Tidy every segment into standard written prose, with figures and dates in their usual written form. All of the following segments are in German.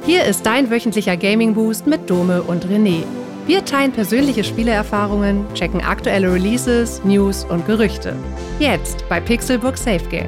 Hier ist dein wöchentlicher Gaming-Boost mit Dome und René. Wir teilen persönliche Spielerfahrungen, checken aktuelle Releases, News und Gerüchte. Jetzt bei Pixelburg Safe Game.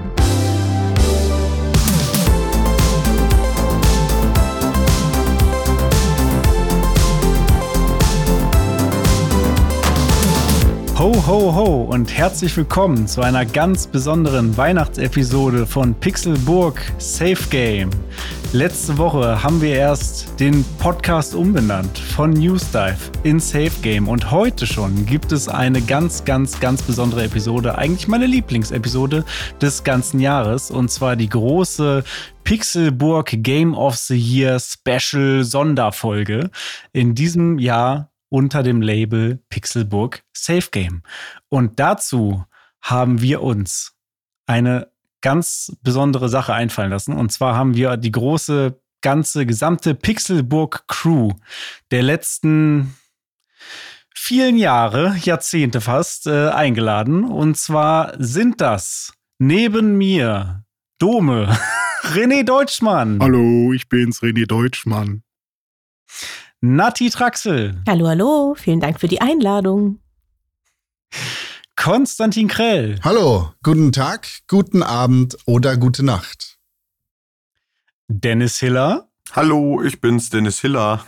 Ho, ho, ho und herzlich willkommen zu einer ganz besonderen Weihnachtsepisode von Pixelburg Safe Game. Letzte Woche haben wir erst den Podcast umbenannt von Newsdive in Safe Game und heute schon gibt es eine ganz besondere Episode, eigentlich meine Lieblingsepisode des ganzen Jahres, und zwar die große Pixelburg Game of the Year Special Sonderfolge. In diesem Jahr unter dem Label Pixelburg Safe Game. Und dazu haben wir uns eine ganz besondere Sache einfallen lassen. Und zwar haben wir die gesamte Pixelburg Crew der letzten vielen Jahre, Jahrzehnte fast, eingeladen. Und zwar sind das neben mir Dome, René Deutschmann. Hallo, ich bin's, René Deutschmann. Nati Traxel. Hallo, vielen Dank für die Einladung. Konstantin Krell. Hallo, guten Tag, guten Abend oder gute Nacht. Dennis Hiller. Hallo, ich bin's, Dennis Hiller.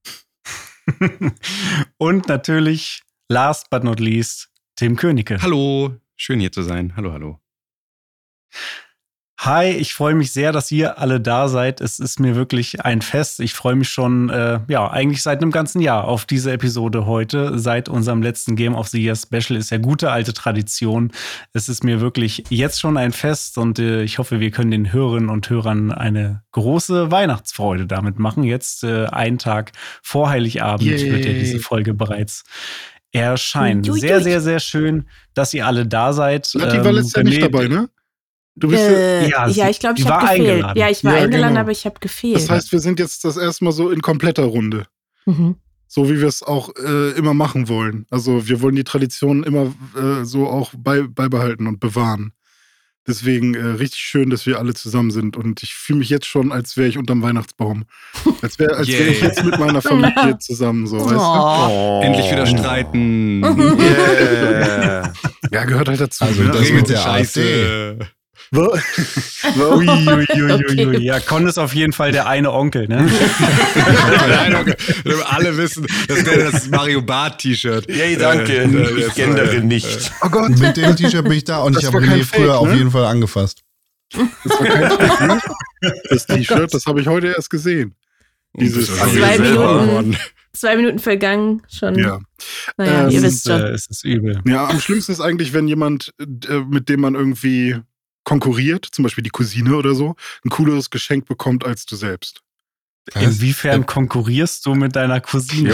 Und natürlich, last but not least, Tim Königke. Hallo, schön hier zu sein. Hallo. Hi, ich freue mich sehr, dass ihr alle da seid. Es ist mir wirklich ein Fest. Ich freue mich schon, eigentlich seit einem ganzen Jahr auf diese Episode heute. Seit unserem letzten Game of the Year Special ist ja gute alte Tradition. Es ist mir wirklich jetzt schon ein Fest und ich hoffe, wir können den Hörerinnen und Hörern eine große Weihnachtsfreude damit machen. Jetzt einen Tag vor Heiligabend wird ja diese Folge bereits erscheinen. Sehr schön, dass ihr alle da seid. Nati war letztes Jahr nicht dabei, ne? Du bist ich glaube, ich habe gefehlt. Eingeladen. Ja, ich war eingeladen, genau. Aber ich habe gefehlt. Das heißt, wir sind jetzt das erste Mal so in kompletter Runde. Mhm. So wie wir es auch immer machen wollen. Also wir wollen die Tradition immer so auch beibehalten und bewahren. Deswegen richtig schön, dass wir alle zusammen sind. Und ich fühle mich jetzt schon, als wäre ich unterm Weihnachtsbaum. Als wäre ich jetzt mit meiner Familie zusammen. So, weißt du? Endlich wieder streiten. Yeah. Ja, gehört halt dazu. Also ne? das mit der Scheiße. Ui. Ja, Con ist auf jeden Fall der eine Onkel, ne? Alle wissen, das wäre das Mario Bart T-Shirt. Yay, danke. Ich gendere nicht. Oh Gott. Mit dem T-Shirt bin ich da und Das ich war habe kein René Fake, früher auf ne? jeden Fall angefasst. Das war kein Fake, ne? Das T-Shirt, das habe ich heute erst gesehen. Dieses 2 Minuten vergangen schon. Ja. Naja, ihr wisst schon. Es ist übel. Ja, am schlimmsten ist eigentlich, wenn jemand, mit dem man irgendwie konkurriert, zum Beispiel die Cousine oder so, ein cooleres Geschenk bekommt als du selbst. Inwiefern konkurrierst du mit deiner Cousine? Ja,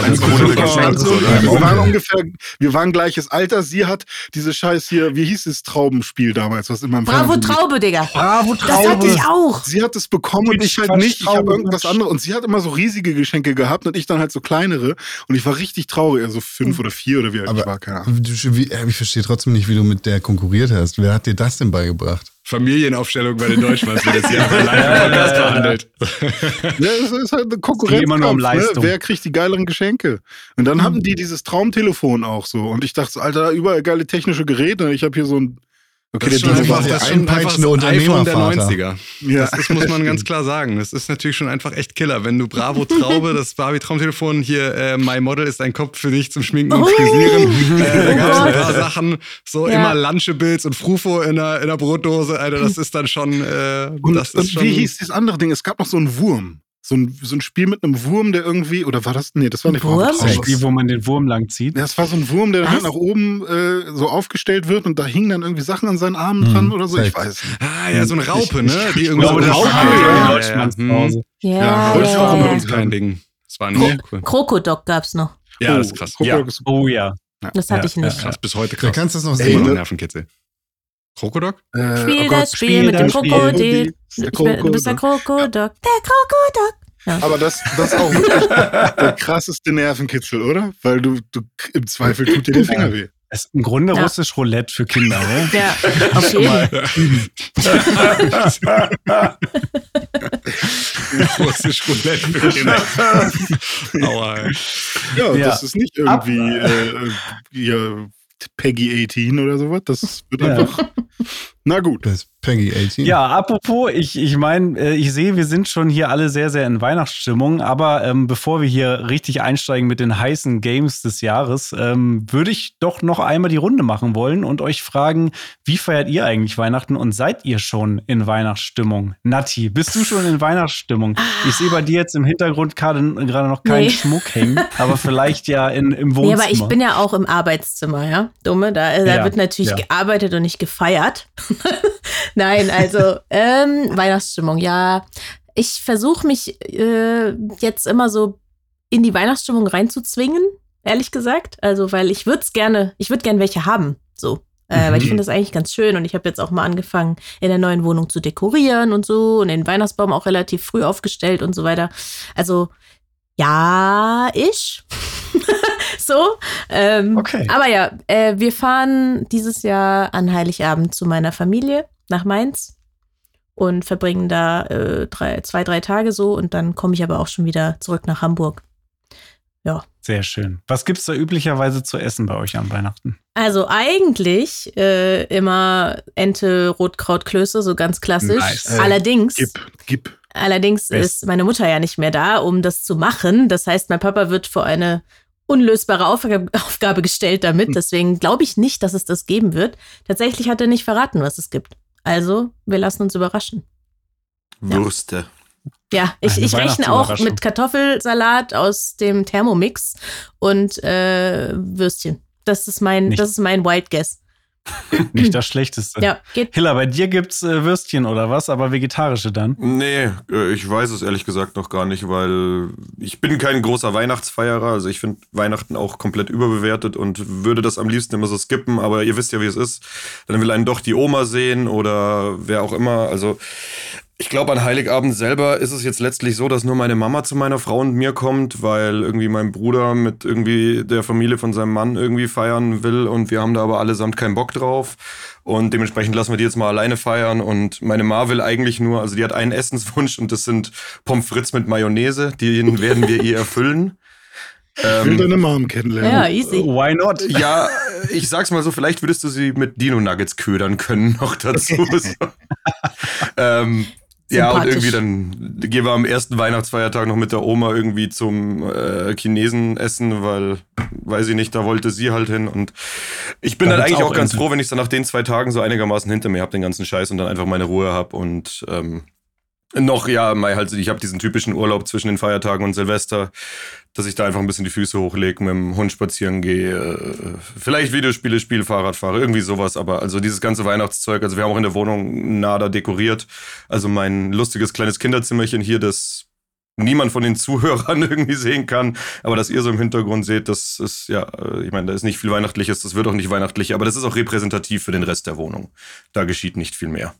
wir waren gleiches Alter. Sie hat diese Scheiß hier, wie hieß das Traubenspiel damals, was immer im Bravo Fernsehen lief? Traube, Digga. Bravo Das hatte ich auch. Sie hat es bekommen und ich halt nicht. Ich habe irgendwas anderes. Und sie hat immer so riesige Geschenke gehabt und ich dann halt so kleinere. Und ich war richtig traurig, also 5 oder 4 oder wie alt ich war, keine Ahnung. Ich verstehe trotzdem nicht, wie du mit der konkurriert hast. Wer hat dir das denn beigebracht? Familienaufstellung bei den Deutschmanns wird das hier live im Podcast behandelt. Ja, das ist halt eine Konkurrenz. Immer nur um Leistung. Ne? Wer kriegt die geileren Geschenke? Und dann hatten die dieses Traumtelefon auch so. Und ich dachte so, Alter, überall geile technische Geräte. Ich habe hier so ein... Okay, Das ist schon einfach der einpeitschende iPhone der Unternehmervater. 90er. Ja. Das muss man ganz klar sagen. Das ist natürlich schon einfach echt Killer. Wenn du Bravo Traube, das Barbie-Traumtelefon hier, My Model ist ein Kopf für dich zum Schminken und Frisieren. Da gab es ein paar Sachen, immer Lunchables und Frufo in der Brotdose. Alter, das ist dann schon... Und wie hieß dieses andere Ding? Es gab noch so einen Wurm. So ein Spiel mit einem Wurm, der irgendwie, oder war das? Nee, das war nicht Wurm? Ein Spiel, wo man den Wurm lang zieht. Ja, es war so ein Wurm, der halt nach oben so aufgestellt wird und da hingen dann irgendwie Sachen an seinen Armen dran oder so. Ich weiß nicht. Ah, ja, so eine Raupe, ne? Die irgendwie glaube, das Raupe. war Deutschmanns zu Hause. Ja, wollte ich auch Bei unbedingt uns kein Ding. Das war nicht cool. Krokodok gab's noch. Ja, das ist krass. Oh ja. Das hatte ich nicht. Krass, bis heute Wer krass. kannst du das noch Das ist immer noch sehen? Nervenkitzel. Krokodok? Spiel das Spiel mit dem Krokodil. Du bist der Krokodok. Der Krokodok. Ja. Aber das ist auch wirklich der krasseste Nervenkitzel, oder? Weil du im Zweifel tut dir der Finger weh. Es ist im Grunde russisch Roulette für Kinder, ne? Ja, auf jeden Fall. Russisch Roulette für Kinder. Aua. Ja, das ist nicht irgendwie Peggy 18 oder sowas. Das wird einfach. Na gut. Das ist Peggy 18. Ja, apropos, ich meine, ich sehe, wir sind schon hier alle sehr, sehr in Weihnachtsstimmung, aber bevor wir hier richtig einsteigen mit den heißen Games des Jahres, würde ich doch noch einmal die Runde machen wollen und euch fragen, wie feiert ihr eigentlich Weihnachten und seid ihr schon in Weihnachtsstimmung? Nati, bist du schon in Weihnachtsstimmung? Ich sehe bei dir jetzt im Hintergrund gerade noch keinen Schmuck hängen, aber vielleicht ja im Wohnzimmer. Ja, aber ich bin ja auch im Arbeitszimmer, ja, Dumme, da wird natürlich gearbeitet und nicht gefeiert. Nein, also Weihnachtsstimmung, ja. Ich versuche mich jetzt immer so in die Weihnachtsstimmung reinzuzwingen, ehrlich gesagt. Also, weil ich würde gerne welche haben, so. Weil ich finde das eigentlich ganz schön und ich habe jetzt auch mal angefangen, in der neuen Wohnung zu dekorieren und so und den Weihnachtsbaum auch relativ früh aufgestellt und so weiter. Also, ja, so. Okay. Aber ja, wir fahren dieses Jahr an Heiligabend zu meiner Familie nach Mainz und verbringen da 2-3 Tage so und dann komme ich aber auch schon wieder zurück nach Hamburg. Ja. Sehr schön. Was gibt's da üblicherweise zu essen bei euch an Weihnachten? Also eigentlich immer Ente, Rotkraut, Klöße, so ganz klassisch. Nice. Allerdings Gib. Allerdings ist meine Mutter ja nicht mehr da, um das zu machen. Das heißt, mein Papa wird vor eine unlösbare Aufgabe gestellt damit. Deswegen glaube ich nicht, dass es das geben wird. Tatsächlich hat er nicht verraten, was es gibt. Also, wir lassen uns überraschen. Würste. Ja, ich rechne auch mit Kartoffelsalat aus dem Thermomix und Würstchen. Das ist mein Wild Guess. Nicht das Schlechteste. Ja, geht. Hilla, bei dir gibt's Würstchen oder was, aber vegetarische dann? Nee, ich weiß es ehrlich gesagt noch gar nicht, weil ich bin kein großer Weihnachtsfeierer. Also ich finde Weihnachten auch komplett überbewertet und würde das am liebsten immer so skippen. Aber ihr wisst ja, wie es ist. Dann will einen doch die Oma sehen oder wer auch immer. Also ich glaube, an Heiligabend selber ist es jetzt letztlich so, dass nur meine Mama zu meiner Frau und mir kommt, weil irgendwie mein Bruder mit irgendwie der Familie von seinem Mann irgendwie feiern will und wir haben da aber allesamt keinen Bock drauf und dementsprechend lassen wir die jetzt mal alleine feiern und meine Ma will eigentlich nur, also die hat einen Essenswunsch und das sind Pommes frites mit Mayonnaise, den werden wir ihr erfüllen. Ich will deine Mom kennenlernen. Ja, easy. Why not? Ja, ich sag's mal so, vielleicht würdest du sie mit Dino-Nuggets ködern können noch dazu. Ja, und irgendwie dann gehen wir am ersten Weihnachtsfeiertag noch mit der Oma irgendwie zum Chinesen essen, weil, weiß ich nicht, da wollte sie halt hin. Und ich bin dann eigentlich auch ganz froh, wenn ich dann nach den 2 Tagen so einigermaßen hinter mir habe, den ganzen Scheiß und dann einfach meine Ruhe habe und noch, ja, ich habe diesen typischen Urlaub zwischen den Feiertagen und Silvester, dass ich da einfach ein bisschen die Füße hochlege, mit dem Hund spazieren gehe, vielleicht Videospiele spiele, Fahrrad fahre, irgendwie sowas. Aber also dieses ganze Weihnachtszeug, also wir haben auch in der Wohnung nada dekoriert. Also mein lustiges kleines Kinderzimmerchen hier, das niemand von den Zuhörern irgendwie sehen kann. Aber dass ihr so im Hintergrund seht, das ist, ja, ich meine, da ist nicht viel Weihnachtliches, das wird auch nicht weihnachtlich, aber das ist auch repräsentativ für den Rest der Wohnung. Da geschieht nicht viel mehr.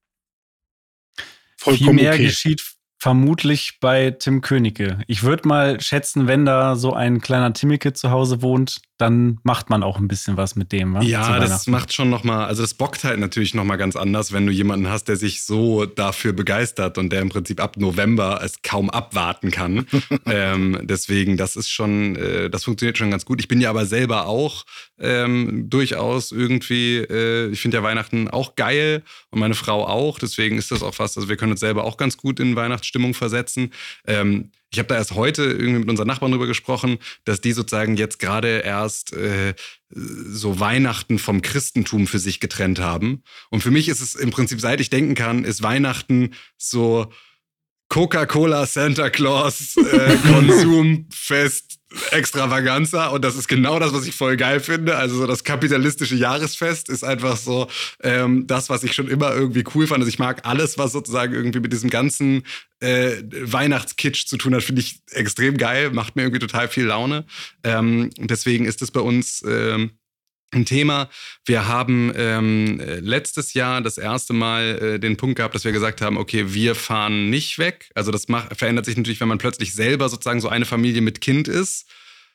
Viel mehr geschieht vermutlich bei Tim Königke. Ich würde mal schätzen, wenn da so ein kleiner Timmeke zu Hause wohnt, dann macht man auch ein bisschen was mit dem, was? Ja, das macht schon nochmal, also das bockt halt natürlich nochmal ganz anders, wenn du jemanden hast, der sich so dafür begeistert und der im Prinzip ab November es kaum abwarten kann. Deswegen, das ist schon, das funktioniert schon ganz gut. Ich bin ja aber selber auch durchaus irgendwie, ich finde ja Weihnachten auch geil und meine Frau auch, deswegen ist das auch fast, also wir können uns selber auch ganz gut in Weihnachtsstimmung versetzen. Ich habe da erst heute irgendwie mit unseren Nachbarn drüber gesprochen, dass die sozusagen jetzt gerade erst so Weihnachten vom Christentum für sich getrennt haben. Und für mich ist es im Prinzip, seit ich denken kann, ist Weihnachten so Coca-Cola Santa Claus Konsumfest Extravaganza und das ist genau das, was ich voll geil finde. Also so das kapitalistische Jahresfest ist einfach so das, was ich schon immer irgendwie cool fand. Also ich mag alles, was sozusagen irgendwie mit diesem ganzen Weihnachtskitsch zu tun hat, finde ich extrem geil, macht mir irgendwie total viel Laune. Deswegen ist es bei uns ein Thema. Wir haben letztes Jahr das erste Mal den Punkt gehabt, dass wir gesagt haben, okay, wir fahren nicht weg. Also das verändert sich natürlich, wenn man plötzlich selber sozusagen so eine Familie mit Kind ist.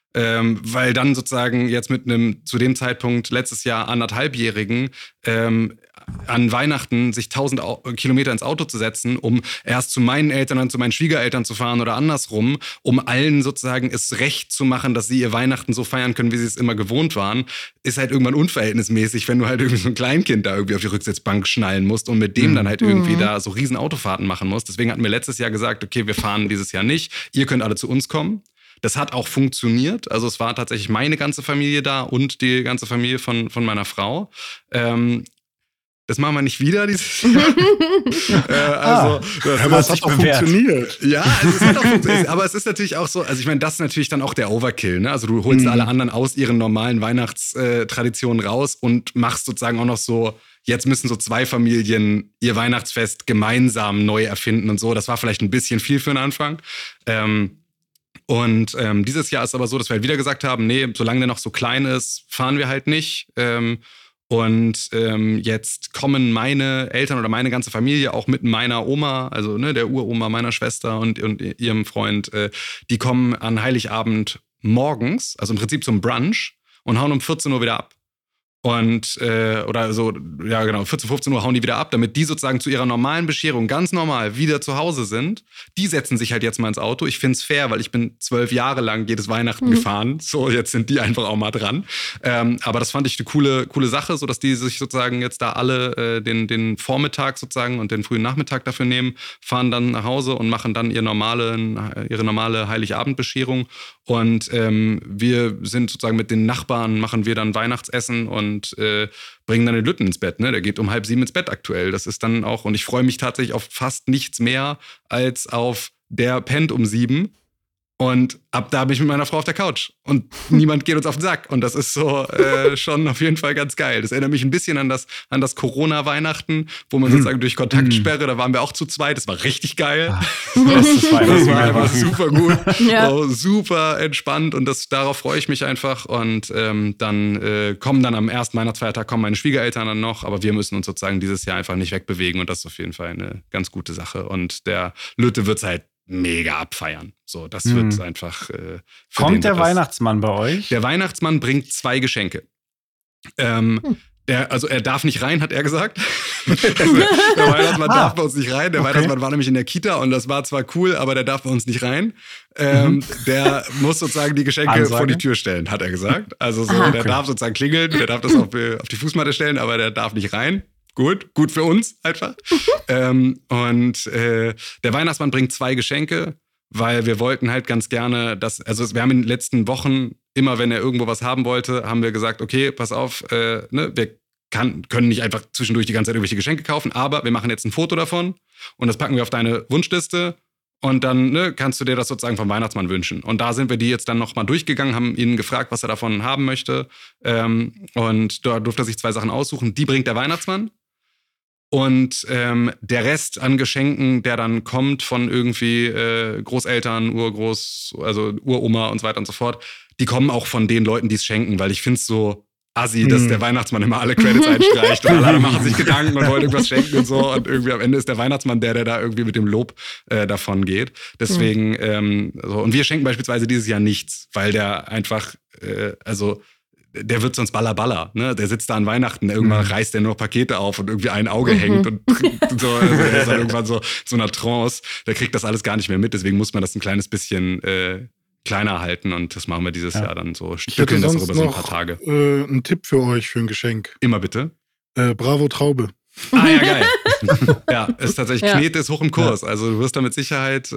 weil dann sozusagen jetzt mit einem zu dem Zeitpunkt letztes Jahr 1,5-Jährigen an Weihnachten sich 1000 Kilometer ins Auto zu setzen, um erst zu meinen Eltern, dann zu meinen Schwiegereltern zu fahren oder andersrum, um allen sozusagen es recht zu machen, dass sie ihr Weihnachten so feiern können, wie sie es immer gewohnt waren, ist halt irgendwann unverhältnismäßig, wenn du halt irgendwie so ein Kleinkind da irgendwie auf die Rücksitzbank schnallen musst und mit dem dann halt irgendwie da so riesen Autofahrten machen musst. Deswegen hatten wir letztes Jahr gesagt, okay, wir fahren dieses Jahr nicht, ihr könnt alle zu uns kommen. Das hat auch funktioniert. Also es war tatsächlich meine ganze Familie da und die ganze Familie von meiner Frau. Das machen wir nicht wieder dieses Jahr. Aber es hat auch funktioniert. Ja, also es hat auch funktioniert. Aber es ist natürlich auch so, also ich meine, das ist natürlich dann auch der Overkill. Ne? Also du holst alle anderen aus ihren normalen Weihnachtstraditionen raus und machst sozusagen auch noch so, jetzt müssen so 2 Familien ihr Weihnachtsfest gemeinsam neu erfinden und so. Das war vielleicht ein bisschen viel für den Anfang. Und dieses Jahr ist aber so, dass wir halt wieder gesagt haben, nee, solange der noch so klein ist, fahren wir halt nicht. Jetzt kommen meine Eltern oder meine ganze Familie auch mit meiner Oma, also ne, der Uroma meiner Schwester und ihrem Freund, die kommen an Heiligabend morgens, also im Prinzip zum Brunch und hauen um 14 Uhr wieder ab. Und, oder so, ja genau, 14, 15 Uhr hauen die wieder ab, damit die sozusagen zu ihrer normalen Bescherung ganz normal wieder zu Hause sind. Die setzen sich halt jetzt mal ins Auto. Ich find's fair, weil ich bin 12 Jahre lang jedes Weihnachten gefahren. So, jetzt sind die einfach auch mal dran. Aber das fand ich eine coole Sache, so dass die sich sozusagen jetzt da alle den Vormittag sozusagen und den frühen Nachmittag dafür nehmen, fahren dann nach Hause und machen dann ihre normale Heiligabendbescherung. Und wir sind sozusagen mit den Nachbarn, machen wir dann Weihnachtsessen und bringen dann den Lütten ins Bett. Ne? Der geht um 6:30 ins Bett aktuell. Das ist dann auch, und ich freue mich tatsächlich auf fast nichts mehr als auf der pennt um 7. Und ab da bin ich mit meiner Frau auf der Couch und niemand geht uns auf den Sack. Und das ist so schon auf jeden Fall ganz geil. Das erinnert mich ein bisschen an das Corona-Weihnachten, wo man sozusagen durch Kontaktsperre, da waren wir auch zu zweit. Das war richtig geil. Das war einfach super gut. Ja. So, super entspannt und darauf freue ich mich einfach. Und dann kommen dann am ersten Weihnachtsfeiertag meine Schwiegereltern dann noch. Aber wir müssen uns sozusagen dieses Jahr einfach nicht wegbewegen. Und das ist auf jeden Fall eine ganz gute Sache. Und der Lütte wird's halt mega abfeiern. So, das wird einfach. Kommt der Weihnachtsmann bei euch? Der Weihnachtsmann bringt 2 Geschenke. Er darf nicht rein, hat er gesagt. Der Weihnachtsmann darf bei uns nicht rein. Der Weihnachtsmann war nämlich in der Kita und das war zwar cool, aber der darf bei uns nicht rein. Der muss sozusagen die Geschenke vor die Tür stellen, hat er gesagt. Also so, der darf sozusagen klingeln, der darf das auf die Fußmatte stellen, aber der darf nicht rein. Gut für uns einfach. Der Weihnachtsmann bringt 2 Geschenke, weil wir wollten halt ganz gerne, wir haben in den letzten Wochen, immer wenn er irgendwo was haben wollte, haben wir gesagt, okay, pass auf, wir können nicht einfach zwischendurch die ganze Zeit irgendwelche Geschenke kaufen, aber wir machen jetzt ein Foto davon und das packen wir auf deine Wunschliste und dann kannst du dir das sozusagen vom Weihnachtsmann wünschen. Und da sind wir die jetzt dann nochmal durchgegangen, haben ihn gefragt, was er davon haben möchte und da durfte er sich 2 Sachen aussuchen. Die bringt der Weihnachtsmann. Und der Rest an Geschenken, der dann kommt von irgendwie Großeltern, also Uroma und so weiter und so fort, die kommen auch von den Leuten, die es schenken, weil ich finde es so assi, dass der Weihnachtsmann immer alle Credits einstreicht und alle machen sich Gedanken und wollen irgendwas schenken und so und irgendwie am Ende ist der Weihnachtsmann der da irgendwie mit dem Lob davon geht. Deswegen, und wir schenken beispielsweise dieses Jahr nichts, weil der einfach, der wird sonst Balla, ne? Der sitzt da an Weihnachten, irgendwann reißt der nur Pakete auf und irgendwie ein Auge hängt und so. Also der ist dann irgendwann so einer Trance. Der kriegt das alles gar nicht mehr mit, deswegen muss man das ein kleines bisschen kleiner halten und das machen wir dieses Jahr dann so. Stückeln das über so ein paar Tage. Ein Tipp für euch für ein Geschenk. Immer bitte. Bravo Traube. Ah ja, geil. Ja, ist tatsächlich, Knete ist hoch im Kurs. Also du wirst da mit Sicherheit,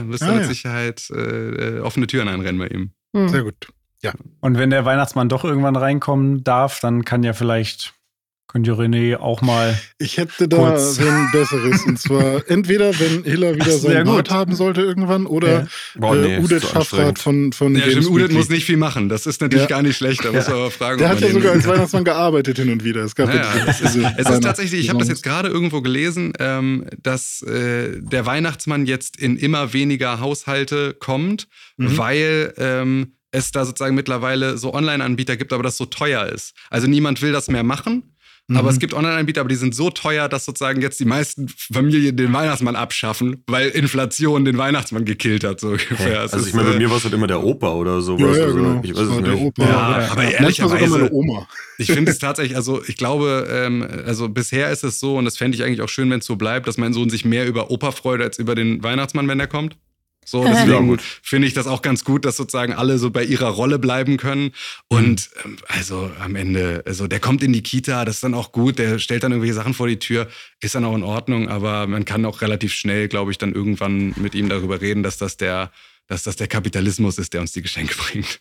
offene Türen einrennen bei ihm. Sehr gut. Ja. Und wenn der Weihnachtsmann doch irgendwann reinkommen darf, dann könnte René auch mal. Ich hätte da ein besseres. Und zwar entweder, wenn Hiller wieder seinen Bart haben sollte irgendwann oder Udet Schaffrath von ja, stimmt, Udet muss nicht viel machen. Das ist natürlich gar nicht schlecht. Da muss man aber fragen. Der hat ja sogar als Weihnachtsmann gearbeitet hin und wieder. Es ist tatsächlich, ich habe das jetzt gerade irgendwo gelesen, dass der Weihnachtsmann jetzt in immer weniger Haushalte kommt, weil es da sozusagen mittlerweile so Online-Anbieter gibt, aber das so teuer ist. Also niemand will das mehr machen. aber es gibt Online-Anbieter, aber die sind so teuer, dass sozusagen jetzt die meisten Familien den Weihnachtsmann abschaffen, weil Inflation den Weihnachtsmann gekillt hat, so ungefähr. Also ich meine, bei mir war es halt immer der Opa oder sowas. Ja, genau. Ich weiß es nicht. Der Opa. Ja, aber ehrlicherweise, sogar meine Oma. Ich finde es tatsächlich, also ich glaube, also bisher ist es so, und das fände ich eigentlich auch schön, wenn es so bleibt, dass mein Sohn sich mehr über Opa freut, als über den Weihnachtsmann, wenn der kommt. So, deswegen finde ich das auch ganz gut, dass sozusagen alle so bei ihrer Rolle bleiben können. Und also am Ende, also der kommt in die Kita, das ist dann auch gut, der stellt dann irgendwelche Sachen vor die Tür, ist dann auch in Ordnung, aber man kann auch relativ schnell, glaube ich, dann irgendwann mit ihm darüber reden, dass das der Kapitalismus ist, der uns die Geschenke bringt.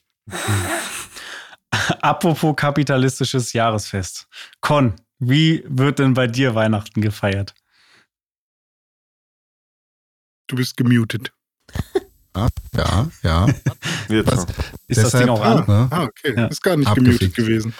Apropos kapitalistisches Jahresfest. Con, wie wird denn bei dir Weihnachten gefeiert? Du bist gemutet. Ja. Was? Ist das Ding auch an? Ne? Okay. Ja. Ist gar nicht Abgefickt. gemutet gewesen.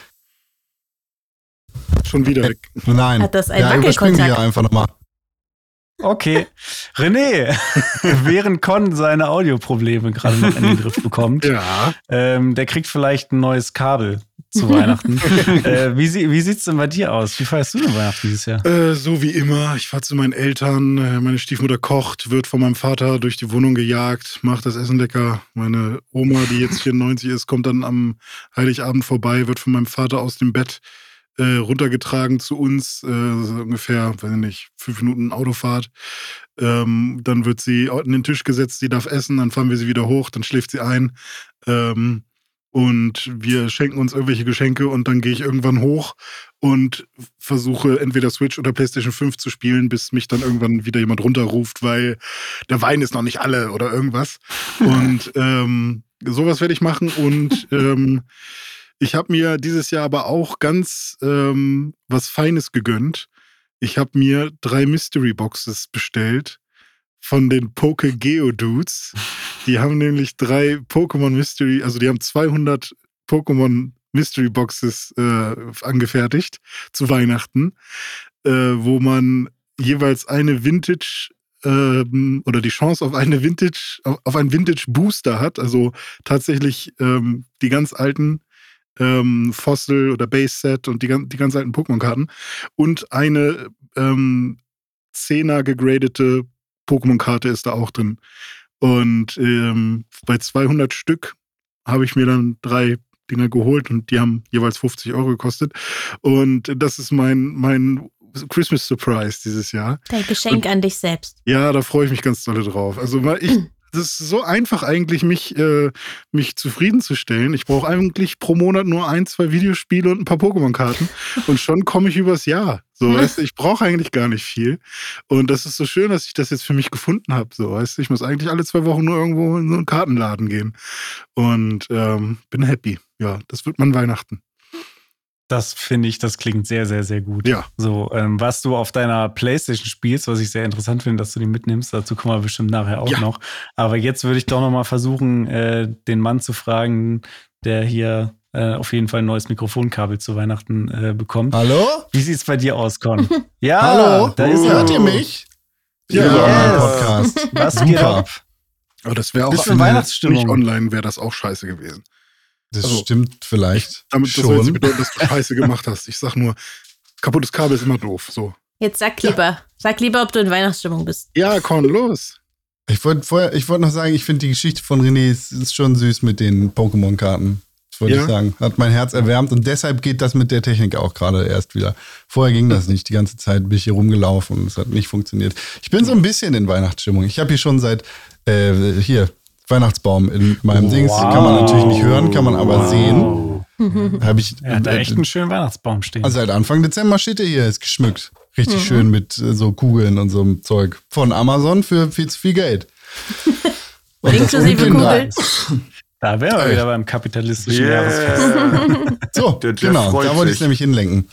Schon wieder weg. Nein. Hat das einen überspringen wir Wackelkontakt? hier einfach nochmal. Okay. René, während Con seine Audioprobleme gerade noch in den Griff bekommt, Ja. der kriegt vielleicht ein neues Kabel zu Weihnachten. Wie sieht's denn bei dir aus? Wie feierst du denn Weihnachten dieses Jahr? So wie immer. Ich fahre zu meinen Eltern. Meine Stiefmutter kocht, wird von meinem Vater durch die Wohnung gejagt, macht das Essen lecker. Meine Oma, die jetzt 94 ist, kommt dann am Heiligabend vorbei, wird von meinem Vater aus dem Bett runtergetragen zu uns. So ungefähr, weiß ich nicht, 5 Minuten Autofahrt. Dann wird sie an den Tisch gesetzt, sie darf essen, dann fahren wir sie wieder hoch, dann schläft sie ein. Und wir schenken uns irgendwelche Geschenke und dann gehe ich irgendwann hoch und versuche entweder Switch oder PlayStation 5 zu spielen, bis mich dann irgendwann wieder jemand runterruft, weil der Wein ist noch nicht alle oder irgendwas. Und sowas werde ich machen. Und ich habe mir dieses Jahr aber auch ganz was Feines gegönnt. Ich habe mir 3 Mystery Boxes bestellt von den Poke-Geodudes. Die haben nämlich 3 Pokémon Mystery, also die haben 200 Pokémon Mystery Boxes angefertigt zu Weihnachten, wo man jeweils eine Vintage oder die Chance auf einen Vintage Booster hat, also tatsächlich die ganz alten Fossil oder Base Set und die ganz alten Pokémon-Karten und eine 10er gegradete Pokémon-Karte ist da auch drin. Und bei 200 Stück habe ich mir dann 3 Dinger geholt und die haben jeweils 50 € gekostet. Und das ist mein Christmas Surprise dieses Jahr. Dein Geschenk an dich selbst. Ja, da freue ich mich ganz doll drauf. Also das ist so einfach eigentlich, mich zufriedenzustellen. Ich brauche eigentlich pro Monat nur 1, 2 Videospiele und ein paar Pokémon-Karten und schon komme ich übers Jahr. So, weißt du, ich brauche eigentlich gar nicht viel. Und das ist so schön, dass ich das jetzt für mich gefunden habe. So, weißt du, ich muss eigentlich alle 2 Wochen nur irgendwo in so einen Kartenladen gehen. Und bin happy. Ja, das wird mein Weihnachten. Das finde ich, das klingt sehr, sehr, sehr gut. Ja. So, was du auf deiner PlayStation spielst, was ich sehr interessant finde, dass du die mitnimmst, dazu kommen wir bestimmt nachher auch noch. Aber jetzt würde ich doch noch mal versuchen, den Mann zu fragen, der hier auf jeden Fall ein neues Mikrofonkabel zu Weihnachten bekommt. Hallo? Wie sieht's bei dir aus, Con? Ja, Hallo? da ist Hört er. ihr mich? Ja, Yes. Podcast. Was geht ab? Aber das wäre auch Bist du in Weihnachtsstimmung? nicht online, wäre das auch scheiße gewesen. Das Also, stimmt vielleicht Das soll jetzt schon. nicht bedeuten, dass du Scheiße gemacht hast. Ich sag nur, kaputtes Kabel ist immer doof. So. Jetzt sag lieber, ob du in Weihnachtsstimmung bist. Ja, Con, los. Ich wollte noch sagen, ich finde die Geschichte von René ist schon süß mit den Pokémon-Karten. Das wollte ich sagen. Hat mein Herz erwärmt und deshalb geht das mit der Technik auch gerade erst wieder. Vorher ging das nicht. Die ganze Zeit bin ich hier rumgelaufen und es hat nicht funktioniert. Ich bin so ein bisschen in Weihnachtsstimmung. Ich habe hier schon seit Weihnachtsbaum in meinem Dings. Kann man natürlich nicht hören, kann man aber sehen. Habe ich Er hat da echt einen schönen Weihnachtsbaum stehen. Also seit Anfang Dezember steht er hier, ist geschmückt. Richtig schön mit so Kugeln und so einem Zeug. Von Amazon für viel zu viel Geld. Und das ohne Inklusive Kinder. Kugel. Da wären wir wieder beim kapitalistischen Yeah. Jahresfest. So, Der Jeff genau, freut da wollte ich sich. nämlich hinlenken.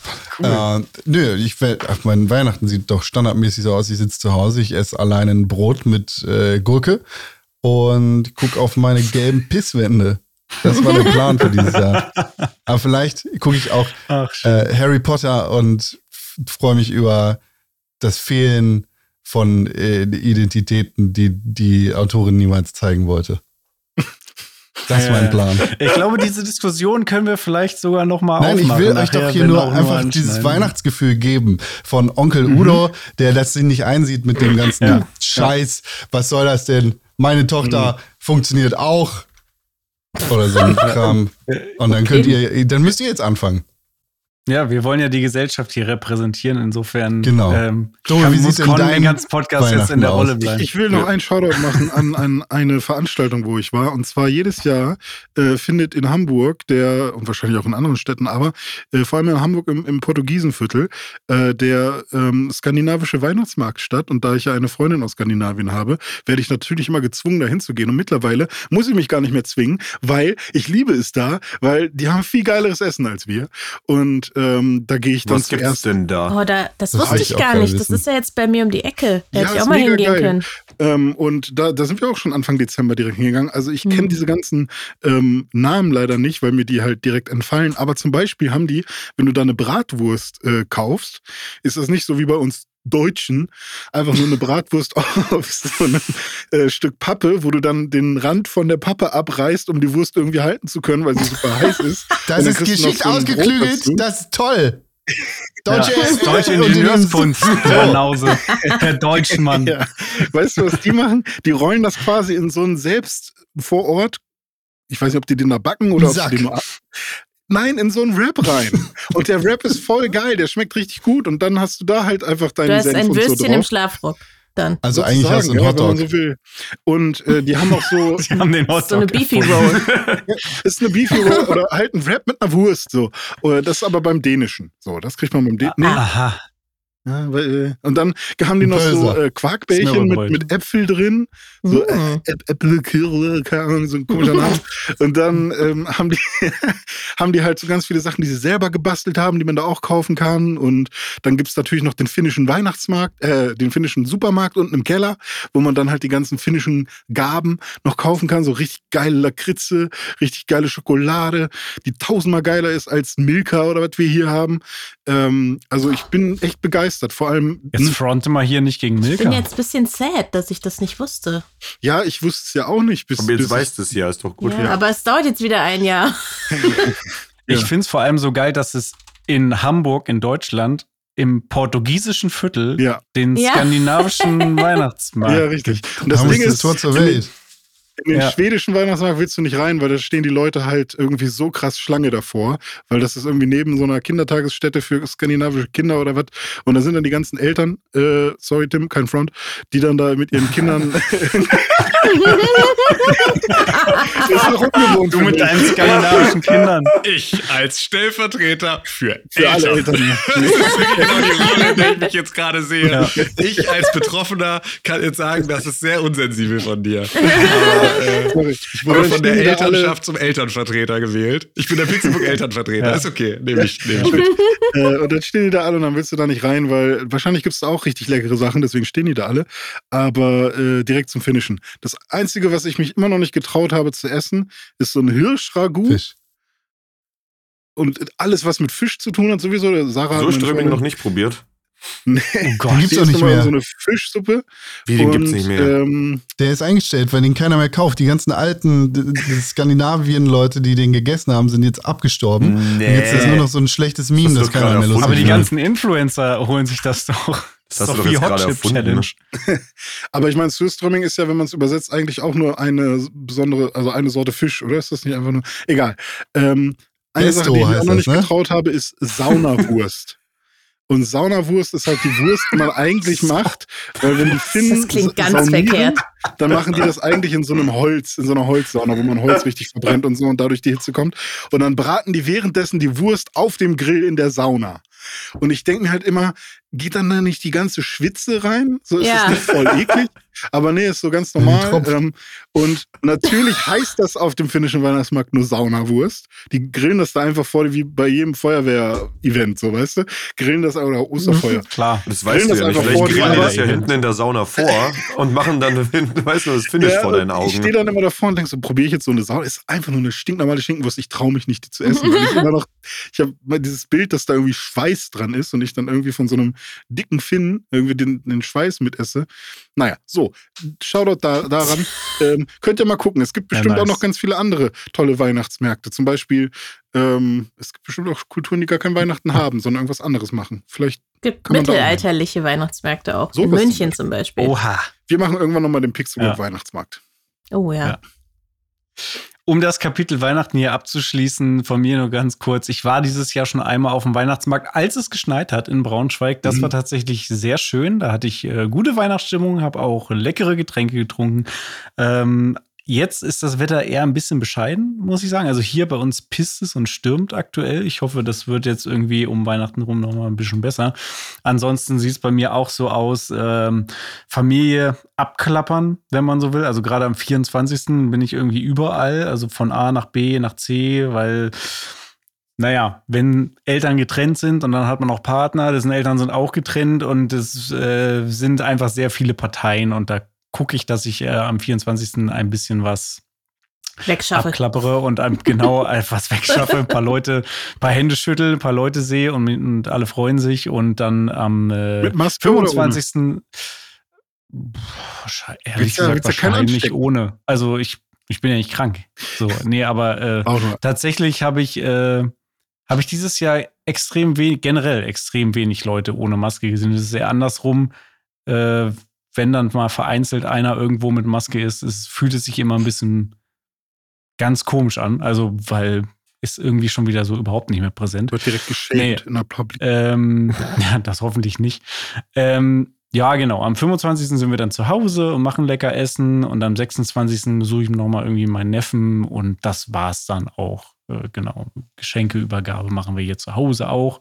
Mein Weihnachten sieht doch standardmäßig so aus, ich sitze zu Hause, ich esse allein ein Brot mit Gurke und gucke auf meine gelben Pisswände. Das war der Plan für dieses Jahr. Aber vielleicht gucke ich auch Harry Potter und freue mich über das Fehlen von Identitäten, die die Autorin niemals zeigen wollte. Das ist mein Plan. Ich glaube, diese Diskussion können wir vielleicht sogar noch mal aufmachen. Nein, ich will euch doch hier nur einfach dieses Weihnachtsgefühl geben von Onkel Udo, der das nicht einsieht mit dem ganzen Scheiß. Was soll das denn? Meine Tochter funktioniert auch. Oder so ein Kram. Und dann müsst ihr jetzt anfangen. Ja, wir wollen ja die Gesellschaft hier repräsentieren, insofern genau. Wie sieht denn dein ganzen Podcast jetzt in der Rolle bleiben? Ich will noch einen Shoutout machen an eine Veranstaltung, wo ich war. Und zwar jedes Jahr findet in Hamburg, und wahrscheinlich auch in anderen Städten, aber vor allem in Hamburg im Portugiesenviertel, der skandinavische Weihnachtsmarkt statt. Und da ich ja eine Freundin aus Skandinavien habe, werde ich natürlich immer gezwungen, da hinzugehen. Und mittlerweile muss ich mich gar nicht mehr zwingen, weil ich liebe es da, weil die haben viel geileres Essen als wir. Und da gehe ich dann Was gibt's denn da? Oh, das wusste ich gar nicht. Das ist ja jetzt bei mir um die Ecke. Da hätte ich auch mal hingehen können. Und da sind wir auch schon Anfang Dezember direkt hingegangen. Also ich kenne diese ganzen Namen leider nicht, weil mir die halt direkt entfallen. Aber zum Beispiel haben die, wenn du da eine Bratwurst kaufst, ist das nicht so wie bei uns Deutschen, einfach nur eine Bratwurst auf so einem Stück Pappe, wo du dann den Rand von der Pappe abreißt, um die Wurst irgendwie halten zu können, weil sie super heiß ist. Das ist geschickt ausgeklügelt, das ist toll. Deutsche Ingenieurskunst, Nause, der Deutschmann. Ja. Weißt du, was die machen? Die rollen das quasi in so einen selbst vor Ort, ich weiß nicht, ob die den da backen oder ob sie den nur Nein, in so einen Wrap rein. Und der Wrap ist voll geil, der schmeckt richtig gut. Und dann hast du da halt einfach deinen Senf und so drauf. Du hast ein Würstchen im Schlafrock dann. Also eigentlich hast du einen Hotdog. Wenn man so will. Und die haben auch so... Die haben den Hotdog. So eine Beefy Roll. Ist eine Beefy Roll oder halt ein Wrap mit einer Wurst. So. Das ist aber beim Dänischen. So, das kriegt man beim Dänischen. Aha. Ja, und dann haben die noch so Quarkbällchen mit Äpfel drin. So Äpfelkirle, keine Ahnung, so ein komischer Name. Und dann haben die halt so ganz viele Sachen, die sie selber gebastelt haben, die man da auch kaufen kann. Und dann gibt's natürlich noch den finnischen Weihnachtsmarkt, den finnischen Supermarkt unten im Keller, wo man dann halt die ganzen finnischen Gaben noch kaufen kann. So richtig geile Lakritze, richtig geile Schokolade, die 1000-mal geiler ist als Milka oder was wir hier haben. Also ich bin echt begeistert. Vor allem. Jetzt fronte mal hier nicht gegen Milka. Ich bin jetzt ein bisschen sad, dass ich das nicht wusste. Ja, ich wusste es ja auch nicht. Aber jetzt weißt du es ja, ist doch gut. Ja, aber es dauert jetzt wieder ein Jahr. Ich finde es vor allem so geil, dass es in Hamburg, in Deutschland, im portugiesischen Viertel den skandinavischen Weihnachtsmarkt. Ja, richtig. Und das Ding ist, Tor zur Welt. In den schwedischen Weihnachtsmarkt willst du nicht rein, weil da stehen die Leute halt irgendwie so krass Schlange davor, weil das ist irgendwie neben so einer Kindertagesstätte für skandinavische Kinder oder was. Und da sind dann die ganzen Eltern, sorry Tim, kein Front, die dann da mit ihren Kindern das ist noch ungewohnt. Du mit deinen skandinavischen Kindern. Ich als Stellvertreter für alle Eltern. Das ist wirklich genau die Rolle, in der ich mich jetzt gerade sehe. Ja. Ich als Betroffener kann jetzt sagen, das ist sehr unsensibel von dir. Aber ich wurde von der Elternschaft zum Elternvertreter gewählt. Ich bin der Pixelbook-Elternvertreter. Ja. Ist okay, nehme ich mit. Und dann stehen die da alle und dann willst du da nicht rein, weil wahrscheinlich gibt es da auch richtig leckere Sachen, deswegen stehen die da alle. Aber direkt zum Finishen. Das Einzige, was ich mich immer noch nicht getraut habe zu essen, ist so ein Hirschragout. Fisch. Und alles, was mit Fisch zu tun hat, sowieso. Sarah so Strömming noch nicht probiert. Nee, oh Gott, gibt's doch nicht mehr. So eine Fischsuppe. Wie, den gibt's nicht mehr? Der ist eingestellt, weil den keiner mehr kauft. Die ganzen alten Skandinavien-Leute, die den gegessen haben, sind jetzt abgestorben. Nee. Und jetzt ist nur noch so ein schlechtes Meme, das keiner mehr lustig. Aber die ganzen Influencer holen sich das doch. Das ist doch wie Hot Chip Challenge. Aber ich meine, Surströmming ist ja, wenn man es übersetzt, eigentlich auch nur eine besondere, also eine Sorte Fisch, oder? Ist das nicht einfach nur? Egal. Eine Sache, die ich auch noch nicht getraut habe, ist Saunawurst. Und Saunawurst ist halt die Wurst, die man eigentlich macht, weil wenn die Finnen das klingt ganz verkehrt. Dann machen die das eigentlich in so einem Holz, in so einer Holzsauna, wo man Holz richtig verbrennt und so und dadurch die Hitze kommt. Und dann braten die währenddessen die Wurst auf dem Grill in der Sauna. Und ich denke mir halt immer, geht dann da nicht die ganze Schwitze rein? So ist das nicht voll eklig. Aber nee, ist so ganz normal. Und natürlich heißt das auf dem finnischen Weihnachtsmarkt nur Saunawurst. Die grillen das da einfach vor, wie bei jedem Feuerwehr-Event, so weißt du? Grillen das oder Osterfeuer. Klar. Das weißt du ja nicht. Vielleicht grillen die das ja hinten in der Sauna vor und machen dann, weißt du, das Finish vor deinen Augen. Ich stehe dann immer davor und denke so, probiere ich jetzt so eine Sauna? Ist einfach nur eine stinknormale Schinkenwurst. Ich traue mich nicht, die zu essen. Weil ich habe dieses Bild, dass da irgendwie Schweiß dran ist und ich dann irgendwie von so einem dicken Finn irgendwie den Schweiß mitesse. Naja, so, Shoutout daran. Könnt ihr mal gucken. Es gibt bestimmt auch noch ganz viele andere tolle Weihnachtsmärkte. Zum Beispiel, es gibt bestimmt auch Kulturen, die gar kein Weihnachten haben, sondern irgendwas anderes machen. Vielleicht gibt mittelalterliche Weihnachtsmärkte auch. So in München zum Beispiel. Oha. Wir machen irgendwann nochmal den Pixelburg-Weihnachtsmarkt. Oh ja. Um das Kapitel Weihnachten hier abzuschließen, von mir nur ganz kurz. Ich war dieses Jahr schon einmal auf dem Weihnachtsmarkt, als es geschneit hat in Braunschweig. Das war tatsächlich sehr schön. Da hatte ich gute Weihnachtsstimmung, habe auch leckere Getränke getrunken. Jetzt ist das Wetter eher ein bisschen bescheiden, muss ich sagen. Also hier bei uns pisst es und stürmt aktuell. Ich hoffe, das wird jetzt irgendwie um Weihnachten rum noch mal ein bisschen besser. Ansonsten sieht es bei mir auch so aus, Familie abklappern, wenn man so will. Also gerade am 24. bin ich irgendwie überall, also von A nach B nach C, weil naja, wenn Eltern getrennt sind und dann hat man auch Partner, dessen Eltern sind auch getrennt und es sind einfach sehr viele Parteien und da gucke ich, dass ich am 24. ein bisschen was wegschaffe. Abklappere und was wegschaffe, ein paar Hände schüttel, ein paar Leute sehe und alle freuen sich und dann am mit Maske 25. Ehrlich gesagt, wahrscheinlich ohne. Also ich bin ja nicht krank. So, nee, aber tatsächlich habe ich dieses Jahr generell extrem wenig Leute ohne Maske gesehen. Es ist eher andersrum. Wenn dann mal vereinzelt einer irgendwo mit Maske ist, fühlt es sich immer ein bisschen ganz komisch an. Also, weil ist irgendwie schon wieder so überhaupt nicht mehr präsent. Wird direkt geschämt in der Public. Ja, das hoffentlich nicht. Ja, genau. Am 25. sind wir dann zu Hause und machen lecker Essen und am 26. besuche ich nochmal irgendwie meinen Neffen und das war's dann auch. Genau. Geschenkeübergabe machen wir hier zu Hause auch.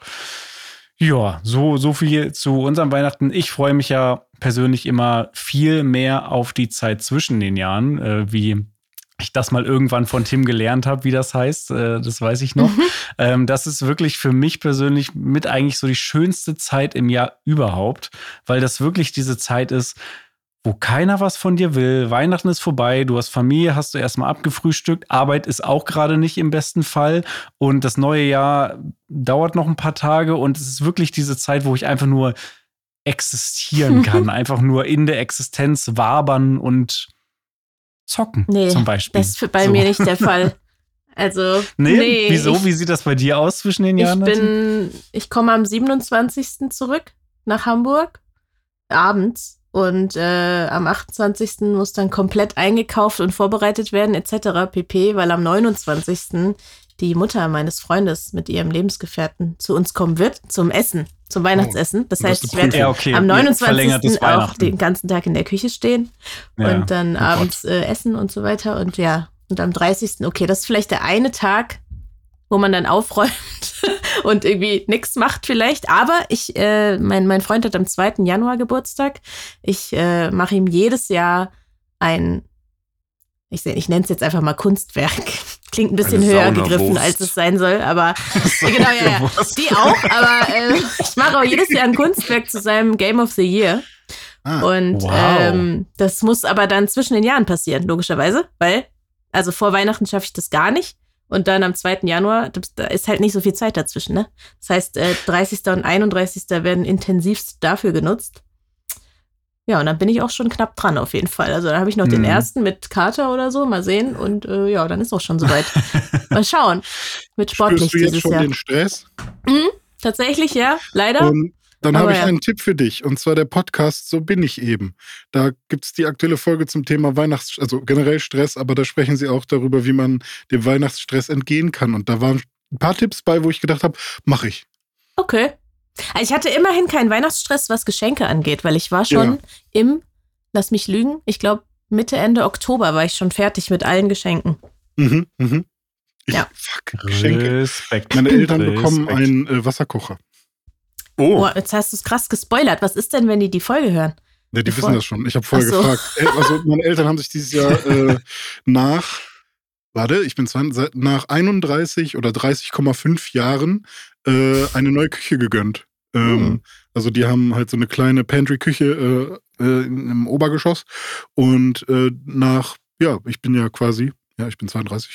Ja, so viel zu unserem Weihnachten. Ich freue mich ja persönlich immer viel mehr auf die Zeit zwischen den Jahren, wie ich das mal irgendwann von Tim gelernt habe, wie das heißt. Das weiß ich noch. Das ist wirklich für mich persönlich mit eigentlich so die schönste Zeit im Jahr überhaupt, weil das wirklich diese Zeit ist, wo keiner was von dir will. Weihnachten ist vorbei, du hast Familie, hast du erstmal abgefrühstückt. Arbeit ist auch gerade nicht im besten Fall. Und das neue Jahr dauert noch ein paar Tage. Und es ist wirklich diese Zeit, wo ich einfach nur existieren kann. Einfach nur in der Existenz wabern und zocken zum Beispiel. Das ist bei mir nicht der Fall. Also, nee. Wieso? Wie sieht das bei dir aus zwischen den Jahren? Ich komme am 27. zurück nach Hamburg, abends. Und am 28. muss dann komplett eingekauft und vorbereitet werden, etc. pp., weil am 29. die Mutter meines Freundes mit ihrem Lebensgefährten zu uns kommen wird, zum Essen, zum Weihnachtsessen. Das heißt, ich werde am 29. auch den ganzen Tag in der Küche stehen und dann abends essen und so weiter. Und ja, und am 30. okay, das ist vielleicht der eine Tag, wo man dann aufräumt und irgendwie nichts macht vielleicht. Aber mein Freund hat am 2. Januar Geburtstag. Ich mache ihm jedes Jahr ich nenne es jetzt einfach mal Kunstwerk. Klingt ein bisschen höher gegriffen, als es sein soll. Aber genau, ja. Die auch. Aber ich mache auch jedes Jahr ein Kunstwerk zu seinem Game of the Year. Und das muss aber dann zwischen den Jahren passieren, logischerweise. Weil, also vor Weihnachten schaffe ich das gar nicht. Und dann am 2. Januar, da ist halt nicht so viel Zeit dazwischen, ne? Das heißt, 30. und 31. werden intensivst dafür genutzt. Ja, und dann bin ich auch schon knapp dran auf jeden Fall. Also dann habe ich noch den ersten mit Kater oder so, mal sehen. Und ja, dann ist auch schon soweit. Mal schauen. Wird sportlich dieses Jahr. Spürst du jetzt schon den Stress? Tatsächlich, ja, leider. Und dann habe ich einen Tipp für dich, und zwar der Podcast So bin ich eben. Da gibt es die aktuelle Folge zum Thema also generell Stress, aber da sprechen sie auch darüber, wie man dem Weihnachtsstress entgehen kann. Und da waren ein paar Tipps bei, wo ich gedacht habe, mache ich. Okay. Also ich hatte immerhin keinen Weihnachtsstress, was Geschenke angeht, weil ich war schon lass mich lügen, ich glaube Mitte, Ende Oktober war ich schon fertig mit allen Geschenken. Fuck, Geschenke. Respekt. Meine Eltern bekommen einen Wasserkocher. Oh, jetzt hast du es krass gespoilert. Was ist denn, wenn die Folge hören? Ja, die wissen das schon. Ich habe vorher gefragt. Also meine Eltern haben sich dieses Jahr nach 31 oder 30,5 Jahren eine neue Küche gegönnt. Also die haben halt so eine kleine Pantry-Küche im Obergeschoss. Und ich bin 32, nach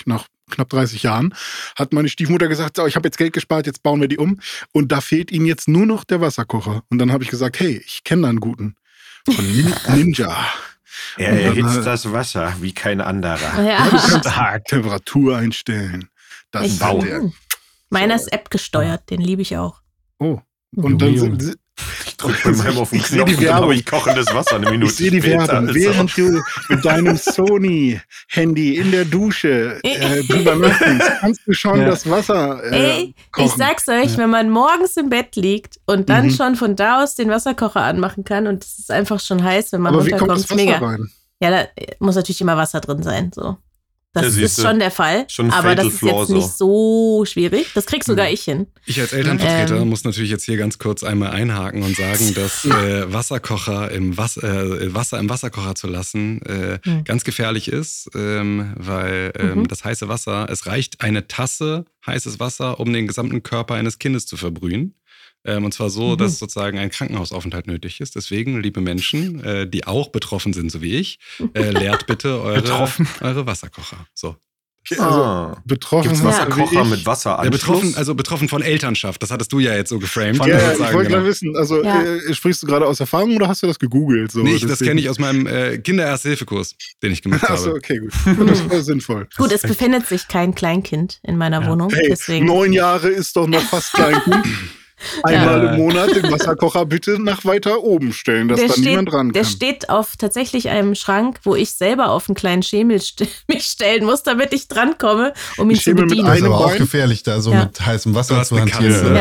knapp 30 Jahren, hat meine Stiefmutter gesagt, so, ich habe jetzt Geld gespart, jetzt bauen wir die um. Und da fehlt ihnen jetzt nur noch der Wasserkocher. Und dann habe ich gesagt, hey, ich kenne da einen guten. Von Ninja. Er erhitzt das Wasser wie kein anderer. Ja. Du kannst Temperatur einstellen. Das baut er. Meiner ist App gesteuert, den liebe ich auch. Oh. Und dann ich drücke bei meinem auf den Knopf und dann habe ich kochendes Wasser eine Minute Ich sehe die Werbung, während du mit deinem Sony-Handy in der Dusche drüber nachdenkst, kannst du schon das Wasser kochen. Ich sag's euch, wenn man morgens im Bett liegt und dann schon von da aus den Wasserkocher anmachen kann und es ist einfach schon heiß, wenn man runterkommt. Aber wie kommt das Wasser rein? Ja, da muss natürlich immer Wasser drin sein, so. Das ist schon der Fall, aber das ist jetzt nicht so schwierig. Das krieg sogar ich hin. Ich als Elternvertreter muss natürlich jetzt hier ganz kurz einmal einhaken und sagen, dass Wasser im Wasserkocher zu lassen ganz gefährlich ist, weil das heiße Wasser, es reicht eine Tasse heißes Wasser, um den gesamten Körper eines Kindes zu verbrühen. Und zwar so, dass sozusagen ein Krankenhausaufenthalt nötig ist. Deswegen, liebe Menschen, die auch betroffen sind, so wie ich, leert bitte eure Wasserkocher. So. Also, betroffen gibt's Wasserkocher mit Wasseranschluss? Betroffen von Elternschaft. Das hattest du ja jetzt so geframed. Ja, ich wollte gerade wissen, also sprichst du gerade aus Erfahrung oder hast du das gegoogelt? So, nee, das kenne ich aus meinem Kinder-Erste-Hilfe-Kurs, den ich gemacht habe. Achso, okay, gut. Das war sinnvoll. Gut, es befindet sich kein Kleinkind in meiner Wohnung. Hey, deswegen. 9 Jahre ist doch noch fast Kleinkind. Einmal im Monat den Wasserkocher bitte nach weiter oben stellen, dass da niemand ran kann. Der steht auf tatsächlich einem Schrank, wo ich selber auf einen kleinen Schemel mich stellen muss, damit ich drankomme, um ihn zu bedienen. Das ist aber auch gefährlich, da so mit heißem Wasser zu hantieren.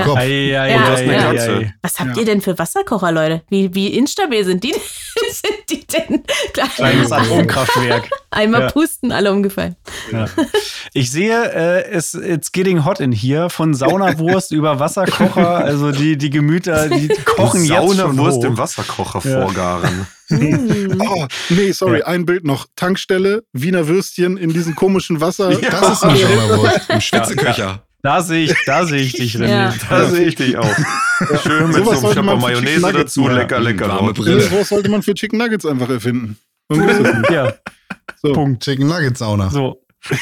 Was habt ihr denn für Wasserkocher, Leute? Wie instabil sind die denn? Kleines Atomkraftwerk. Einmal pusten, alle umgefallen. Ja. Ich sehe, it's getting hot in here. Von Saunawurst über Wasserkocher, also die Gemüter, die kochen jetzt schon Saunawurst hoch. im Wasserkocher vorgaren. Oh, nee, sorry, ein Bild noch. Tankstelle, Wiener Würstchen in diesem komischen Wasser. Ja, das ist eine Saunawurst. Im Spitzenköcher. Da sehe ich dich, René. Ja. Da sehe ich dich auch. Schön mit so einem Schapper Mayonnaise dazu, lecker. Warme Brille. Was sollte man für Chicken Nuggets einfach erfinden? Ja. So. Punkt. Chicken Nuggets Sauna. So.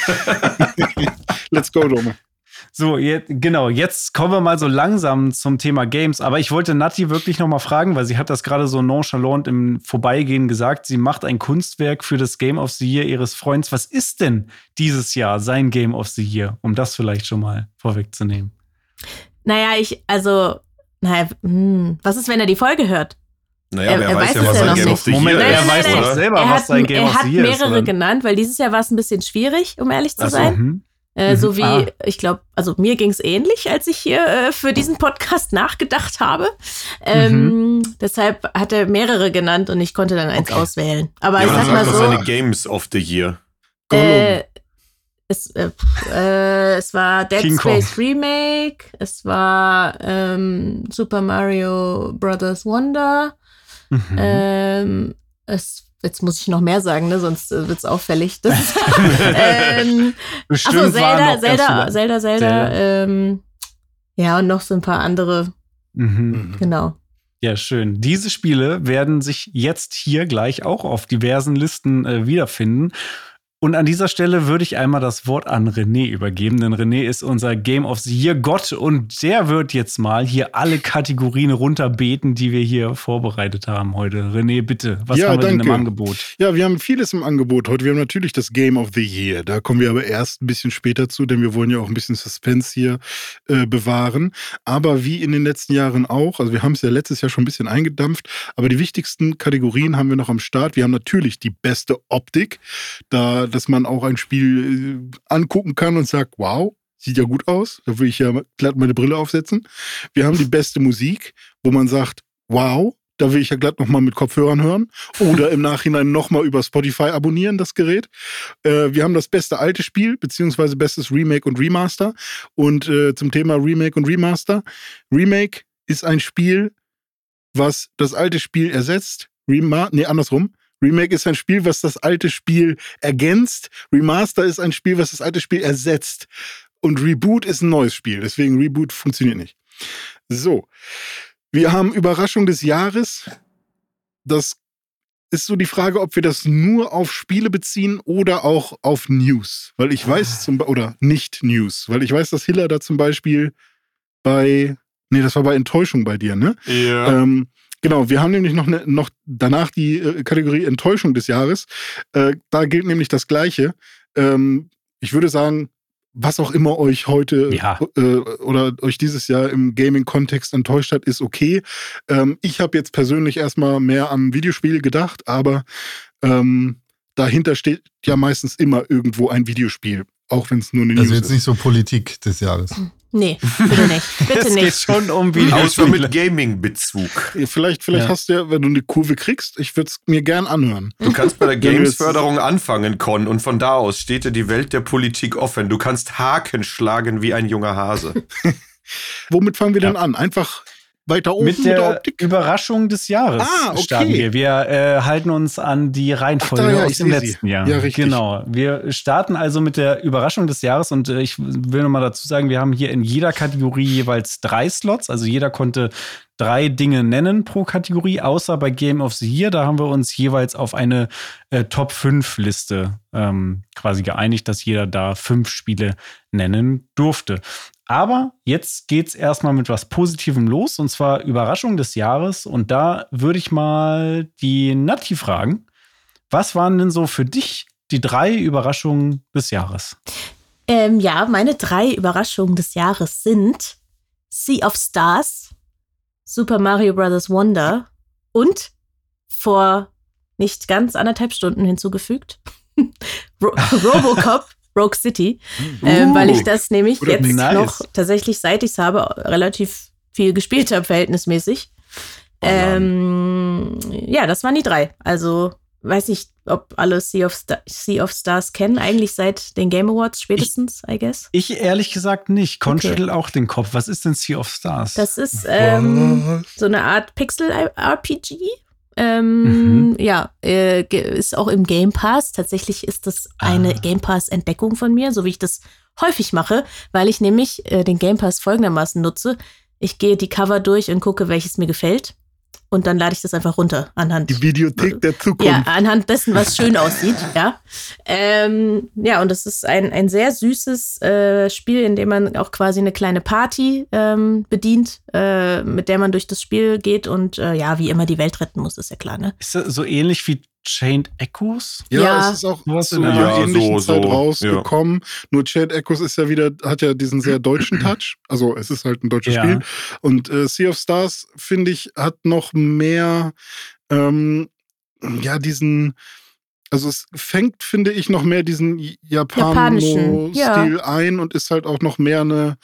Let's go, Dome. So, jetzt kommen wir mal so langsam zum Thema Games. Aber ich wollte Nati wirklich noch mal fragen, weil sie hat das gerade so nonchalant im Vorbeigehen gesagt. Sie macht ein Kunstwerk für das Game of the Year ihres Freundes. Was ist denn dieses Jahr sein Game of the Year? Um das vielleicht schon mal vorwegzunehmen. Naja, was ist, wenn er die Folge hört? Naja, wer weiß ja, was sein Game of the Year ist. Moment, er weiß doch selber, was sein Game of the Year ist. Er hat mehrere genannt, weil dieses Jahr war es ein bisschen schwierig, um ehrlich zu sein. So wie, ich glaube, also mir ging es ähnlich, als ich hier für diesen Podcast nachgedacht habe. Deshalb hat er mehrere genannt und ich konnte dann eins auswählen. Aber ich sag mal so. Seine Games of the Year. Es war Dead Space Remake, es war Super Mario Brothers Wonder, jetzt muss ich noch mehr sagen, ne? Sonst wird es auffällig. Das ist, Zelda. Ja, und noch so ein paar andere. Genau. Ja, schön. Diese Spiele werden sich jetzt hier gleich auch auf diversen Listen wiederfinden. Und an dieser Stelle würde ich einmal das Wort an René übergeben, denn René ist unser Game of the Year Gott und der wird jetzt mal hier alle Kategorien runterbeten, die wir hier vorbereitet haben heute. René, bitte, was haben wir denn im Angebot? Ja, wir haben vieles im Angebot heute. Wir haben natürlich das Game of the Year. Da kommen wir aber erst ein bisschen später zu, denn wir wollen ja auch ein bisschen Suspense hier bewahren. Aber wie in den letzten Jahren auch, also wir haben es ja letztes Jahr schon ein bisschen eingedampft, aber die wichtigsten Kategorien haben wir noch am Start. Wir haben natürlich die beste Optik, dass man auch ein Spiel angucken kann und sagt, wow, sieht ja gut aus, da will ich ja glatt meine Brille aufsetzen. Wir haben die beste Musik, wo man sagt, wow, da will ich ja glatt nochmal mit Kopfhörern hören oder im Nachhinein nochmal über Spotify abonnieren, das Gerät. Wir haben das beste alte Spiel, beziehungsweise bestes Remake und Remaster. Und zum Thema Remake und Remaster. Remake ist ein Spiel, was das alte Spiel ersetzt. Andersrum. Remake ist ein Spiel, was das alte Spiel ergänzt. Remaster ist ein Spiel, was das alte Spiel ersetzt. Und Reboot ist ein neues Spiel. Deswegen Reboot funktioniert nicht. So. Wir haben Überraschung des Jahres. Das ist so die Frage, ob wir das nur auf Spiele beziehen oder auch auf News. Weil ich weiß oder nicht News, weil ich weiß, dass Hiller da zum Beispiel das war bei Enttäuschung bei dir, ne? Ja. Genau, wir haben nämlich noch danach die Kategorie Enttäuschung des Jahres. Da gilt nämlich das Gleiche. Ich würde sagen, was auch immer euch heute oder euch dieses Jahr im Gaming-Kontext enttäuscht hat, ist okay. Ich habe jetzt persönlich erstmal mehr an Videospiele gedacht, aber dahinter steht ja meistens immer irgendwo ein Videospiel, auch wenn es nur eine News ist. Also jetzt nicht so Politik des Jahres. Nee, bitte nicht. Bitte es nicht. geht schon um Videospiele. Außer mit Gaming-Bezug. Vielleicht hast du ja, wenn du eine Kurve kriegst, ich würde es mir gern anhören. Du kannst bei der Games-Förderung anfangen, Con, und von da aus steht dir die Welt der Politik offen. Du kannst Haken schlagen wie ein junger Hase. Womit fangen wir denn an? Einfach weiter oben mit der Überraschung des Jahres starten wir. Wir halten uns an die Reihenfolge aus dem letzten Jahr. Ja, richtig. Genau. Wir starten also mit der Überraschung des Jahres und ich will nochmal dazu sagen, wir haben hier in jeder Kategorie jeweils 3 Slots. Also jeder konnte 3 Dinge nennen pro Kategorie, außer bei Game of the Year. Da haben wir uns jeweils auf eine Top-5-Liste quasi geeinigt, dass jeder da 5 Spiele nennen durfte. Aber jetzt geht's erstmal mit was Positivem los, und zwar Überraschung des Jahres. Und da würde ich mal die Natti fragen, was waren denn so für dich die 3 Überraschungen des Jahres? Meine 3 Überraschungen des Jahres sind Sea of Stars, Super Mario Bros. Wonder und vor nicht ganz 1,5 Stunden hinzugefügt Robocop Rogue City, weil ich das nämlich jetzt noch tatsächlich, seit ich es habe, relativ viel gespielt habe, verhältnismäßig. Das waren die 3. Also weiß nicht, ob alle Sea of Stars kennen, eigentlich seit den Game Awards spätestens, I guess. Ich ehrlich gesagt nicht. Con schüttelt auch den Kopf. Was ist denn Sea of Stars? Das ist so eine Art Pixel-RPG. Ist auch im Game Pass. Tatsächlich ist das eine Game Pass-Entdeckung von mir, so wie ich das häufig mache, weil ich nämlich den Game Pass folgendermaßen nutze. Ich gehe die Cover durch und gucke, welches mir gefällt. Und dann lade ich das einfach runter anhand. Die Videothek der Zukunft. Ja, anhand dessen, was schön aussieht. Ja, und das ist ein sehr süßes Spiel, in dem man auch quasi eine kleine Party bedient, mit der man durch das Spiel geht und wie immer die Welt retten muss, ist ja klar, ne? Ist das so ähnlich wie Chained Echoes? Ja, es ist auch in einer ähnlichen Zeit rausgekommen. Ja. Nur Chained Echoes hat ja diesen sehr deutschen Touch. Also es ist halt ein deutsches Spiel. Und Sea of Stars, finde ich, hat noch mehr diesen, also es fängt, finde ich, noch mehr diesen japanischen Stil ein und ist halt auch noch mehr eine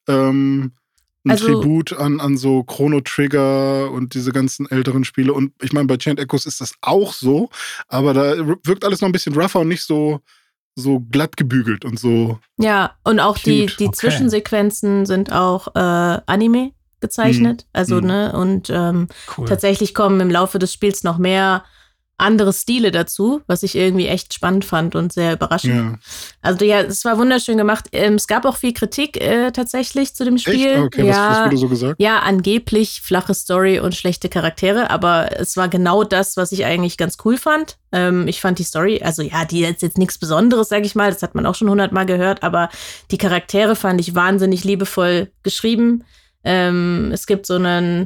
Tribut an so Chrono Trigger und diese ganzen älteren Spiele. Und ich meine, bei Chained Echoes ist das auch so, aber da wirkt alles noch ein bisschen rougher und nicht so glatt gebügelt und so. Ja, und auch die Zwischensequenzen sind auch Anime gezeichnet. Und tatsächlich kommen im Laufe des Spiels noch mehr andere Stile dazu, was ich irgendwie echt spannend fand und sehr überraschend. Ja. Also es war wunderschön gemacht. Es gab auch viel Kritik tatsächlich zu dem Spiel. Echt? Okay, was wurde so gesagt? Ja, angeblich flache Story und schlechte Charaktere, aber es war genau das, was ich eigentlich ganz cool fand. Ich fand die Story, die ist jetzt nichts Besonderes, sag ich mal, das hat man auch schon 100-mal gehört, aber die Charaktere fand ich wahnsinnig liebevoll geschrieben. Es gibt so einen,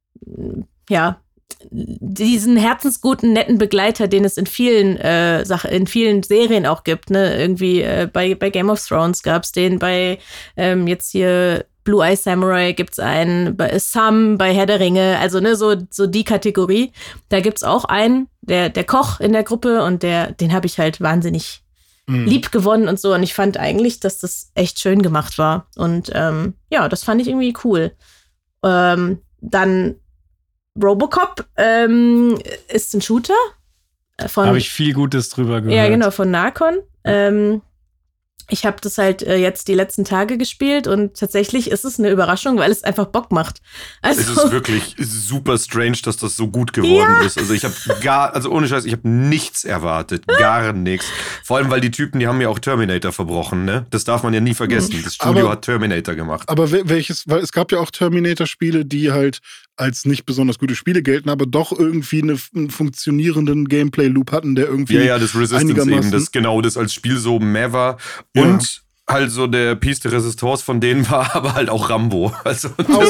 diesen herzensguten, netten Begleiter, den es in vielen in vielen Serien auch gibt, ne? Irgendwie bei Game of Thrones gab's den, bei jetzt hier Blue Eye Samurai gibt's einen, bei Sam, bei Herr der Ringe, also ne, so die Kategorie. Da gibt's auch einen, der Koch in der Gruppe und den habe ich halt wahnsinnig lieb gewonnen und so. Und ich fand eigentlich, dass das echt schön gemacht war. Und das fand ich irgendwie cool. Dann Robocop ist ein Shooter. Habe ich viel Gutes drüber gehört. Ja, genau, von Narcon. Ich habe das halt jetzt die letzten Tage gespielt und tatsächlich ist es eine Überraschung, weil es einfach Bock macht. Also, es ist wirklich super strange, dass das so gut geworden ist. Also ich habe ohne Scheiß, ich habe nichts erwartet, gar nichts. Vor allem, weil die Typen, die haben ja auch Terminator verbrochen, ne? Das darf man ja nie vergessen. Das Studio hat Terminator gemacht. Aber weil es gab ja auch Terminator-Spiele, die halt als nicht besonders gute Spiele gelten, aber doch irgendwie einen funktionierenden Gameplay-Loop hatten, der irgendwie Ja, das Resistance eben, das genau das als Spiel so mehr war. Und halt so der Piece de Resistance von denen war, aber halt auch Rambo. Also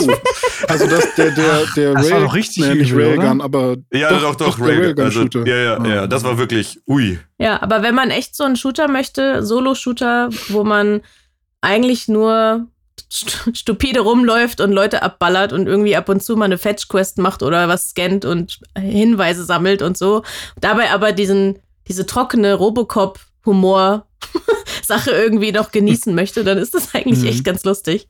das der das war doch richtig nicht übel, Railgun, oder? aber doch Railgun. Also, ja, das war wirklich, ui. Ja, aber wenn man echt so einen Shooter möchte, Solo-Shooter, wo man eigentlich nur stupide rumläuft und Leute abballert und irgendwie ab und zu mal eine Fetch-Quest macht oder was scannt und Hinweise sammelt und so, dabei aber diese trockene Robocop-Humor Sache irgendwie noch genießen möchte, dann ist das eigentlich echt ganz lustig.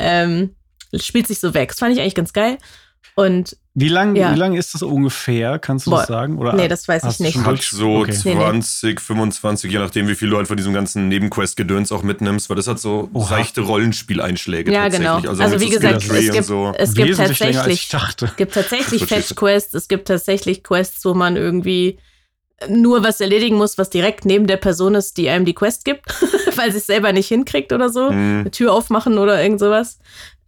Spielt sich so weg. Das fand ich eigentlich ganz geil. Und wie lang ist das ungefähr? Kannst du das sagen? Oder nee, das weiß ich nicht. Hat so 20, 25, je nachdem, wie viel du halt von diesem ganzen Nebenquest-Gedöns auch mitnimmst, weil das hat so seichte Rollenspieleinschläge tatsächlich. Genau. Also wie gesagt, es gibt tatsächlich so Fetch-Quests, es gibt tatsächlich Quests, wo man irgendwie nur was erledigen muss, was direkt neben der Person ist, die einem die Quest gibt, weil sie es selber nicht hinkriegt oder so. Eine Tür aufmachen oder irgend sowas.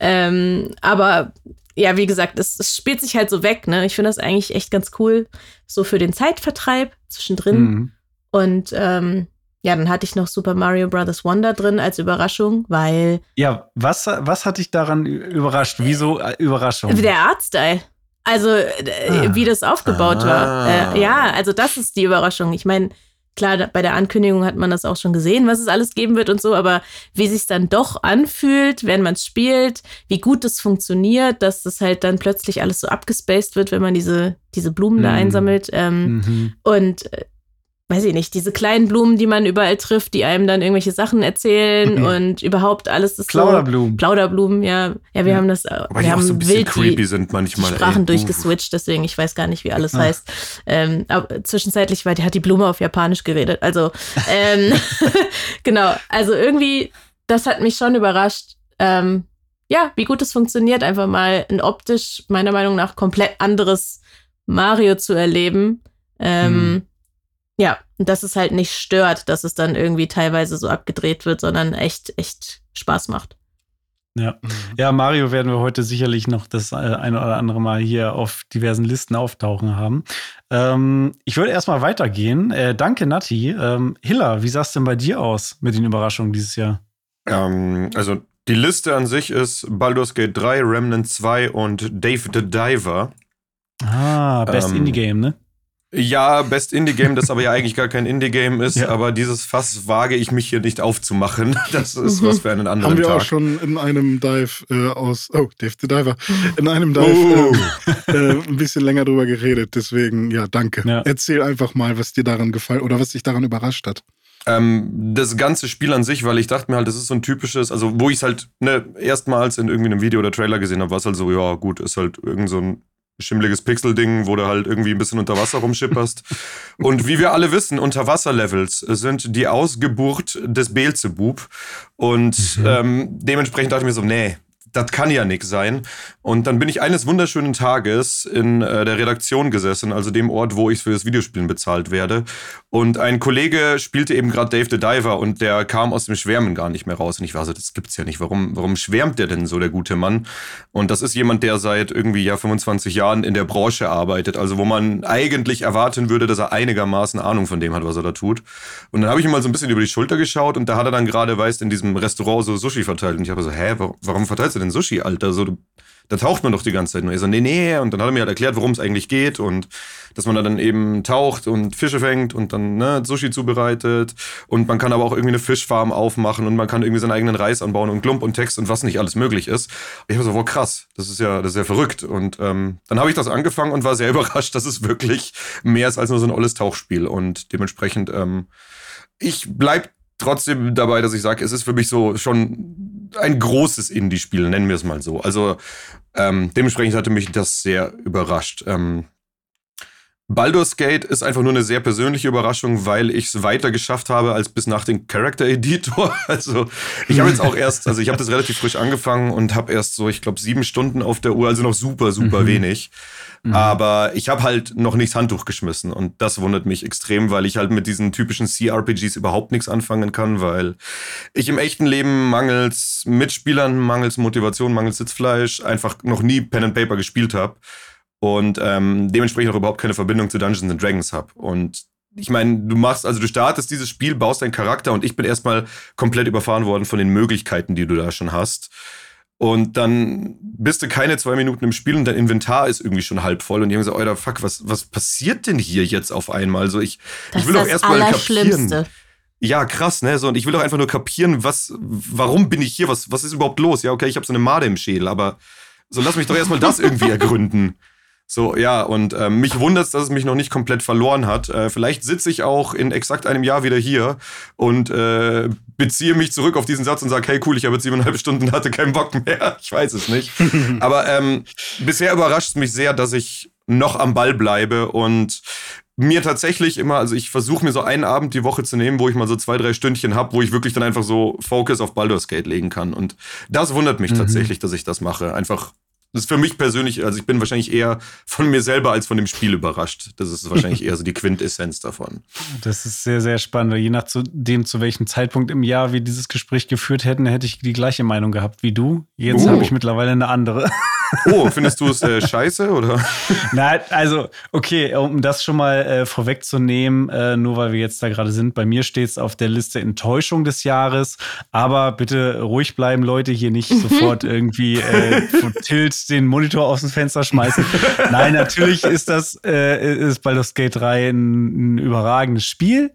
Aber ja, wie gesagt, es spielt sich halt so weg, ne? Ich finde das eigentlich echt ganz cool, so für den Zeitvertreib zwischendrin. Und dann hatte ich noch Super Mario Bros. Wonder drin als Überraschung, weil... Ja, was hat dich daran überrascht? Wieso Überraschung? Der Artstyle. Also, wie das aufgebaut war. Also das ist die Überraschung. Ich meine, klar, bei der Ankündigung hat man das auch schon gesehen, was es alles geben wird und so, aber wie sich dann doch anfühlt, wenn man es spielt, wie gut es funktioniert, dass das halt dann plötzlich alles so abgespaced wird, wenn man diese Blumen da einsammelt. Und weiß ich nicht, diese kleinen Blumen, die man überall trifft, die einem dann irgendwelche Sachen erzählen und überhaupt alles ist Plauderblumen. Plauderblumen, ja. Ja, wir haben das, aber wir haben auch so ein bisschen wild creepy sind manchmal. Die Sprachen durchgeswitcht, deswegen, ich weiß gar nicht, wie alles heißt. Aber zwischenzeitlich hat die Blume auf Japanisch geredet. Also, genau. Also irgendwie, das hat mich schon überrascht. Wie gut es funktioniert, einfach mal ein optisch, meiner Meinung nach, komplett anderes Mario zu erleben. Ja, und dass es halt nicht stört, dass es dann irgendwie teilweise so abgedreht wird, sondern echt Spaß macht. Ja, Mario werden wir heute sicherlich noch das eine oder andere Mal hier auf diversen Listen auftauchen haben. Ich würde erstmal weitergehen. Danke, Natti. Hilla, wie sah es denn bei dir aus mit den Überraschungen dieses Jahr? Also die Liste an sich ist Baldur's Gate 3, Remnant 2 und Dave the Diver. Best Indie-Game, ne? Ja, Best Indie-Game, das aber ja eigentlich gar kein Indie-Game ist, aber dieses Fass wage ich mich hier nicht aufzumachen. Das ist was für einen anderen Tag. Haben wir auch schon in einem Dive Dave the Diver, in einem Dive ein bisschen länger drüber geredet, deswegen, ja, danke. Ja. Erzähl einfach mal, was dir daran gefallen oder was dich daran überrascht hat. Das ganze Spiel an sich, weil ich dachte mir halt, das ist so ein typisches, also wo ich es halt erstmals in irgendwie einem Video oder Trailer gesehen habe, war es halt so, ja gut, ist halt irgend so ein schimmliges Pixel-Ding, wo du halt irgendwie ein bisschen unter Wasser rumschipperst. Und wie wir alle wissen, Unterwasser-Levels sind die Ausgeburt des Beelzebub. Und dementsprechend dachte ich mir so, nee, das kann ja nix sein. Und dann bin ich eines wunderschönen Tages in der Redaktion gesessen, also dem Ort, wo ich für das Videospielen bezahlt werde. Und ein Kollege spielte eben gerade Dave the Diver und der kam aus dem Schwärmen gar nicht mehr raus. Und ich war so, das gibt's ja nicht. Warum schwärmt der denn so, der gute Mann? Und das ist jemand, der seit irgendwie 25 Jahren in der Branche arbeitet. Also wo man eigentlich erwarten würde, dass er einigermaßen Ahnung von dem hat, was er da tut. Und dann habe ich ihm mal so ein bisschen über die Schulter geschaut und da hat er dann gerade, in diesem Restaurant so Sushi verteilt. Und ich habe so, warum verteilst du denn Sushi, Alter? So, da taucht man doch die ganze Zeit nur. Ich so, nee. Und dann hat er mir halt erklärt, worum es eigentlich geht und dass man da dann eben taucht und Fische fängt und dann Sushi zubereitet. Und man kann aber auch irgendwie eine Fischfarm aufmachen und man kann irgendwie seinen eigenen Reis anbauen und Klump und Text und was nicht alles möglich ist. Ich war so, wow, krass, das ist ja verrückt. Und dann habe ich das angefangen und war sehr überrascht, dass es wirklich mehr ist als nur so ein olles Tauchspiel. Und dementsprechend, ich bleib trotzdem dabei, dass ich sage, es ist für mich so schon ein großes Indie-Spiel, nennen wir es mal so. Also dementsprechend hatte mich das sehr überrascht. Baldur's Gate ist einfach nur eine sehr persönliche Überraschung, weil ich es weiter geschafft habe als bis nach dem Character Editor. Also ich habe jetzt auch ich habe das relativ frisch angefangen und habe erst so, ich glaube, 7 Stunden auf der Uhr, also noch super wenig. Aber ich habe halt noch nicht das Handtuch geschmissen und das wundert mich extrem, weil ich halt mit diesen typischen CRPGs überhaupt nichts anfangen kann, weil ich im echten Leben mangels Mitspielern, mangels Motivation, mangels Sitzfleisch einfach noch nie Pen and Paper gespielt habe und dementsprechend auch überhaupt keine Verbindung zu Dungeons and Dragons habe. Und ich meine, du startest dieses Spiel, baust deinen Charakter und ich bin erstmal komplett überfahren worden von den Möglichkeiten, die du da schon hast. Und dann bist du keine 2 Minuten im Spiel und dein Inventar ist irgendwie schon halb voll. Und die haben gesagt, Alter, fuck, was passiert denn hier jetzt auf einmal? Also ich will doch erstmal kapieren. Ja, krass, ne? So, und ich will doch einfach nur kapieren, warum bin ich hier? Was ist überhaupt los? Ja, okay, ich habe so eine Made im Schädel, aber so lass mich doch erstmal das irgendwie ergründen. So, ja, und mich wundert's, dass es mich noch nicht komplett verloren hat. Vielleicht sitze ich auch in exakt einem Jahr wieder hier und beziehe mich zurück auf diesen Satz und sage, hey cool, ich habe jetzt 7,5 Stunden, hatte keinen Bock mehr. Ich weiß es nicht. Aber bisher überrascht es mich sehr, dass ich noch am Ball bleibe und mir tatsächlich immer, also ich versuche mir so einen Abend die Woche zu nehmen, wo ich mal so 2-3 Stündchen habe, wo ich wirklich dann einfach so Focus auf Baldur's Gate legen kann. Und das wundert mich tatsächlich, dass ich das mache. Einfach, das ist für mich persönlich, also ich bin wahrscheinlich eher von mir selber als von dem Spiel überrascht. Das ist wahrscheinlich eher so die Quintessenz davon. Das ist sehr, sehr spannend. Je nachdem, zu welchem Zeitpunkt im Jahr wir dieses Gespräch geführt hätten, hätte ich die gleiche Meinung gehabt wie du. Jetzt habe ich mittlerweile eine andere. Oh, findest du es scheiße, oder? Na, also, okay, um das schon mal vorwegzunehmen, nur weil wir jetzt da gerade sind, bei mir steht es auf der Liste Enttäuschung des Jahres, aber bitte ruhig bleiben, Leute, hier nicht sofort irgendwie Tilt den Monitor aus dem Fenster schmeißen. Nein, natürlich ist Baldur's Gate 3 ein überragendes Spiel.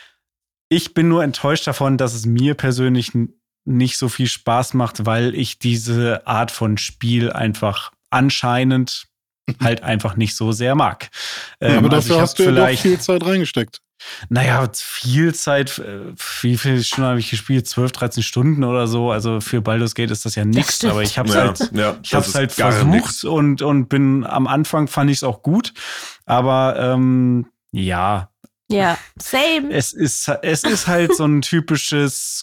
Ich bin nur enttäuscht davon, dass es mir persönlich nicht so viel Spaß macht, weil ich diese Art von Spiel einfach anscheinend halt einfach nicht so sehr mag. Aber dafür hast du ja doch viel Zeit reingesteckt. Naja, viel Zeit, wie viele Stunden habe ich gespielt? 12, 13 Stunden oder so. Also für Baldur's Gate ist das ja nichts, aber ich habe es halt versucht und bin am Anfang fand ich es auch gut. Aber ja. Ja, same. Es ist halt so ein typisches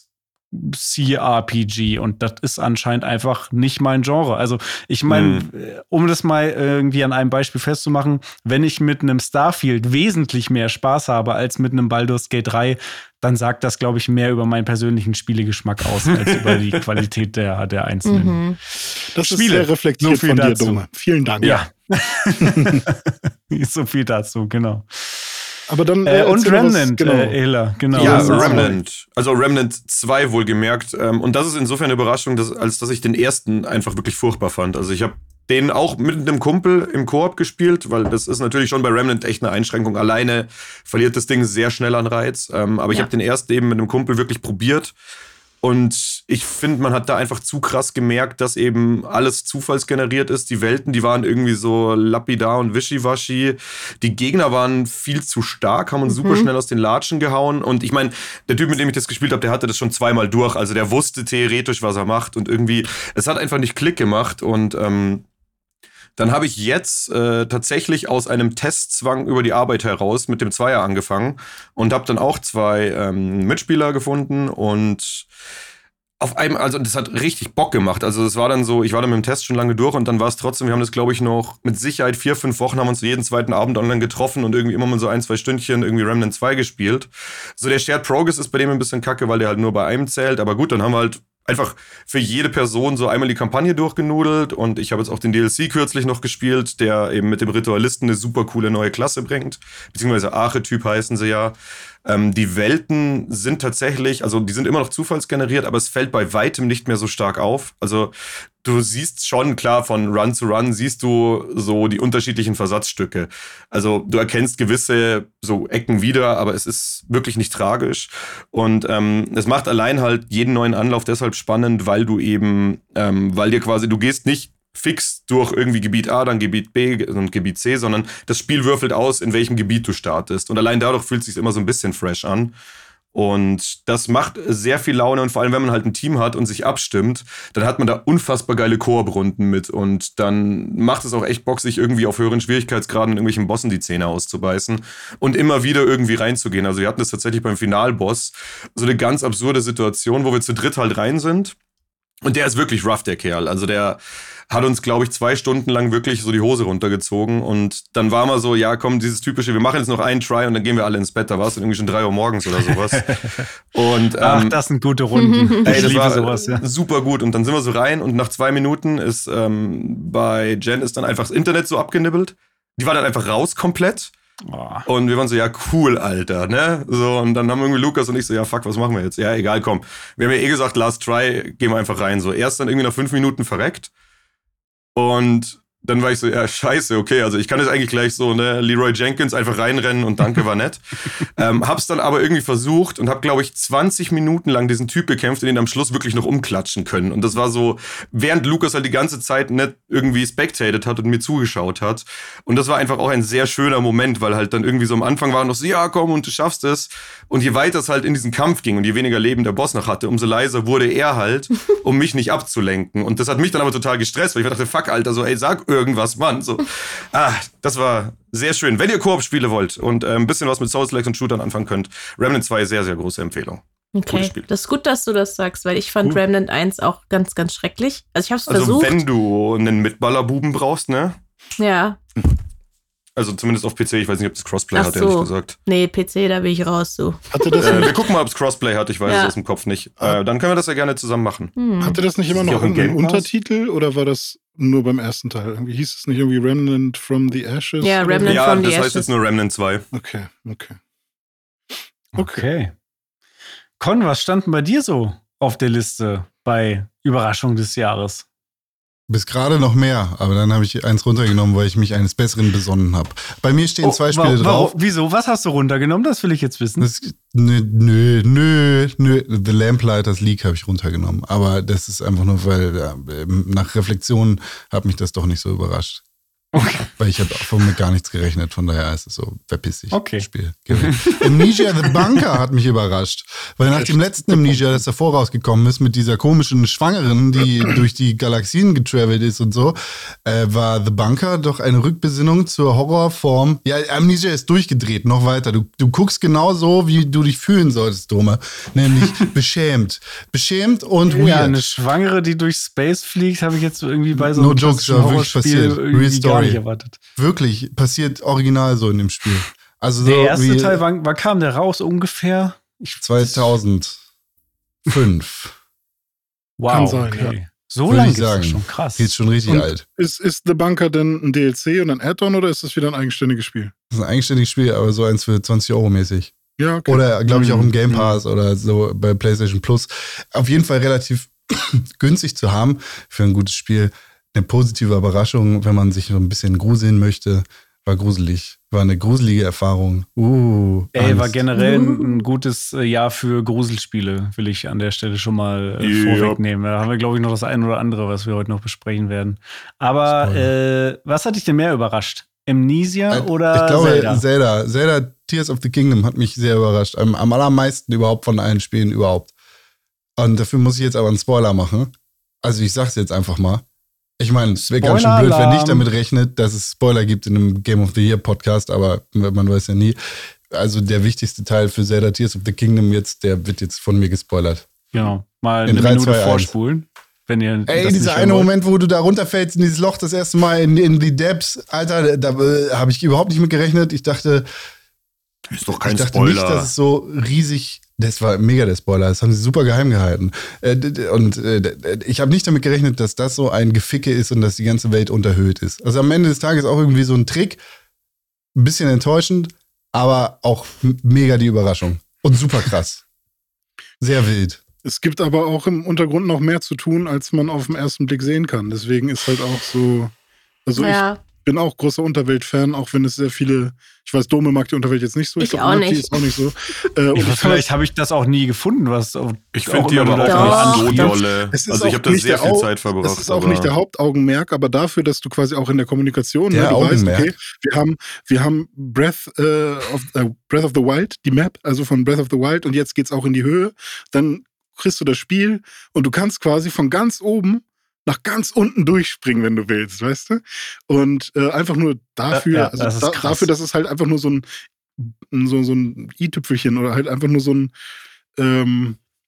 CRPG und das ist anscheinend einfach nicht mein Genre. Also ich meine, um das mal irgendwie an einem Beispiel festzumachen, wenn ich mit einem Starfield wesentlich mehr Spaß habe als mit einem Baldur's Gate 3, dann sagt das, glaube ich, mehr über meinen persönlichen Spielegeschmack aus, als über die Qualität der einzelnen Das Spiele. ist sehr reflektiert so von dir, Dome. Vielen Dank. Ja. So viel dazu, genau. Aber dann und Remnant, Ela, genau. Ja, Remnant. Also Remnant 2 wohlgemerkt. Und das ist insofern eine Überraschung, als dass ich den ersten einfach wirklich furchtbar fand. Also ich habe den auch mit einem Kumpel im Koop gespielt, weil das ist natürlich schon bei Remnant echt eine Einschränkung. Alleine verliert das Ding sehr schnell an Reiz. Aber ich habe den ersten eben mit einem Kumpel wirklich probiert. Und ich finde, man hat da einfach zu krass gemerkt, dass eben alles zufallsgeneriert ist. Die Welten, die waren irgendwie so lapidar und wischiwaschi. Die Gegner waren viel zu stark, haben uns super schnell aus den Latschen gehauen. Und ich meine, der Typ, mit dem ich das gespielt habe, der hatte das schon 2-mal durch. Also der wusste theoretisch, was er macht. Und irgendwie, es hat einfach nicht Klick gemacht. Und dann habe ich jetzt tatsächlich aus einem Testzwang über die Arbeit heraus mit dem Zweier angefangen und habe dann auch 2 Mitspieler gefunden und auf einmal, also das hat richtig Bock gemacht. Also es war dann so, ich war dann mit dem Test schon lange durch und dann war es trotzdem, wir haben das glaube ich noch mit Sicherheit 4-5 Wochen, haben uns jeden zweiten Abend online getroffen und irgendwie immer mal so 1-2 Stündchen irgendwie Remnant 2 gespielt. So der Shared Progress ist bei dem ein bisschen kacke, weil der halt nur bei einem zählt, aber gut, dann haben wir halt einfach für jede Person so einmal die Kampagne durchgenudelt und ich habe jetzt auch den DLC kürzlich noch gespielt, der eben mit dem Ritualisten eine super coole neue Klasse bringt, beziehungsweise Archetyp heißen sie ja. Die Welten sind tatsächlich, also die sind immer noch zufallsgeneriert, aber es fällt bei weitem nicht mehr so stark auf. Also du siehst schon, klar, von Run zu Run siehst du so die unterschiedlichen Versatzstücke. Also du erkennst gewisse so Ecken wieder, aber es ist wirklich nicht tragisch. Und es macht allein halt jeden neuen Anlauf deshalb spannend, weil du eben, weil dir quasi, du gehst nicht fix durch irgendwie Gebiet A, dann Gebiet B und Gebiet C, sondern das Spiel würfelt aus, in welchem Gebiet du startest. Und allein dadurch fühlt es sich immer so ein bisschen fresh an. Und das macht sehr viel Laune und vor allem, wenn man halt ein Team hat und sich abstimmt, dann hat man da unfassbar geile Koop-Runden mit und dann macht es auch echt Bock, sich irgendwie auf höheren Schwierigkeitsgraden in irgendwelchen Bossen die Zähne auszubeißen und immer wieder irgendwie reinzugehen. Also wir hatten das tatsächlich beim Finalboss, so eine ganz absurde Situation, wo wir zu dritt halt rein sind. Und der ist wirklich rough, der Kerl. Also der hat uns, glaube ich, 2 Stunden lang wirklich so die Hose runtergezogen. Und dann war mal so, ja komm, dieses typische, wir machen jetzt noch einen Try und dann gehen wir alle ins Bett. Da war es dann irgendwie schon 3 Uhr morgens oder sowas. Und, ach, das sind gute Runden. Ey, das war sowas, ja. Super gut. Und dann sind wir so rein und nach 2 Minuten ist bei Jen ist dann einfach das Internet so abgenibbelt. Die war dann einfach raus komplett. Oh. Und wir waren so, ja cool, Alter, ne? So, und dann haben irgendwie Lukas und ich so, ja fuck, was machen wir jetzt? Ja, egal, komm. Wir haben ja gesagt, last try, gehen wir einfach rein. So, erst dann irgendwie nach 5 Minuten verreckt. Und dann war ich so, ja, scheiße, okay, also ich kann jetzt eigentlich gleich so, ne, Leroy Jenkins einfach reinrennen und danke, war nett. Hab's dann aber irgendwie versucht und hab, glaube ich, 20 Minuten lang diesen Typ bekämpft und ihn am Schluss wirklich noch umklatschen können. Und das war so, während Lukas halt die ganze Zeit nicht irgendwie spectated hat und mir zugeschaut hat. Und das war einfach auch ein sehr schöner Moment, weil halt dann irgendwie so am Anfang war noch so, ja, komm und du schaffst es. Und je weiter es halt in diesen Kampf ging und je weniger Leben der Boss noch hatte, umso leiser wurde er halt, um mich nicht abzulenken. Und das hat mich dann aber total gestresst, weil ich dachte, fuck, Alter, so, ey, sag irgendwas, Mann. So. Das war sehr schön. Wenn ihr Koop-Spiele wollt und ein bisschen was mit Souls-Likes und Shootern anfangen könnt, Remnant 2 sehr, sehr große Empfehlung. Okay, das ist gut, dass du das sagst, weil ich fand Remnant 1 auch ganz, ganz schrecklich. Also ich hab's versucht. Also wenn du einen Mitballerbuben brauchst, ne? Ja. Also zumindest auf PC, ich weiß nicht, ob das Crossplay hat, ehrlich gesagt. Nee, PC, da bin ich raus, so. Wir gucken mal, ob es Crossplay hat, ich weiß es aus dem Kopf nicht. Dann können wir das ja gerne zusammen machen. Hatte das nicht immer noch einen Untertitel oder war das nur beim ersten Teil? Irgendwie hieß es nicht irgendwie Remnant from the Ashes? Ja, Remnant from the Ashes. Ja, das heißt jetzt nur Remnant 2. Okay. Con, was stand denn bei dir so auf der Liste bei Überraschung des Jahres? Bis gerade noch mehr, aber dann habe ich eins runtergenommen, weil ich mich eines Besseren besonnen habe. Bei mir stehen 2 Spiele drauf. Wieso? Was hast du runtergenommen? Das will ich jetzt wissen. Nö. The Lamplighters League habe ich runtergenommen. Aber das ist einfach nur, weil nach Reflexion hat mich das doch nicht so überrascht. Okay. Weil ich habe mit gar nichts gerechnet, von daher ist es so, verpiss dich, Spiel. Amnesia The Bunker hat mich überrascht, weil nach dem letzten Amnesia, das davor rausgekommen ist, mit dieser komischen Schwangeren, die durch die Galaxien getravelt ist und so, war The Bunker doch eine Rückbesinnung zur Horrorform. Ja, Amnesia ist durchgedreht, noch weiter. Du guckst genau so, wie du dich fühlen solltest, Dome. Nämlich beschämt. Beschämt und weird. Ja, eine Schwangere, die durch Space fliegt, habe ich jetzt so irgendwie bei so einem Horrorspiel irgendwie gar nicht erwartet. Wirklich, passiert original so in dem Spiel. Also so der erste Teil, wann kam der raus ungefähr? 2005. Wow, kann sein, okay. Ja. So lange ist das schon krass. Geht schon richtig alt. Ist The Bunker denn ein DLC und ein Add-on oder ist das wieder ein eigenständiges Spiel? Das ist ein eigenständiges Spiel, aber so eins für 20 € mäßig. Ja, okay. Oder glaube ich auch im Game Pass oder so bei PlayStation Plus. Auf jeden Fall relativ günstig zu haben für ein gutes Spiel. Eine positive Überraschung, wenn man sich so ein bisschen gruseln möchte. War gruselig. War eine gruselige Erfahrung. War generell ein gutes Jahr für Gruselspiele, will ich an der Stelle schon mal vorwegnehmen. Da haben wir, glaube ich, noch das ein oder andere, was wir heute noch besprechen werden. Aber was hat dich denn mehr überrascht? Amnesia oder ich glaube, Zelda Tears of the Kingdom hat mich sehr überrascht. Am allermeisten überhaupt von allen Spielen überhaupt. Und dafür muss ich jetzt aber einen Spoiler machen. Also ich sag's jetzt einfach mal. Ich meine, es wäre ganz schön blöd, wenn nicht damit rechnet, dass es Spoiler gibt in einem Game of the Year Podcast, aber man weiß ja nie. Also der wichtigste Teil für Zelda Tears of the Kingdom der wird jetzt von mir gespoilert. Genau, mal eine Minute vorspulen. Wenn ihr dieser eine Moment, wo du da runterfällst in dieses Loch das erste Mal in die Depths, Alter, da habe ich überhaupt nicht mit gerechnet. Ich dachte ist doch kein Spoiler. Spoiler. Nicht, dass es so riesig. Das war mega der Spoiler. Das haben sie super geheim gehalten. Und ich habe nicht damit gerechnet, dass das so ein Geficke ist und dass die ganze Welt unterhöht ist. Also am Ende des Tages auch irgendwie so ein Trick. Ein bisschen enttäuschend, aber auch mega die Überraschung. Und super krass. Sehr wild. Es gibt aber auch im Untergrund noch mehr zu tun, als man auf den ersten Blick sehen kann. Deswegen ist halt auch so. Also ich bin auch großer Unterwelt-Fan, auch wenn es sehr viele. Ich weiß, Dome mag die Unterwelt jetzt nicht so. Ich glaub, auch nicht. Die ist auch nicht so. Vielleicht habe ich das auch nie gefunden, was. Ich finde die aber auch nicht so dolle. Also ich habe da sehr viel Zeit verbracht. Das ist auch nicht der Hauptaugenmerk, aber dafür, dass du quasi auch in der Kommunikation, du weißt, okay, wir haben Breath of the Wild, die Map, also von Breath of the Wild, und jetzt geht's auch in die Höhe. Dann kriegst du das Spiel und du kannst quasi von ganz oben nach ganz unten durchspringen, wenn du willst, weißt du? Und einfach nur dafür, dafür, dass es halt einfach nur so ein i-Tüpfelchen oder halt einfach nur so ein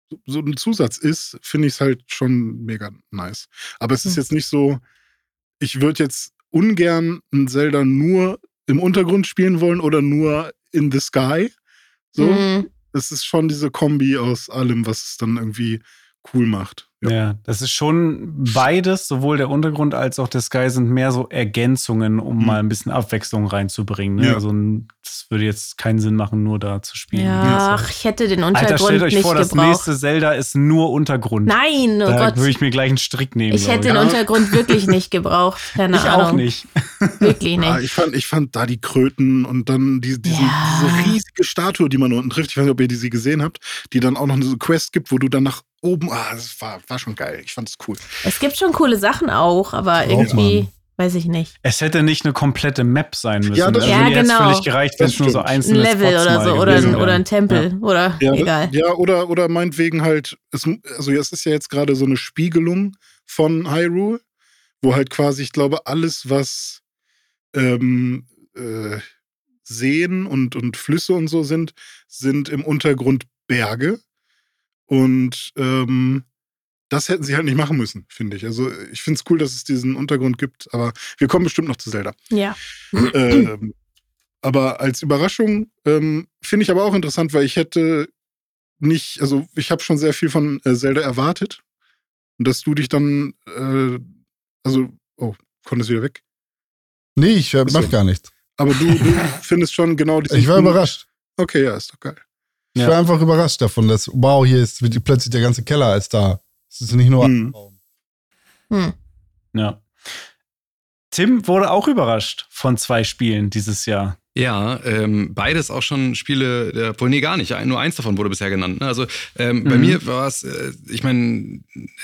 so ein Zusatz ist, finde ich es halt schon mega nice. Aber es ist jetzt nicht so, ich würde jetzt ungern ein Zelda nur im Untergrund spielen wollen oder nur in the sky. So. Es ist schon diese Kombi aus allem, was es dann irgendwie cool macht. Ja, das ist schon beides, sowohl der Untergrund als auch der Sky sind mehr so Ergänzungen, um mal ein bisschen Abwechslung reinzubringen. Ne? Ja. Also das würde jetzt keinen Sinn machen, nur da zu spielen. Ja, ach, ich hätte den Untergrund Alter, stellt euch nicht vor, gebraucht. das nächste Zelda ist nur Untergrund. Nein, oh da Gott. würde ich mir gleich einen Strick nehmen. Ich hätte den Untergrund wirklich nicht gebraucht. Keine ich Ahnung. auch nicht. Wirklich nicht. Ich fand da die Kröten und dann diese riesige Statue, die man unten trifft. Ich weiß nicht, ob ihr die gesehen habt, die dann auch noch eine Quest gibt, wo du dann nach oben, das war schon geil. Ich fand es cool. Es gibt schon coole Sachen auch, aber irgendwie, weiß ich nicht. Es hätte nicht eine komplette Map sein müssen. Ja, das also ja, mir hätte es genau. völlig gereicht, wenn es nur so Ein einzelne Level Spots oder mal so gewesen oder ein Tempel oder egal. Ja, oder meinetwegen halt, es ist ja jetzt gerade so eine Spiegelung von Hyrule, wo halt quasi, ich glaube, alles, was Seen und Flüsse und so sind im Untergrund Berge. Und das hätten sie halt nicht machen müssen, finde ich. Also ich finde es cool, dass es diesen Untergrund gibt, aber wir kommen bestimmt noch zu Zelda. Ja. Aber als Überraschung finde ich aber auch interessant, weil ich hätte nicht, also ich habe schon sehr viel von Zelda erwartet. Und dass du dich dann, konntest du wieder weg? Nee, ich mach gar nichts. Aber du findest schon genau diesen Ich war überrascht. Okay, ja, ist doch geil. Ich war einfach überrascht davon, dass, wow, hier ist plötzlich der ganze Keller als da. Es ist nicht nur ein Raum. Ja. Tim wurde auch überrascht von 2 Spielen dieses Jahr. Ja, beides auch schon Spiele, nee, gar nicht. Nur eins davon wurde bisher genannt. Ne? Also bei mir war es, ich meine,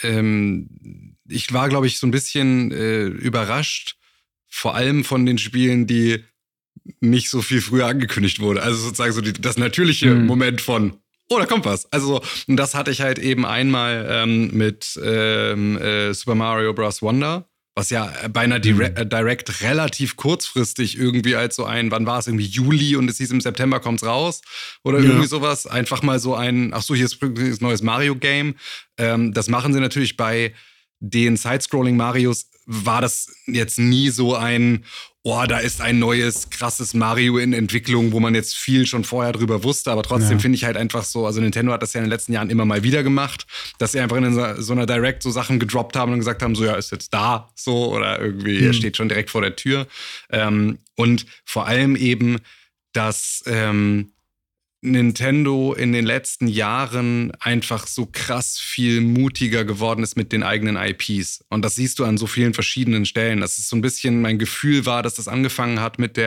ich war, glaube ich, so ein bisschen überrascht, vor allem von den Spielen, die nicht so viel früher angekündigt wurde. Also sozusagen so das natürliche Moment von, oh, da kommt was. Also und das hatte ich halt eben einmal mit Super Mario Bros. Wonder, was ja bei einer Direct relativ kurzfristig irgendwie als so wann war es, irgendwie Juli und es hieß im September kommt's raus oder irgendwie sowas. Einfach mal so hier ist ein neues Mario-Game. Das machen sie natürlich bei den Side-Scrolling-Marios, war das jetzt nie so da ist ein neues, krasses Mario in Entwicklung, wo man jetzt viel schon vorher drüber wusste, aber trotzdem finde ich halt einfach so, also Nintendo hat das ja in den letzten Jahren immer mal wieder gemacht, dass sie einfach in so einer Direct so Sachen gedroppt haben und gesagt haben, so ja, ist jetzt da, so, oder irgendwie, er steht schon direkt vor der Tür. Und vor allem eben, dass Nintendo in den letzten Jahren einfach so krass viel mutiger geworden ist mit den eigenen IPs. Und das siehst du an so vielen verschiedenen Stellen. Das ist so ein bisschen mein Gefühl war, dass das angefangen hat mit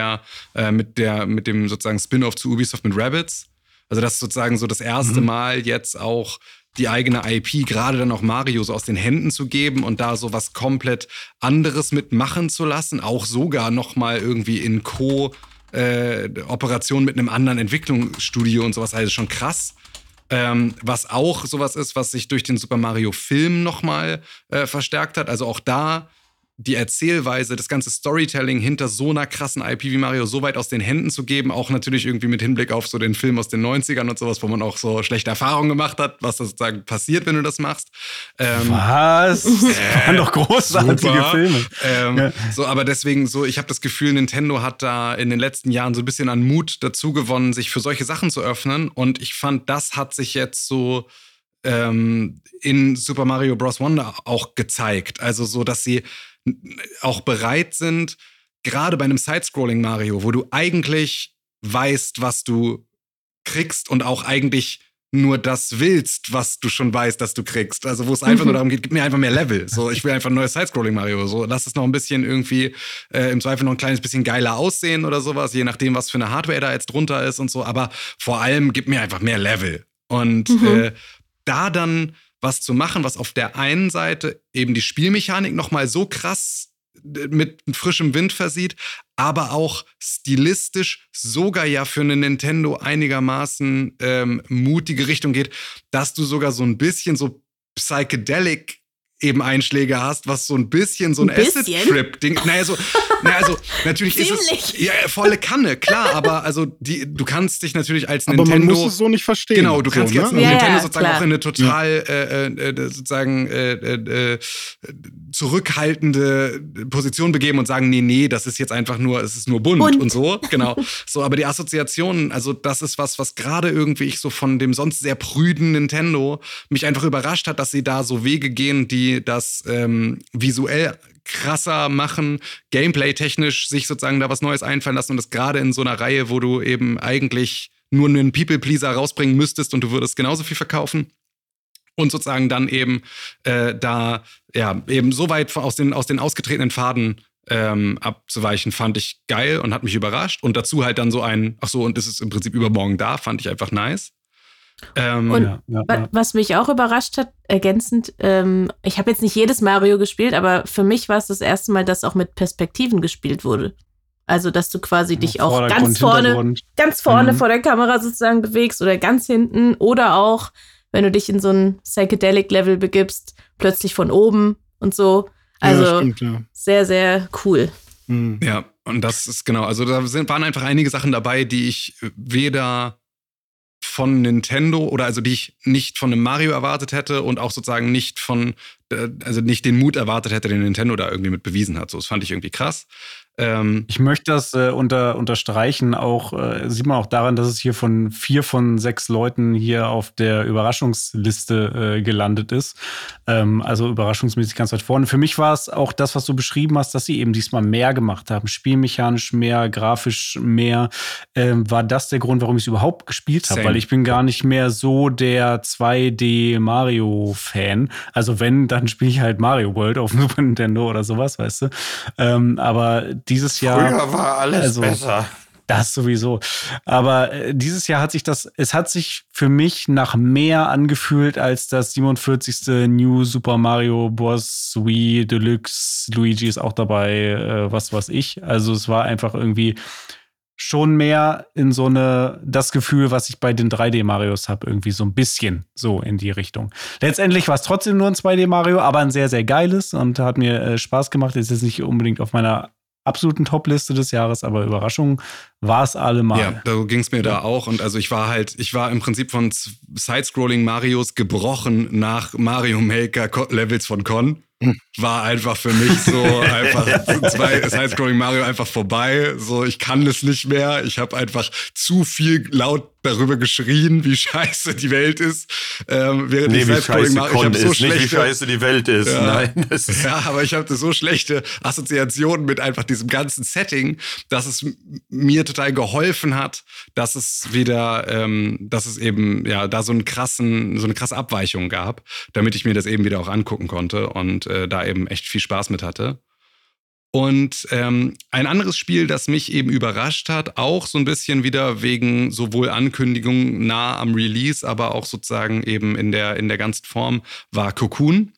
dem sozusagen Spin-off zu Ubisoft mit Rabbids. Also das ist sozusagen so das erste Mal jetzt auch die eigene IP, gerade dann auch Mario, so aus den Händen zu geben und da so was komplett anderes mitmachen zu lassen. Auch sogar noch mal irgendwie in Operation mit einem anderen Entwicklungsstudio und sowas, also schon krass. Was auch sowas ist, was sich durch den Super Mario Film nochmal verstärkt hat. Also auch da die Erzählweise, das ganze Storytelling hinter so einer krassen IP wie Mario so weit aus den Händen zu geben, auch natürlich irgendwie mit Hinblick auf so den Film aus den 90ern und sowas, wo man auch so schlechte Erfahrungen gemacht hat, was da sozusagen passiert, wenn du das machst. Was? Das waren doch großartige Filme. So, aber deswegen so, ich habe das Gefühl, Nintendo hat da in den letzten Jahren so ein bisschen an Mut dazu gewonnen, sich für solche Sachen zu öffnen, und ich fand, das hat sich jetzt so in Super Mario Bros. Wonder auch gezeigt. Also so, dass sie auch bereit sind, gerade bei einem Side-Scrolling Mario, wo du eigentlich weißt, was du kriegst und auch eigentlich nur das willst, was du schon weißt, dass du kriegst. Also wo es einfach nur darum geht, gib mir einfach mehr Level. So, ich will einfach ein neues Side-Scrolling Mario. So, lass es noch ein bisschen irgendwie im Zweifel noch ein kleines bisschen geiler aussehen oder sowas, je nachdem, was für eine Hardware da jetzt drunter ist und so. Aber vor allem gib mir einfach mehr Level. Und da dann was zu machen, was auf der einen Seite eben die Spielmechanik nochmal so krass mit frischem Wind versieht, aber auch stilistisch sogar ja für eine Nintendo einigermaßen mutige Richtung geht, dass du sogar so ein bisschen so psychedelic eben Einschläge hast, was so ein bisschen so ein Acid-Trip-Ding. Also natürlich Ziemlich. ist es volle Kanne, klar, aber also du kannst dich natürlich als aber Nintendo. Man muss es so nicht verstehen. Genau, du kannst jetzt Nintendo sozusagen klar. auch in eine total zurückhaltende Position begeben und sagen, nee, das ist jetzt einfach nur, es ist nur bunt und so. Genau. So, aber die Assoziationen, also das ist was gerade irgendwie ich so von dem sonst sehr prüden Nintendo mich einfach überrascht hat, dass sie da so Wege gehen, die das visuell krasser machen, gameplay-technisch sich sozusagen da was Neues einfallen lassen und das gerade in so einer Reihe, wo du eben eigentlich nur einen People-Pleaser rausbringen müsstest und du würdest genauso viel verkaufen. Und sozusagen dann eben eben so weit aus den ausgetretenen Pfaden abzuweichen, fand ich geil und hat mich überrascht. Und dazu halt dann so und es ist im Prinzip übermorgen da, fand ich einfach nice. Was mich auch überrascht hat, ergänzend, ich habe jetzt nicht jedes Mario gespielt, aber für mich war es das erste Mal, dass auch mit Perspektiven gespielt wurde. Also, dass du quasi dich auch ganz vorne vor der Kamera sozusagen bewegst oder ganz hinten oder auch, wenn du dich in so ein Psychedelic-Level begibst, plötzlich von oben und so. Also, stimmt, sehr, sehr cool. Ja, und das ist genau, also da waren einfach einige Sachen dabei, die ich weder von Nintendo oder also die ich nicht von einem Mario erwartet hätte und auch sozusagen nicht nicht den Mut erwartet hätte, den Nintendo da irgendwie mit bewiesen hat. So, das fand ich irgendwie krass. Ich möchte das unterstreichen, auch sieht man auch daran, dass es hier von 4 von 6 Leuten hier auf der Überraschungsliste gelandet ist. Also überraschungsmäßig ganz weit vorne. Für mich war es auch das, was du beschrieben hast, dass sie eben diesmal mehr gemacht haben. Spielmechanisch mehr, grafisch mehr. War das der Grund, warum ich es überhaupt gespielt habe? Weil ich bin gar nicht mehr so der 2D-Mario-Fan. Also wenn, dann spiele ich halt Mario World auf Super Nintendo oder sowas, weißt du. Aber dieses Jahr. Früher war alles besser. Das sowieso. Aber dieses Jahr hat sich für mich nach mehr angefühlt als das 47. New Super Mario Bros. Wii Deluxe. Luigi ist auch dabei, was weiß ich. Also es war einfach irgendwie schon mehr in so das Gefühl, was ich bei den 3D-Marios habe, irgendwie so ein bisschen so in die Richtung. Letztendlich war es trotzdem nur ein 2D-Mario, aber ein sehr, sehr geiles und hat mir Spaß gemacht. Ist jetzt nicht unbedingt auf meiner absoluten Top-Liste des Jahres, aber Überraschung war es allemal. Ja, da ging es mir da auch. Und also ich war im Prinzip von Side-Scrolling Marios gebrochen nach Mario Maker Levels von Con. War einfach für mich so einfach 2 Side-Scrolling Mario einfach vorbei. So, ich kann das nicht mehr. Ich habe einfach zu viel laut darüber geschrien, wie scheiße die Welt ist. Während wie scheiße Con ist, nicht wie scheiße die Welt ist. Ja, nein. Aber ich hatte so schlechte Assoziationen mit einfach diesem ganzen Setting, dass es mir total geholfen hat, dass es wieder, dass es eben da so eine krasse Abweichung gab, damit ich mir das eben wieder auch angucken konnte und da eben echt viel Spaß mit hatte. Und ein anderes Spiel, das mich eben überrascht hat, auch so ein bisschen wieder wegen sowohl Ankündigung nah am Release, aber auch sozusagen eben in der ganzen Form, war Cocoon.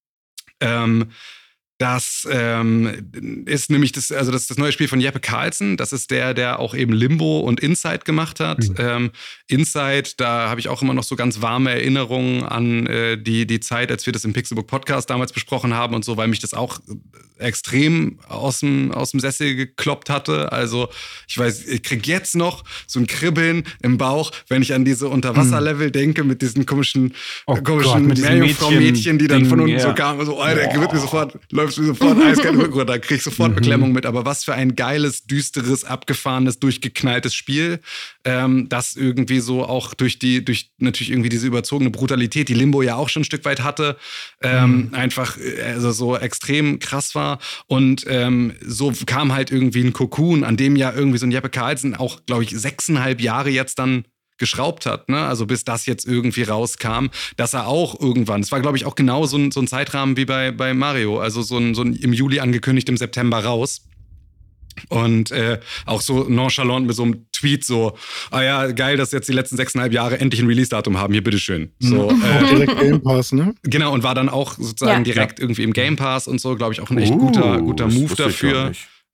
Das ist nämlich das ist das neue Spiel von Jeppe Carlsen. Das ist der auch eben Limbo und Inside gemacht hat. Inside, da habe ich auch immer noch so ganz warme Erinnerungen an die Zeit, als wir das im Pixelbook Podcast damals besprochen haben und so, weil mich das auch extrem aus dem Sessel gekloppt hatte. Also ich weiß, ich kriege jetzt noch so ein Kribbeln im Bauch, wenn ich an diese Unterwasserlevel denke mit diesen komischen Meerjungfrau-Mädchen, die dann von unten so kamen. So, Alter, wird mir sofort eiskalt im Rücken runter, da krieg ich sofort Beklemmung mit. Aber was für ein geiles, düsteres, abgefahrenes, durchgeknalltes Spiel, das irgendwie so auch durch natürlich irgendwie diese überzogene Brutalität, die Limbo ja auch schon ein Stück weit hatte, einfach so extrem krass war. Und so kam halt irgendwie ein Cocoon, an dem ja irgendwie so ein Jeppe Carlsen auch, glaube ich, 6,5 Jahre jetzt dann geschraubt hat, ne? Also bis das jetzt irgendwie rauskam, dass er auch irgendwann, es war glaube ich auch genau so ein Zeitrahmen wie bei Mario, also so ein im Juli angekündigt, im September raus. Und auch so nonchalant mit so einem Tweet so, ja, geil, dass jetzt die letzten 6,5 Jahre endlich ein Release-Datum haben, hier, bitteschön. So, direkt Game Pass, ne? Genau, und war dann auch sozusagen direkt irgendwie im Game Pass und so, glaube ich, auch ein echt guter Move dafür.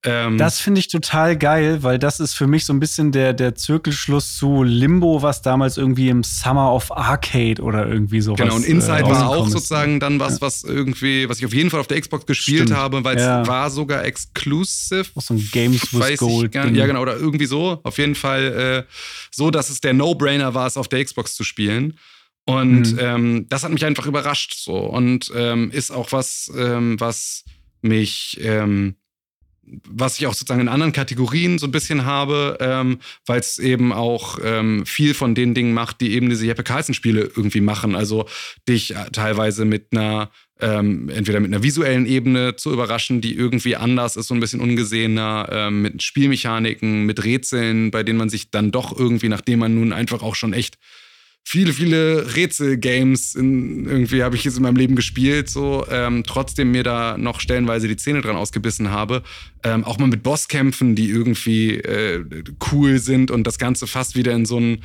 Das finde ich total geil, weil das ist für mich so ein bisschen der Zirkelschluss zu Limbo, was damals irgendwie im Summer of Arcade oder irgendwie sowas. Genau, und Inside war auch sozusagen dann was ich auf jeden Fall auf der Xbox gespielt habe, weil es war sogar exclusive. Auch so ein Games with Gold. Ja, genau, oder irgendwie so. Auf jeden Fall so, dass es der No-Brainer war, es auf der Xbox zu spielen. Und das hat mich einfach überrascht so und ist auch was mich was ich auch sozusagen in anderen Kategorien so ein bisschen habe, weil es eben auch viel von den Dingen macht, die eben diese Jeppe Carlsen-Spiele irgendwie machen. Also dich teilweise mit einer entweder mit einer visuellen Ebene zu überraschen, die irgendwie anders ist, so ein bisschen ungesehener, mit Spielmechaniken, mit Rätseln, bei denen man sich dann doch irgendwie, nachdem man nun einfach auch schon echt viele Rätsel-Games irgendwie habe ich jetzt in meinem Leben gespielt, so trotzdem mir da noch stellenweise die Zähne dran ausgebissen habe. Auch mal mit Bosskämpfen, die irgendwie cool sind und das Ganze fast wieder in so ein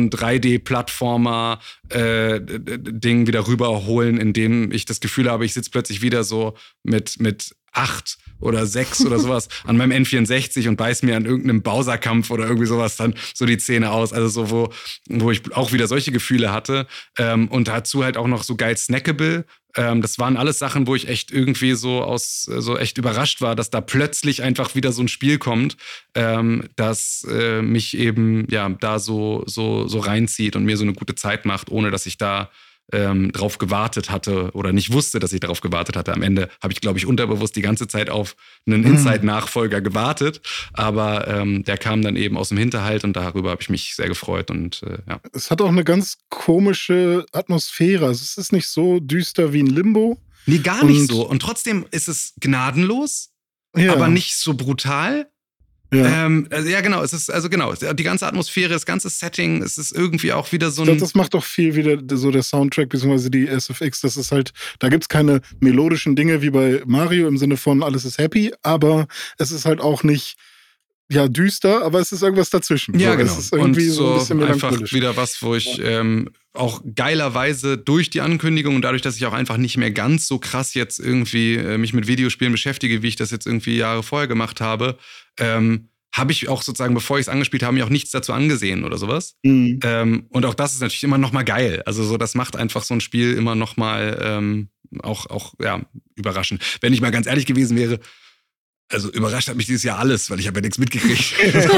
3D-Plattformer-Ding wieder rüberholen, in dem ich das Gefühl habe, ich sitze plötzlich wieder so mit 8 oder 6 oder sowas an meinem N64 und beiß mir an irgendeinem Bowser-Kampf oder irgendwie sowas dann so die Zähne aus. Also so, wo ich auch wieder solche Gefühle hatte. Und dazu halt auch noch so geil snackable. Das waren alles Sachen, wo ich echt irgendwie so echt überrascht war, dass da plötzlich einfach wieder so ein Spiel kommt, das mich eben da so reinzieht und mir so eine gute Zeit macht, ohne dass ich da drauf gewartet hatte oder nicht wusste, dass ich darauf gewartet hatte. Am Ende habe ich, glaube ich, unterbewusst die ganze Zeit auf einen Inside-Nachfolger gewartet, aber der kam dann eben aus dem Hinterhalt und darüber habe ich mich sehr gefreut. Und Es hat auch eine ganz komische Atmosphäre. Also es ist nicht so düster wie ein Limbo. Nee, gar nicht so. Und trotzdem ist es gnadenlos, aber nicht so brutal. Ja. Genau, es ist, die ganze Atmosphäre, das ganze Setting, es ist irgendwie auch wieder so ein... Das macht doch viel wieder so der Soundtrack, beziehungsweise die SFX, das ist halt, da gibt's keine melodischen Dinge wie bei Mario im Sinne von alles ist happy, aber es ist halt auch nicht, düster, aber es ist irgendwas dazwischen. Ja, so, genau. Es ist irgendwie und so ein bisschen einfach melancholisch. wieder was, wo ich auch geilerweise durch die Ankündigung und dadurch, dass ich auch einfach nicht mehr ganz so krass jetzt irgendwie mich mit Videospielen beschäftige, wie ich das jetzt irgendwie Jahre vorher gemacht habe, habe ich auch sozusagen, bevor ich es angespielt habe, mir auch nichts dazu angesehen oder sowas. Und auch das ist natürlich immer noch mal geil. Also so, das macht einfach so ein Spiel immer noch mal auch überraschend. Wenn ich mal ganz ehrlich gewesen wäre, also überrascht hat mich dieses Jahr alles, weil ich habe ja nichts mitgekriegt.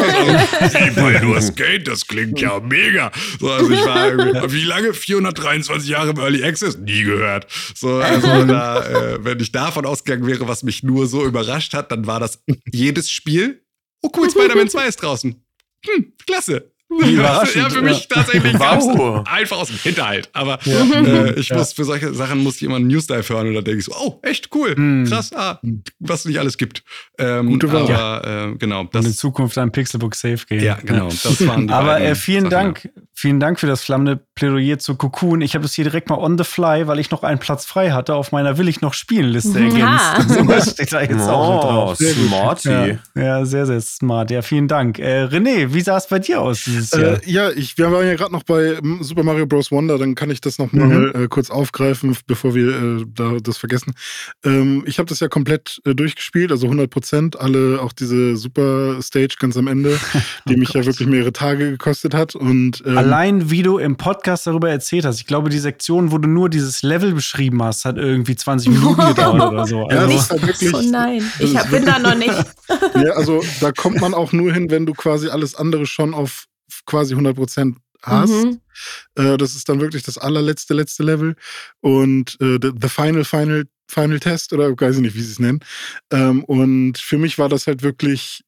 Baldur's Gate, das klingt ja mega. So, also ich war wie lange? 423 Jahre im Early Access? Nie gehört. So, also wenn ich davon ausgegangen wäre, was mich nur so überrascht hat, dann war das jedes Spiel. Oh cool, Spider-Man 2 ist draußen. Klasse. Ja, für mich tatsächlich einfach aus dem Hinterhalt. Aber für solche Sachen muss ich immer einen Newsdive hören und dann denke ich so, oh, echt cool, krass, was es nicht alles gibt. Gute Wahl. Aber genau. Das und in Zukunft ein Pixelbook Safe Game. Ja, genau. Das waren die aber vielen Dank für das flammende Plädoyer zu Cocoon. Ich habe es hier direkt mal on the fly, weil ich noch einen Platz frei hatte, auf meiner Will-ich-noch-spielen-Liste ergänzt. So was steht da jetzt auch mit drauf. Smarty. Ja, sehr, sehr smart. Ja, vielen Dank. René, wie sah es bei dir aus dieses Jahr? Wir waren ja gerade noch bei Super Mario Bros. Wonder, dann kann ich das noch mal kurz aufgreifen, bevor wir das vergessen. Ich habe das ja komplett durchgespielt, also 100%, auch diese Super Stage ganz am Ende, die mich ja wirklich mehrere Tage gekostet hat. Und allein wie du im Podcast darüber erzählt hast, ich glaube, die Sektion, wo du nur dieses Level beschrieben hast, hat irgendwie 20 Minuten gedauert oder so. Also, nicht halt wirklich, so, nein, ich bin da noch nicht. Ja, also da kommt man auch nur hin, wenn du quasi alles andere schon auf quasi 100% hast. Das ist dann wirklich das allerletzte Level. Und the final Test, oder weiß ich nicht, wie sie es nennen. Und für mich war das halt wirklich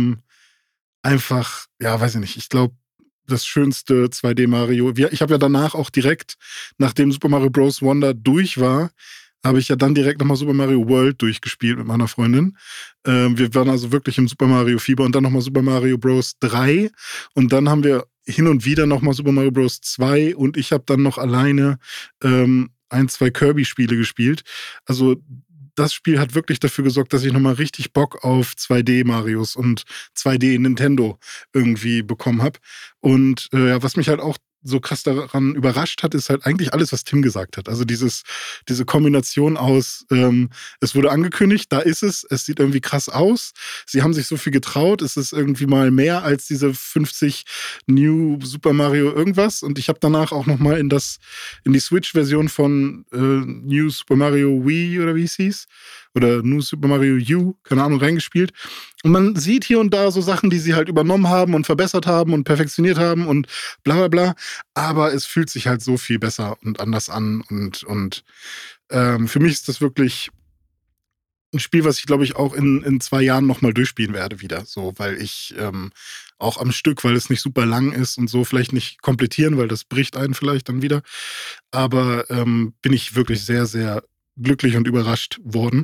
einfach, weiß ich nicht, ich glaube, das schönste 2D-Mario. Ich habe ja danach auch direkt, nachdem Super Mario Bros. Wonder durch war, habe ich ja dann direkt nochmal Super Mario World durchgespielt mit meiner Freundin. Wir waren also wirklich im Super Mario Fieber und dann nochmal Super Mario Bros. 3 und dann haben wir hin und wieder nochmal Super Mario Bros. 2 und ich habe dann noch alleine 1-2 Kirby-Spiele gespielt. Also das Spiel hat wirklich dafür gesorgt, dass ich nochmal richtig Bock auf 2D-Marios und 2D-Nintendo irgendwie bekommen habe. Und was mich halt auch so krass daran überrascht hat, ist halt eigentlich alles, was Tim gesagt hat. Also diese Kombination aus, es wurde angekündigt, da ist es sieht irgendwie krass aus. Sie haben sich so viel getraut, es ist irgendwie mal mehr als diese 50 New Super Mario irgendwas. Und ich habe danach auch nochmal in die Switch-Version von New Super Mario Wii oder wie es hieß, oder New Super Mario U, keine Ahnung, reingespielt. Und man sieht hier und da so Sachen, die sie halt übernommen haben und verbessert haben und perfektioniert haben und bla bla bla. Aber es fühlt sich halt so viel besser und anders an. Und für mich ist das wirklich ein Spiel, was ich, glaube ich, auch in 2 Jahren nochmal durchspielen werde wieder. So, weil ich auch am Stück, weil es nicht super lang ist und so, vielleicht nicht komplettieren, weil das bricht einen vielleicht dann wieder. Aber bin ich wirklich sehr, sehr glücklich und überrascht worden,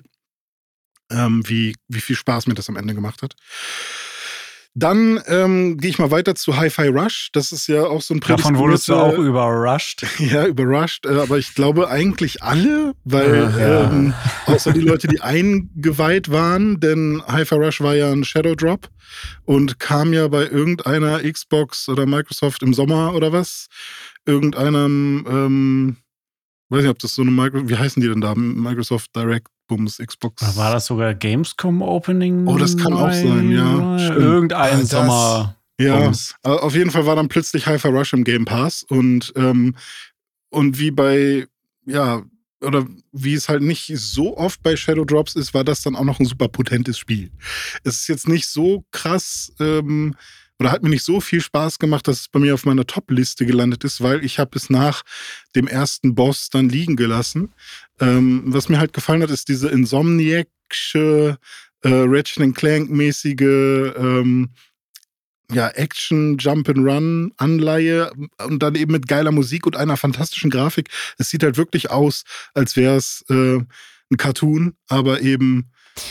wie viel Spaß mir das am Ende gemacht hat. Dann gehe ich mal weiter zu Hi-Fi Rush. Das ist ja auch so ein Davon wurdest du auch überrascht. Ja, überrascht. Aber ich glaube eigentlich alle, weil außer die Leute, die eingeweiht waren, denn Hi-Fi Rush war ja ein Shadow Drop und kam ja bei irgendeiner Xbox oder Microsoft im Sommer oder was. Irgendeinem, weiß nicht, ob das so eine wie heißen die denn da? Microsoft Direct Bums Xbox. War das sogar Gamescom Opening? Oh, das kann auch sein, ja. Irgendein Sommer. Ja, auf jeden Fall war dann plötzlich Hi-Fi Rush im Game Pass und wie bei, oder wie es halt nicht so oft bei Shadow Drops ist, war das dann auch noch ein super potentes Spiel. Es ist jetzt nicht so krass, oder hat mir nicht so viel Spaß gemacht, dass es bei mir auf meiner Top-Liste gelandet ist, weil ich habe es nach dem ersten Boss dann liegen gelassen. Was mir halt gefallen hat, ist diese Insomniac-sche, Ratchet & Clank-mäßige Action, Jump-and-Run-Anleihe und dann eben mit geiler Musik und einer fantastischen Grafik. Es sieht halt wirklich aus, als wäre es ein Cartoon, aber eben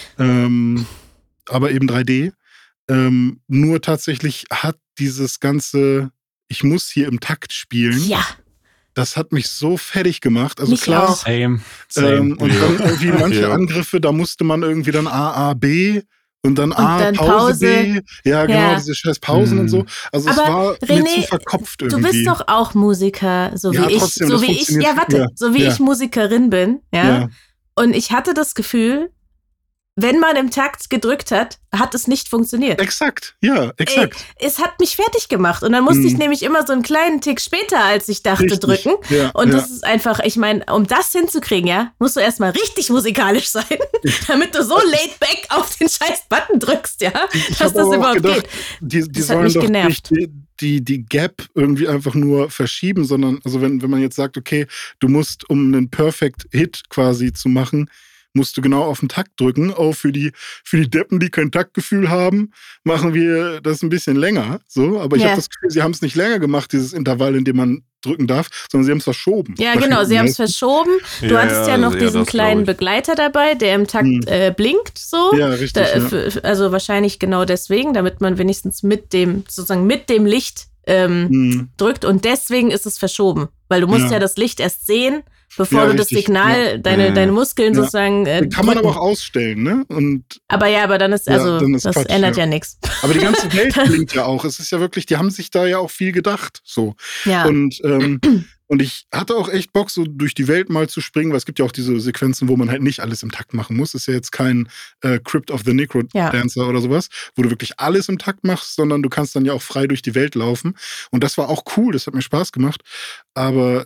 3D. Nur tatsächlich hat dieses ganze, ich muss hier im Takt spielen. Ja. Das hat mich so fertig gemacht. Also mich klar. Auch. Same. Und dann irgendwie manche Angriffe, da musste man irgendwie dann A, B und dann A, Pause, B. Ja, genau, diese scheiß Pausen und so. Also aber es war René, mir zu verkopft irgendwie. Du bist doch auch Musiker, so wie ich. Trotzdem, so wie ich. Ja, warte, so wie ich Musikerin bin. Ja. Und ich hatte das Gefühl, wenn man im Takt gedrückt hat, hat es nicht funktioniert. Exakt, ja, exakt. Es hat mich fertig gemacht. Und dann musste ich nämlich immer so einen kleinen Tick später, als ich dachte, drücken. Ja, und das ist einfach, ich meine, um das hinzukriegen, musst du erstmal richtig musikalisch sein, damit du so laid back auf den scheiß Button drückst, dass das überhaupt gedacht, geht. Die sollen doch genervt. Nicht die Gap irgendwie einfach nur verschieben, sondern, also wenn man jetzt sagt, okay, du musst, um einen Perfect Hit quasi zu machen, musst du genau auf den Takt drücken. Oh, für die Deppen, die kein Taktgefühl haben, machen wir das ein bisschen länger. So, aber ich habe das Gefühl, sie haben es nicht länger gemacht, dieses Intervall, in dem man drücken darf, sondern sie haben es verschoben. Ja, genau, sie haben es verschoben. Du hattest ja noch diesen kleinen Begleiter dabei, der im Takt blinkt. So. Ja, richtig. Also wahrscheinlich genau deswegen, damit man wenigstens mit dem Licht drückt. Und deswegen ist es verschoben. Weil du musst ja das Licht erst sehen, bevor du das Signal, deine Muskeln sozusagen kann man aber auch ausstellen, ne? Aber dann ist, dann ist das Quatsch, ändert ja nichts. Aber die ganze Welt blinkt ja auch. Es ist ja wirklich, die haben sich da ja auch viel gedacht. So. Ja. Und ich hatte auch echt Bock, so durch die Welt mal zu springen, weil es gibt ja auch diese Sequenzen, wo man halt nicht alles im Takt machen muss. Ist ja jetzt kein Crypt of the Necrodancer oder sowas, wo du wirklich alles im Takt machst, sondern du kannst dann ja auch frei durch die Welt laufen. Und das war auch cool, das hat mir Spaß gemacht. Aber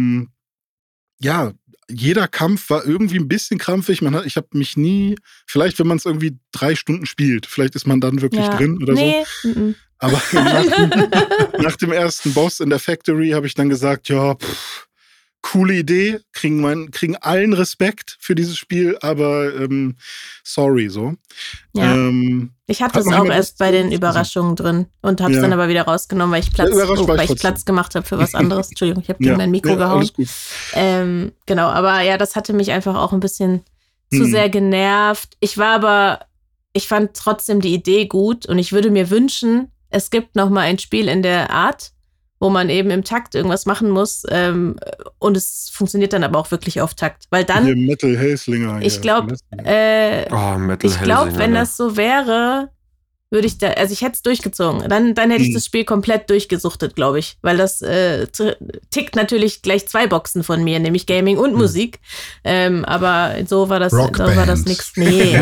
jeder Kampf war irgendwie ein bisschen krampfig. Ich habe mich nie, vielleicht wenn man es irgendwie 3 Stunden spielt, vielleicht ist man dann wirklich drin oder so. Aber nach dem ersten Boss in der Factory habe ich dann gesagt, coole Idee, kriegen allen Respekt für dieses Spiel, aber sorry, so. Ja. Ich hatte es auch erst bei den Überraschungen drin und habe es dann aber wieder rausgenommen, weil ich Platz gemacht habe für was anderes. Entschuldigung, ich habe gegen mein Mikro gehauen. Alles gut. Genau, aber das hatte mich einfach auch ein bisschen zu sehr genervt. Ich fand trotzdem die Idee gut und ich würde mir wünschen, es gibt noch mal ein Spiel in der Art, wo man eben im Takt irgendwas machen muss und es funktioniert dann aber auch wirklich auf Takt. Weil dann... Metal Hellslinger. Ich glaube, wenn das so wäre, würde ich also ich hätte es durchgezogen. Dann hätte ich das Spiel komplett durchgesuchtet, glaube ich. Weil das tickt natürlich gleich 2 Boxen von mir, nämlich Gaming und Musik. Aber so war das nix. Nee.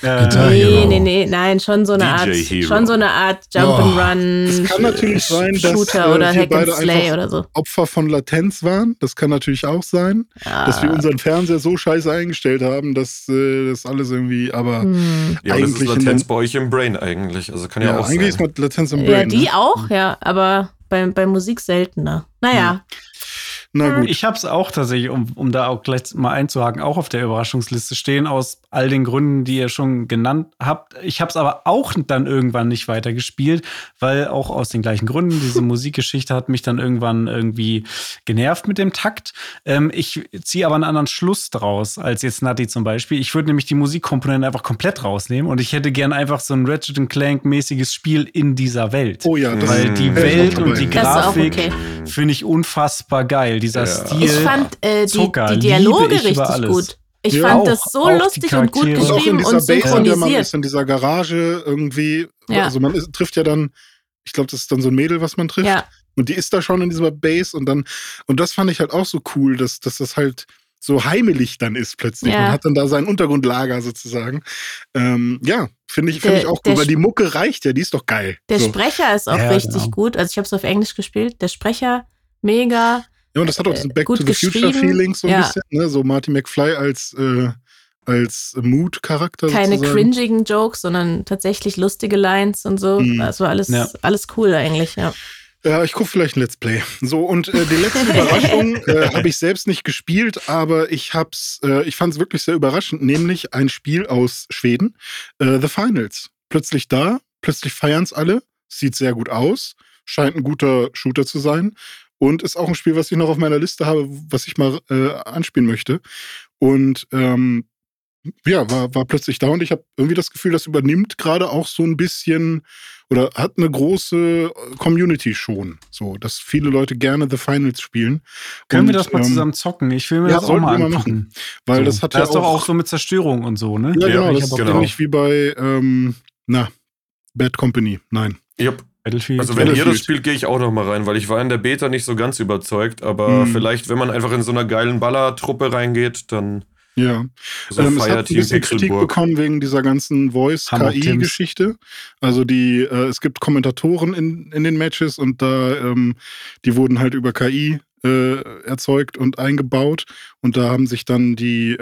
Nee. Nein, schon so eine Art Jump'n'Run, Es kann natürlich sein, dass Shooter oder wir Hack beide and Slay einfach oder so. Opfer von Latenz waren. Das kann natürlich auch sein, dass wir unseren Fernseher so scheiße eingestellt haben, dass das alles irgendwie, aber ja, das ist Latenz bei euch im Brain eigentlich. Also kann ja auch sein. Eigentlich ist Latenz im Brain. Ja, die auch, ja, aber bei Musik seltener. Naja. Na gut. Ich habe es auch tatsächlich, um da auch gleich mal einzuhaken, auch auf der Überraschungsliste stehen, aus all den Gründen, die ihr schon genannt habt. Ich habe es aber auch dann irgendwann nicht weitergespielt, weil auch aus den gleichen Gründen, diese Musikgeschichte hat mich dann irgendwann irgendwie genervt mit dem Takt. Ich ziehe aber einen anderen Schluss draus, als jetzt Natti zum Beispiel. Ich würde nämlich die Musikkomponenten einfach komplett rausnehmen und ich hätte gern einfach so ein Ratchet & Clank-mäßiges Spiel in dieser Welt. Oh ja, das weil die Welt und die Grafik okay. finde ich unfassbar geil. Dieser Stil. Ich fand Zucker, die Dialoge liebe ich über richtig alles. gut. Ich Ja, fand das so auch lustig die und gut Charaktere. Und auch in geschrieben dieser und Base, in der man synchronisiert. ist, in dieser Garage irgendwie. Ja. Also man trifft ja dann, ich glaube, das ist dann so ein Mädel, was man trifft. Ja. Und die ist da schon in dieser Base und das fand ich halt auch so cool, dass das halt so heimelig dann ist plötzlich. Ja. Man hat dann da sein Untergrundlager sozusagen. Ja, finde ich auch der gut, weil die Mucke reicht ja, die ist doch geil. Der so. Sprecher ist auch richtig gut. Also ich habe es auf Englisch gespielt. Der Sprecher, mega. Ja, und das hat auch diesen Back to gut the Future geschrieben. Feeling so ein Ja. bisschen, ne? So Marty McFly als Mood-Charakter Keine sozusagen. cringigen Jokes, sondern tatsächlich lustige Lines und so. Also alles cool eigentlich, ja. Ja, ich gucke vielleicht ein Let's Play. So, und die letzte Überraschung habe ich selbst nicht gespielt, aber ich fand es wirklich sehr überraschend, nämlich ein Spiel aus Schweden, The Finals. Plötzlich feiern es alle, sieht sehr gut aus, scheint ein guter Shooter zu sein und ist auch ein Spiel, was ich noch auf meiner Liste habe, was ich mal anspielen möchte. Und war plötzlich da und ich habe irgendwie das Gefühl, das übernimmt gerade auch so ein bisschen oder hat eine große Community schon, so, dass viele Leute gerne The Finals spielen. Können wir das mal zusammen zocken? Ich will mir das auch mal angucken. Weil so. Das hat das ja ist doch auch so mit Zerstörung und so, ne? Ja, genau, das ist genau. ähnlich wie bei Bad Company. Nein. Yep. Battlefield. Also wenn ihr das spielt, gehe ich auch noch mal rein, weil ich war in der Beta nicht so ganz überzeugt, aber vielleicht, wenn man einfach in so einer geilen Ballertruppe reingeht, dann ja. so Es hat ein bisschen Kritik bekommen wegen dieser ganzen Voice-KI-Geschichte. Also es gibt Kommentatoren in den Matches und da die wurden halt über KI erzeugt und eingebaut und da haben sich dann die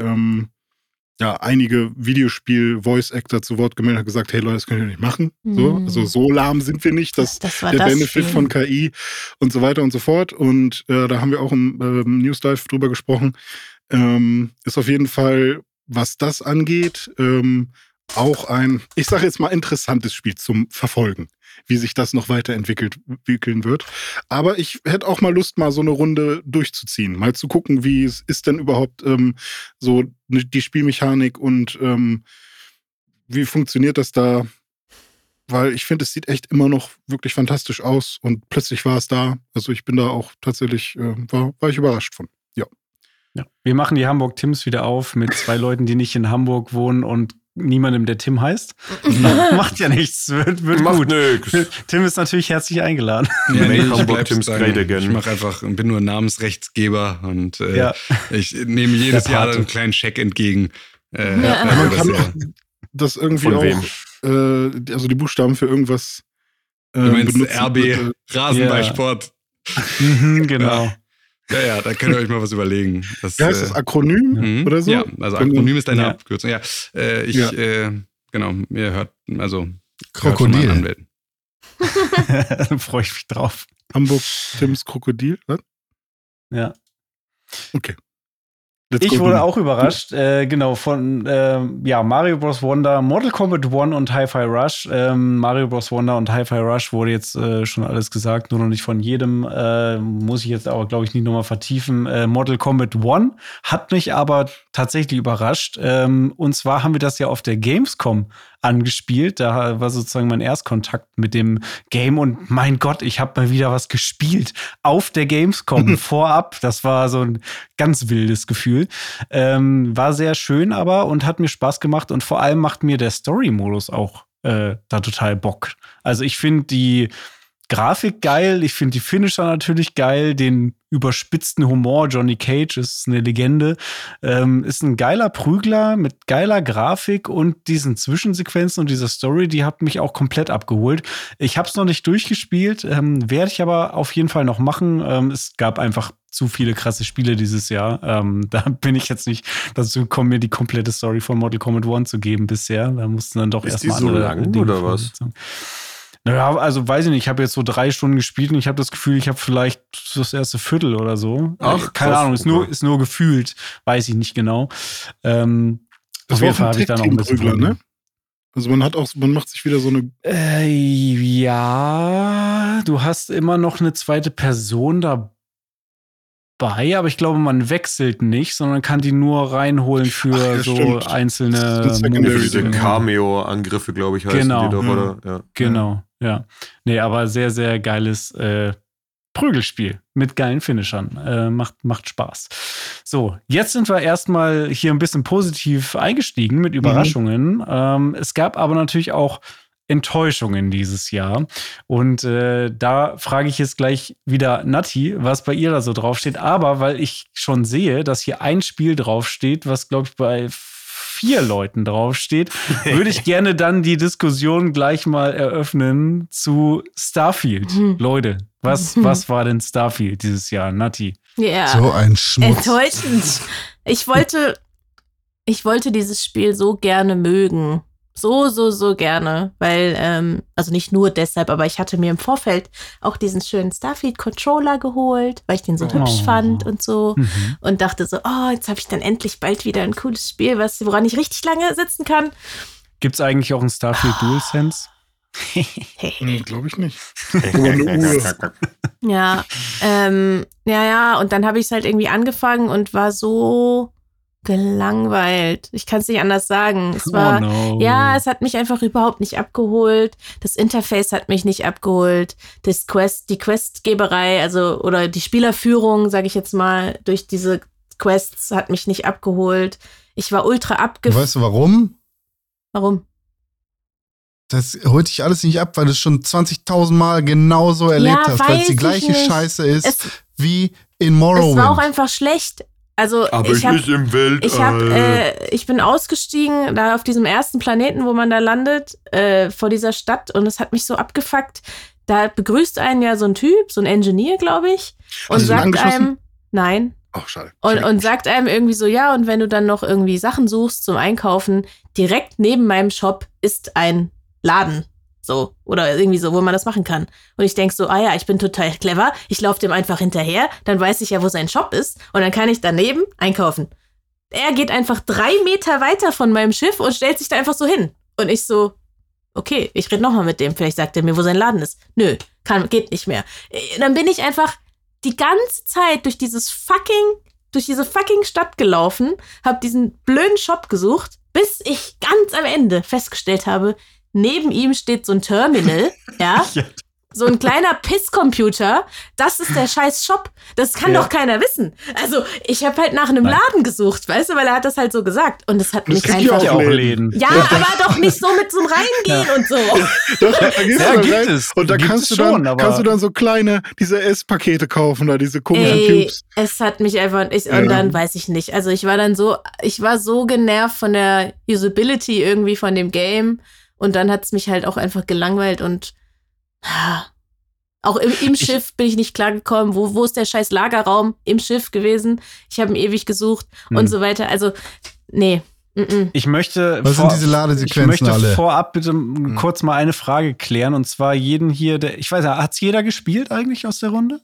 einige Videospiel-Voice-Actor zu Wort gemeldet und gesagt, hey Leute, das könnt ihr nicht machen. So, also so lahm sind wir nicht, dass das war der das Benefit Spiel. von KI und so weiter und so fort. Und da haben wir auch im News Dive drüber gesprochen. Ist auf jeden Fall, was das angeht, auch ein, ich sage jetzt mal, interessantes Spiel zum Verfolgen, wie sich das noch weiterentwickeln wird. Aber ich hätte auch mal Lust, mal so eine Runde durchzuziehen, mal zu gucken, wie es ist denn überhaupt so die Spielmechanik und wie funktioniert das da? Weil ich finde, es sieht echt immer noch wirklich fantastisch aus und plötzlich war es da. Also ich bin da auch tatsächlich, war ich überrascht von. Ja. Ja. Wir machen die Hamburg-Tims wieder auf mit 2 Leuten, die nicht in Hamburg wohnen und niemandem, der Tim heißt. Macht ja nichts, wird Macht gut. nix. Tim ist natürlich herzlich eingeladen. Ja, nee, ich Hamburg Tims Great Again. Ich mache einfach, bin nur Namensrechtsgeber und ich nehme jedes Jahr einen kleinen Scheck entgegen. Man kann auch das irgendwie Von auch, wem? also die Buchstaben für irgendwas Du meinst benutzen. RB, Rasenballsport. Genau. Ja, da könnt ihr euch mal was überlegen. Wie heißt das? Akronym oder so? Ja, also Akronym ist eine Ja. Abkürzung. Ja, genau, ihr hört, also Krokodil. Anwälten. Da freue ich mich drauf. Hamburg Tims Krokodil? Was? Ja. Okay. Ich wurde auch überrascht, genau, von Mario Bros. Wonder, Mortal Kombat 1 und Hi-Fi Rush. Mario Bros. Wonder und Hi-Fi Rush wurde jetzt schon alles gesagt, nur noch nicht von jedem. Muss ich jetzt aber, glaube ich, nicht nochmal vertiefen. Mortal Kombat 1 hat mich aber tatsächlich überrascht. Und zwar haben wir das ja auf der Gamescom angespielt. Da war sozusagen mein Erstkontakt mit dem Game und mein Gott, ich habe mal wieder was gespielt auf der Gamescom vorab. Das war so ein ganz wildes Gefühl. War sehr schön aber und hat mir Spaß gemacht und vor allem macht mir der Story-Modus auch da total Bock. Also ich finde die Grafik geil, ich finde die Finisher natürlich geil, den überspitzten Humor, Johnny Cage ist eine Legende, ist ein geiler Prügler mit geiler Grafik und diesen Zwischensequenzen und dieser Story, die hat mich auch komplett abgeholt. Ich habe es noch nicht durchgespielt, werde ich aber auf jeden Fall noch machen. Es gab einfach zu viele krasse Spiele dieses Jahr. Da bin ich jetzt nicht dazu gekommen, mir die komplette Story von Mortal Kombat 1 zu geben bisher. Da mussten dann doch erstmal andere so lang Dinge oder was? Naja, also weiß ich nicht, ich habe jetzt so 3 Stunden gespielt und ich habe das Gefühl, ich habe vielleicht das erste Viertel oder so. Ach, keine Ahnung, ist nur gefühlt, weiß ich nicht genau. Das auf jeden Fall habe ich da noch ein bisschen Prügler, ne? Also man macht sich wieder so eine. Ja, du hast immer noch eine zweite Person dabei, aber ich glaube, man wechselt nicht, sondern kann die nur reinholen für so stimmt. einzelne diese Cameo-Angriffe, glaube ich, heißen genau. die doch, oder? Ja. Genau, ja. Nee, aber sehr, sehr geiles Prügelspiel mit geilen Finishern. Macht Spaß. So, jetzt sind wir erstmal hier ein bisschen positiv eingestiegen mit Überraschungen. Es gab aber natürlich auch Enttäuschungen dieses Jahr. Und da frage ich jetzt gleich wieder Natti, was bei ihr da so draufsteht. Aber weil ich schon sehe, dass hier ein Spiel draufsteht, was, glaube ich, bei 4 Leuten draufsteht, würde ich gerne dann die Diskussion gleich mal eröffnen zu Starfield. Leute, was war denn Starfield dieses Jahr, Natti? Ja. So ein Schmutz. Enttäuschend. Ich wollte dieses Spiel so gerne mögen. So gerne, weil, also nicht nur deshalb, aber ich hatte mir im Vorfeld auch diesen schönen Starfield-Controller geholt, weil ich den so hübsch fand und so und dachte so, jetzt habe ich dann endlich bald wieder ein cooles Spiel, woran ich richtig lange sitzen kann. Gibt's eigentlich auch ein Starfield DualSense? Glaube ich nicht. Ja, und dann habe ich es halt irgendwie angefangen und war so gelangweilt. Ich kann es nicht anders sagen. Es war, es hat mich einfach überhaupt nicht abgeholt. Das Interface hat mich nicht abgeholt. Die Questgeberei, oder die Spielerführung, sage ich jetzt mal, durch diese Quests hat mich nicht abgeholt. Ich war ultra Weißt du warum? Warum? Das holt dich alles nicht ab, weil du es schon 20.000 Mal genauso erlebt hast, weil es die gleiche Scheiße ist wie in Morrowind. Es war auch einfach schlecht. Also aber ich nicht im Weltall. Ich bin ausgestiegen, da auf diesem ersten Planeten, wo man da landet, vor dieser Stadt, und es hat mich so abgefuckt. Da begrüßt einen ja so ein Typ, so ein Engineer, glaube ich, und sagt einem, nein. Oh, schade. Und sagt einem irgendwie so, ja, und wenn du dann noch irgendwie Sachen suchst zum Einkaufen, direkt neben meinem Shop ist ein Laden. So, oder irgendwie so, wo man das machen kann. Und ich denke so, ich bin total clever, ich laufe dem einfach hinterher, dann weiß ich ja, wo sein Shop ist und dann kann ich daneben einkaufen. Er geht einfach 3 Meter weiter von meinem Schiff und stellt sich da einfach so hin. Und ich so, okay, ich rede nochmal mit dem, vielleicht sagt er mir, wo sein Laden ist. Nö, geht nicht mehr. Dann bin ich einfach die ganze Zeit durch diese fucking Stadt gelaufen, habe diesen blöden Shop gesucht, bis ich ganz am Ende festgestellt habe, neben ihm steht so ein Terminal, ja, so ein kleiner Pisscomputer, das ist der scheiß Shop. Das kann doch keiner wissen. Also, ich habe halt nach einem Laden gesucht, weißt du, weil er hat das halt so gesagt. Und es hat mich einfach... auch Läden. Ja, aber doch nicht so mit so einem Reingehen und so. Doch, da gehst du gibt rein, es. und da kannst du dann so kleine, diese S-Pakete kaufen, da diese komischen Cubes. Es hat mich einfach... Und dann weiß ich nicht. Also, ich war so genervt von der Usability irgendwie von dem Game. Und dann hat es mich halt auch einfach gelangweilt und auch im Schiff bin ich nicht klargekommen. Wo ist der scheiß Lagerraum im Schiff gewesen? Ich habe ihn ewig gesucht und so weiter. Also, nee. Ich möchte Was sind diese Ladesequenzen alle? Vorab bitte kurz mal eine Frage klären. Und zwar jeden hier, ich weiß ja, hat's jeder gespielt eigentlich aus der Runde?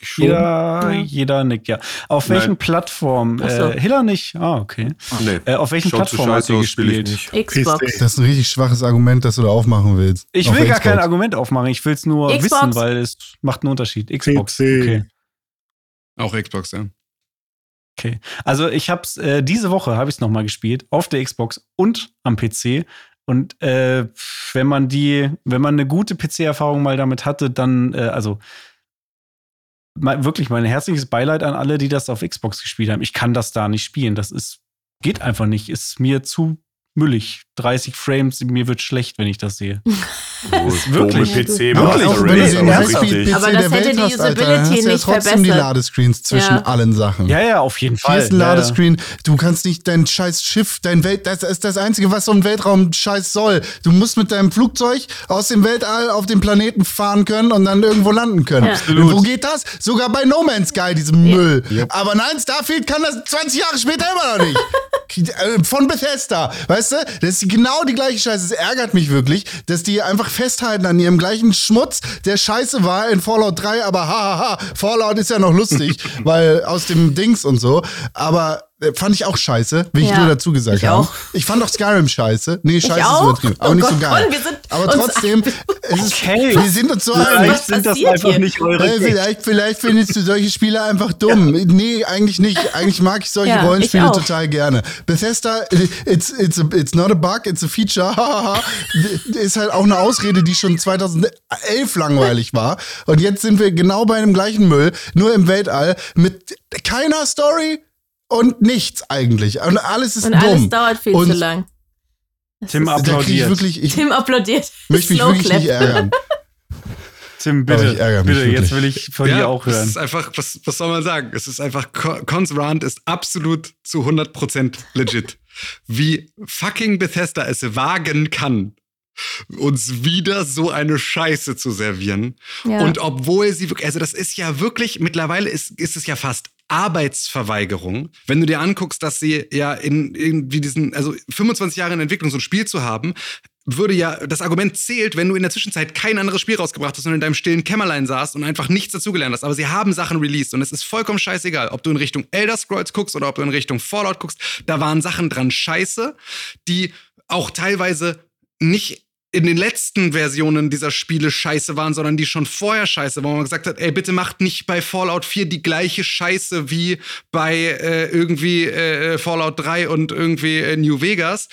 Jeder nickt, ja. Auf welchen Plattformen? Hiller nicht? Ah, okay. Nee. Auf welchen Plattformen habt ihr gespielt? Xbox. Das ist ein richtig schwaches Argument, das du da aufmachen willst. Ich will gar kein Argument aufmachen. Ich will es nur wissen, weil es macht einen Unterschied. Xbox. Okay. Auch Xbox, ja. Okay. Also ich hab's, diese Woche habe ich es nochmal gespielt. Auf der Xbox und am PC. Und wenn man eine gute PC-Erfahrung mal damit hatte, dann, wirklich mein herzliches Beileid an alle, die das auf Xbox gespielt haben. Ich kann das da nicht spielen. Geht einfach nicht. Ist mir zu müllig. 30 Frames, mir wird schlecht, wenn ich das sehe. Wirklich? PC aber das hätte die Usability nicht trotzdem verbessert. Die Ladescreens zwischen allen Sachen. Ja, auf jeden Fall. Hier ist ein Ladescreen. Du kannst nicht dein scheiß Schiff, das ist das Einzige, was so ein Weltraum-Scheiß soll. Du musst mit deinem Flugzeug aus dem Weltall auf den Planeten fahren können und dann irgendwo landen können. Absolut. Wo geht das? Sogar bei No Man's Sky, diesem Müll. Aber nein, Starfield kann das 20 Jahre später immer noch nicht. Von Bethesda. Weißt du? Das ist genau die gleiche Scheiße. Es ärgert mich wirklich, dass die einfach festhalten an ihrem gleichen Schmutz, der scheiße war in Fallout 3, aber hahaha, Fallout ist ja noch lustig, weil aus dem Dings und so. Aber fand ich auch scheiße, wie ich nur dazu gesagt habe. Ich fand auch Skyrim scheiße. Nee, scheiße ist übertrieben. Aber nicht so geil. Aber trotzdem, wir sind uns so einig. Vielleicht sind das einfach nicht eure Vielleicht findest du solche Spiele einfach dumm. Nee, eigentlich nicht. Eigentlich mag ich solche Rollenspiele total gerne. Bethesda, it's not a bug, it's a feature. Ist halt auch eine Ausrede, die schon 2011 langweilig war. Und jetzt sind wir genau bei dem gleichen Müll, nur im Weltall, mit keiner Story. Und nichts eigentlich. Und alles ist dumm. Und alles dauert viel zu lang. Tim applaudiert. Tim applaudiert. Möchte mich wirklich nicht ärgern. Tim, bitte, jetzt will ich von dir auch hören. Es ist einfach, was soll man sagen? Es ist einfach, Cons Rant ist absolut zu 100% legit. Wie fucking Bethesda es wagen kann, uns wieder so eine Scheiße zu servieren. Ja. Und obwohl sie wirklich, also das ist ja wirklich, mittlerweile ist es ja fast Arbeitsverweigerung. Wenn du dir anguckst, dass sie ja in irgendwie 25 Jahre in Entwicklung so ein Spiel zu haben, würde ja, das Argument zählt, wenn du in der Zwischenzeit kein anderes Spiel rausgebracht hast und in deinem stillen Kämmerlein saßt und einfach nichts dazugelernt hast. Aber sie haben Sachen released und es ist vollkommen scheißegal, ob du in Richtung Elder Scrolls guckst oder ob du in Richtung Fallout guckst. Da waren Sachen dran scheiße, die auch teilweise nicht in den letzten Versionen dieser Spiele scheiße waren, sondern die schon vorher scheiße waren, wo man gesagt hat, ey, bitte macht nicht bei Fallout 4 die gleiche Scheiße wie bei Fallout 3 und irgendwie New Vegas.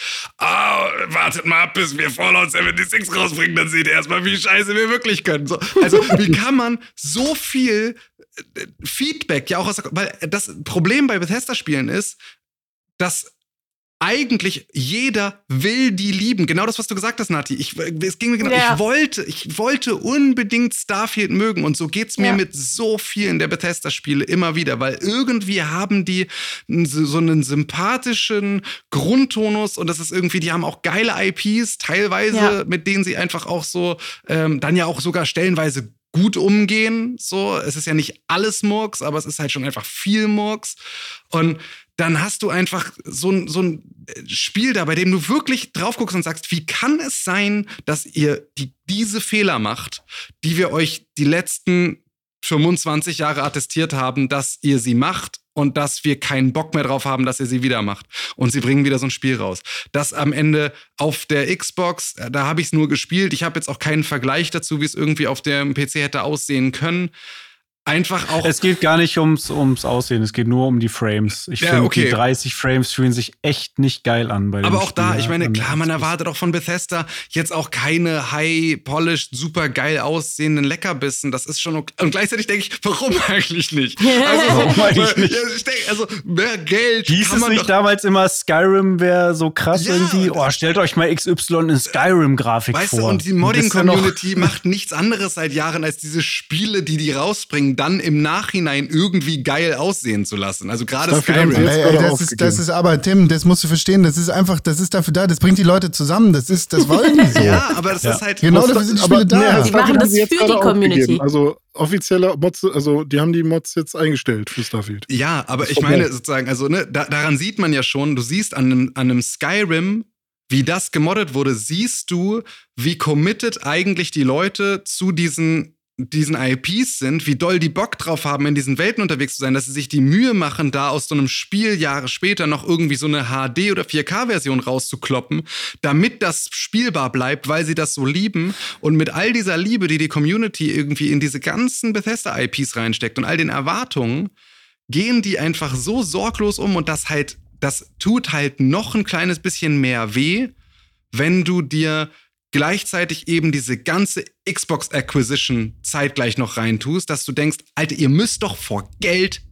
Wartet mal ab, bis wir Fallout 76 rausbringen, dann seht ihr erstmal, wie scheiße wir wirklich können. So, also, wie kann man so viel Feedback, ja auch weil das Problem bei Bethesda-Spielen ist, dass eigentlich jeder will die lieben. Genau das, was du gesagt hast, Nati. Es ging mir genau. Ja. Ich wollte unbedingt Starfield mögen. Und so geht's mir mit so vielen der Bethesda-Spiele immer wieder. Weil irgendwie haben die so einen sympathischen Grundtonus. Und das ist irgendwie, die haben auch geile IPs, teilweise, mit denen sie einfach auch so, dann ja auch sogar stellenweise gut umgehen. So, es ist ja nicht alles Murks, aber es ist halt schon einfach viel Murks. Und dann hast du einfach so ein Spiel da, bei dem du wirklich drauf guckst und sagst, wie kann es sein, dass ihr diese Fehler macht, die wir euch die letzten 25 Jahre attestiert haben, dass ihr sie macht und dass wir keinen Bock mehr drauf haben, dass ihr sie wieder macht. Und sie bringen wieder so ein Spiel raus. Das am Ende auf der Xbox, da habe ich es nur gespielt. Ich habe jetzt auch keinen Vergleich dazu, wie es irgendwie auf dem PC hätte aussehen können. Einfach auch. Es geht gar nicht ums Aussehen, es geht nur um die Frames. Ich finde, die 30 Frames fühlen sich echt nicht geil an. Bei aber dem auch da, Spiel, ich meine, klar, man erwartet auch von Bethesda jetzt auch keine high-polished, super geil aussehenden Leckerbissen. Das ist schon okay. Und gleichzeitig denke ich, warum eigentlich nicht? Warum eigentlich nicht? Ich denke, mehr Geld. Hieß es nicht damals immer, Skyrim wäre so krass irgendwie? Oh, stellt euch mal XY in Skyrim-Grafik vor. Weißt du, und die Modding-Community macht nichts anderes seit Jahren, als diese Spiele, die rausbringen, dann im Nachhinein irgendwie geil aussehen zu lassen. Also gerade Skyrim. Das ist aber, Tim, das musst du verstehen, das ist dafür da, das bringt die Leute zusammen, das wollen die so. Ja, aber das ist halt... Genau dafür sind die Spiele da. Die machen das für die Community. Also offizieller Mods, also die haben die Mods jetzt eingestellt für Starfield. Ja, aber ich meine sozusagen, also daran sieht man ja schon, du siehst an einem Skyrim, wie das gemoddet wurde, siehst du, wie committed eigentlich die Leute zu diesen IPs sind, wie doll die Bock drauf haben, in diesen Welten unterwegs zu sein, dass sie sich die Mühe machen, da aus so einem Spiel Jahre später noch irgendwie so eine HD- oder 4K-Version rauszukloppen, damit das spielbar bleibt, weil sie das so lieben. Und mit all dieser Liebe, die Community irgendwie in diese ganzen Bethesda-IPs reinsteckt und all den Erwartungen, gehen die einfach so sorglos um und das tut halt noch ein kleines bisschen mehr weh, wenn du dir gleichzeitig eben diese ganze Xbox-Acquisition zeitgleich noch reintust, dass du denkst, Alter, ihr müsst doch vor Geld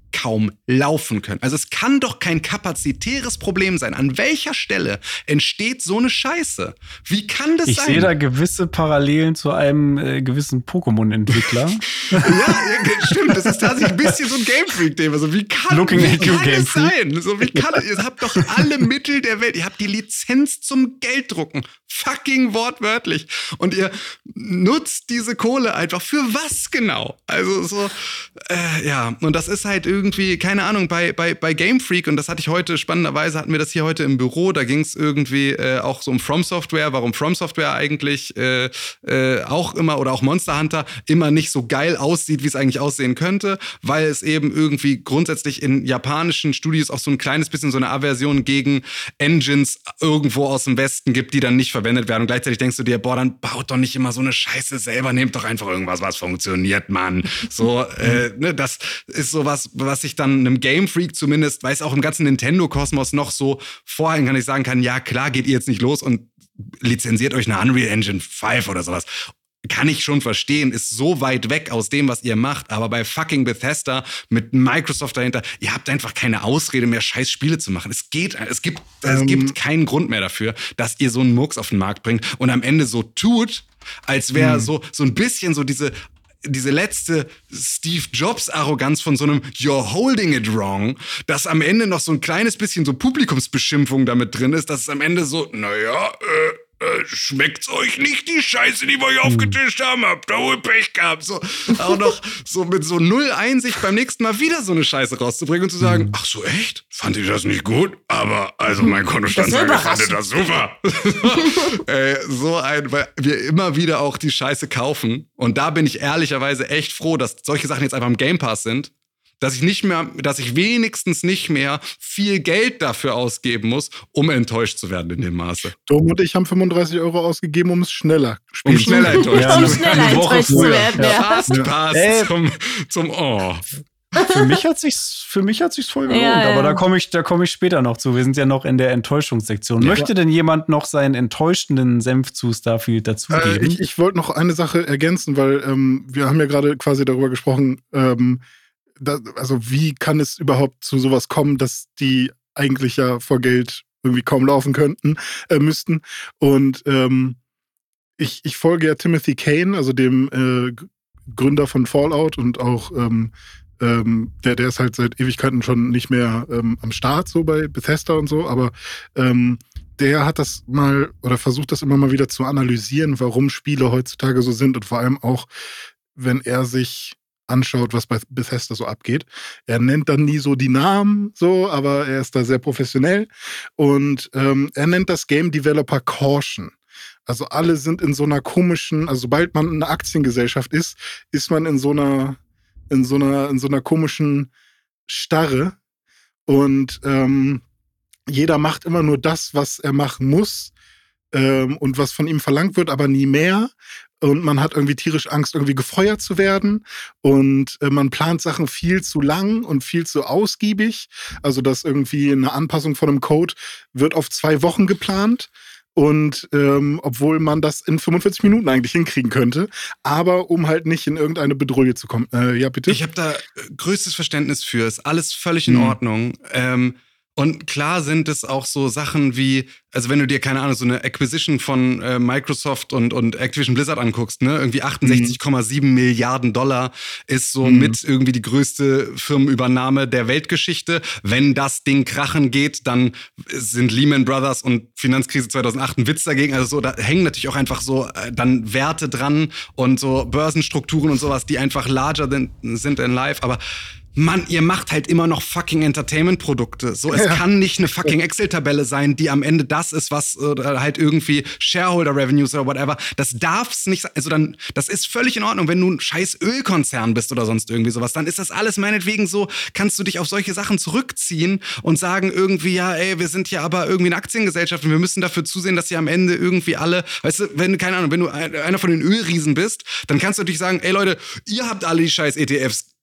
kaum laufen können. Also es kann doch kein kapazitäres Problem sein. An welcher Stelle entsteht so eine Scheiße? Wie kann das sein? Ich sehe da gewisse Parallelen zu einem gewissen Pokémon-Entwickler. Ja, stimmt. Das ist tatsächlich ein bisschen so ein Game Freak-Thema. So, wie kann es sein? So, ihr habt doch alle Mittel der Welt. Ihr habt die Lizenz zum Gelddrucken. Fucking wortwörtlich. Und ihr nutzt diese Kohle einfach für was genau? Also so, ja. Und das ist halt irgendwie, keine Ahnung, bei Game Freak, und das hatte ich heute, spannenderweise hatten wir das hier heute im Büro, da ging es irgendwie auch so um From Software, warum From Software eigentlich auch immer, oder auch Monster Hunter, immer nicht so geil aussieht, wie es eigentlich aussehen könnte, weil es eben irgendwie grundsätzlich in japanischen Studios auch so ein kleines bisschen so eine Aversion gegen Engines irgendwo aus dem Westen gibt, die dann nicht verwendet werden. Und gleichzeitig denkst du dir, boah, dann baut doch nicht immer so eine Scheiße selber, nehmt doch einfach irgendwas, was funktioniert, Mann. So, ne, das ist sowas, was ich dann einem Game Freak zumindest, weil es auch im ganzen Nintendo-Kosmos noch so vorhin kann ich sagen kann, ja klar, geht ihr jetzt nicht los und lizenziert euch eine Unreal Engine 5 oder sowas. Kann ich schon verstehen, ist so weit weg aus dem, was ihr macht. Aber bei fucking Bethesda mit Microsoft dahinter, ihr habt einfach keine Ausrede mehr, scheiß Spiele zu machen. Es gibt keinen Grund mehr dafür, dass ihr so einen Murks auf den Markt bringt und am Ende so tut, als wäre so ein bisschen so diese letzte Steve Jobs-Arroganz von so einem You're holding it wrong, dass am Ende noch so ein kleines bisschen so Publikumsbeschimpfung damit drin ist, dass es am Ende so, naja, schmeckt's euch nicht, die Scheiße, die wir euch aufgetischt haben, habt ihr wohl Pech gehabt. So, auch noch so mit so null Einsicht beim nächsten Mal wieder so eine Scheiße rauszubringen und zu sagen, ach so, echt? Fand ich das nicht gut? Aber, also mein Kontostand fand das super. Weil wir immer wieder auch die Scheiße kaufen. Und da bin ich ehrlicherweise echt froh, dass solche Sachen jetzt einfach im Game Pass sind. Dass ich wenigstens nicht mehr viel Geld dafür ausgeben muss, um enttäuscht zu werden in dem Maße. Dom und ich haben 35 € ausgegeben, um es schneller spielen zu schneller enttäuscht zu werden. Ja. Passt zum Oh. Für mich hat sich's voll gelohnt, aber da komme ich später noch zu. Wir sind ja noch in der Enttäuschungssektion. Möchte denn jemand noch seinen enttäuschenden Senf zu Starfield dazugeben? Ich wollte noch eine Sache ergänzen, weil wir haben ja gerade quasi darüber gesprochen, also wie kann es überhaupt zu sowas kommen, dass die eigentlich ja vor Geld irgendwie kaum laufen müssten. Und ich folge ja Timothy Kane, also dem Gründer von Fallout und auch der ist halt seit Ewigkeiten schon nicht mehr am Start, so bei Bethesda und so, aber der hat das mal oder versucht das immer mal wieder zu analysieren, warum Spiele heutzutage so sind und vor allem auch, wenn er sich anschaut, was bei Bethesda so abgeht. Er nennt dann nie so die Namen, so, aber er ist da sehr professionell. Und er nennt das Game Developer Caution. Also alle sind in so einer komischen, also sobald man eine Aktiengesellschaft ist man in so einer komischen Starre. Und jeder macht immer nur das, was er machen muss und was von ihm verlangt wird, aber nie mehr. Und man hat irgendwie tierisch Angst, irgendwie gefeuert zu werden. Und man plant Sachen viel zu lang und viel zu ausgiebig. Also, dass irgendwie eine Anpassung von einem Code wird auf 2 Wochen geplant. Und obwohl man das in 45 Minuten eigentlich hinkriegen könnte. Aber um halt nicht in irgendeine Bedrohung zu kommen. Ja, bitte? Ich habe da größtes Verständnis für. Ist alles völlig in Ordnung. Und klar sind es auch so Sachen wie, also wenn du dir, keine Ahnung, so eine Acquisition von Microsoft und Activision Blizzard anguckst, ne, irgendwie 68,7 Milliarden $, ist so mit irgendwie die größte Firmenübernahme der Weltgeschichte. Wenn das Ding krachen geht, dann sind Lehman Brothers und Finanzkrise 2008 ein Witz dagegen. Also so, da hängen natürlich auch einfach so dann Werte dran und so Börsenstrukturen und sowas, die einfach larger sind in life, aber Mann, ihr macht halt immer noch fucking Entertainment-Produkte. So, es kann nicht eine fucking Excel-Tabelle sein, die am Ende das ist, was halt irgendwie Shareholder-Revenues oder whatever. Das darf's nicht sein. Also dann, das ist völlig in Ordnung, wenn du ein scheiß Ölkonzern bist oder sonst irgendwie sowas. Dann ist das alles meinetwegen so, kannst du dich auf solche Sachen zurückziehen und sagen irgendwie, ja, ey, wir sind ja aber irgendwie eine Aktiengesellschaft und wir müssen dafür zusehen, dass sie am Ende irgendwie alle, weißt du, wenn du einer von den Ölriesen bist, dann kannst du natürlich sagen, ey Leute, ihr habt alle die scheiß ETFs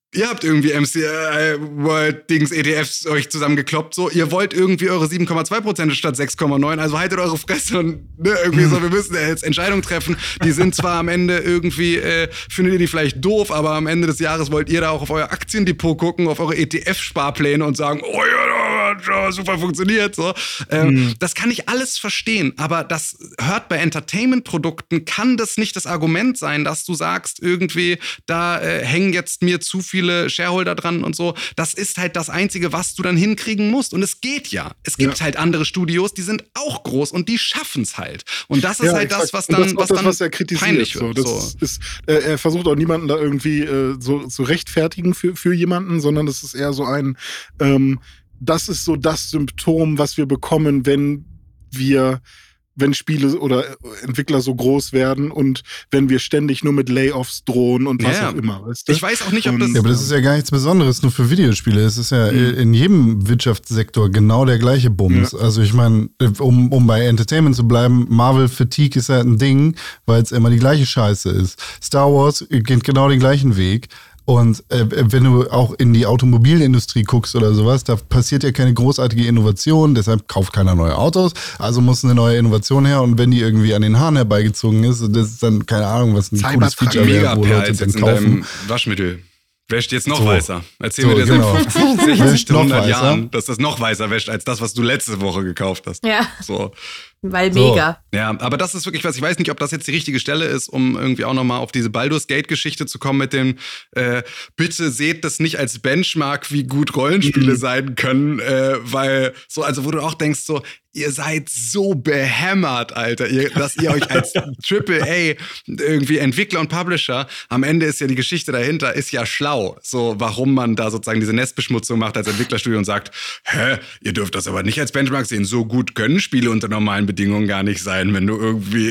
Ihr habt irgendwie MCI World Dings ETFs euch zusammengekloppt, so. Ihr wollt irgendwie eure 7,2% statt 6,9, also haltet eure Fresse und irgendwie so, wir müssen jetzt Entscheidungen treffen. Die sind zwar am Ende irgendwie, findet ihr die vielleicht doof, aber am Ende des Jahres wollt ihr da auch auf euer Aktiendepot gucken, auf eure ETF-Sparpläne und sagen, oh ja, super funktioniert, so. Das kann ich alles verstehen, aber das hört bei Entertainment-Produkten, kann das nicht das Argument sein, dass du sagst, irgendwie, da hängen jetzt mir zu viele Shareholder dran und so. Das ist halt das Einzige, was du dann hinkriegen musst. Und es geht ja. Es gibt halt andere Studios, die sind auch groß und die schaffen es halt. Und das ist halt das, was dann was er kritisiert, peinlich wird. Er versucht auch niemanden da irgendwie so zu rechtfertigen für jemanden, sondern das ist eher so ein das ist so das Symptom, was wir bekommen, wenn Spiele oder Entwickler so groß werden und wenn wir ständig nur mit Layoffs drohen und was auch immer. Weißt du? Ich weiß auch nicht, ob das... Ja, aber das ist ja gar nichts Besonderes, nur für Videospiele. Es ist ja in jedem Wirtschaftssektor genau der gleiche Bums. Ja. Also ich meine, um bei Entertainment zu bleiben, Marvel Fatigue ist ja ein Ding, weil es immer die gleiche Scheiße ist. Star Wars geht genau den gleichen Weg. Und wenn du auch in die Automobilindustrie guckst oder sowas, da passiert ja keine großartige Innovation, deshalb kauft keiner neue Autos, also muss eine neue Innovation her und wenn die irgendwie an den Haaren herbeigezogen ist, das ist dann keine Ahnung, was ein cooles Feature wäre, wo Leute dann kaufen. Waschmittel. Wäscht jetzt noch weißer. Erzähl mir dir seit 50, 60, 100 Jahren, dass das noch weißer wäscht, als das, was du letzte Woche gekauft hast. Ja. So. Weil mega. Ja, aber das ist wirklich was, ich weiß nicht, ob das jetzt die richtige Stelle ist, um irgendwie auch nochmal auf diese Baldur's Gate-Geschichte zu kommen mit dem bitte seht das nicht als Benchmark, wie gut Rollenspiele sein können, weil so, also wo du auch denkst so, ihr seid so behämmert, Alter, dass ihr euch als AAA irgendwie Entwickler und Publisher, am Ende ist ja die Geschichte dahinter, ist ja schlau. So, warum man da sozusagen diese Nestbeschmutzung macht als Entwicklerstudio und sagt, ihr dürft das aber nicht als Benchmark sehen, so gut können Spiele unter normalen Bedingungen gar nicht sein, wenn du irgendwie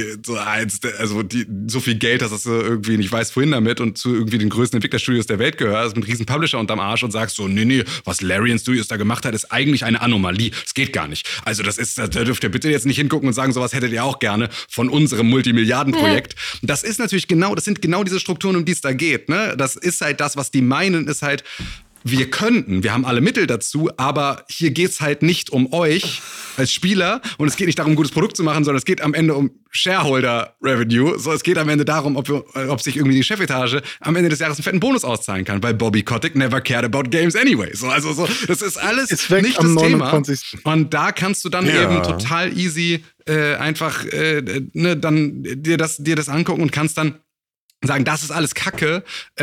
so viel Geld hast, dass du irgendwie nicht weißt, wohin damit und zu irgendwie den größten Entwicklerstudios der Welt gehörst, mit einem riesen Publisher unterm Arsch und sagst so, nee, was Larian Studios da gemacht hat, ist eigentlich eine Anomalie. Das geht gar nicht. Also da dürft ihr bitte jetzt nicht hingucken und sagen, sowas hättet ihr auch gerne von unserem Multimilliardenprojekt. Das ist natürlich das sind genau diese Strukturen, um die es da geht, ne? Das ist halt das, was die meinen, ist halt, wir haben alle Mittel dazu, aber hier geht's halt nicht um euch als Spieler und es geht nicht darum, ein gutes Produkt zu machen, sondern es geht am Ende um Shareholder-Revenue. So, es geht am Ende darum, ob sich irgendwie die Chefetage am Ende des Jahres einen fetten Bonus auszahlen kann, weil Bobby Kotick never cared about games anyway. So, das ist alles nicht das 29. Thema. Und da kannst du dann eben total easy einfach dann dir das angucken und kannst dann sagen, das ist alles Kacke,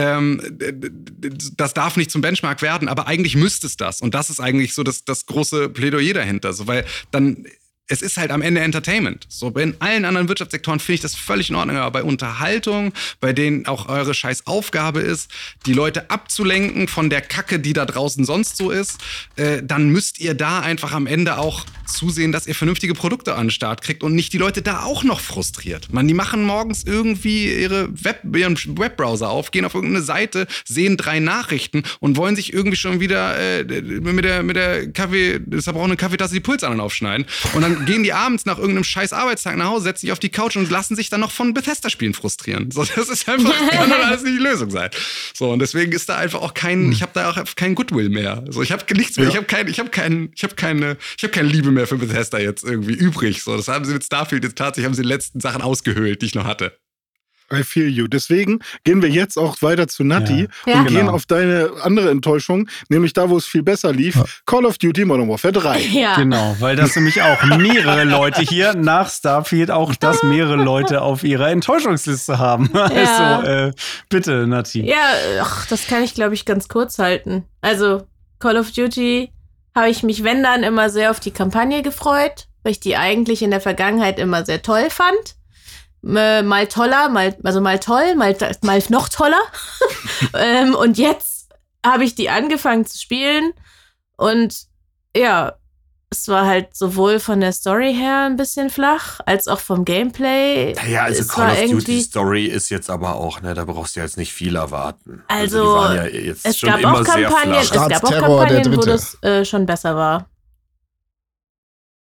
das darf nicht zum Benchmark werden, aber eigentlich müsste es das. Und das ist eigentlich so das große Plädoyer dahinter. So, weil dann, es ist halt am Ende Entertainment. So, in allen anderen Wirtschaftssektoren finde ich das völlig in Ordnung, aber bei Unterhaltung, bei denen auch eure scheiß Aufgabe ist, die Leute abzulenken von der Kacke, die da draußen sonst so ist, dann müsst ihr da einfach am Ende auch zusehen, dass ihr vernünftige Produkte an den Start kriegt und nicht die Leute da auch noch frustriert. Die machen morgens irgendwie ihren Webbrowser auf, gehen auf irgendeine Seite, sehen 3 Nachrichten und wollen sich irgendwie schon wieder mit der zerbrochenen Kaffeetasse die Pulsadern aufschneiden. Und dann gehen die abends nach irgendeinem scheiß Arbeitstag nach Hause, setzen sich auf die Couch und lassen sich dann noch von Bethesda-Spielen frustrieren. So, das ist einfach, kann doch alles nicht die Lösung sein. So, und deswegen ist da einfach auch ich habe da auch kein Goodwill mehr. So, ich habe nichts mehr, ich habe keine Liebe mehr für Bethesda jetzt irgendwie übrig. So, das haben sie mit Starfield jetzt tatsächlich, haben sie die letzten Sachen ausgehöhlt, die ich noch hatte. I feel you. Deswegen gehen wir jetzt auch weiter zu Natti und gehen auf deine andere Enttäuschung, nämlich da, wo es viel besser lief, Call of Duty Modern Warfare 3. Ja. Genau, weil das nämlich auch mehrere Leute hier nach Starfield mehrere Leute auf ihrer Enttäuschungsliste haben. Ja. Also, bitte, Natti. Ja, das kann ich, glaube ich, ganz kurz halten. Also, Call of Duty habe ich mich, wenn dann, immer sehr auf die Kampagne gefreut, weil ich die eigentlich in der Vergangenheit immer sehr toll fand. Mal toller, mal toll, mal noch toller. Und jetzt habe ich die angefangen zu spielen und ja, es war halt sowohl von der Story her ein bisschen flach, als auch vom Gameplay. Naja, also Call of Duty Story ist jetzt aber auch, ne, da brauchst du jetzt nicht viel erwarten. Also die waren ja jetzt es schon gab immer auch Kampagnen, wo das schon besser war.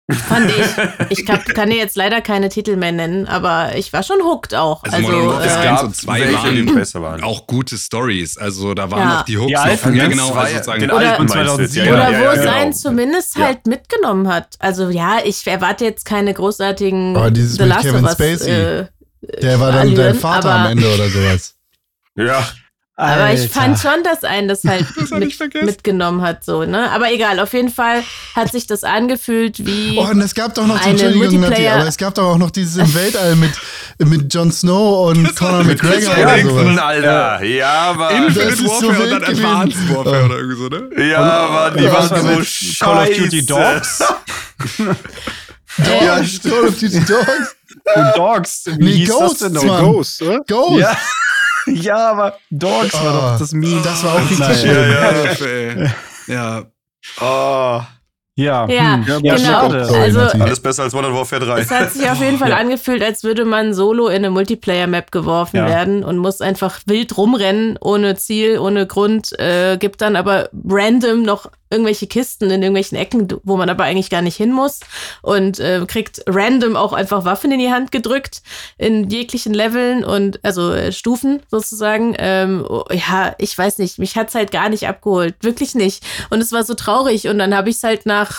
Fand ich. Ich kann dir jetzt leider keine Titel mehr nennen, aber ich war schon hooked auch. Also Modern Warfare 1 und 2 waren auch gute Stories. Also da waren auch die Hooks. Genau, also sozusagen den alten 2007. Oder wo es einen zumindest halt mitgenommen hat. Also ja, ich erwarte jetzt keine großartigen aber dieses The mit Last Kevin of Us, Spacey, der war dann dein Vater am Ende oder sowas. Ja. Aber ich fand schon, dass einen das halt mitgenommen hat, so, ne? Aber egal, auf jeden Fall hat sich das angefühlt wie. Oh, und es gab doch noch, Entschuldigung, Nati, aber es gab doch auch noch dieses im Weltall mit Jon Snow und Conor McGregor oder sowas. Alter. Ja, aber. Infinite Warfare und dann Advanced Warfare oder irgendwie so, ne? Ja, aber die waren so scheiße. Call of Duty Dogs. Ja, Call of Duty Dogs. Dogs. Wie hieß Ghosts, das denn noch? Ghost, oder? Ghost. Ja. Ja, aber Dogs war doch das Meme. Das war auch richtig schön. Ja. Oh. Ja, genau. schade. Also, Alles besser als Modern Warfare 3. Es hat sich auf jeden Fall angefühlt, als würde man solo in eine Multiplayer-Map geworfen werden und muss einfach wild rumrennen, ohne Ziel, ohne Grund, gibt dann aber random noch irgendwelche Kisten in irgendwelchen Ecken, wo man aber eigentlich gar nicht hin muss und kriegt random auch einfach Waffen in die Hand gedrückt in jeglichen Leveln und also Stufen sozusagen. Ja, ich weiß nicht, mich hat's halt gar nicht abgeholt, wirklich nicht. Und es war so traurig und dann habe ich es halt nach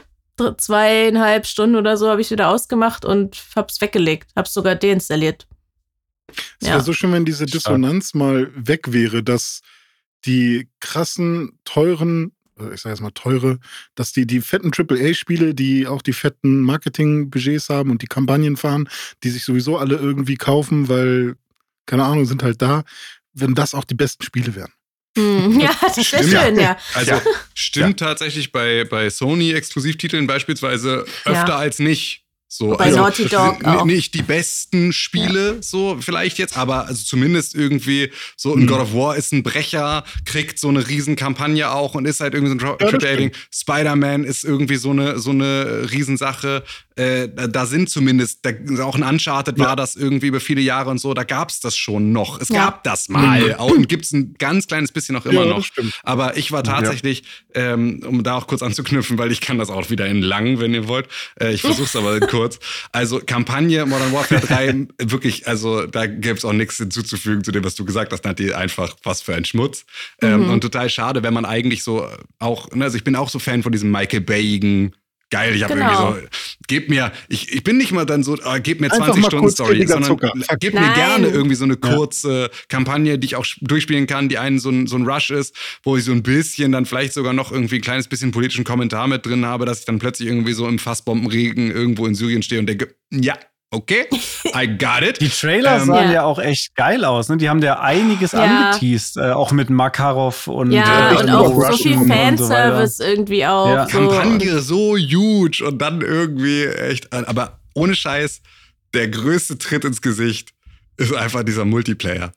2,5 Stunden oder so habe ich wieder ausgemacht und hab's weggelegt, hab's sogar deinstalliert. Es wäre so schön, wenn diese Dissonanz mal weg wäre, dass die krassen, teuren, ich sage jetzt mal teure, dass die fetten AAA-Spiele, die auch die fetten Marketing-Budgets haben und die Kampagnen fahren, die sich sowieso alle irgendwie kaufen, weil, keine Ahnung, sind halt da, wenn das auch die besten Spiele wären. Ja, das wäre schön, ja. Also stimmt tatsächlich bei Sony-Exklusivtiteln beispielsweise öfter als nicht. So, bei Naughty Dog auch. Nicht die besten Spiele, so vielleicht jetzt, aber also zumindest irgendwie so ein God of War ist ein Brecher, kriegt so eine Riesenkampagne auch und ist halt irgendwie so ein Triple-A-Ding. Spider-Man ist irgendwie so eine Riesensache. Da sind zumindest, auch ein Uncharted war das irgendwie über viele Jahre und so, da gab's das schon noch. Es gab das mal und gibt's ein ganz kleines bisschen auch immer noch. Aber ich war tatsächlich, um da auch kurz anzuknüpfen, weil ich kann das auch wieder in lang, wenn ihr wollt. Ich versuch's aber kurz. Also Kampagne Modern Warfare 3, wirklich, also da gibt's auch nichts hinzuzufügen zu dem, was du gesagt hast, Nati, einfach was für ein Schmutz. Und total schade, wenn man eigentlich so auch, also ich bin auch so Fan von diesem Michael Bayigen, geil, ich habe irgendwie so, gebt mir, ich bin nicht mal dann so, gebt mir 20 Stunden Story, sondern gebt mir gerne irgendwie so eine kurze Kampagne, die ich auch durchspielen kann, die einen so ein Rush ist, wo ich so ein bisschen dann vielleicht sogar noch irgendwie ein kleines bisschen politischen Kommentar mit drin habe, dass ich dann plötzlich irgendwie so im Fassbombenregen irgendwo in Syrien stehe und denke, ja, okay, I got it. Die Trailer sahen ja auch echt geil aus, ne? Die haben da einiges angeteased, auch mit Makarov und und auch so viel Fanservice so irgendwie auch. Ja. So. Kampagne so huge und dann irgendwie echt, aber ohne Scheiß, der größte Tritt ins Gesicht ist einfach dieser Multiplayer.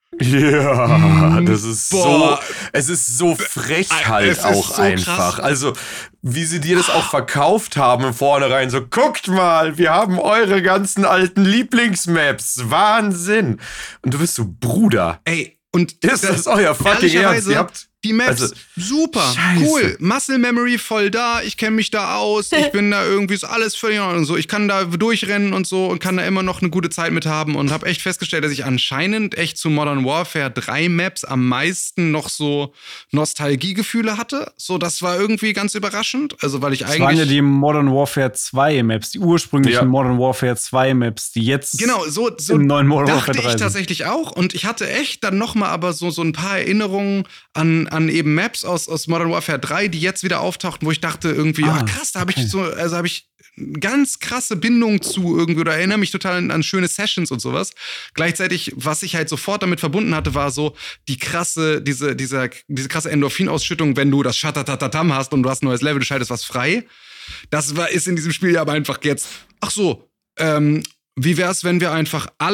Ja, das ist es ist so frech halt auch so einfach. Krass. Also, wie sie dir das auch verkauft haben im Vornherein, so, guckt mal, wir haben eure ganzen alten Lieblingsmaps, Wahnsinn. Und du bist so, Bruder. Ey, und ist das euer fucking Ernst? Ihr habt die Maps, super, cool, Muscle Memory voll da, ich kenne mich da aus, ich bin da irgendwie so alles völlig und so, ich kann da durchrennen und so und kann da immer noch eine gute Zeit mit haben und habe echt festgestellt, dass ich anscheinend echt zu Modern Warfare 3 Maps am meisten noch so Nostalgiegefühle hatte, so das war irgendwie ganz überraschend, also weil ich eigentlich... Das waren ja die Modern Warfare 2 Maps, die ursprünglichen Modern Warfare 2 Maps, die jetzt so im neuen Modern Warfare 3 dachte ich tatsächlich auch und ich hatte echt dann nochmal aber so ein paar Erinnerungen an eben Maps aus Modern Warfare 3, die jetzt wieder auftauchten, wo ich dachte irgendwie, krass, da habe ich ganz krasse Bindung zu irgendwie oder erinnere mich total an schöne Sessions und sowas. Gleichzeitig, was ich halt sofort damit verbunden hatte, war so die krasse, diese krasse Endorphinausschüttung, wenn du das Shatatatatam hast und du hast ein neues Level, du schaltest was frei. Das ist in diesem Spiel ja aber einfach jetzt, wie wär's, wenn wir einfach alle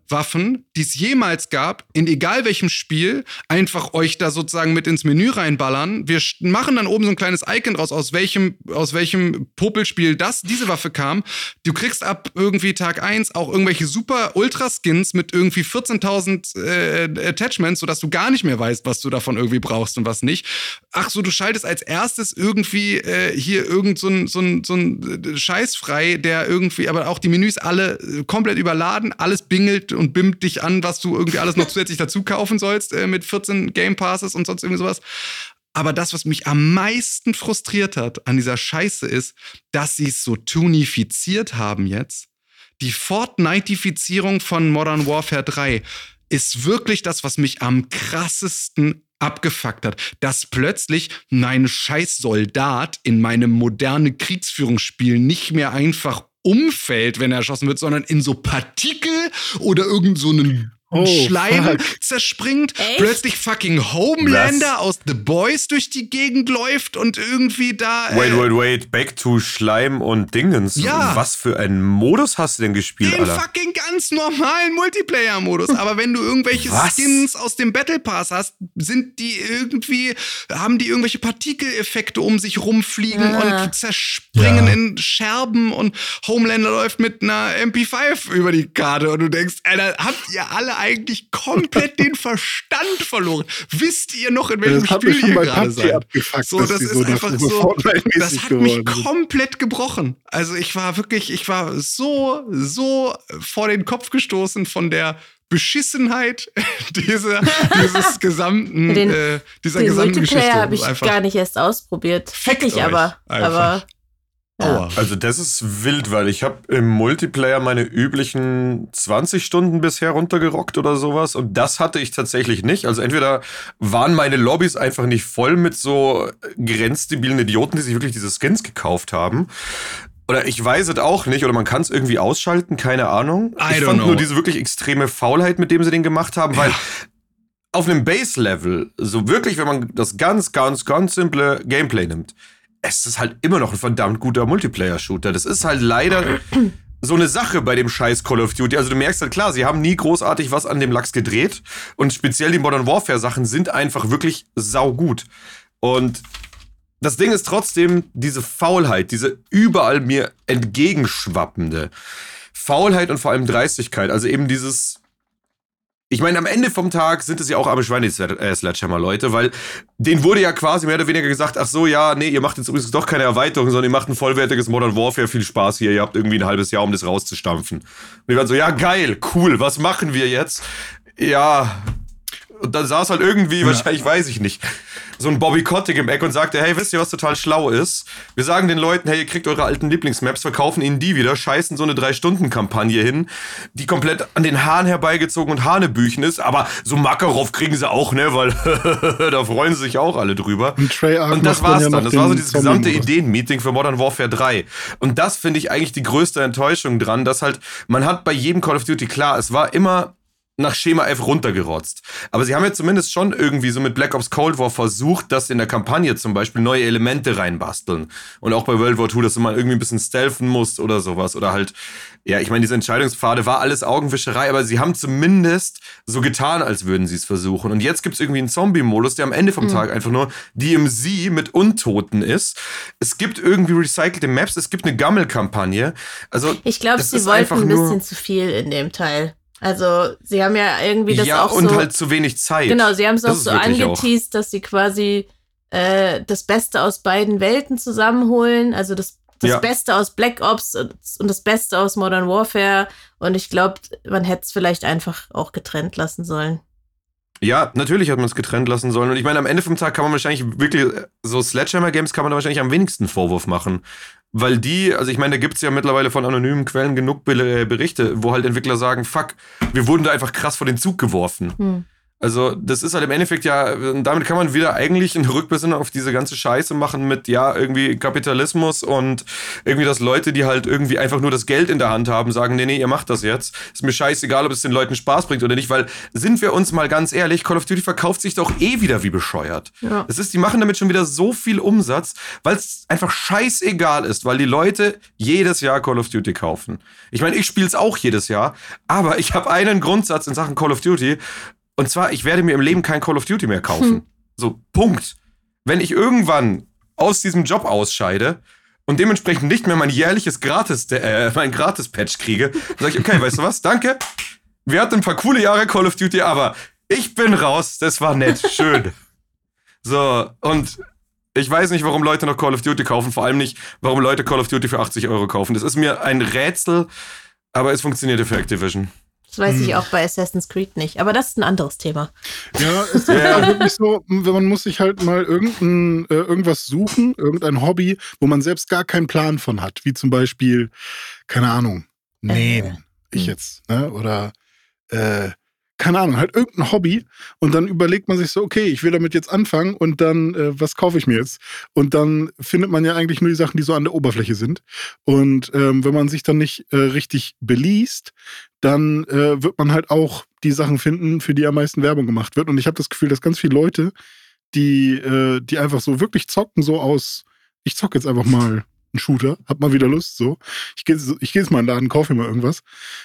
Waffen, die es jemals gab, in egal welchem Spiel, einfach euch da sozusagen mit ins Menü reinballern. Wir machen dann oben so ein kleines Icon draus, aus welchem Popelspiel diese Waffe kam. Du kriegst ab irgendwie Tag 1 auch irgendwelche super Ultra-Skins mit irgendwie 14.000 Attachments, sodass du gar nicht mehr weißt, was du davon irgendwie brauchst und was nicht. Ach so, du schaltest als erstes irgendwie hier irgend so ein Scheiß frei, der irgendwie, aber auch die Menüs alle komplett überladen, alles bingelt und bimmt dich an, was du irgendwie alles noch zusätzlich dazu kaufen sollst mit 14 Game Passes und sonst irgendwie sowas. Aber das, was mich am meisten frustriert hat an dieser Scheiße ist, dass sie es so tunifiziert haben jetzt. Die Fortnite-ifizierung von Modern Warfare 3 ist wirklich das, was mich am krassesten abgefuckt hat, dass plötzlich ein scheiß Soldat in meinem modernen Kriegsführungsspiel nicht mehr einfach umfällt, wenn er erschossen wird, sondern in so Partikel oder irgend so einen Schleim zerspringt, plötzlich fucking Homelander aus The Boys durch die Gegend läuft und irgendwie da... Wait, back to Schleim und Dingens. Ja. Was für einen Modus hast du denn gespielt, Den Alter? fucking ganz normalen Multiplayer-Modus. Aber wenn du irgendwelche Skins aus dem Battle Pass hast, haben die irgendwelche Partikeleffekte um sich rumfliegen und zerspringen in Scherben und Homelander läuft mit einer MP5 über die Karte und du denkst, Alter, habt ihr alle eigentlich komplett den Verstand verloren? Wisst ihr noch, in welchem Spiel ihr gerade seid? So, das ist einfach so, das hat mich komplett gebrochen. Also ich war so vor den Kopf gestoßen von der Beschissenheit dieser gesamten Geschichte. Habe ich gar nicht erst ausprobiert. Hätte ich aber. Ja. Also das ist wild, weil ich habe im Multiplayer meine üblichen 20 Stunden bisher runtergerockt oder sowas und das hatte ich tatsächlich nicht. Also entweder waren meine Lobbys einfach nicht voll mit so grenzdebilen Idioten, die sich wirklich diese Skins gekauft haben. Oder ich weiß es auch nicht, oder man kann es irgendwie ausschalten, keine Ahnung. Ich fand nur diese wirklich extreme Faulheit, mit dem sie den gemacht haben, weil auf einem Base-Level, so wirklich, wenn man das ganz, ganz, ganz simple Gameplay nimmt, es ist halt immer noch ein verdammt guter Multiplayer-Shooter. Das ist halt leider so eine Sache bei dem scheiß Call of Duty. Also du merkst halt klar, sie haben nie großartig was an dem Lachs gedreht. Und speziell die Modern Warfare-Sachen sind einfach wirklich saugut. Und das Ding ist trotzdem diese Faulheit, diese überall mir entgegenschwappende Faulheit und vor allem Dreistigkeit. Also eben dieses... Ich meine, am Ende vom Tag sind es ja auch arme Schweine, Sledgehammer-Leute, weil denen wurde ja quasi mehr oder weniger gesagt, ach so, ja, nee, ihr macht jetzt übrigens doch keine Erweiterung, sondern ihr macht ein vollwertiges Modern Warfare, viel Spaß hier, ihr habt irgendwie ein halbes Jahr, um das rauszustampfen. Und die waren so, ja, geil, cool, was machen wir jetzt? Ja, und dann saß halt irgendwie, wahrscheinlich, weiß ich nicht, so ein Bobby Kotick im Eck und sagte, hey, wisst ihr, was total schlau ist? Wir sagen den Leuten, hey, ihr kriegt eure alten Lieblingsmaps, verkaufen ihnen die wieder, scheißen so eine 3-Stunden-Kampagne hin, die komplett an den Haaren herbeigezogen und Hanebüchen ist, aber so Makarov kriegen sie auch, ne, weil da freuen sie sich auch alle drüber. Und das war's dann. Das war so dieses gesamte Ideen-Meeting für Modern Warfare 3. Und das finde ich eigentlich die größte Enttäuschung dran, dass halt, man hat bei jedem Call of Duty, klar, es war immer nach Schema F runtergerotzt. Aber sie haben ja zumindest schon irgendwie so mit Black Ops Cold War versucht, dass in der Kampagne zum Beispiel neue Elemente reinbasteln. Und auch bei World War II, dass du mal irgendwie ein bisschen stealthen musst oder sowas. Oder halt, ja, ich meine, diese Entscheidungspfade war alles Augenwischerei, aber sie haben zumindest so getan, als würden sie es versuchen. Und jetzt gibt's irgendwie einen Zombie-Modus, der am Ende vom Tag einfach nur DMZ mit Untoten ist. Es gibt irgendwie recycelte Maps, es gibt eine Gammel-Kampagne. Also, ich glaube, sie wollten ein bisschen zu viel in dem Teil. Also, sie haben ja irgendwie das auch so... Ja, und halt zu wenig Zeit. Genau, sie haben es auch so angeteased, dass sie quasi das Beste aus beiden Welten zusammenholen. Also das Beste aus Black Ops und das Beste aus Modern Warfare. Und ich glaube, man hätte es vielleicht einfach auch getrennt lassen sollen. Ja, natürlich hat man es getrennt lassen sollen. Und ich meine, am Ende vom Tag kann man wahrscheinlich wirklich, so Sledgehammer-Games kann man da wahrscheinlich am wenigsten Vorwurf machen. Weil also ich meine, da gibt's ja mittlerweile von anonymen Quellen genug Berichte, wo halt Entwickler sagen, fuck, wir wurden da einfach krass vor den Zug geworfen. Also das ist halt im Endeffekt ja, damit kann man wieder eigentlich eine Rückbesinnung auf diese ganze Scheiße machen mit, ja, irgendwie Kapitalismus und irgendwie, dass Leute, die halt irgendwie einfach nur das Geld in der Hand haben, sagen, nee, ihr macht das jetzt. Ist mir scheißegal, ob es den Leuten Spaß bringt oder nicht, weil, sind wir uns mal ganz ehrlich, Call of Duty verkauft sich doch eh wieder wie bescheuert. Ja. Das ist, die machen damit schon wieder so viel Umsatz, weil es einfach scheißegal ist, weil die Leute jedes Jahr Call of Duty kaufen. Ich meine, ich spiele es auch jedes Jahr, aber ich habe einen Grundsatz in Sachen Call of Duty. Und zwar, ich werde mir im Leben kein Call of Duty mehr kaufen. So, Punkt. Wenn ich irgendwann aus diesem Job ausscheide und dementsprechend nicht mehr mein jährliches mein Gratis-Patch kriege, dann sage ich, okay, weißt du was, danke. Wir hatten ein paar coole Jahre Call of Duty, aber ich bin raus, das war nett, schön. So, und ich weiß nicht, warum Leute noch Call of Duty kaufen, vor allem nicht, warum Leute Call of Duty für 80 € kaufen. Das ist mir ein Rätsel, aber es funktionierte für Activision. Das weiß ich auch bei Assassin's Creed nicht, aber das ist ein anderes Thema. Ja, es ist halt wirklich so, man muss sich halt mal irgendwas suchen, irgendein Hobby, wo man selbst gar keinen Plan von hat, wie zum Beispiel, keine Ahnung, nähen, ne? Oder keine Ahnung, halt irgendein Hobby und dann überlegt man sich so, okay, ich will damit jetzt anfangen und dann, was kaufe ich mir jetzt? Und dann findet man ja eigentlich nur die Sachen, die so an der Oberfläche sind. Und wenn man sich dann nicht richtig beliest, dann wird man halt auch die Sachen finden, für die am meisten Werbung gemacht wird. Und ich habe das Gefühl, dass ganz viele Leute, die einfach so wirklich zocken, so aus, ich zocke jetzt einfach mal einen Shooter, hab mal wieder Lust, so. Ich gehe jetzt mal in den Laden, kaufe mir mal irgendwas.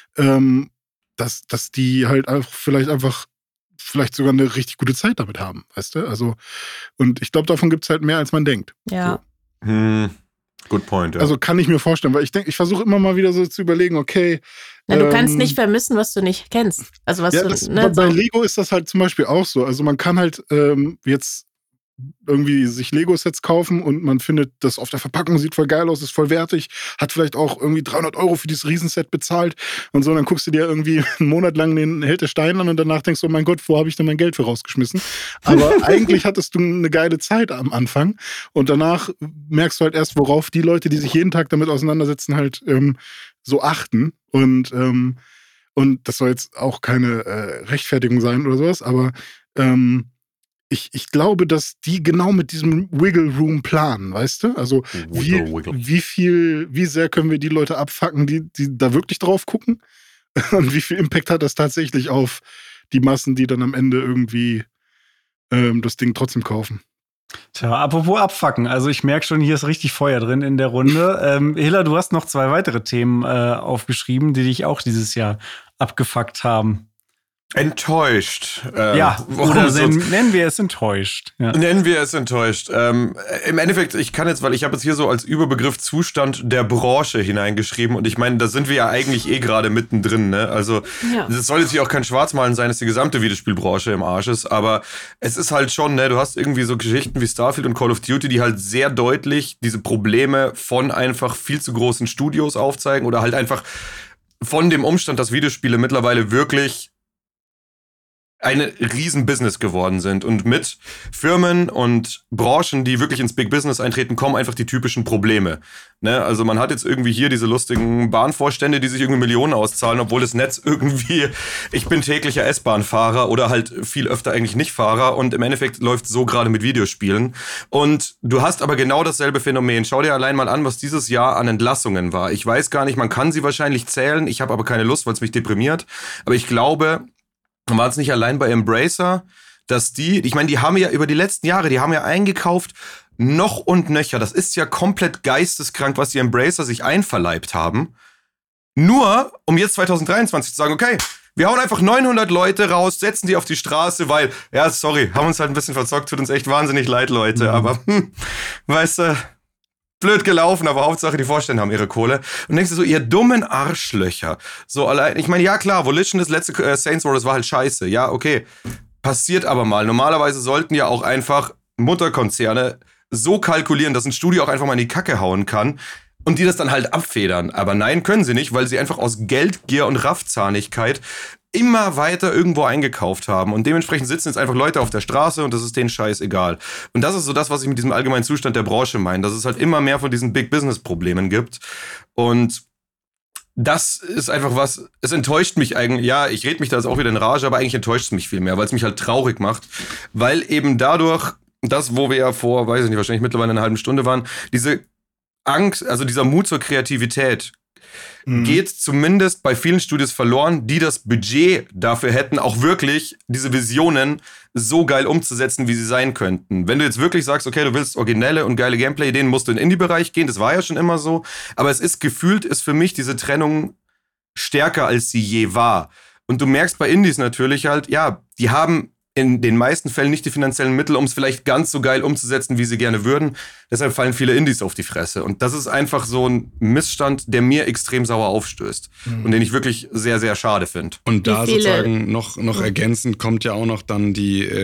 Dass die halt auch vielleicht sogar eine richtig gute Zeit damit haben, weißt du? Also, und ich glaube, davon gibt es halt mehr, als man denkt. Ja. So. Good point, ja. Also kann ich mir vorstellen, weil ich versuche immer mal wieder so zu überlegen, okay. Na, du kannst nicht vermissen, was du nicht kennst. Also was bei Lego ist das halt zum Beispiel auch so. Also man kann halt jetzt irgendwie sich Lego-Sets kaufen und man findet, das auf der Verpackung sieht voll geil aus, ist voll wertig, hat vielleicht auch irgendwie 300 € für dieses Riesenset bezahlt und so, und dann guckst du dir irgendwie einen Monat lang den Held der Steine an und danach denkst du, oh mein Gott, wo habe ich denn mein Geld für rausgeschmissen? Aber eigentlich hattest du eine geile Zeit am Anfang und danach merkst du halt erst, worauf die Leute, die sich jeden Tag damit auseinandersetzen, halt so achten und das soll jetzt auch keine Rechtfertigung sein oder sowas, aber ich glaube, dass die genau mit diesem Wiggle Room planen, weißt du? Also wie sehr können wir die Leute abfacken, die da wirklich drauf gucken? Und wie viel Impact hat das tatsächlich auf die Massen, die dann am Ende irgendwie das Ding trotzdem kaufen? Tja, apropos abfacken, also ich merke schon, hier ist richtig Feuer drin in der Runde. Hilla, du hast noch 2 weitere Themen aufgeschrieben, die dich auch dieses Jahr abgefuckt haben. Enttäuscht. Oder nennen wir es enttäuscht. Ja. Nennen wir es enttäuscht. Im Endeffekt, ich habe jetzt hier so als Überbegriff Zustand der Branche hineingeschrieben und ich meine, da sind wir ja eigentlich gerade mittendrin, ne? Also, das soll jetzt hier auch kein Schwarzmalen sein, dass die gesamte Videospielbranche im Arsch ist, aber es ist halt schon, ne, du hast irgendwie so Geschichten wie Starfield und Call of Duty, die halt sehr deutlich diese Probleme von einfach viel zu großen Studios aufzeigen oder halt einfach von dem Umstand, dass Videospiele mittlerweile wirklich eine riesen Business geworden sind. Und mit Firmen und Branchen, die wirklich ins Big Business eintreten, kommen einfach die typischen Probleme. Ne? Also man hat jetzt irgendwie hier diese lustigen Bahnvorstände, die sich irgendwie Millionen auszahlen, obwohl das Netz irgendwie, ich bin täglicher S-Bahn-Fahrer oder halt viel öfter eigentlich nicht Fahrer und im Endeffekt läuft so gerade mit Videospielen. Und du hast aber genau dasselbe Phänomen. Schau dir allein mal an, was dieses Jahr an Entlassungen war. Ich weiß gar nicht, man kann sie wahrscheinlich zählen. Ich habe aber keine Lust, weil es mich deprimiert. Aber ich glaube, war es nicht allein bei Embracer, dass ich meine, die haben ja über die letzten Jahre, die haben ja eingekauft, noch und nöcher. Das ist ja komplett geisteskrank, was die Embracer sich einverleibt haben. Nur, um jetzt 2023 zu sagen, okay, wir hauen einfach 900 Leute raus, setzen die auf die Straße, weil, ja, sorry, haben uns halt ein bisschen verzockt, tut uns echt wahnsinnig leid, Leute, aber, weißt du, blöd gelaufen, aber Hauptsache die Vorstände haben ihre Kohle. Und denkst du so, ihr dummen Arschlöcher. So allein, ich meine, ja klar, Volition, das letzte Saints Row, das war halt scheiße. Ja, okay. Passiert aber mal. Normalerweise sollten ja auch einfach Mutterkonzerne so kalkulieren, dass ein Studio auch einfach mal in die Kacke hauen kann und die das dann halt abfedern. Aber nein, können sie nicht, weil sie einfach aus Geldgier und Raffzahnigkeit immer weiter irgendwo eingekauft haben. Und dementsprechend sitzen jetzt einfach Leute auf der Straße und das ist denen scheißegal. Und das ist so das, was ich mit diesem allgemeinen Zustand der Branche meine, dass es halt immer mehr von diesen Big-Business-Problemen gibt. Und das ist einfach was, es enttäuscht mich eigentlich, ja, ich rede mich da jetzt auch wieder in Rage, aber eigentlich enttäuscht es mich viel mehr, weil es mich halt traurig macht, weil eben dadurch, das, wo wir ja vor, weiß ich nicht, wahrscheinlich mittlerweile eine halbe Stunde waren, diese Angst, also dieser Mut zur Kreativität geht zumindest bei vielen Studios verloren, die das Budget dafür hätten, auch wirklich diese Visionen so geil umzusetzen, wie sie sein könnten. Wenn du jetzt wirklich sagst, okay, du willst originelle und geile Gameplay-Ideen, musst du in den Indie-Bereich gehen, das war ja schon immer so, aber es ist gefühlt, ist für mich diese Trennung stärker, als sie je war. Und du merkst bei Indies natürlich halt, ja, die haben in den meisten Fällen nicht die finanziellen Mittel, um es vielleicht ganz so geil umzusetzen, wie sie gerne würden. Deshalb fallen viele Indies auf die Fresse. Und das ist einfach so ein Missstand, der mir extrem sauer aufstößt. Und den ich wirklich sehr, sehr schade finde. Und da sozusagen noch ergänzend kommt ja auch noch dann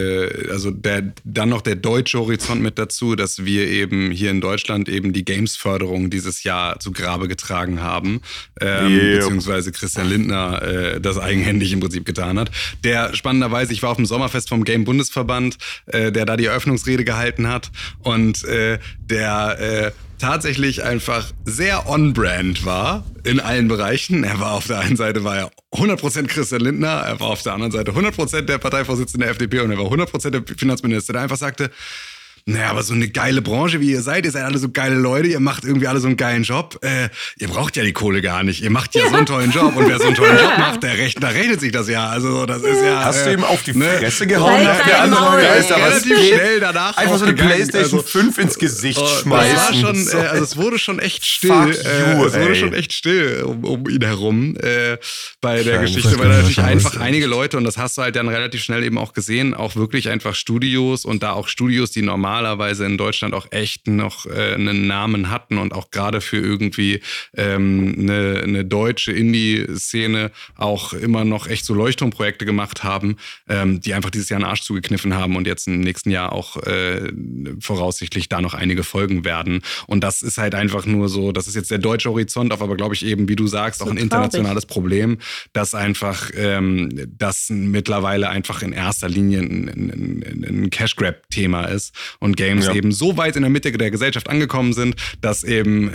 dann noch der deutsche Horizont mit dazu, dass wir eben hier in Deutschland eben die Games-Förderung dieses Jahr zu Grabe getragen haben. Beziehungsweise Christian Lindner das eigenhändig im Prinzip getan hat. Der spannenderweise, ich war auf dem Sommerfest vom Game-Bundesverband, der da die Eröffnungsrede gehalten hat und der tatsächlich einfach sehr on-brand war in allen Bereichen. Er war auf der einen Seite 100% Christian Lindner, er war auf der anderen Seite 100% der Parteivorsitzende der FDP und er war 100% der Finanzminister, der einfach sagte, naja, aber so eine geile Branche, wie ihr seid alle so geile Leute, ihr macht irgendwie alle so einen geilen Job. Ihr braucht ja die Kohle gar nicht. Ihr macht ja so einen tollen Job. Und wer so einen tollen Job macht, da rechnet sich das ja. Also das ist ja. Hast du ihm auf die Fresse gehauen nach der Ansage? Ist da was schnell danach einfach so eine PlayStation 5 ins Gesicht schmeißen. Das war schon, also es wurde schon echt still. Es wurde schon echt still um ihn herum bei der Geschichte, weil da natürlich einfach einige Leute, und das hast du halt dann relativ schnell eben auch gesehen, auch wirklich einfach Studios und da auch Studios, die normalerweise in Deutschland auch echt noch einen Namen hatten und auch gerade für irgendwie eine deutsche Indie-Szene auch immer noch echt so Leuchtturmprojekte gemacht haben, die einfach dieses Jahr einen Arsch zugekniffen haben und jetzt im nächsten Jahr auch voraussichtlich da noch einige folgen werden. Und das ist halt einfach nur so, das ist jetzt der deutsche Horizont, aber glaube ich eben, wie du sagst, auch ein internationales Problem, dass einfach das mittlerweile einfach in erster Linie ein Cash-Grab-Thema ist und Games eben so weit in der Mitte der Gesellschaft angekommen sind, dass eben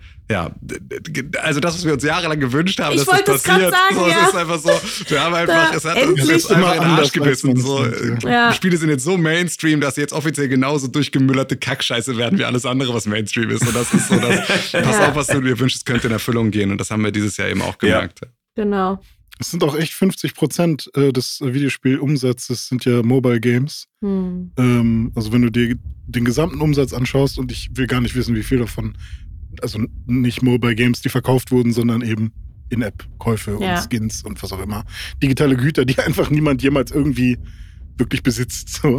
also das, was wir uns jahrelang gewünscht haben, dass das passiert. Sagen, so, es ist einfach so, wir haben einfach, es hat uns jetzt einfach in den Arsch gebissen. So, die Spiele sind jetzt so Mainstream, dass sie jetzt offiziell genauso durchgemüllerte Kackscheiße werden wie alles andere, was Mainstream ist. Und das ist so, pass auf, was du dir wünschst, es könnte in Erfüllung gehen. Und das haben wir dieses Jahr eben auch gemerkt. Ja. Genau. Es sind auch echt 50% des Videospielumsatzes sind ja Mobile Games. Also wenn du dir den gesamten Umsatz anschaust, und ich will gar nicht wissen, wie viel davon, also nicht Mobile Games, die verkauft wurden, sondern eben In-App-Käufe und Skins und was auch immer. Digitale Güter, die einfach niemand jemals irgendwie wirklich besitzt. So.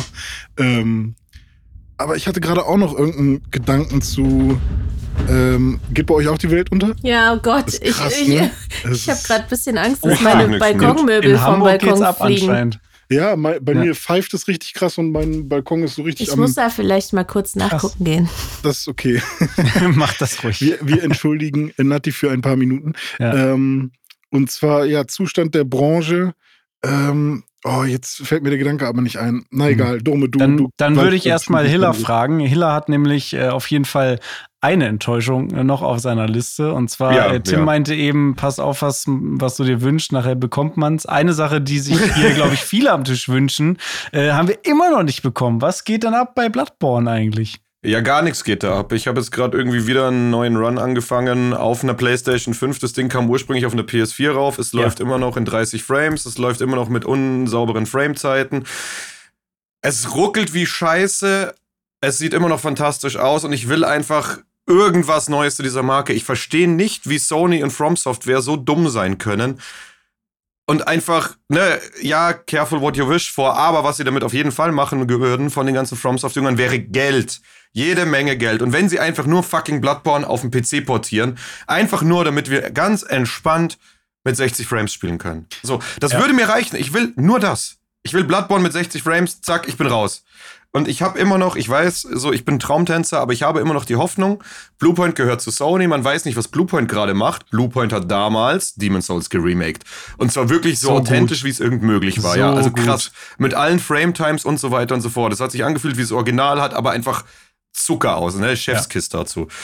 Aber ich hatte gerade auch noch irgendeinen Gedanken zu... geht bei euch auch die Welt unter? Ja, oh Gott. Krass, ich habe gerade ein bisschen Angst, dass meine Balkonmöbel vom Balkon fliegen. Ja, bei mir pfeift es richtig krass und mein Balkon ist so richtig Ich muss da vielleicht mal kurz nachgucken gehen. Das ist okay. Mach das ruhig. Wir entschuldigen Natti für ein paar Minuten. Ja. Und zwar, Zustand der Branche. Jetzt fällt mir der Gedanke aber nicht ein. Na egal, Dome, Dann würde ich erstmal Hilla fragen. Hilla hat nämlich auf jeden Fall eine Enttäuschung noch auf seiner Liste. Und zwar, Tim meinte eben, pass auf, was du dir wünschst, nachher bekommt man's. Eine Sache, die sich hier, glaube ich, viele am Tisch wünschen, haben wir immer noch nicht bekommen. Was geht dann ab bei Bloodborne eigentlich? Ja, gar nichts geht da ab. Ich habe jetzt gerade irgendwie wieder einen neuen Run angefangen auf einer PlayStation 5. Das Ding kam ursprünglich auf eine PS4 rauf. Es läuft immer noch in 30 Frames. Es läuft immer noch mit unsauberen Framezeiten. Es ruckelt wie Scheiße. Es sieht immer noch fantastisch aus und ich will einfach irgendwas Neues zu dieser Marke. Ich verstehe nicht, wie Sony und From Software so dumm sein können. Und einfach, careful what you wish for, aber was sie damit auf jeden Fall machen würden von den ganzen FromSoft-Jüngern, wäre Geld. Jede Menge Geld. Und wenn sie einfach nur fucking Bloodborne auf den PC portieren, einfach nur, damit wir ganz entspannt mit 60 Frames spielen können. So, das würde mir reichen. Ich will nur das. Ich will Bloodborne mit 60 Frames, zack, ich bin raus. Und ich habe immer noch, ich weiß, so ich bin Traumtänzer, aber ich habe immer noch die Hoffnung, Bluepoint gehört zu Sony, man weiß nicht, was Bluepoint gerade macht. Bluepoint hat damals Demon's Souls geremaked. Und zwar wirklich so authentisch, wie es irgend möglich war. Also krass, mit allen Frame-Times und so weiter und so fort. Das hat sich angefühlt wie das Original, hat aber einfach Zucker aus, Chefskiss dazu.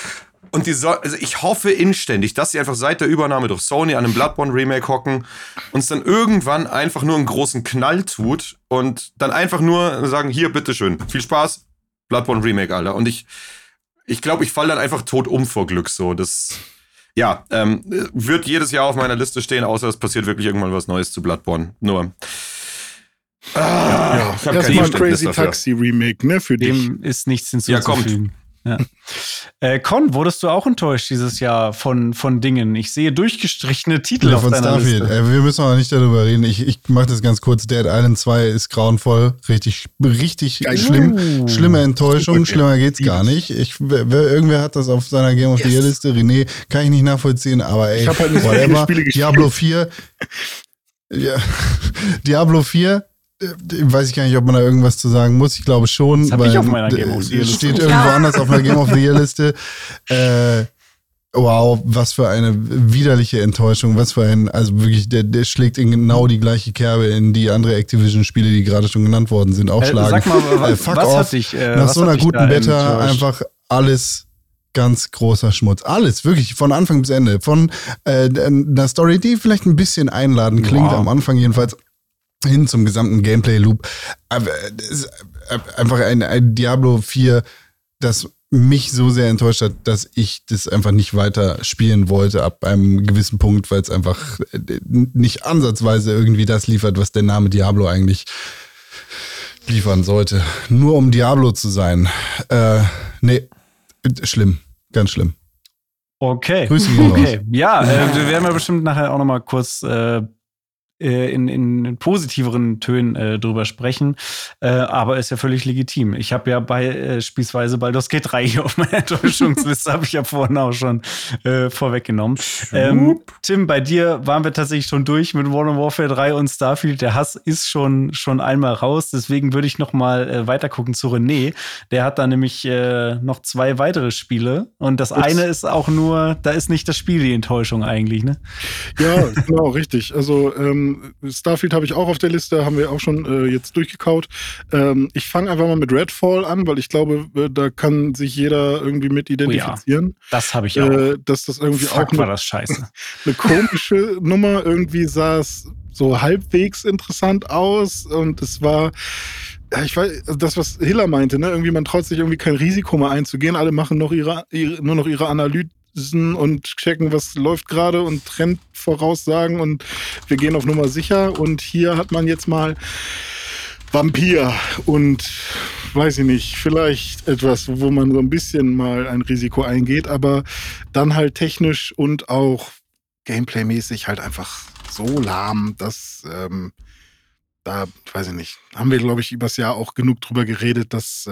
Und also ich hoffe inständig, dass sie einfach seit der Übernahme durch Sony an einem Bloodborne-Remake hocken und es dann irgendwann einfach nur einen großen Knall tut und dann einfach nur sagen, hier, bitteschön, viel Spaß, Bloodborne-Remake, Alter. Und ich glaube, ich falle dann einfach tot um vor Glück so. Das, ja, wird jedes Jahr auf meiner Liste stehen, außer es passiert wirklich irgendwann was Neues zu Bloodborne. Nur ich habe kein Verständnis Crazy dafür. Taxi Remake, ne, für dich. Dem ist nichts hinzuzufügen. Ja. Con, wurdest du auch enttäuscht dieses Jahr von Dingen? Ich sehe durchgestrichene Titel auf deiner Liste. Wir müssen auch nicht darüber reden. Ich mache das ganz kurz. Dead Island 2 ist grauenvoll. Richtig schlimm. Schlimme Enttäuschung. Schlimmer geht's gar nicht. Irgendwer hat das auf seiner Game of the Year Liste. René, kann ich nicht nachvollziehen, aber ey, whatever. Diablo 4. Ja. Diablo 4. Weiß ich gar nicht, ob man da irgendwas zu sagen muss. Ich glaube schon. Das habe ich auf meiner Game of the Year Liste. Steht irgendwo anders auf meiner Game of the Year Liste. Wow, was für eine widerliche Enttäuschung. Was für ein, also wirklich, der schlägt in genau die gleiche Kerbe, in die andere Activision-Spiele, die gerade schon genannt worden sind, auch schlagen. Sag mal, was hat dich nach so einer guten Beta einfach alles ganz großer Schmutz. Alles, wirklich, von Anfang bis Ende. Von einer Story, die vielleicht ein bisschen einladend klingt, am Anfang jedenfalls, hin zum gesamten Gameplay-Loop. Einfach ein Diablo 4, das mich so sehr enttäuscht hat, dass ich das einfach nicht weiter spielen wollte ab einem gewissen Punkt, weil es einfach nicht ansatzweise irgendwie das liefert, was der Name Diablo eigentlich liefern sollte. Nur um Diablo zu sein. Nee, schlimm. Ganz schlimm. Okay. Grüße gehen raus. Ja, wir werden ja bestimmt nachher auch noch mal kurz in positiveren Tönen drüber sprechen, aber ist ja völlig legitim. Ich habe ja beispielsweise Baldur's Gate 3 hier auf meiner Enttäuschungsliste, habe ich ja vorhin auch schon vorweggenommen. Tim, bei dir waren wir tatsächlich schon durch mit Modern Warfare 3 und Starfield. Der Hass ist schon einmal raus, deswegen würde ich noch mal weiter gucken zu René. Der hat da nämlich noch 2 weitere Spiele und das eine ist auch nur, da ist nicht das Spiel die Enttäuschung eigentlich, ne? Ja, genau, richtig. Also Starfield habe ich auch auf der Liste, haben wir auch schon jetzt durchgekaut. Ich fange einfach mal mit Redfall an, weil ich glaube, da kann sich jeder irgendwie mit identifizieren. Oh ja, das habe ich auch. Dass das irgendwie auch war das scheiße. Eine komische Nummer. Irgendwie sah es so halbwegs interessant aus und es war, ja, ich weiß, das, was Hiller meinte, ne? Irgendwie man traut sich irgendwie kein Risiko mehr einzugehen. Alle machen noch nur noch ihre Analyse und checken, was läuft gerade und Trend voraussagen und wir gehen auf Nummer sicher. Und hier hat man jetzt mal Vampir und weiß ich nicht, vielleicht etwas, wo man so ein bisschen mal ein Risiko eingeht, aber dann halt technisch und auch Gameplay-mäßig halt einfach so lahm, dass da, weiß ich nicht, haben wir, glaube ich, übers Jahr auch genug drüber geredet, dass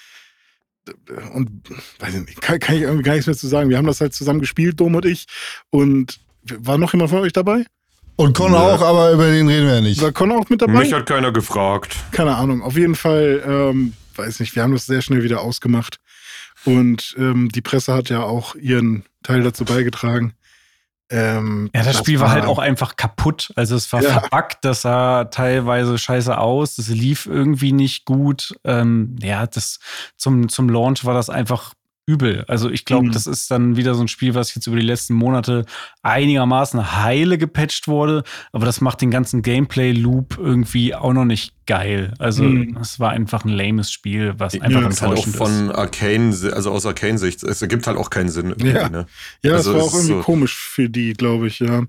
und weiß ich nicht, kann ich irgendwie gar nichts mehr zu sagen. Wir haben das halt zusammen gespielt, Dom und ich. Und war noch jemand von euch dabei? Und Con auch, aber über den reden wir ja nicht. War Con auch mit dabei? Mich hat keiner gefragt. Keine Ahnung. Auf jeden Fall, weiß nicht, wir haben das sehr schnell wieder ausgemacht. Und die Presse hat ja auch ihren Teil dazu beigetragen. Das Spiel war halt auch einfach kaputt. Also es war verbuggt, das sah teilweise scheiße aus, das lief irgendwie nicht gut. Das zum Launch war das einfach übel. Also ich glaube, das ist dann wieder so ein Spiel, was jetzt über die letzten Monate einigermaßen heile gepatcht wurde, aber das macht den ganzen Gameplay-Loop irgendwie auch noch nicht geil. Also es war einfach ein lames Spiel, was einfach enttäuschend ist. Halt auch von Arcane, also aus Arcane-Sicht, es ergibt halt auch keinen Sinn. Ne? Ja, also das war auch irgendwie komisch für die, glaube ich, ja.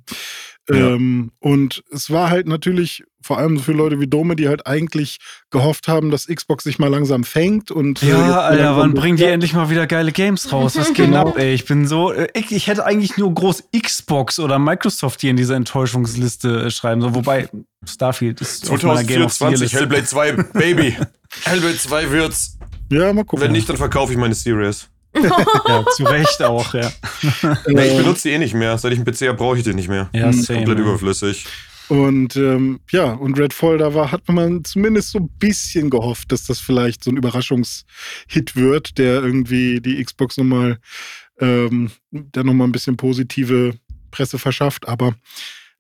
Und es war halt natürlich, vor allem für Leute wie Dome, die halt eigentlich gehofft haben, dass Xbox sich mal langsam fängt. Und Alter, wann bringen die endlich mal wieder geile Games raus? Was geht ab, ey? Ich bin so, ich hätte eigentlich nur groß Xbox oder Microsoft hier in diese Enttäuschungsliste schreiben sollen. Wobei, Starfield ist 2024, Hellblade 2, Baby. Hellblade 2 wird's. Ja, mal gucken. Wenn nicht, dann verkaufe ich meine Series. Ja, zu Recht auch, ja. Nee, ich benutze die eh nicht mehr. Seit ich einen PC habe, brauche ich die nicht mehr. Ja, same. Komplett überflüssig. Und und Redfall, hat man zumindest so ein bisschen gehofft, dass das vielleicht so ein Überraschungshit wird, der irgendwie die Xbox nochmal ein bisschen positive Presse verschafft. Aber nee,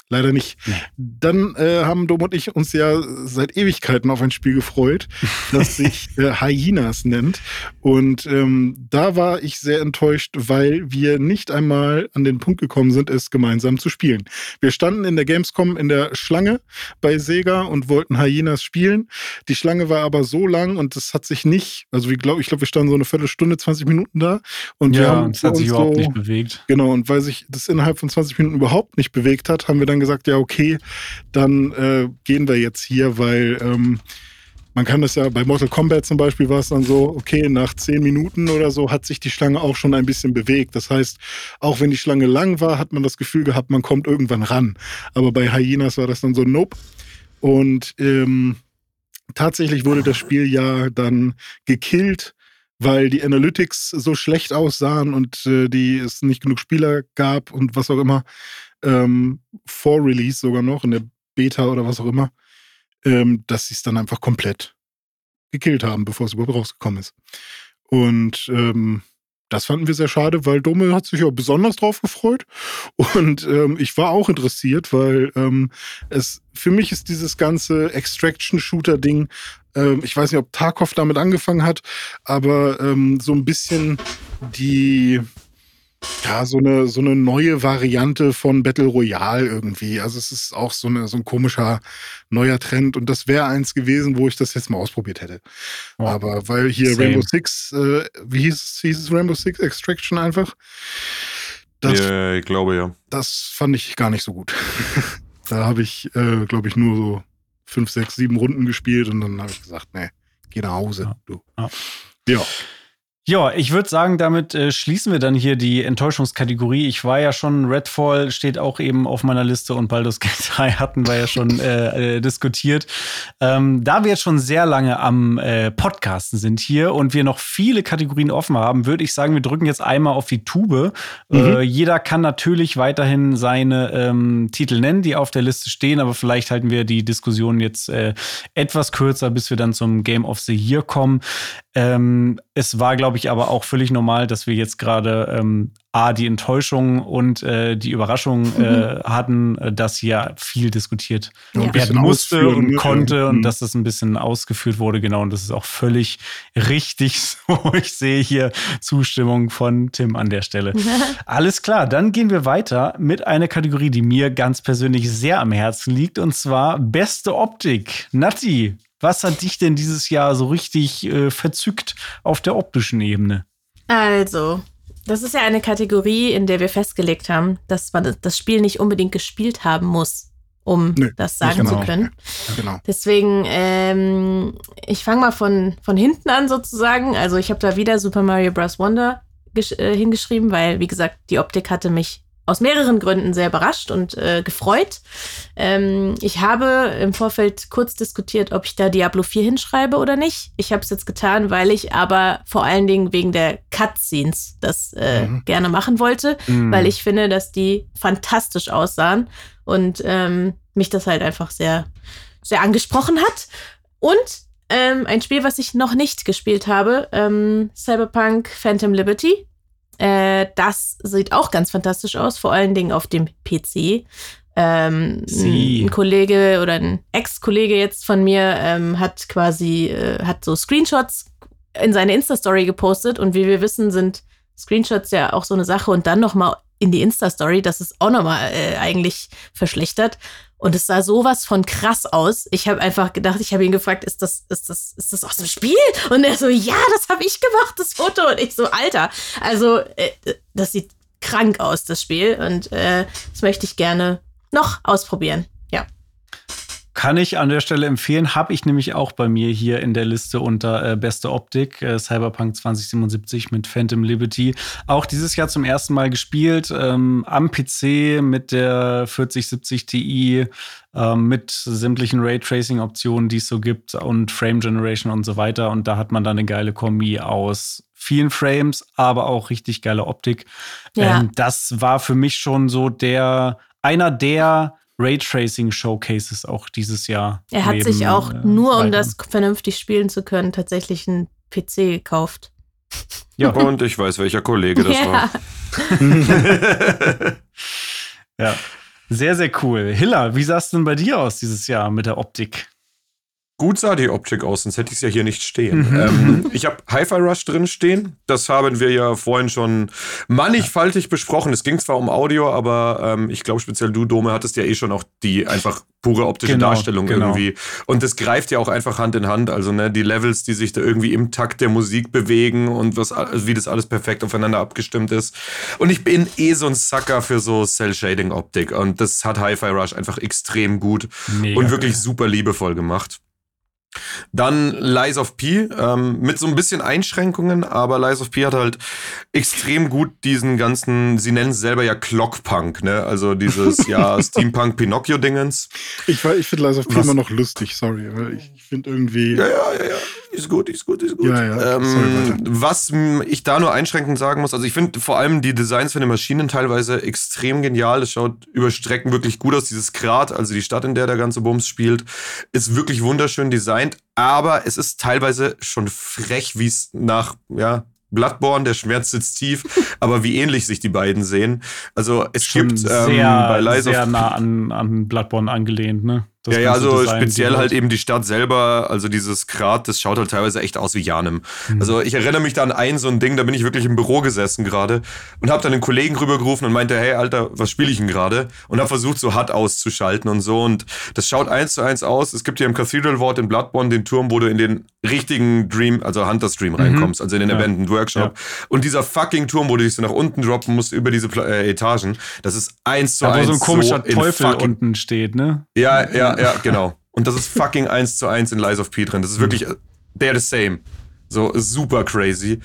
Leider nicht. Nee. Dann haben Dom und ich uns ja seit Ewigkeiten auf ein Spiel gefreut, das sich Hyenas nennt. Und da war ich sehr enttäuscht, weil wir nicht einmal an den Punkt gekommen sind, es gemeinsam zu spielen. Wir standen in der Gamescom in der Schlange bei Sega und wollten Hyenas spielen. Die Schlange war aber so lang und es hat sich nicht, also ich glaube, wir standen so eine Viertelstunde, 20 Minuten da. Und wir haben es hat sich überhaupt nicht bewegt. Genau, und weil sich das innerhalb von 20 Minuten überhaupt nicht bewegt hat, haben wir dann gesagt, ja okay, dann gehen wir jetzt hier, weil man kann das ja, bei Mortal Kombat zum Beispiel war es dann so, okay, nach 10 Minuten oder so hat sich die Schlange auch schon ein bisschen bewegt. Das heißt, auch wenn die Schlange lang war, hat man das Gefühl gehabt, man kommt irgendwann ran. Aber bei Hyenas war das dann so, nope. Und tatsächlich wurde das Spiel ja dann gekillt, weil die Analytics so schlecht aussahen und es nicht genug Spieler gab und was auch immer. Vor Release sogar noch, in der Beta oder was auch immer, dass sie es dann einfach komplett gekillt haben, bevor es überhaupt rausgekommen ist. Und das fanden wir sehr schade, weil Dome hat sich ja besonders drauf gefreut. Und ich war auch interessiert, weil für mich ist dieses ganze Extraction-Shooter-Ding, ich weiß nicht, ob Tarkov damit angefangen hat, aber so ein bisschen so eine neue Variante von Battle Royale irgendwie. Also es ist auch so ein komischer neuer Trend und das wäre eins gewesen, wo ich das jetzt mal ausprobiert hätte. Oh, aber weil hier same. Rainbow Six, wie hieß es Rainbow Six Extraction einfach? Ja, ich glaube ja. Das fand ich gar nicht so gut. Da habe ich, glaube ich, nur so 5, 6, 7 Runden gespielt und dann habe ich gesagt, nee, geh nach Hause. Du. Ja. Ja, ich würde sagen, damit schließen wir dann hier die Enttäuschungskategorie. Ich war ja schon, Redfall steht auch eben auf meiner Liste und Baldur's Gate 3 hatten wir ja schon diskutiert. Da wir jetzt schon sehr lange am Podcasten sind hier und wir noch viele Kategorien offen haben, würde ich sagen, wir drücken jetzt einmal auf die Tube. Jeder kann natürlich weiterhin seine Titel nennen, die auf der Liste stehen, aber vielleicht halten wir die Diskussion jetzt etwas kürzer, bis wir dann zum Game of the Year kommen. Es war, glaube ich, aber auch völlig normal, dass wir jetzt gerade die Enttäuschung und die Überraschung hatten, dass hier viel diskutiert werden musste und konnte und dass das ein bisschen ausgeführt wurde, genau. Und das ist auch völlig richtig so. Ich sehe hier Zustimmung von Tim an der Stelle. Alles klar, dann gehen wir weiter mit einer Kategorie, die mir ganz persönlich sehr am Herzen liegt, und zwar beste Optik. Natti, was hat dich denn dieses Jahr so richtig verzückt auf der optischen Ebene? Also, das ist ja eine Kategorie, in der wir festgelegt haben, dass man das Spiel nicht unbedingt gespielt haben muss, um das sagen zu können. Ja, genau. Deswegen, ich fange mal von hinten an sozusagen. Also ich habe da wieder Super Mario Bros. Wonder hingeschrieben, weil, wie gesagt, die Optik hatte mich aus mehreren Gründen sehr überrascht und gefreut. Ich habe im Vorfeld kurz diskutiert, ob ich da Diablo 4 hinschreibe oder nicht. Ich habe es jetzt getan, weil ich aber vor allen Dingen wegen der Cutscenes das gerne machen wollte, weil ich finde, dass die fantastisch aussahen und mich das halt einfach sehr, sehr angesprochen hat. Und ein Spiel, was ich noch nicht gespielt habe, Cyberpunk Phantom Liberty. Das sieht auch ganz fantastisch aus, vor allen Dingen auf dem PC. Ein Kollege oder ein Ex-Kollege jetzt von mir hat so Screenshots in seine Insta-Story gepostet und wie wir wissen, sind Screenshots ja auch so eine Sache und dann nochmal in die Insta-Story, das ist auch nochmal eigentlich verschlechtert. Und es sah sowas von krass aus. Ich habe einfach gedacht, ich habe ihn gefragt, ist das aus dem Spiel? Und er so, ja, das habe ich gemacht, das Foto. Und ich so, Alter, also das sieht krank aus, das Spiel. Und das möchte ich gerne noch ausprobieren. Ja. Kann ich an der Stelle empfehlen, habe ich nämlich auch bei mir hier in der Liste unter beste Optik, Cyberpunk 2077 mit Phantom Liberty. Auch dieses Jahr zum ersten Mal gespielt, am PC mit der 4070 Ti, mit sämtlichen Raytracing-Optionen, die es so gibt und Frame Generation und so weiter. Und da hat man dann eine geile Kombi aus vielen Frames, aber auch richtig geile Optik. Ja. Das war für mich schon so einer der Raytracing-Showcases auch dieses Jahr. Er hat sich auch nur, um das vernünftig spielen zu können, tatsächlich einen PC gekauft. Ja, und ich weiß, welcher Kollege das war. Ja. Sehr, sehr cool. Hilla, wie sah es denn bei dir aus dieses Jahr mit der Optik? Gut sah die Optik aus, sonst hätte ich es ja hier nicht stehen. Ich habe Hi-Fi Rush drin stehen. Das haben wir ja vorhin schon mannigfaltig besprochen. Es ging zwar um Audio, aber ich glaube speziell du, Dome, hattest ja schon auch die einfach pure optische Darstellung irgendwie. Und das greift ja auch einfach Hand in Hand. Also die Levels, die sich da irgendwie im Takt der Musik bewegen und wie das alles perfekt aufeinander abgestimmt ist. Und ich bin so ein Sucker für so Cell-Shading-Optik. Und das hat Hi-Fi Rush einfach extrem gut und wirklich super liebevoll gemacht. Dann Lies of P, mit so ein bisschen Einschränkungen, aber Lies of P hat halt extrem gut diesen ganzen, sie nennen es selber ja Clockpunk, ne? Also dieses Steampunk-Pinocchio-Dingens. Ich finde Lies of P immer noch lustig, sorry, weil ich finde irgendwie... Ja. Ist gut. Ja. Was ich da nur einschränkend sagen muss, also ich finde vor allem die Designs von den Maschinen teilweise extrem genial. Es schaut über Strecken wirklich gut aus. Dieses Grat, also die Stadt, in der ganze Bums spielt, ist wirklich wunderschön designt. Aber es ist teilweise schon frech, wie es nach, Bloodborne, der Schmerz sitzt tief, aber wie ähnlich sich die beiden sehen. Also es schon gibt bei Lies sehr nah an Bloodborne angelehnt, ne? Also Design, speziell halt eben die Stadt selber, also dieses Grat, das schaut halt teilweise echt aus wie Janem. Also ich erinnere mich da an so ein Ding, da bin ich wirklich im Büro gesessen gerade und habe dann einen Kollegen rübergerufen und meinte, hey Alter, was spiele ich denn gerade? Und habe versucht so HUD auszuschalten und so und das schaut 1:1 aus. Es gibt hier im Cathedral Ward in Bloodborne den Turm, wo du in den richtigen Dream, also Hunter Stream reinkommst, also in den Abandoned Workshop. Ja. Und dieser fucking Turm, wo du dich so nach unten droppen musst über diese Etagen, das ist 1:1. Da wo so ein komischer Teufel unten steht, ne? Ja, genau. Und das ist fucking 1:1 in Lies of P drin. Das ist wirklich, they're the same. So super crazy.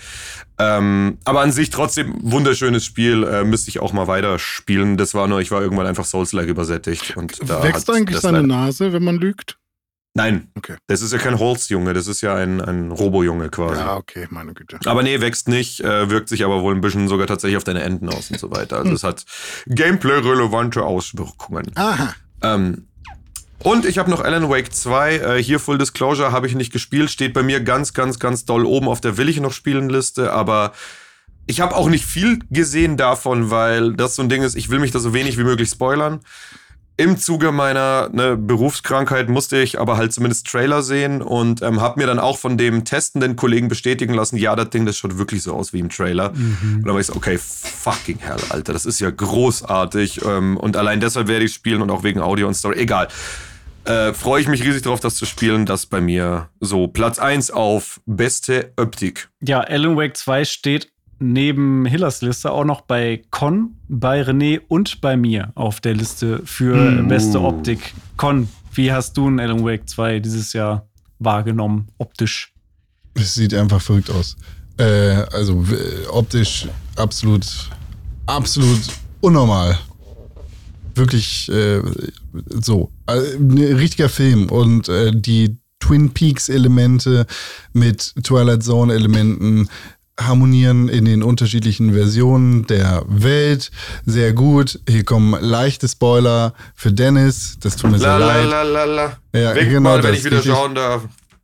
Aber an sich trotzdem wunderschönes Spiel. Müsste ich auch mal weiterspielen. Ich war irgendwann einfach Souls-like übersättigt. Und da wächst eigentlich seine Nase, wenn man lügt? Nein. Okay. Das ist ja kein Holzjunge, das ist ja ein Robo-Junge quasi. Ja, okay, meine Güte. Aber nee, wächst nicht, wirkt sich aber wohl ein bisschen sogar tatsächlich auf deine Enden aus und so weiter. Also es hat Gameplay-relevante Auswirkungen. Aha. Und ich habe noch Alan Wake 2. Hier Full Disclosure, habe ich nicht gespielt. Steht bei mir ganz, ganz, ganz doll oben auf der Will-ich-noch-spielen-Liste. Aber ich habe auch nicht viel gesehen davon, weil das so ein Ding ist, ich will mich da so wenig wie möglich spoilern. Im Zuge meiner Berufskrankheit musste ich aber halt zumindest Trailer sehen und habe mir dann auch von dem testenden Kollegen bestätigen lassen, ja, das Ding, das schaut wirklich so aus wie im Trailer. Und dann war ich so, okay, fucking hell, Alter, das ist ja großartig. Und allein deshalb werde ich spielen und auch wegen Audio und Story. Egal. Freue ich mich riesig drauf, das zu spielen. Das bei mir so Platz 1 auf beste Optik. Ja, Alan Wake 2 steht neben Hillers Liste auch noch bei Con, bei René und bei mir auf der Liste für beste Optik. Con, wie hast du ein Alan Wake 2 dieses Jahr wahrgenommen, optisch? Es sieht einfach verrückt aus. Optisch absolut unnormal. Wirklich so. Ein richtiger Film und die Twin Peaks-Elemente mit Twilight Zone-Elementen harmonieren in den unterschiedlichen Versionen der Welt sehr gut. Hier kommen leichte Spoiler für Dennis. Das tut mir sehr leid. Ja, weg genau, mal, wenn ich wieder schauen darf.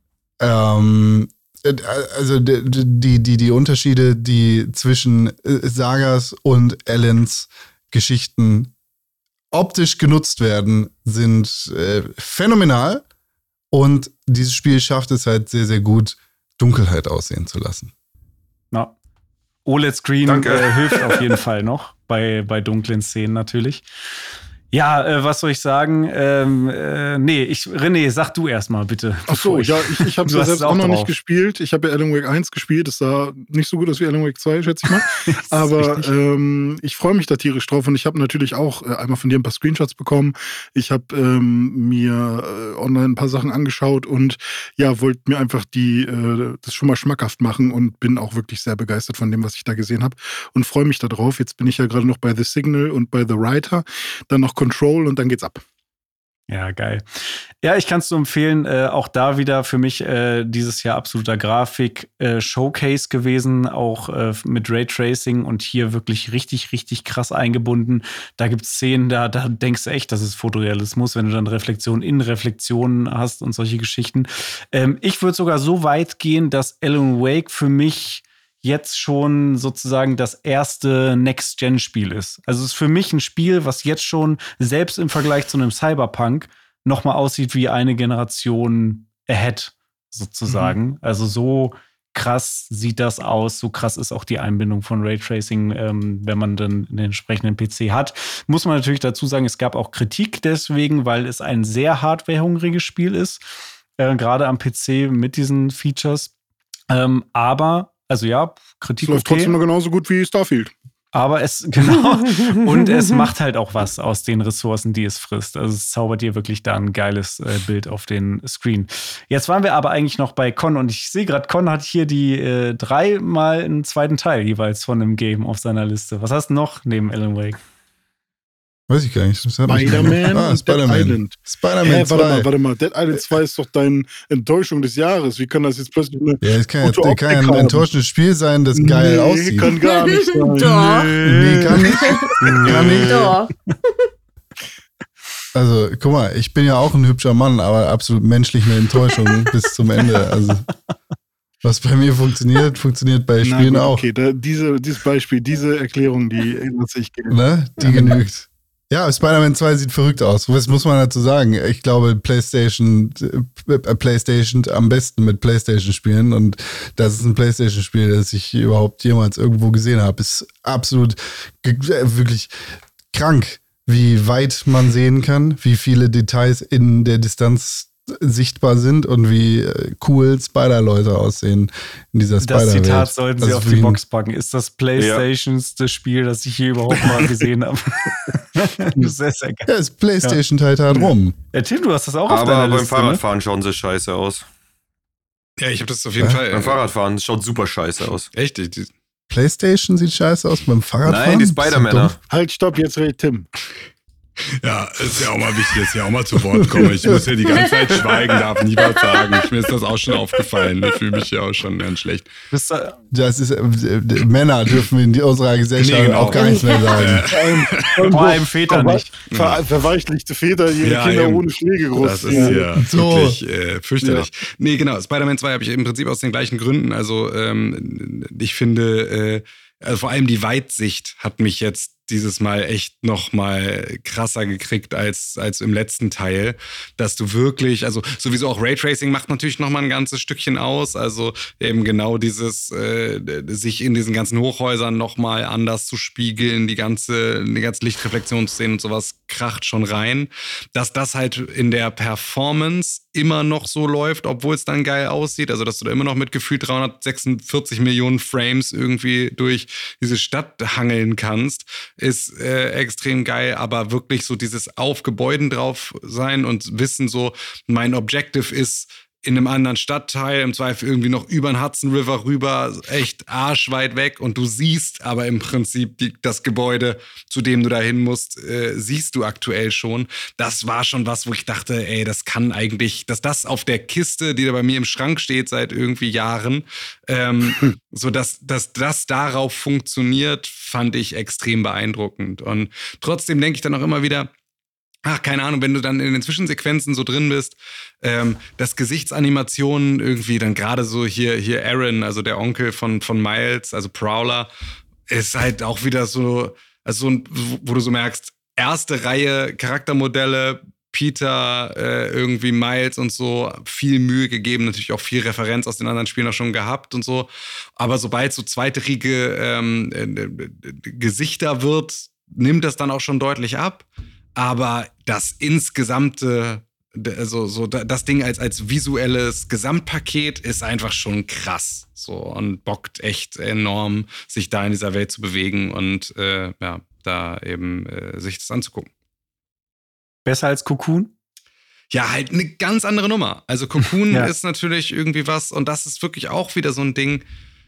Also die Unterschiede, die zwischen Sagas und Allens Geschichten optisch genutzt werden, sind phänomenal. Und dieses Spiel schafft es halt sehr, sehr gut, Dunkelheit aussehen zu lassen. Na, OLED-Screen hilft auf jeden Fall noch bei dunklen Szenen natürlich. Ja, was soll ich sagen? René, sag du erstmal bitte. Ach so, ja, ich habe es selbst auch noch nicht gespielt. Ich habe ja Alan Wake 1 gespielt. Das sah nicht so gut aus wie Alan Wake 2, schätze ich mal. Aber ich freue mich da tierisch drauf. Und ich habe natürlich auch einmal von dir ein paar Screenshots bekommen. Ich habe mir online ein paar Sachen angeschaut und ja, wollte mir einfach das schon mal schmackhaft machen und bin auch wirklich sehr begeistert von dem, was ich da gesehen habe und freue mich da drauf. Jetzt bin ich ja gerade noch bei The Signal und bei The Writer. Dann noch Control und dann geht's ab. Ja, geil. Ja, ich kann es nur empfehlen, auch da wieder für mich dieses Jahr absoluter Grafik-Showcase gewesen, auch mit Raytracing und hier wirklich richtig, richtig krass eingebunden. Da gibt es Szenen, da denkst du echt, das ist Fotorealismus, wenn du dann Reflexion in Reflexionen hast und solche Geschichten. Ich würde sogar so weit gehen, dass Alan Wake für mich jetzt schon sozusagen das erste Next-Gen-Spiel ist. Also es ist für mich ein Spiel, was jetzt schon selbst im Vergleich zu einem Cyberpunk nochmal aussieht wie eine Generation ahead sozusagen. Also so krass sieht das aus, so krass ist auch die Einbindung von Raytracing, wenn man dann den entsprechenden PC hat. Muss man natürlich dazu sagen, es gab auch Kritik deswegen, weil es ein sehr hardwarehungriges Spiel ist, gerade am PC mit diesen Features. Aber also ja, Kritik läuft trotzdem noch genauso gut wie Starfield. Aber und es macht halt auch was aus den Ressourcen, die es frisst. Also es zaubert dir wirklich da ein geiles Bild auf den Screen. Jetzt waren wir aber eigentlich noch bei Con und ich sehe gerade, Con hat hier die 3-mal einen zweiten Teil jeweils von einem Game auf seiner Liste. Was hast du noch neben Alan Wake? Weiß ich gar nicht. Spider-Man und Spider-Man. Dead Island. Spider-Man 2. Warte mal. Dead Island 2 ist doch deine Enttäuschung des Jahres. Wie kann das jetzt plötzlich eine es kann ja ein enttäuschendes Spiel sein, das geil aussieht. Kann gar nicht sein. Doch. Nee, kann nicht. Kann nicht. Doch. Also, guck mal, ich bin ja auch ein hübscher Mann, aber absolut menschlich eine Enttäuschung bis zum Ende. Also, was bei mir funktioniert bei Spielen auch. Okay, dieses Beispiel, diese Erklärung, die lasse ich gerne. Ne? Die genügt. Ja, Spider-Man 2 sieht verrückt aus. Was muss man dazu sagen? Ich glaube, PlayStation am besten mit PlayStation spielen. Und das ist ein PlayStation-Spiel, das ich überhaupt jemals irgendwo gesehen habe. Ist absolut wirklich krank, wie weit man sehen kann, wie viele Details in der Distanz sichtbar sind und wie cool Spider-Leute aussehen in dieser Spider-Welt. Das Zitat sollten Sie auf die Box packen. Ist das PlayStations das Spiel, das ich hier überhaupt mal gesehen habe? Das ist sehr, sehr geil. Ja, das PlayStation-Teil tat rum. Tim, du hast das auch auf deiner Liste, beim Fahrradfahren schauen sie scheiße aus. Ja, ich habe das auf jeden Fall. Beim Fahrradfahren schaut super scheiße aus. Echt? PlayStation sieht scheiße aus beim Fahrradfahren? Nein, die Spider-Männer. Halt, stopp, jetzt redet Tim. Ja, ist ja auch mal wichtig, dass ich auch mal zu Wort komme. Ich muss ja die ganze Zeit schweigen, darf nie was sagen. Mir ist das auch schon aufgefallen. Ich fühle mich ja auch schon ganz schlecht. Das ist, Männer dürfen in unserer Gesellschaft auch gar nichts mehr sagen. Vor allem Väter nicht. Verweichlichte Väter, ihre Kinder ohne Schläge großziehen. Das ist ja wirklich fürchterlich. Ja. Nee, genau. Spider-Man 2 habe ich im Prinzip aus den gleichen Gründen. Also ich finde, also vor allem die Weitsicht hat mich jetzt dieses Mal echt noch mal krasser gekriegt als im letzten Teil, dass du wirklich, also sowieso auch Raytracing macht natürlich noch mal ein ganzes Stückchen aus, also eben genau dieses sich in diesen ganzen Hochhäusern noch mal anders zu spiegeln, die ganze Lichtreflexionsszene und sowas kracht schon rein, dass das halt in der Performance immer noch so läuft, obwohl es dann geil aussieht, also dass du da immer noch mit gefühlt 346 Millionen Frames irgendwie durch diese Stadt hangeln kannst, ist extrem geil, aber wirklich so dieses auf Gebäuden drauf sein und wissen so, mein Objective ist in einem anderen Stadtteil, im Zweifel irgendwie noch über den Hudson River rüber, echt arschweit weg und du siehst aber im Prinzip das Gebäude, zu dem du da hin musst, siehst du aktuell schon. Das war schon was, wo ich dachte, ey, das kann eigentlich, dass das auf der Kiste, die da bei mir im Schrank steht seit irgendwie Jahren, so dass das darauf funktioniert, fand ich extrem beeindruckend. Und trotzdem denke ich dann auch immer wieder, keine Ahnung, wenn du dann in den Zwischensequenzen so drin bist, dass Gesichtsanimationen irgendwie dann gerade so hier Aaron, also der Onkel von Miles, also Prowler, ist halt auch wieder so, also wo du so merkst, erste Reihe Charaktermodelle, Peter, irgendwie Miles und so, viel Mühe gegeben, natürlich auch viel Referenz aus den anderen Spielen auch schon gehabt und so. Aber sobald so zweite Riege Gesichter wird, nimmt das dann auch schon deutlich ab. Aber das insgesamte, also so das Ding als visuelles Gesamtpaket ist einfach schon krass. So und bockt echt enorm, sich da in dieser Welt zu bewegen und da eben sich das anzugucken. Besser als Cocoon? Ja, halt eine ganz andere Nummer. Also Cocoon ist natürlich irgendwie was und das ist wirklich auch wieder so ein Ding.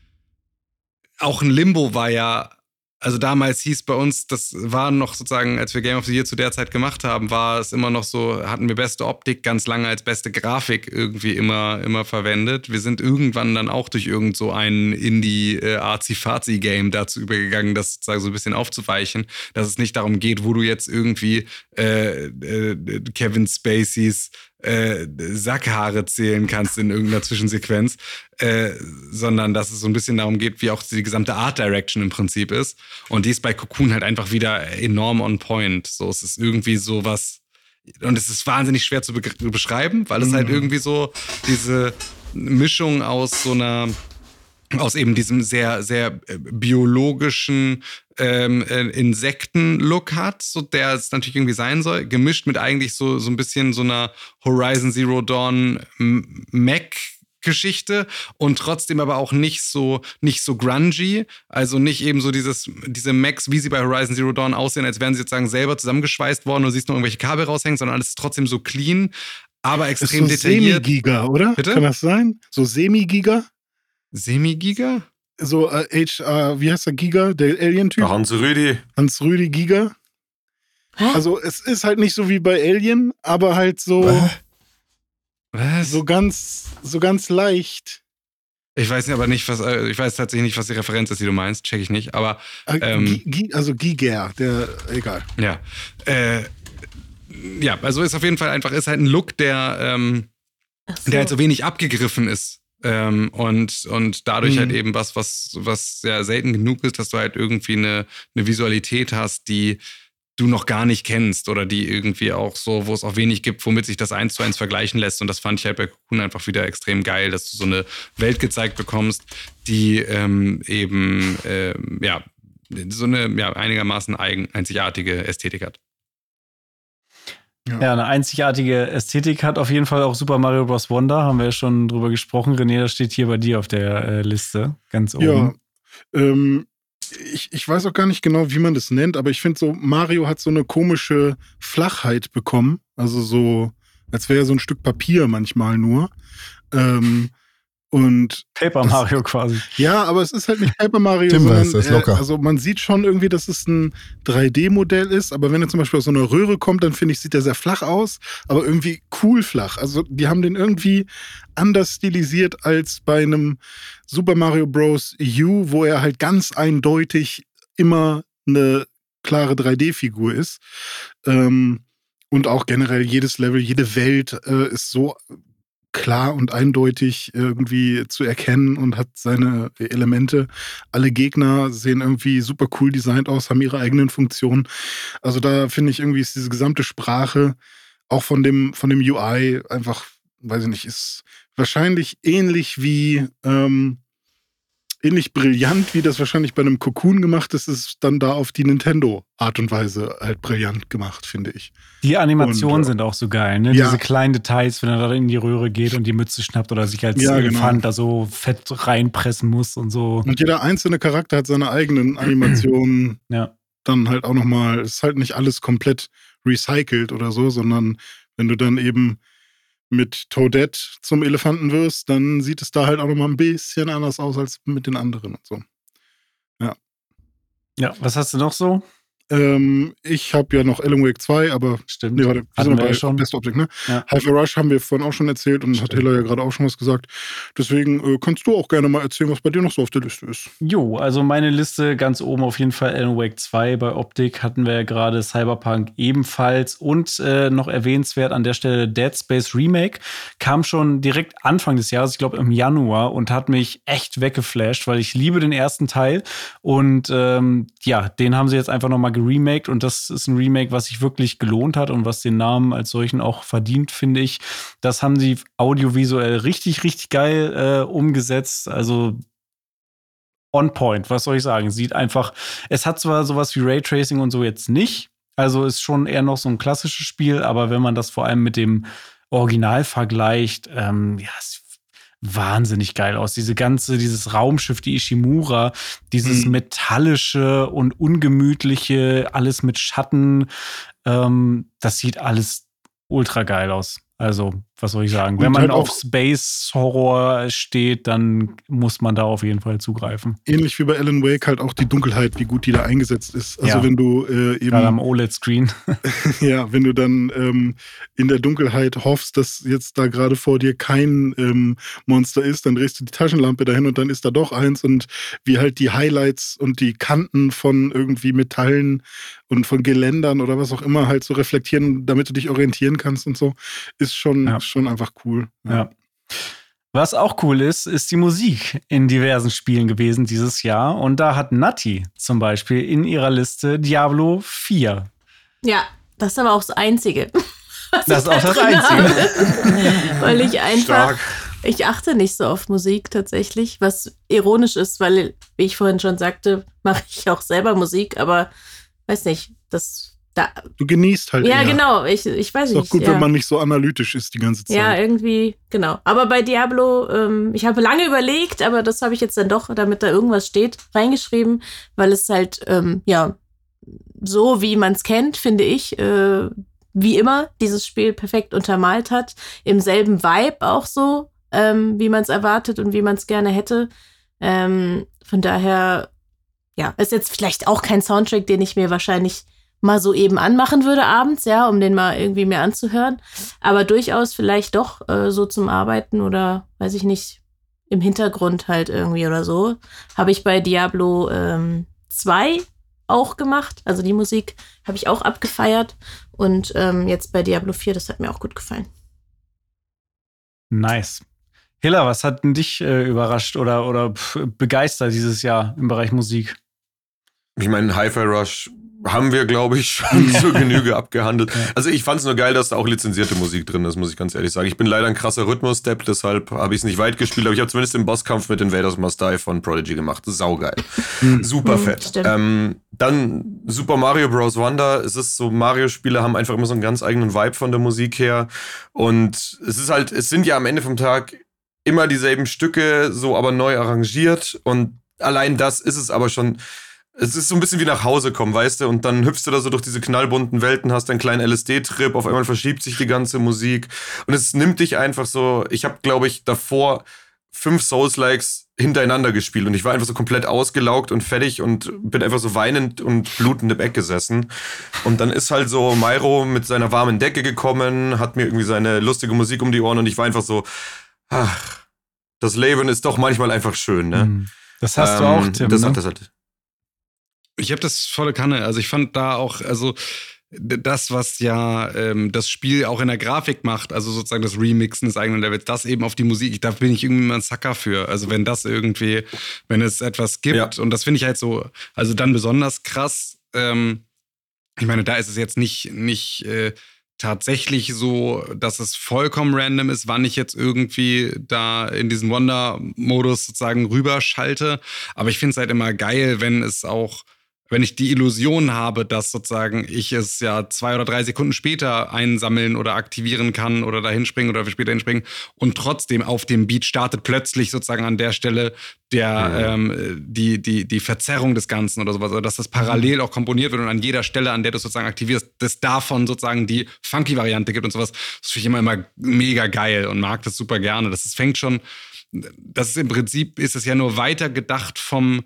Auch ein Limbo war ja, also damals hieß bei uns, das war noch sozusagen, als wir Game of the Year zu der Zeit gemacht haben, war es immer noch so, hatten wir beste Optik ganz lange als beste Grafik irgendwie immer verwendet. Wir sind irgendwann dann auch durch irgend so ein Indie-Arzi-Fazi-Game dazu übergegangen, das sozusagen so ein bisschen aufzuweichen, dass es nicht darum geht, wo du jetzt irgendwie Kevin Spaceys Sackhaare zählen kannst in irgendeiner Zwischensequenz, sondern dass es so ein bisschen darum geht, wie auch die gesamte Art Direction im Prinzip ist. Und die ist bei Cocoon halt einfach wieder enorm on point. So, es ist irgendwie sowas, und es ist wahnsinnig schwer zu beschreiben, weil es halt irgendwie so diese Mischung aus eben diesem sehr, sehr biologischen Insekten-Look hat, so der es natürlich irgendwie sein soll, gemischt mit eigentlich so ein bisschen so einer Horizon Zero Dawn Mech-Geschichte und trotzdem aber auch nicht so grungy, also nicht eben so diese Mechs, wie sie bei Horizon Zero Dawn aussehen, als wären sie sozusagen selber zusammengeschweißt worden und du siehst noch irgendwelche Kabel raushängen, sondern alles ist trotzdem so clean, aber extrem ist so detailliert. Semi-Giga, oder? Bitte? Kann das sein? So Semi-Giga? Semi-Giga? So wie heißt der Giga? Der Alien-Typ? Hans-Rüdi Giga. Hä? Also es ist halt nicht so wie bei Alien, aber halt so Was? so ganz leicht. Ich weiß tatsächlich nicht, was die Referenz ist, die du meinst, check ich nicht, aber Also Giger, egal. ja. Ja, also ist auf jeden Fall einfach, ist halt ein Look, der halt so wenig abgegriffen ist. Und dadurch halt eben was ja selten genug ist, dass du halt irgendwie eine Visualität hast, die du noch gar nicht kennst oder die irgendwie auch so, wo es auch wenig gibt, womit sich das 1:1 vergleichen lässt. Und das fand ich halt bei Cocoon einfach wieder extrem geil, dass du so eine Welt gezeigt bekommst, die so eine einigermaßen einzigartige Ästhetik hat. Ja, eine einzigartige Ästhetik hat auf jeden Fall auch Super Mario Bros. Wonder, haben wir ja schon drüber gesprochen. René, das steht hier bei dir auf der Liste, ganz oben. Ja, ich weiß auch gar nicht genau, wie man das nennt, aber ich finde so, Mario hat so eine komische Flachheit bekommen. Also so, als wäre er so ein Stück Papier manchmal nur. Und Paper Mario quasi. Ja, aber es ist halt nicht Paper Mario, Timber sondern ist das locker. also man sieht schon irgendwie, dass es ein 3D-Modell ist, aber wenn er zum Beispiel aus so einer Röhre kommt, dann finde ich, sieht er sehr flach aus, aber irgendwie cool flach. Also die haben den irgendwie anders stilisiert als bei einem Super Mario Bros. U, wo er halt ganz eindeutig immer eine klare 3D-Figur ist. Und auch generell jedes Level, jede Welt ist so klar und eindeutig irgendwie zu erkennen und hat seine Elemente. Alle Gegner sehen irgendwie super cool designt aus, haben ihre eigenen Funktionen. Also da finde ich irgendwie ist diese gesamte Sprache auch von dem UI einfach, weiß ich nicht, ist wahrscheinlich ähnlich brillant, wie das wahrscheinlich bei einem Cocoon gemacht ist, ist dann da auf die Nintendo-Art und Weise halt brillant gemacht, finde ich. Die Animationen sind auch so geil, ne? Ja. Diese kleinen Details, wenn er da in die Röhre geht und die Mütze schnappt oder sich als Elefant da so fett reinpressen muss und so. Und jeder einzelne Charakter hat seine eigenen Animationen. Ja. Dann halt auch nochmal, ist halt nicht alles komplett recycelt oder so, sondern wenn du dann eben mit Toadette zum Elefanten wirst, dann sieht es da halt auch nochmal ein bisschen anders aus als mit den anderen und so. Ja. Ja, was hast du noch so? Ich habe ja noch Alan Wake 2, aber Stimmt. Nee, warte, wir Hatten sind wir bei ja schon. Best Object, ne? Ja. Hi-Fi Rush haben wir vorhin auch schon erzählt und hat Hiller ja gerade auch schon was gesagt. Deswegen kannst du auch gerne mal erzählen, was bei dir noch so auf der Liste ist. Jo, also meine Liste ganz oben auf jeden Fall Alan Wake 2. Bei Optik hatten wir ja gerade Cyberpunk ebenfalls und noch erwähnenswert an der Stelle Dead Space Remake. Kam schon direkt Anfang des Jahres, ich glaube im Januar, und hat mich echt weggeflasht, weil ich liebe den ersten Teil und ja, den haben sie jetzt einfach nochmal geremaked und das ist ein Remake, was sich wirklich gelohnt hat und was den Namen als solchen auch verdient, finde ich. Das haben sie audiovisuell richtig, richtig geil umgesetzt. Also on point, was soll ich sagen? Sieht einfach, es hat zwar sowas wie Raytracing und so jetzt nicht, also ist schon eher noch so ein klassisches Spiel, aber wenn man das vor allem mit dem Original vergleicht, ja, es wahnsinnig geil aus. Dieses Raumschiff, die Ishimura, dieses metallische und ungemütliche, alles mit Schatten, das sieht alles ultra geil aus. Also, was soll ich sagen? Wenn man halt auf Space-Horror steht, dann muss man da auf jeden Fall zugreifen. Ähnlich wie bei Alan Wake halt auch die Dunkelheit, wie gut die da eingesetzt ist. Also Ja. wenn du eben Gerade am OLED-Screen. ja, wenn du dann in der Dunkelheit hoffst, dass jetzt da gerade vor dir kein Monster ist, dann drehst du die Taschenlampe dahin und dann ist da doch eins und wie halt die Highlights und die Kanten von irgendwie Metallen und von Geländern oder was auch immer halt so reflektieren, damit du dich orientieren kannst und so, ist schon einfach cool. Ja. Was auch cool ist die Musik in diversen Spielen gewesen dieses Jahr. Und da hat Natti zum Beispiel in ihrer Liste Diablo 4. Ja, das ist aber auch das Einzige. Das ist auch das Einzige. Weil ich einfach, ich achte nicht so auf Musik tatsächlich, was ironisch ist, weil, wie ich vorhin schon sagte, mache ich auch selber Musik, aber weiß nicht, du genießt halt. Ja, eher. Genau, ich weiß nicht. Ist auch gut, wenn man nicht so analytisch ist die ganze Zeit. Ja, irgendwie, genau. Aber bei Diablo, ich habe lange überlegt, aber das habe ich jetzt dann doch, damit da irgendwas steht, reingeschrieben, weil es halt, so wie man es kennt, finde ich, wie immer, dieses Spiel perfekt untermalt hat. Im selben Vibe auch so, wie man es erwartet und wie man es gerne hätte. Von daher, ist jetzt vielleicht auch kein Soundtrack, den ich mir wahrscheinlich mal so eben anmachen würde abends, um den mal irgendwie mir anzuhören. Aber durchaus vielleicht doch so zum Arbeiten oder, weiß ich nicht, im Hintergrund halt irgendwie oder so. Habe ich bei Diablo 2 auch gemacht. Also die Musik habe ich auch abgefeiert. Und jetzt bei Diablo 4, das hat mir auch gut gefallen. Nice. Hilla, was hat denn dich überrascht oder begeistert dieses Jahr im Bereich Musik? Ich meine, Hi-Fi Rush haben wir, glaube ich, schon zur Genüge abgehandelt. Also ich fand es nur geil, dass da auch lizenzierte Musik drin ist, muss ich ganz ehrlich sagen. Ich bin leider ein krasser Rhythmus-Step, deshalb habe ich es nicht weit gespielt, aber ich habe zumindest den Bosskampf mit Invaders Must Die von Prodigy gemacht. Saugeil. Super fett. Dann Super Mario Bros. Wonder. Es ist so, Mario-Spiele haben einfach immer so einen ganz eigenen Vibe von der Musik her. Und es sind ja am Ende vom Tag immer dieselben Stücke, so aber neu arrangiert. Und allein das ist es aber schon. Es ist so ein bisschen wie nach Hause kommen, weißt du? Und dann hüpfst du da so durch diese knallbunten Welten, hast einen kleinen LSD-Trip, auf einmal verschiebt sich die ganze Musik. Und es nimmt dich einfach so. Ich habe, glaube ich, davor 5 Souls-Likes hintereinander gespielt und ich war einfach so komplett ausgelaugt und fertig und bin einfach so weinend und blutend im Eck gesessen. Und dann ist halt so Myro mit seiner warmen Decke gekommen, hat mir irgendwie seine lustige Musik um die Ohren und ich war einfach so, ach, das Leben ist doch manchmal einfach schön, ne? Das hast du auch, Tim, das ne? Das halt. Ich habe das volle Kanne. Also ich fand da auch, also das, was ja das Spiel auch in der Grafik macht, also sozusagen das Remixen des eigenen Levels, das eben auf die Musik, da bin ich irgendwie mal ein Sucker für. Also wenn es etwas gibt, und das finde ich halt so, also dann besonders krass. Ich meine, da ist es jetzt nicht tatsächlich so, dass es vollkommen random ist, wann ich jetzt irgendwie da in diesen Wonder-Modus sozusagen rüberschalte. Aber ich finde es halt immer geil, wenn ich die Illusion habe, dass sozusagen ich es ja 2 oder 3 Sekunden später einsammeln oder aktivieren kann oder dahin springen oder später hinspringen und trotzdem auf dem Beat startet plötzlich sozusagen an der Stelle die Verzerrung des Ganzen oder sowas, oder dass das parallel auch komponiert wird und an jeder Stelle, an der du sozusagen aktivierst, dass davon sozusagen die Funky-Variante gibt und sowas. Das finde ich immer mega geil und mag das super gerne. Im Prinzip ist es ja nur weiter gedacht vom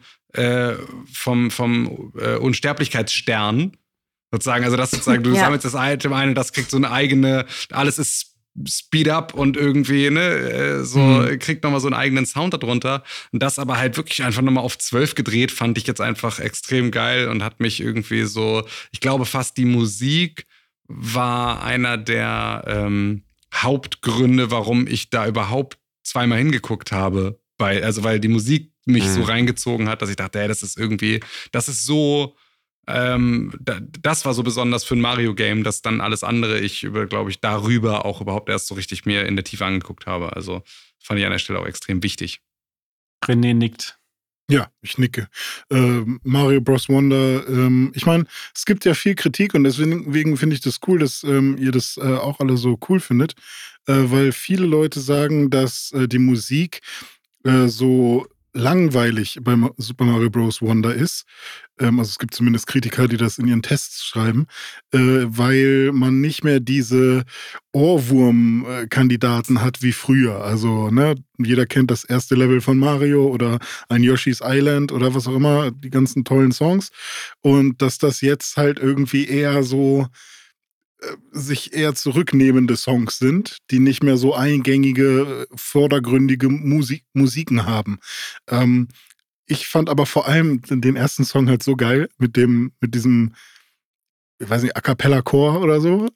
Unsterblichkeitsstern sozusagen, also das sozusagen, du sammelst das Item ein und das kriegt so eine eigene, alles ist Speed up und irgendwie, kriegt nochmal so einen eigenen Sound darunter und das aber halt wirklich einfach nochmal auf 12 gedreht, fand ich jetzt einfach extrem geil und hat mich irgendwie so, ich glaube fast die Musik war einer der Hauptgründe, warum ich da überhaupt zweimal hingeguckt habe, weil die Musik mich so reingezogen hat, dass ich dachte, das ist so, das war so besonders für ein Mario-Game, dass dann alles andere glaube ich, darüber auch überhaupt erst so richtig mir in der Tiefe angeguckt habe. Also fand ich an der Stelle auch extrem wichtig. René nickt. Ja, ich nicke. Mario Bros. Wonder, ich meine, es gibt ja viel Kritik und deswegen finde ich das cool, dass ihr das auch alle so cool findet, weil viele Leute sagen, dass die Musik so langweilig bei Super Mario Bros. Wonder ist. Also es gibt zumindest Kritiker, die das in ihren Tests schreiben, weil man nicht mehr diese Ohrwurm-Kandidaten hat wie früher. Also, ne, jeder kennt das erste Level von Mario oder ein Yoshi's Island oder was auch immer, die ganzen tollen Songs. Und dass das jetzt halt irgendwie eher so sich eher zurücknehmende Songs sind, die nicht mehr so eingängige, vordergründige Musiken haben. Ich fand aber vor allem den ersten Song halt so geil mit diesem ich weiß nicht, A Cappella Chor oder so.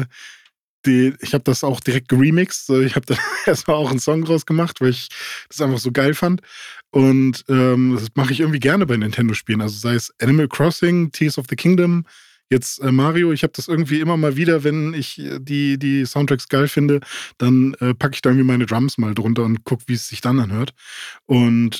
Ich habe das auch direkt geremixed. Ich habe da erstmal auch einen Song draus gemacht, weil ich das einfach so geil fand. Und das mache ich irgendwie gerne bei Nintendo-Spielen. Also sei es Animal Crossing, Tears of the Kingdom, jetzt Mario. Ich habe das irgendwie immer mal wieder, wenn ich die Soundtracks geil finde, dann packe ich da irgendwie meine Drums mal drunter und gucke, wie es sich dann anhört. Und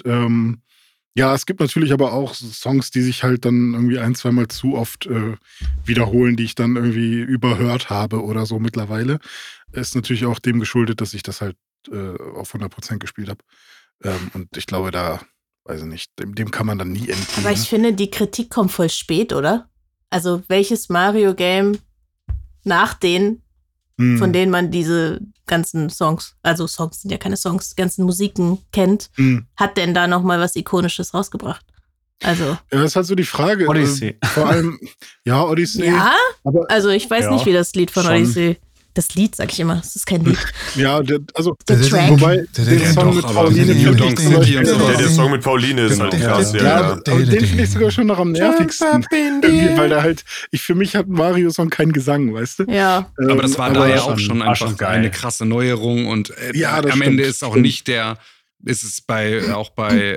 ja, es gibt natürlich aber auch Songs, die sich halt dann irgendwie 1-2 Mal zu oft wiederholen, die ich dann irgendwie überhört habe oder so mittlerweile. Ist natürlich auch dem geschuldet, dass ich das halt auf 100% gespielt habe. Und ich glaube, da, weiß ich nicht, dem kann man dann nie entgehen. Aber ich finde, die Kritik kommt voll spät, oder? Also welches Mario-Game nach denen, von denen man diese ganzen Songs, also Songs sind ja keine Songs, die ganzen Musiken kennt, hat denn da nochmal was Ikonisches rausgebracht? Also. Ja, das ist halt so die Frage. Odyssey. Vor allem, ja, Odyssey. Ja, aber also ich weiß nicht, wie das Lied von schon. Odyssey. Das Lied, sag ich immer, das ist kein Lied. Ja, Der Track. Wobei der Song mit Pauline finde ich zum Beispiel. Der Song mit Pauline ist halt krass, Ja, aber den finde ich sogar schon noch am nervigsten. Weil da halt, für mich hat ein Mario-Song keinen Gesang, weißt du? Ja. Aber das war da ja auch schon einfach geil. eine krasse Neuerung und Ja, das am stimmt. Ende ist auch nicht ist es auch bei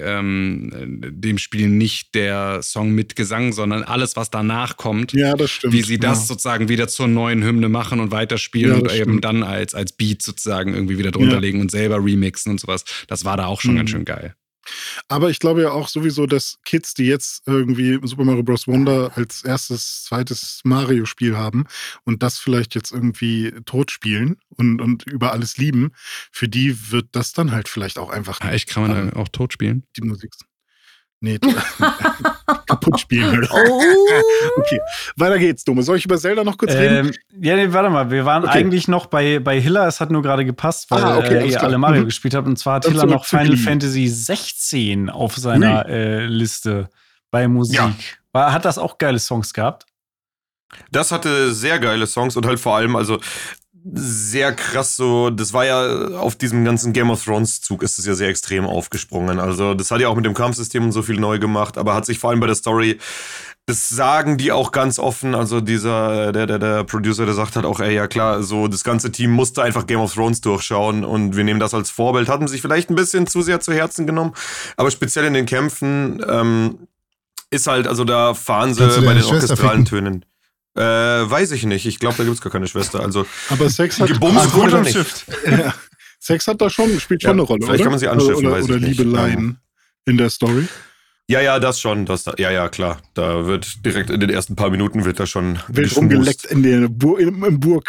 dem Spiel nicht der Song mit Gesang, sondern alles, was danach kommt. Ja, das stimmt. Wie sie das sozusagen wieder zur neuen Hymne machen und weiterspielen Ja, und das eben stimmt. dann als Beat sozusagen irgendwie wieder drunter legen und selber remixen und sowas. Das war da auch schon ganz schön geil. Aber ich glaube ja auch sowieso, dass Kids, die jetzt irgendwie Super Mario Bros. Wonder als zweites Mario-Spiel haben und das vielleicht jetzt irgendwie tot spielen und über alles lieben, für die wird das dann halt vielleicht auch einfach Ja, echt, kann man da auch tot spielen? die Musik. Nee, kaputt spielen. Oh. Okay, weiter geht's, Dome. Soll ich über Zelda noch kurz reden? Ja, nee, warte mal. Wir waren eigentlich noch bei Hilla. Es hat nur gerade gepasst, weil alles ihr klar. alle Mario gespielt habt. Und zwar hat Dann Hilla zurück noch zu Final Glee. Fantasy 16 auf seiner Liste bei Musik. Ja. Hat das auch geile Songs gehabt? Das hatte sehr geile Songs und halt vor allem, also sehr krass so, das war ja auf diesem ganzen Game of Thrones Zug ist es ja sehr extrem aufgesprungen. Also das hat ja auch mit dem Kampfsystem und so viel neu gemacht, aber hat sich vor allem bei der Story, das sagen die auch ganz offen, also der Producer, der sagt halt auch, ey, ja klar, so das ganze Team musste einfach Game of Thrones durchschauen und wir nehmen das als Vorbild, hatten sich vielleicht ein bisschen zu sehr zu Herzen genommen, aber speziell in den Kämpfen ist halt, also da fahren sie bei den orchestralen Tönen. Weiß ich nicht. Ich glaube, da gibt's gar keine Schwester. Also, Aber Sex hat gebumst wurde da nicht. Ja. Sex hat da spielt schon eine Rolle, vielleicht oder? kann man sie anschiffen, weiß oder ich nicht. Liebeleien in der Story. Ja, das schon. Ja, klar. Da wird direkt in den ersten paar Minuten wird da schon Wild rumgeleckt in der im Burg.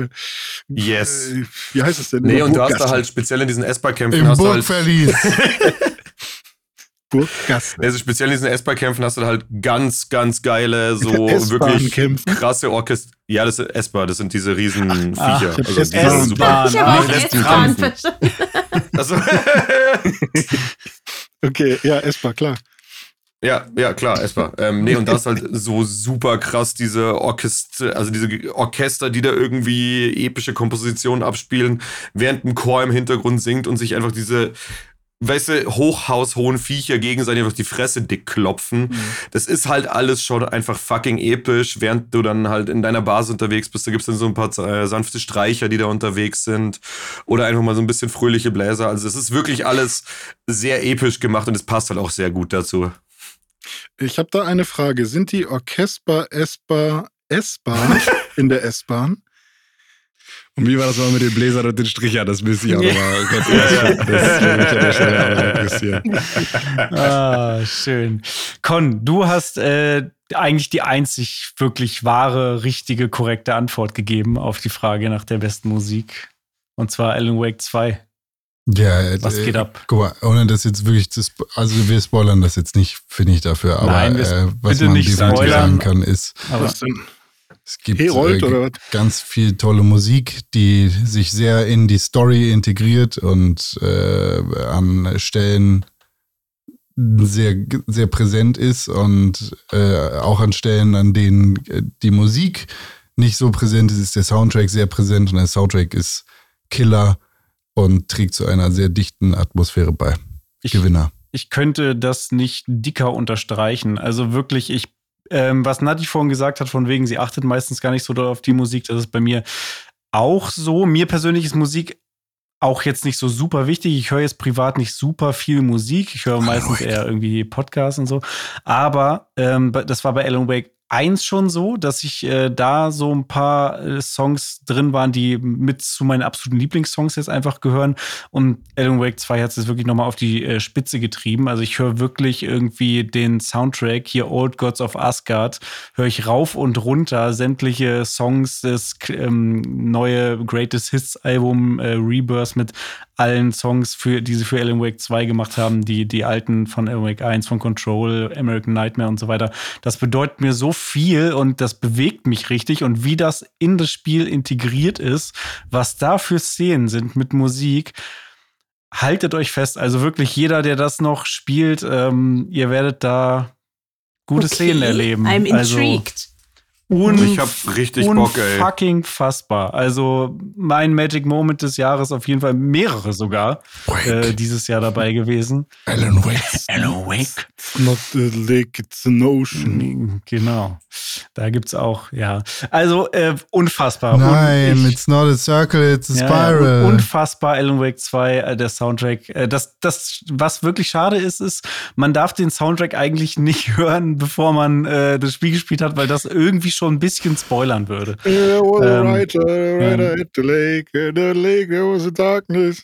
Yes. Wie heißt es denn? Nee, und du hast da halt speziell in diesen Esper-Kämpfen Im hast du halt Burgverlies. Burggasten. also speziell in diesen Esper-Kämpfen hast du halt ganz, ganz geile, so wirklich krasse Orchester. Ja, das sind Esper, das sind diese riesen Viecher. ich hab Also diese S-Bahn. super. Ich habe auch Nee, S-Bahn Kämpfen. verstanden. Also, Okay, ja, Esper, klar. ja, klar, Esper. Nee, und das ist halt so super krass, diese Orchester, die da irgendwie epische Kompositionen abspielen, während ein Chor im Hintergrund singt und sich einfach diese, weißt du, hochhaushohen Viecher gegenseitig auf die Fresse dick klopfen. Das ist halt alles schon einfach fucking episch, während du dann halt in deiner Basis unterwegs bist. Da gibt's dann so ein paar sanfte Streicher, die da unterwegs sind. Oder einfach mal so ein bisschen fröhliche Bläser. Also es ist wirklich alles sehr episch gemacht und es passt halt auch sehr gut dazu. Ich habe da eine Frage. Sind die Orchester S-Bahn in der S-Bahn? Und wie war das mal mit den Bläsern und den Strichern? Das müsste ich auch nochmal ganz ehrlich. Das würde mich an der Stelle auch interessieren. Schön. Con, du hast eigentlich die einzig wirklich wahre, richtige, korrekte Antwort gegeben auf die Frage nach der besten Musik. Und zwar Alan Wake 2. Ja, Was geht ab? Guck mal, ohne das jetzt wirklich also wir spoilern das jetzt nicht, finde ich dafür, aber Nein, was bitte man nicht definitiv spoilern. sagen kann, ist, Aber Was denn? es gibt Herold oder was? ganz viel tolle Musik, die sich sehr in die Story integriert und an Stellen sehr, sehr präsent ist und auch an Stellen, an denen die Musik nicht so präsent ist der Soundtrack sehr präsent und der Soundtrack ist Killer und trägt zu einer sehr dichten Atmosphäre bei. Gewinner. Ich könnte das nicht dicker unterstreichen. Also wirklich, ich Was Nati vorhin gesagt hat, von wegen, sie achtet meistens gar nicht so doll auf die Musik, das ist bei mir auch so. Mir persönlich ist Musik auch jetzt nicht so super wichtig. Ich höre jetzt privat nicht super viel Musik. Ich höre meistens eher irgendwie Podcasts und so. Aber das war bei Alan Wake 1 schon so, dass ich da so ein paar Songs drin waren, die mit zu meinen absoluten Lieblingssongs jetzt einfach gehören. Und Alan Wake 2 hat es wirklich nochmal auf die Spitze getrieben. Also ich höre wirklich irgendwie den Soundtrack, hier Old Gods of Asgard, höre ich rauf und runter. Sämtliche Songs, das neue Greatest Hits Album Rebirth mit allen Songs, die sie für Alan Wake 2 gemacht haben, die alten von Alan Wake 1, von Control, American Nightmare und so weiter. Das bedeutet mir so viel und das bewegt mich richtig. Und wie das in das Spiel integriert ist, was da für Szenen sind mit Musik, haltet euch fest. Also wirklich jeder, der das noch spielt, ihr werdet da gute Szenen erleben. I'm intrigued. Ich hab richtig Bock, ey. Fucking fassbar. Also mein Magic Moment des Jahres auf jeden Fall, mehrere sogar, dieses Jahr dabei gewesen. Alan Wake. Alan Wake. It's not a lake, it's an ocean. Genau. Da gibt's auch, ja. Also unfassbar. Nein, it's not a circle, it's a spiral. Unfassbar, Alan Wake 2, der Soundtrack. Das, was wirklich schade ist, man darf den Soundtrack eigentlich nicht hören, bevor man das Spiel gespielt hat, weil das irgendwie schon ein bisschen spoilern würde. There was a writer at the lake, and the lake there was a darkness.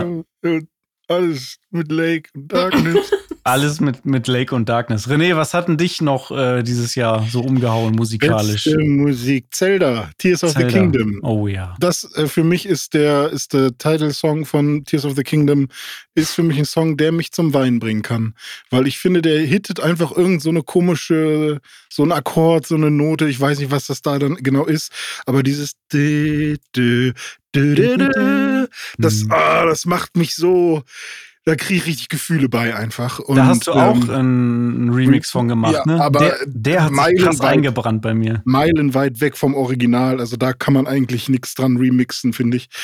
Alles mit Lake und Darkness. Alles mit Lake und Darkness. René, was hat denn dich noch dieses Jahr so umgehauen musikalisch? Beste Musik. Zelda, Tears of the Kingdom. Oh ja. Das für mich ist der Titelsong von Tears of the Kingdom, ist für mich ein Song, der mich zum Weinen bringen kann. Weil ich finde, der hittet einfach irgend so eine komische, so ein Akkord, so eine Note, ich weiß nicht, was das da dann genau ist, aber dieses das macht mich so, da kriege ich richtig Gefühle bei einfach. Und, da hast du auch einen Remix von gemacht, ja, ne? Aber der hat sich krass eingebrannt bei mir. Meilenweit weg vom Original, also da kann man eigentlich nichts dran remixen, finde ich.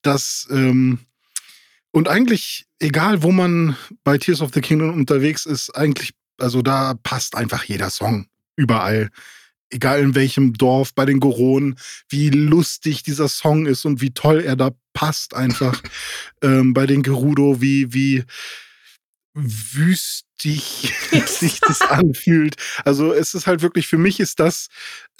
Und eigentlich, egal wo man bei Tears of the Kingdom unterwegs ist, eigentlich, also da passt einfach jeder Song, überall. Egal in welchem Dorf, bei den Goronen, wie lustig dieser Song ist und wie toll er da passt einfach. Bei den Gerudo, wie wüstig sich das anfühlt. Also es ist halt wirklich, für mich ist das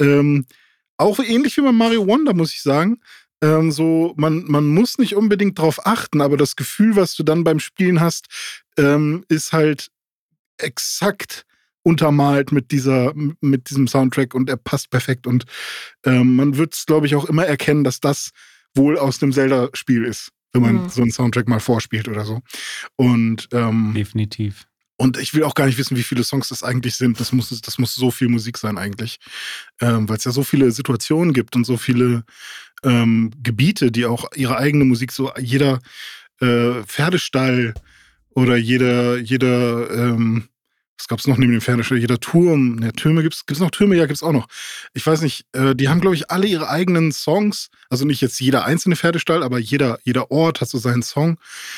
auch ähnlich wie bei Mario Wonder, muss ich sagen. So, man muss nicht unbedingt drauf achten, aber das Gefühl, was du dann beim Spielen hast, ist halt exakt untermalt mit diesem Soundtrack und er passt perfekt und man wird es, glaube ich, auch immer erkennen, dass das wohl aus einem Zelda-Spiel ist, wenn man so einen Soundtrack mal vorspielt oder so. Und definitiv. Und ich will auch gar nicht wissen, wie viele Songs das eigentlich sind. Das muss so viel Musik sein eigentlich, weil es ja so viele Situationen gibt und so viele Gebiete, die auch ihre eigene Musik, so jeder Pferdestall oder jeder was gab's noch neben dem Pferdestall? Jeder Turm. Ne, Türme gibt's noch Türme? Ja, gibt's auch noch. Ich weiß nicht, die haben, glaube ich, alle ihre eigenen Songs. Also nicht jetzt jeder einzelne Pferdestall, aber jeder Ort hat so seinen Song.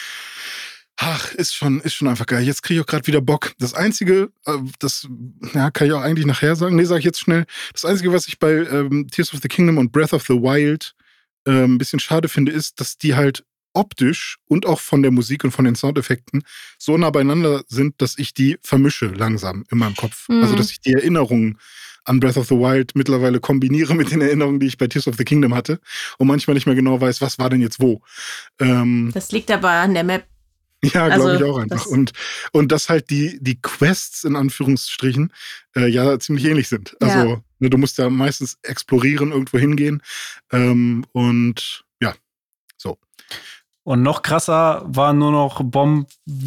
Ach, ist schon einfach geil. Jetzt kriege ich auch gerade wieder Bock. Das Einzige, das kann ich auch eigentlich nachher sagen. Nee, sage ich jetzt schnell. Das Einzige, was ich bei Tears of the Kingdom und Breath of the Wild ein bisschen schade finde, ist, dass die halt optisch und auch von der Musik und von den Soundeffekten so nah beieinander sind, dass ich die vermische langsam in meinem Kopf. Also, dass ich die Erinnerungen an Breath of the Wild mittlerweile kombiniere mit den Erinnerungen, die ich bei Tears of the Kingdom hatte und manchmal nicht mehr genau weiß, was war denn jetzt wo. Das liegt aber an der Map. Ja, glaube ich auch einfach. Und dass halt die Quests in Anführungsstrichen ja ziemlich ähnlich sind. Also du musst ja meistens explorieren, irgendwo hingehen und ja, so. Und noch krasser war nur noch Bomb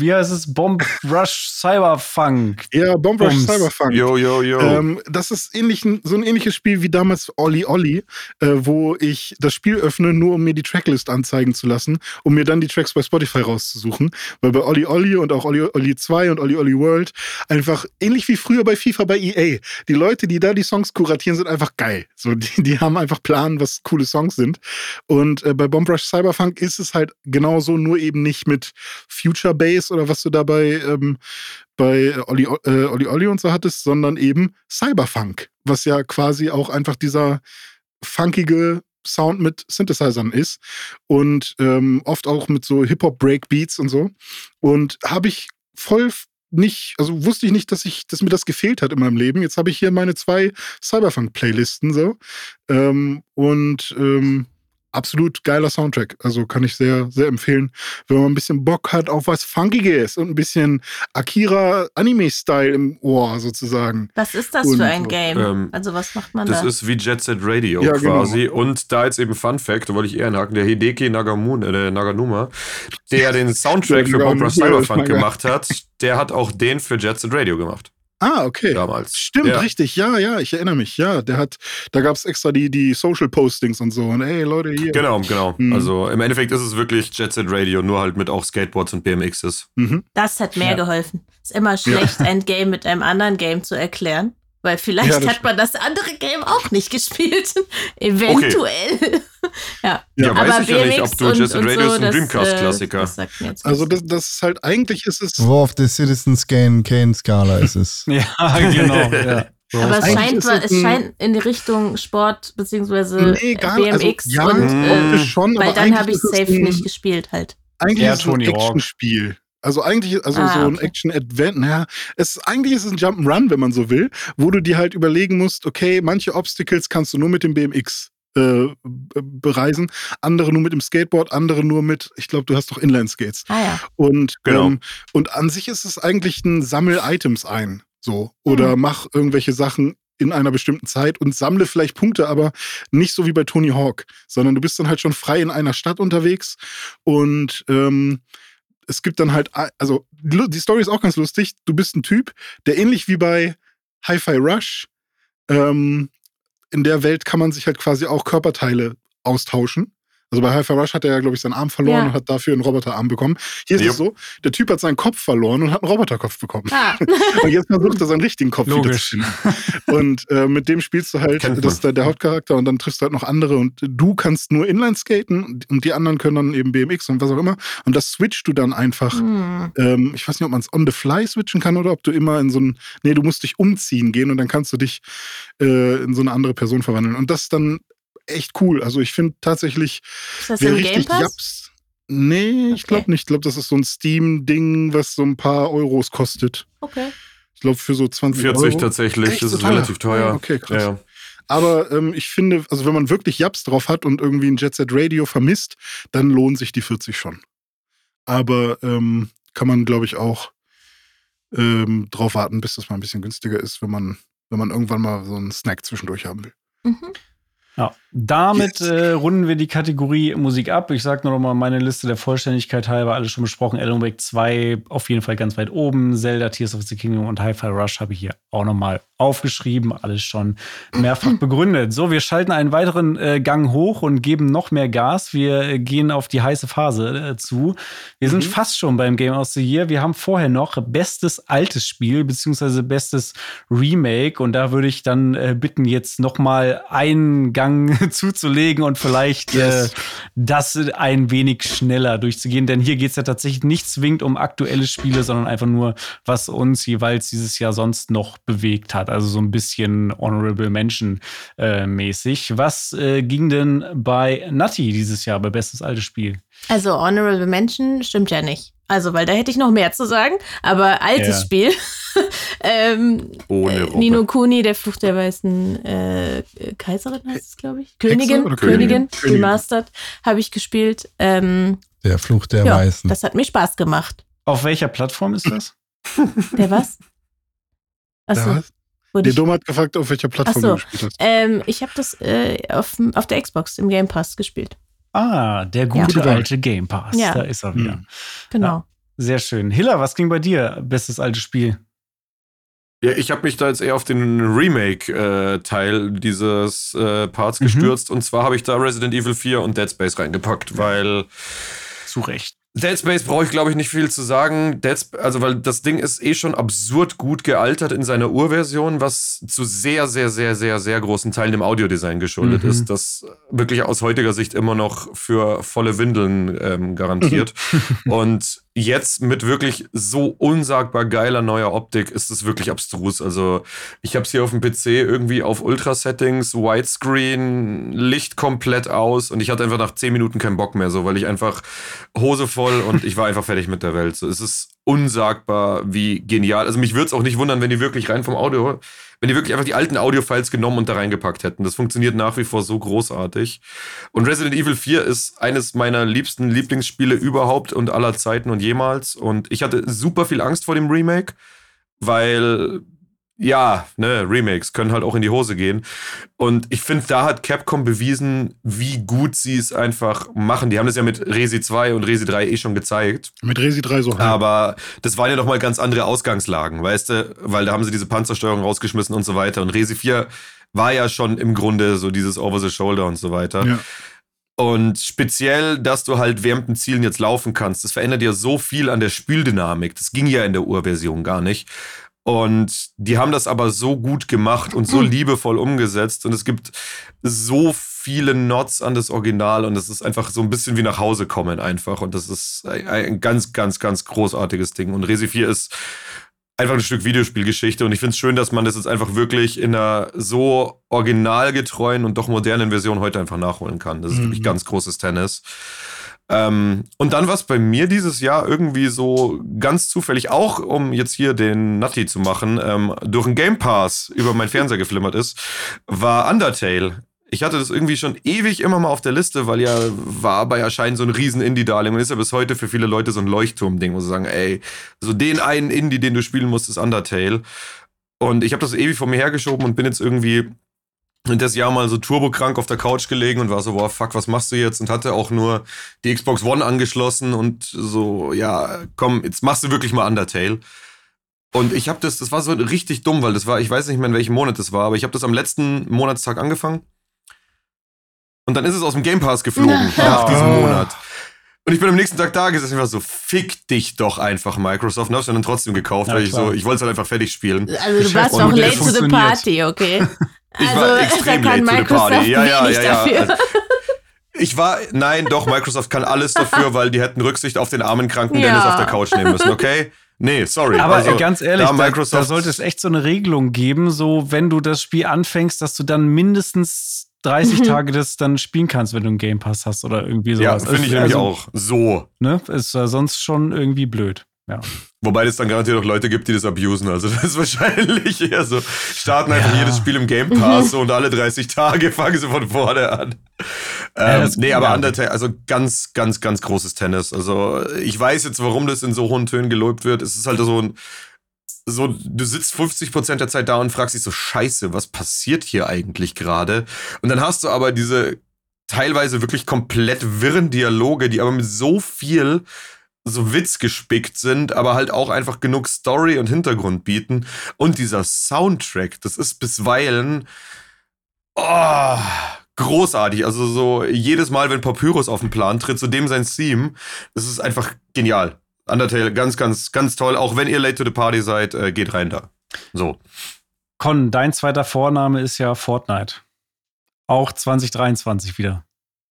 Rush Cyberfunk. Ja, Bomb Rush Cyberfunk. Yo. Das ist so ein ähnliches Spiel wie damals Olli Olli, wo ich das Spiel öffne, nur um mir die Tracklist anzeigen zu lassen, um mir dann die Tracks bei Spotify rauszusuchen. Weil bei Olli Olli und auch Olli Olli 2 und Olli Olli World einfach ähnlich wie früher bei FIFA bei EA. Die Leute, die da die Songs kuratieren, sind einfach geil. So, die haben einfach Plan, was coole Songs sind. Und bei Bomb Rush Cyberfunk ist es halt genauso, nur eben nicht mit Future Bass oder was du dabei bei Olli und so hattest, sondern eben Cyberfunk, was ja quasi auch einfach dieser funkige Sound mit Synthesizern ist und oft auch mit so Hip-Hop-Breakbeats und so. Und habe ich voll nicht, also wusste ich nicht, dass mir das gefehlt hat in meinem Leben. Jetzt habe ich hier meine 2 Cyberpunk-Playlisten so. Absolut geiler Soundtrack. Also kann ich sehr, sehr empfehlen, wenn man ein bisschen Bock hat auf was Funkiges und ein bisschen Akira-Anime-Style im Ohr sozusagen. Was ist das für ein Game? Also was macht man da? Das ist wie Jet Set Radio quasi. Genau. Und da jetzt eben Fun Fact, da wollte ich eher nachhaken, der Hideki Naganuma, der den Soundtrack für Bob Ross Cyberpunk gemacht hat, der hat auch den für Jet Set Radio gemacht. Ah, okay. Damals. Stimmt, richtig. Ja, ich erinnere mich. Ja, da gab es extra die Social Postings und so. Und ey, Leute, hier. Genau. Also im Endeffekt ist es wirklich Jet Set Radio, nur halt mit auch Skateboards und BMXs. Das hat mehr geholfen. Ist immer schlecht, ein Game mit einem anderen Game zu erklären. Weil vielleicht hat man das andere Game auch nicht gespielt. Eventuell. Okay. Ja, weiß ich ja nicht, ob du Jet Set Radio ist ein Dreamcast-Klassiker. Also das ist halt, eigentlich ist es... Wo auf der Citizens Kane-Skala ist es. Ja, genau. Ja. Aber es scheint in die Richtung Sport bzw. BMX schon, weil dann habe ich safe nicht gespielt halt. Eigentlich ist es ein Actionspiel. So ein Action-Advent, eigentlich ist es ein Jump'n'Run, wenn man so will, wo du dir halt überlegen musst, okay, manche Obstacles kannst du nur mit dem BMX bereisen, andere nur mit dem Skateboard, andere nur mit, ich glaube, du hast doch Inline-Skates. Und an sich ist es eigentlich ein Sammel-Items ein, so. Oder mach irgendwelche Sachen in einer bestimmten Zeit und sammle vielleicht Punkte, aber nicht so wie bei Tony Hawk, sondern du bist dann halt schon frei in einer Stadt unterwegs und es gibt dann halt, also die Story ist auch ganz lustig. Du bist ein Typ, der ähnlich wie bei Hi-Fi Rush, in der Welt kann man sich halt quasi auch Körperteile austauschen. Also bei Hi-Fi Rush hat er ja, glaube ich, seinen Arm verloren und hat dafür einen Roboterarm bekommen. Hier ist es so, der Typ hat seinen Kopf verloren und hat einen Roboterkopf bekommen. Und jetzt versucht er seinen richtigen Kopf wieder zu finden. Und mit dem spielst du halt, das ist der Hauptcharakter und dann triffst du halt noch andere und du kannst nur Inline skaten und die anderen können dann eben BMX und was auch immer. Und das switchst du dann einfach. Ich weiß nicht, ob man es on the fly switchen kann oder ob du immer in so ein, du musst dich umziehen gehen und dann kannst du dich in so eine andere Person verwandeln. Und das ist dann echt cool. Also ich finde tatsächlich, ist das im Game Pass? Nee, ich glaube nicht. Ich glaube, das ist so ein Steam-Ding, was so ein paar Euros kostet. Okay. Ich glaube, für so 20 40 Euro. tatsächlich. Echt? Das ist relativ teuer. Okay, krass. Ja. Aber ich finde, also wenn man wirklich Japs drauf hat und irgendwie ein Jet Set Radio vermisst, dann lohnen sich die 40 schon. Aber kann man, glaube ich, auch drauf warten, bis das mal ein bisschen günstiger ist, wenn man irgendwann mal so einen Snack zwischendurch haben will. Ja, damit runden wir die Kategorie Musik ab. Ich sage nur noch mal meine Liste der Vollständigkeit halber, alles schon besprochen. Alan Wake 2 auf jeden Fall ganz weit oben. Zelda, Tears of the Kingdom und Hi-Fi Rush habe ich hier auch noch mal aufgeschrieben. Alles schon mehrfach begründet. So, wir schalten einen weiteren Gang hoch und geben noch mehr Gas. Wir gehen auf die heiße Phase zu. Wir sind fast schon beim Game of the Year. Wir haben vorher noch bestes altes Spiel beziehungsweise bestes Remake. Und da würde ich dann bitten, jetzt noch mal einen Gang zuzulegen und vielleicht das ein wenig schneller durchzugehen. Denn hier geht es ja tatsächlich nicht zwingend um aktuelle Spiele, sondern einfach nur, was uns jeweils dieses Jahr sonst noch bewegt hat. Also so ein bisschen Honorable Mention mäßig. Was ging denn bei Natti dieses Jahr, bei bestes altes Spiel? Also Honorable Mention stimmt ja nicht. Also, weil da hätte ich noch mehr zu sagen. Aber altes Spiel. Ohne Nino Kuni, der Fluch der weißen Kaiserin heißt es, glaube ich. Königin, Remastered, habe ich gespielt. Der Fluch der Weißen. Das hat mir Spaß gemacht. Auf welcher Plattform ist das? Der was? Achso. Der Dom hat gefragt, auf welcher Plattform du gespielt hast. Ich habe das auf der Xbox im Game Pass gespielt. Ah, der gute alte Game Pass. Ja. Da ist er wieder. Genau. Ja, sehr schön. Hilla, was ging bei dir? Bestes altes Spiel? Ja, ich habe mich da jetzt eher auf den Remake-Teil dieses Parts gestürzt. Und zwar habe ich da Resident Evil 4 und Dead Space reingepackt, weil zu Recht. Dead Space brauche ich, glaube ich, nicht viel zu sagen. Weil das Ding ist schon absurd gut gealtert in seiner Urversion, was zu sehr, sehr, sehr, sehr, sehr großen Teilen dem Audiodesign geschuldet ist, das wirklich aus heutiger Sicht immer noch für volle Windeln garantiert. Und jetzt mit wirklich so unsagbar geiler neuer Optik ist es wirklich abstrus. Also ich habe es hier auf dem PC irgendwie auf Ultra-Settings, Widescreen, Licht komplett aus und ich hatte einfach nach 10 Minuten keinen Bock mehr, so, weil ich einfach Hose voll und ich war einfach fertig mit der Welt. So, es ist unsagbar, wie genial. Also mich würde es auch nicht wundern, wenn die wirklich rein vom Audio, wenn die wirklich einfach die alten Audio-Files genommen und da reingepackt hätten. Das funktioniert nach wie vor so großartig. Und Resident Evil 4 ist eines meiner liebsten Lieblingsspiele überhaupt und aller Zeiten und jemals. Und ich hatte super viel Angst vor dem Remake, weil Remakes können halt auch in die Hose gehen. Und ich finde, da hat Capcom bewiesen, wie gut sie es einfach machen. Die haben das ja mit Resi 2 und Resi 3 schon gezeigt. Mit Resi 3 so. Aber das waren ja nochmal ganz andere Ausgangslagen, weißt du? Weil da haben sie diese Panzersteuerung rausgeschmissen und so weiter. Und Resi 4 war ja schon im Grunde so dieses Over the Shoulder und so weiter. Ja. Und speziell, dass du halt während dem Zielen jetzt laufen kannst, das verändert ja so viel an der Spieldynamik. Das ging ja in der Urversion gar nicht. Und die haben das aber so gut gemacht und so liebevoll umgesetzt. Und es gibt so viele Nods an das Original. Und es ist einfach so ein bisschen wie nach Hause kommen einfach. Und das ist ein ganz, ganz, ganz großartiges Ding. Und Resi 4 ist einfach ein Stück Videospielgeschichte. Und ich finde es schön, dass man das jetzt einfach wirklich in einer so originalgetreuen und doch modernen Version heute einfach nachholen kann. Das ist wirklich ganz großes Tennis. Und dann, was bei mir dieses Jahr irgendwie so ganz zufällig, auch um jetzt hier den Natti zu machen, durch einen Game Pass über meinen Fernseher geflimmert ist, war Undertale. Ich hatte das irgendwie schon ewig immer mal auf der Liste, weil ja war bei Erscheinen so ein riesen Indie-Darling und ist ja bis heute für viele Leute so ein Leuchtturm-Ding, wo sie sagen, ey, so den einen Indie, den du spielen musst, ist Undertale. Und ich habe das ewig vor mir hergeschoben und bin jetzt irgendwie das Jahr mal so turbokrank auf der Couch gelegen und war so, boah, fuck, was machst du jetzt? Und hatte auch nur die Xbox One angeschlossen und so, ja, komm, jetzt machst du wirklich mal Undertale. Und ich habe das war so richtig dumm, weil das war, ich weiß nicht mehr, in welchem Monat das war, aber ich habe das am letzten Monatstag angefangen. Und dann ist es aus dem Game Pass geflogen nach diesem Monat. Und ich bin am nächsten Tag da gesessen und war so, fick dich doch einfach, Microsoft. Und hab's dann trotzdem gekauft, weil ich wollte es halt einfach fertig spielen. Also du warst auch late to the party, okay? Ich war extrem late to the party. Ja. Microsoft kann alles dafür, weil die hätten Rücksicht auf den armen kranken Dennis auf der Couch nehmen müssen, okay? Nee, sorry. Aber also, ganz ehrlich, da sollte es echt so eine Regelung geben, so wenn du das Spiel anfängst, dass du dann mindestens 30 Tage das dann spielen kannst, wenn du einen Game Pass hast oder irgendwie sowas. Ja, finde ich nämlich auch so. Ne? Ist sonst schon irgendwie blöd. Ja. Wobei es dann garantiert auch Leute gibt, die das abusen. Also das ist wahrscheinlich eher so, starten einfach jedes Spiel im Game Pass und alle 30 Tage fangen sie von vorne an. Aber Undertale, also ganz, ganz, ganz großes Tennis. Also ich weiß jetzt, warum das in so hohen Tönen gelobt wird. Es ist halt so, du sitzt 50% der Zeit da und fragst dich so, scheiße, was passiert hier eigentlich gerade? Und dann hast du aber diese teilweise wirklich komplett wirren Dialoge, die aber mit so viel so Witz gespickt sind, aber halt auch einfach genug Story und Hintergrund bieten. Und dieser Soundtrack, das ist bisweilen großartig. Also so jedes Mal, wenn Papyrus auf den Plan tritt, zu dem sein Theme, das ist einfach genial. Undertale, ganz, ganz, ganz toll. Auch wenn ihr late to the party seid, geht rein da. So. Con, dein zweiter Vorname ist ja Fortnite. Auch 2023 wieder.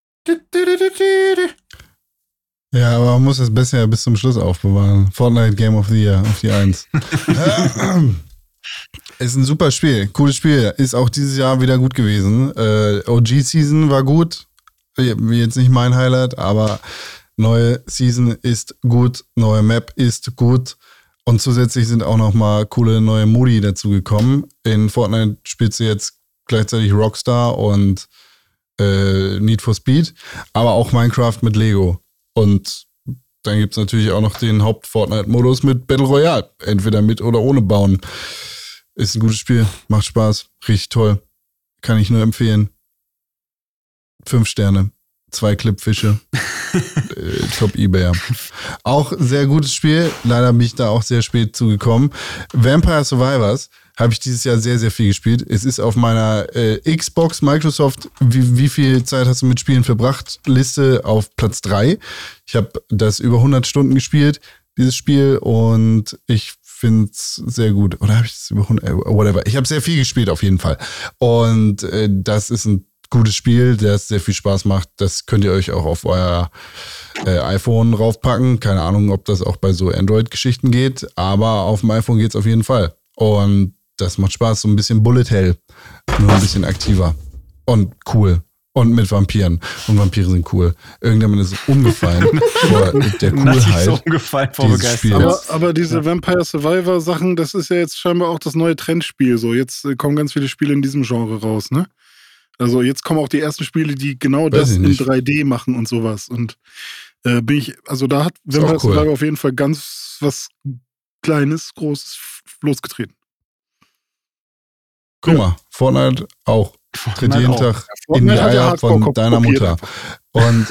Ja, aber man muss das besser ja bis zum Schluss aufbewahren. Fortnite Game of the Year auf die 1. Ist ein super Spiel, cooles Spiel. Ist auch dieses Jahr wieder gut gewesen. OG-Season war gut. Jetzt nicht mein Highlight, aber neue Season ist gut, neue Map ist gut und zusätzlich sind auch noch mal coole neue Modi dazu gekommen. In Fortnite spielst du jetzt gleichzeitig Rockstar und Need for Speed, aber auch Minecraft mit Lego. Und dann gibt es natürlich auch noch den Haupt-Fortnite-Modus mit Battle Royale. Entweder mit oder ohne bauen. Ist ein gutes Spiel, macht Spaß, richtig toll. Kann ich nur empfehlen. 5 Sterne. 2 Clipfische. Top eBay. Auch sehr gutes Spiel. Leider bin ich da auch sehr spät zugekommen. Vampire Survivors habe ich dieses Jahr sehr, sehr viel gespielt. Es ist auf meiner Xbox, Microsoft, wie viel Zeit hast du mit Spielen verbracht? Liste auf Platz 3. Ich habe das über 100 Stunden gespielt, dieses Spiel, und ich finde es sehr gut. Oder habe ich es über 100? Whatever. Ich habe sehr viel gespielt auf jeden Fall. Und das ist ein gutes Spiel, das sehr viel Spaß macht. Das könnt ihr euch auch auf euer iPhone raufpacken. Keine Ahnung, ob das auch bei so Android-Geschichten geht, aber auf dem iPhone geht es auf jeden Fall. Und das macht Spaß, so ein bisschen Bullet Hell, nur ein bisschen aktiver und cool. Und mit Vampiren. Und Vampire sind cool. Irgendjemand ist umgefallen vor der Coolheit. So umgefallen vor Begeisterung. Aber diese Vampire Survivor Sachen, das ist ja jetzt scheinbar auch das neue Trendspiel. So, jetzt kommen ganz viele Spiele in diesem Genre raus, ne? Also jetzt kommen auch die ersten Spiele, die genau das in 3D machen und sowas. Und da hat Vampire Survivor auf jeden Fall ganz was Kleines, Großes losgetreten. Guck mal, Fortnite auch. Tritt jeden Tag in die Eier von deiner Mutter. Und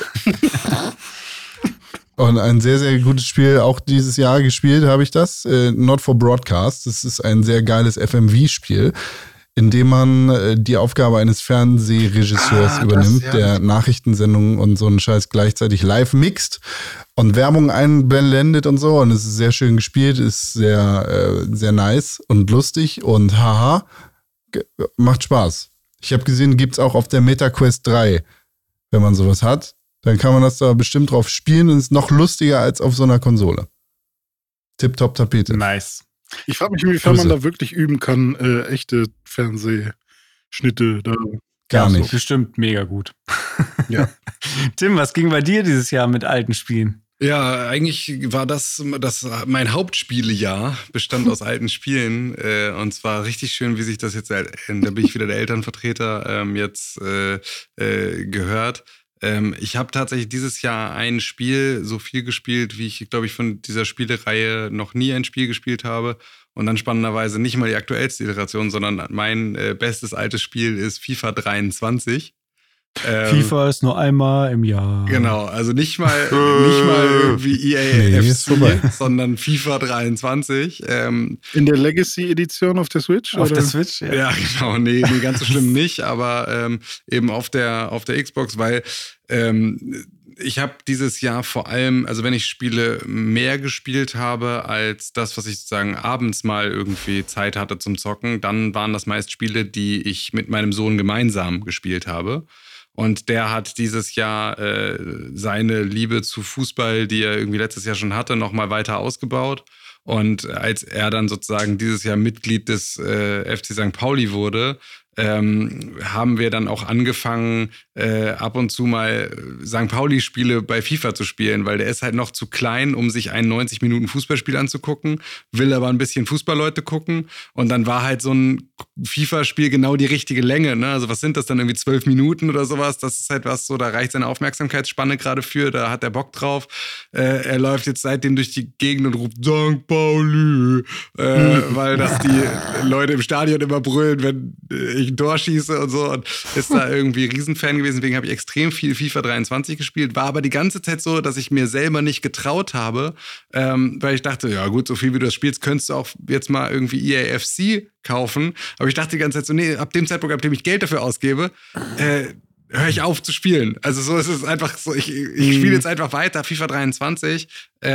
ein sehr, sehr gutes Spiel, auch dieses Jahr gespielt habe ich das. Not for Broadcast. Das ist ein sehr geiles FMV-Spiel, in dem man die Aufgabe eines Fernsehregisseurs übernimmt, der Nachrichtensendungen und so einen Scheiß gleichzeitig live mixt und Werbung einblendet und so. Und es ist sehr schön gespielt, ist sehr, sehr nice und lustig und haha, macht Spaß. Ich habe gesehen, gibt's auch auf der MetaQuest 3. Wenn man sowas hat, dann kann man das da bestimmt drauf spielen und ist noch lustiger als auf so einer Konsole. Tipptopp Tapete. Nice. Ich frage mich, inwiefern man da wirklich üben kann, echte Fernsehschnitte da. Gar nicht. So. Bestimmt mega gut. Ja. Tim, was ging bei dir dieses Jahr mit alten Spielen? Ja, eigentlich war das mein Hauptspielejahr, bestand aus alten Spielen. Und zwar richtig schön, wie sich das jetzt, da bin ich wieder der Elternvertreter, jetzt gehört. Ich habe tatsächlich dieses Jahr ein Spiel so viel gespielt, wie ich, glaube ich, von dieser Spielereihe noch nie ein Spiel gespielt habe. Und dann spannenderweise nicht mal die aktuellste Iteration, sondern mein bestes altes Spiel ist FIFA 23. FIFA ist nur einmal im Jahr. Genau, also nicht mal irgendwie EA FC, sondern FIFA 23. In der Legacy-Edition auf der Switch? Auf der Switch, ja. Ja, genau, nee, ganz so schlimm nicht, aber eben auf der Xbox, weil ich habe dieses Jahr vor allem, also wenn ich Spiele mehr gespielt habe als das, was ich sozusagen abends mal irgendwie Zeit hatte zum Zocken, dann waren das meist Spiele, die ich mit meinem Sohn gemeinsam gespielt habe. Und der hat dieses Jahr seine Liebe zu Fußball, die er irgendwie letztes Jahr schon hatte, nochmal weiter ausgebaut. Und als er dann sozusagen dieses Jahr Mitglied des FC St. Pauli wurde, haben wir dann auch angefangen, ab und zu mal St. Pauli-Spiele bei FIFA zu spielen, weil der ist halt noch zu klein, um sich ein 90-Minuten-Fußballspiel anzugucken, will aber ein bisschen Fußballleute gucken, und dann war halt so ein FIFA-Spiel genau die richtige Länge, ne? Also was sind das dann, irgendwie 12 Minuten oder sowas? Das ist halt was, so, da reicht seine Aufmerksamkeitsspanne gerade für, da hat er Bock drauf. Er läuft jetzt seitdem durch die Gegend und ruft St. Pauli, weil das die Leute im Stadion immer brüllen, wenn ich ein Tor schieße und so, und ist da irgendwie Riesenfan gewesen. Deswegen habe ich extrem viel FIFA 23 gespielt. War aber die ganze Zeit so, dass ich mir selber nicht getraut habe, weil ich dachte, ja gut, so viel wie du das spielst, könntest du auch jetzt mal irgendwie EA FC kaufen. Aber ich dachte die ganze Zeit so, nee, ab dem Zeitpunkt, ab dem ich Geld dafür ausgebe, höre ich auf zu spielen. Also so ist es einfach so, ich spiele jetzt einfach weiter, FIFA 23,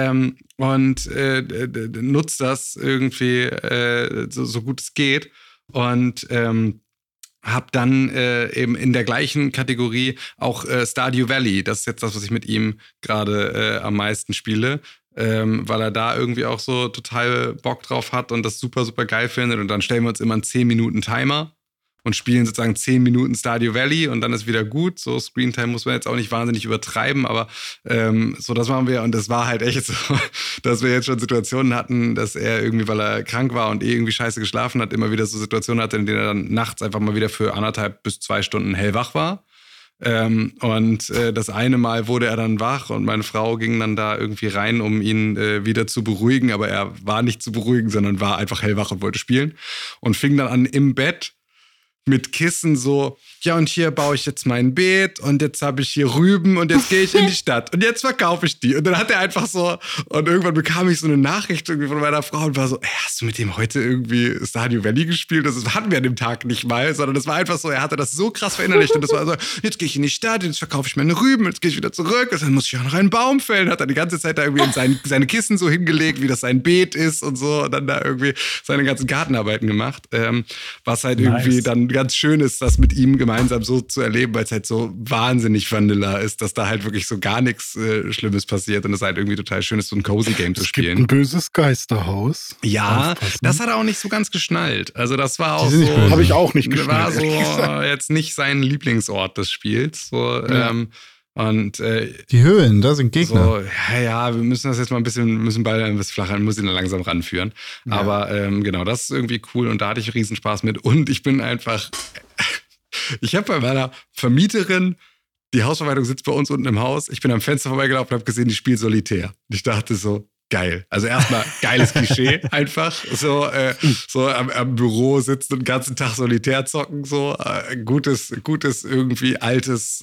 und nutze das irgendwie so gut es geht. Und habe dann eben in der gleichen Kategorie auch Stardew Valley. Das ist jetzt das, was ich mit ihm gerade am meisten spiele, weil er da irgendwie auch so total Bock drauf hat und das super, super geil findet. Und dann stellen wir uns immer einen 10-Minuten-Timer und spielen sozusagen 10 Minuten Stardew Valley und dann ist wieder gut. So Screentime muss man jetzt auch nicht wahnsinnig übertreiben, aber so das machen wir. Und das war halt echt so, dass wir jetzt schon Situationen hatten, dass er irgendwie, weil er krank war und irgendwie scheiße geschlafen hat, immer wieder so Situationen hatte, in denen er dann nachts einfach mal wieder für 1,5 bis 2 Stunden hellwach war. Und das eine Mal wurde er dann wach und meine Frau ging dann da irgendwie rein, um ihn wieder zu beruhigen, aber er war nicht zu beruhigen, sondern war einfach hellwach und wollte spielen und fing dann an im Bett mit Kissen so, ja, und hier baue ich jetzt mein Beet und jetzt habe ich hier Rüben und jetzt gehe ich in die Stadt und jetzt verkaufe ich die. Und dann hat er einfach so, und irgendwann bekam ich so eine Nachricht irgendwie von meiner Frau und war so, hast du mit dem heute irgendwie Stardew Valley gespielt? Das hatten wir an dem Tag nicht mal, sondern das war einfach so, er hatte das so krass verinnerlicht und das war so, jetzt gehe ich in die Stadt, jetzt verkaufe ich meine Rüben, jetzt gehe ich wieder zurück, und dann muss ich auch noch einen Baum fällen, hat er die ganze Zeit da irgendwie in seine Kissen so hingelegt, wie das sein Beet ist und so, und dann da irgendwie seine ganzen Gartenarbeiten gemacht, was halt irgendwie dann ganz schön ist, das mit ihm gemeinsam so zu erleben, weil es halt so wahnsinnig Vanilla ist, dass da halt wirklich so gar nichts Schlimmes passiert und es halt irgendwie total schön ist, so ein Cozy Game zu spielen. Es gibt ein böses Geisterhaus. Ja, das hat er auch nicht so ganz geschnallt. Also das war auch so... Habe ich auch nicht geschnallt. War so jetzt nicht sein Lieblingsort des Spiels. So, ja. Und die Höhlen, da sind Gegner. So, ja, wir müssen das jetzt mal müssen beide ein bisschen flacher, muss ihn dann langsam ranführen. Ja. Aber genau, das ist irgendwie cool und da hatte ich Riesenspaß mit. Und ich bin einfach, ich habe bei meiner Vermieterin, die Hausverwaltung sitzt bei uns unten im Haus, ich bin am Fenster vorbeigelaufen und habe gesehen, die spielt Solitär. Und ich dachte so, geil. Also erstmal geiles Klischee einfach. So am Büro sitzen und den ganzen Tag Solitär zocken. So gutes irgendwie altes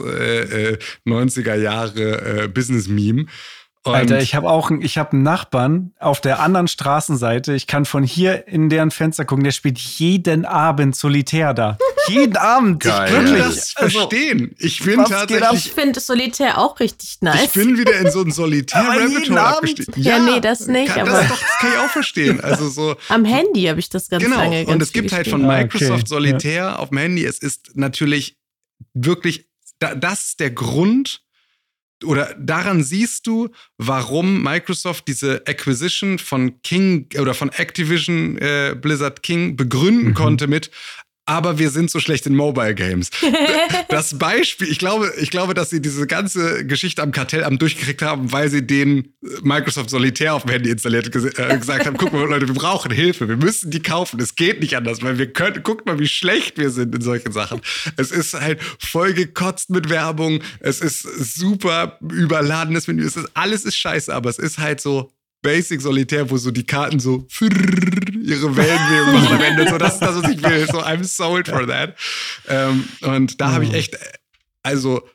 90er Jahre Business-Meme. Alter, ich habe einen Nachbarn auf der anderen Straßenseite. Ich kann von hier in deren Fenster gucken. Der spielt jeden Abend Solitär da. Jeden Abend. Geil. Ich würde das verstehen. Ich bin tatsächlich. Ich finde Solitär auch richtig nice. Ich bin wieder in so ein Solitär-Rabbit-Hole abgestiegen. Ja, nee, das nicht. Das kann ich auch verstehen. Also so. Am Handy habe ich das ganz lange Genau. Und es gibt halt von Microsoft Solitär auf dem Handy. Es ist natürlich wirklich, das ist der Grund, oder daran siehst du, warum Microsoft diese Acquisition von King oder von Activision Blizzard King begründen konnte mit, aber wir sind so schlecht in Mobile Games. Das Beispiel, ich glaube, dass sie diese ganze Geschichte am Kartellamt durchgekriegt haben, weil sie den Microsoft Solitär auf dem Handy installiert gesagt haben, guck mal Leute, wir brauchen Hilfe, wir müssen die kaufen, es geht nicht anders, weil guckt mal, wie schlecht wir sind in solchen Sachen. Es ist halt voll gekotzt mit Werbung, es ist super überladenes Menü, alles ist scheiße, aber es ist halt so Basic Solitär, wo so die Karten so ihre Wellenbewegung machen am Ende. So, das ist das, was ich will. So, I'm sold for that. Und da habe ich echt, also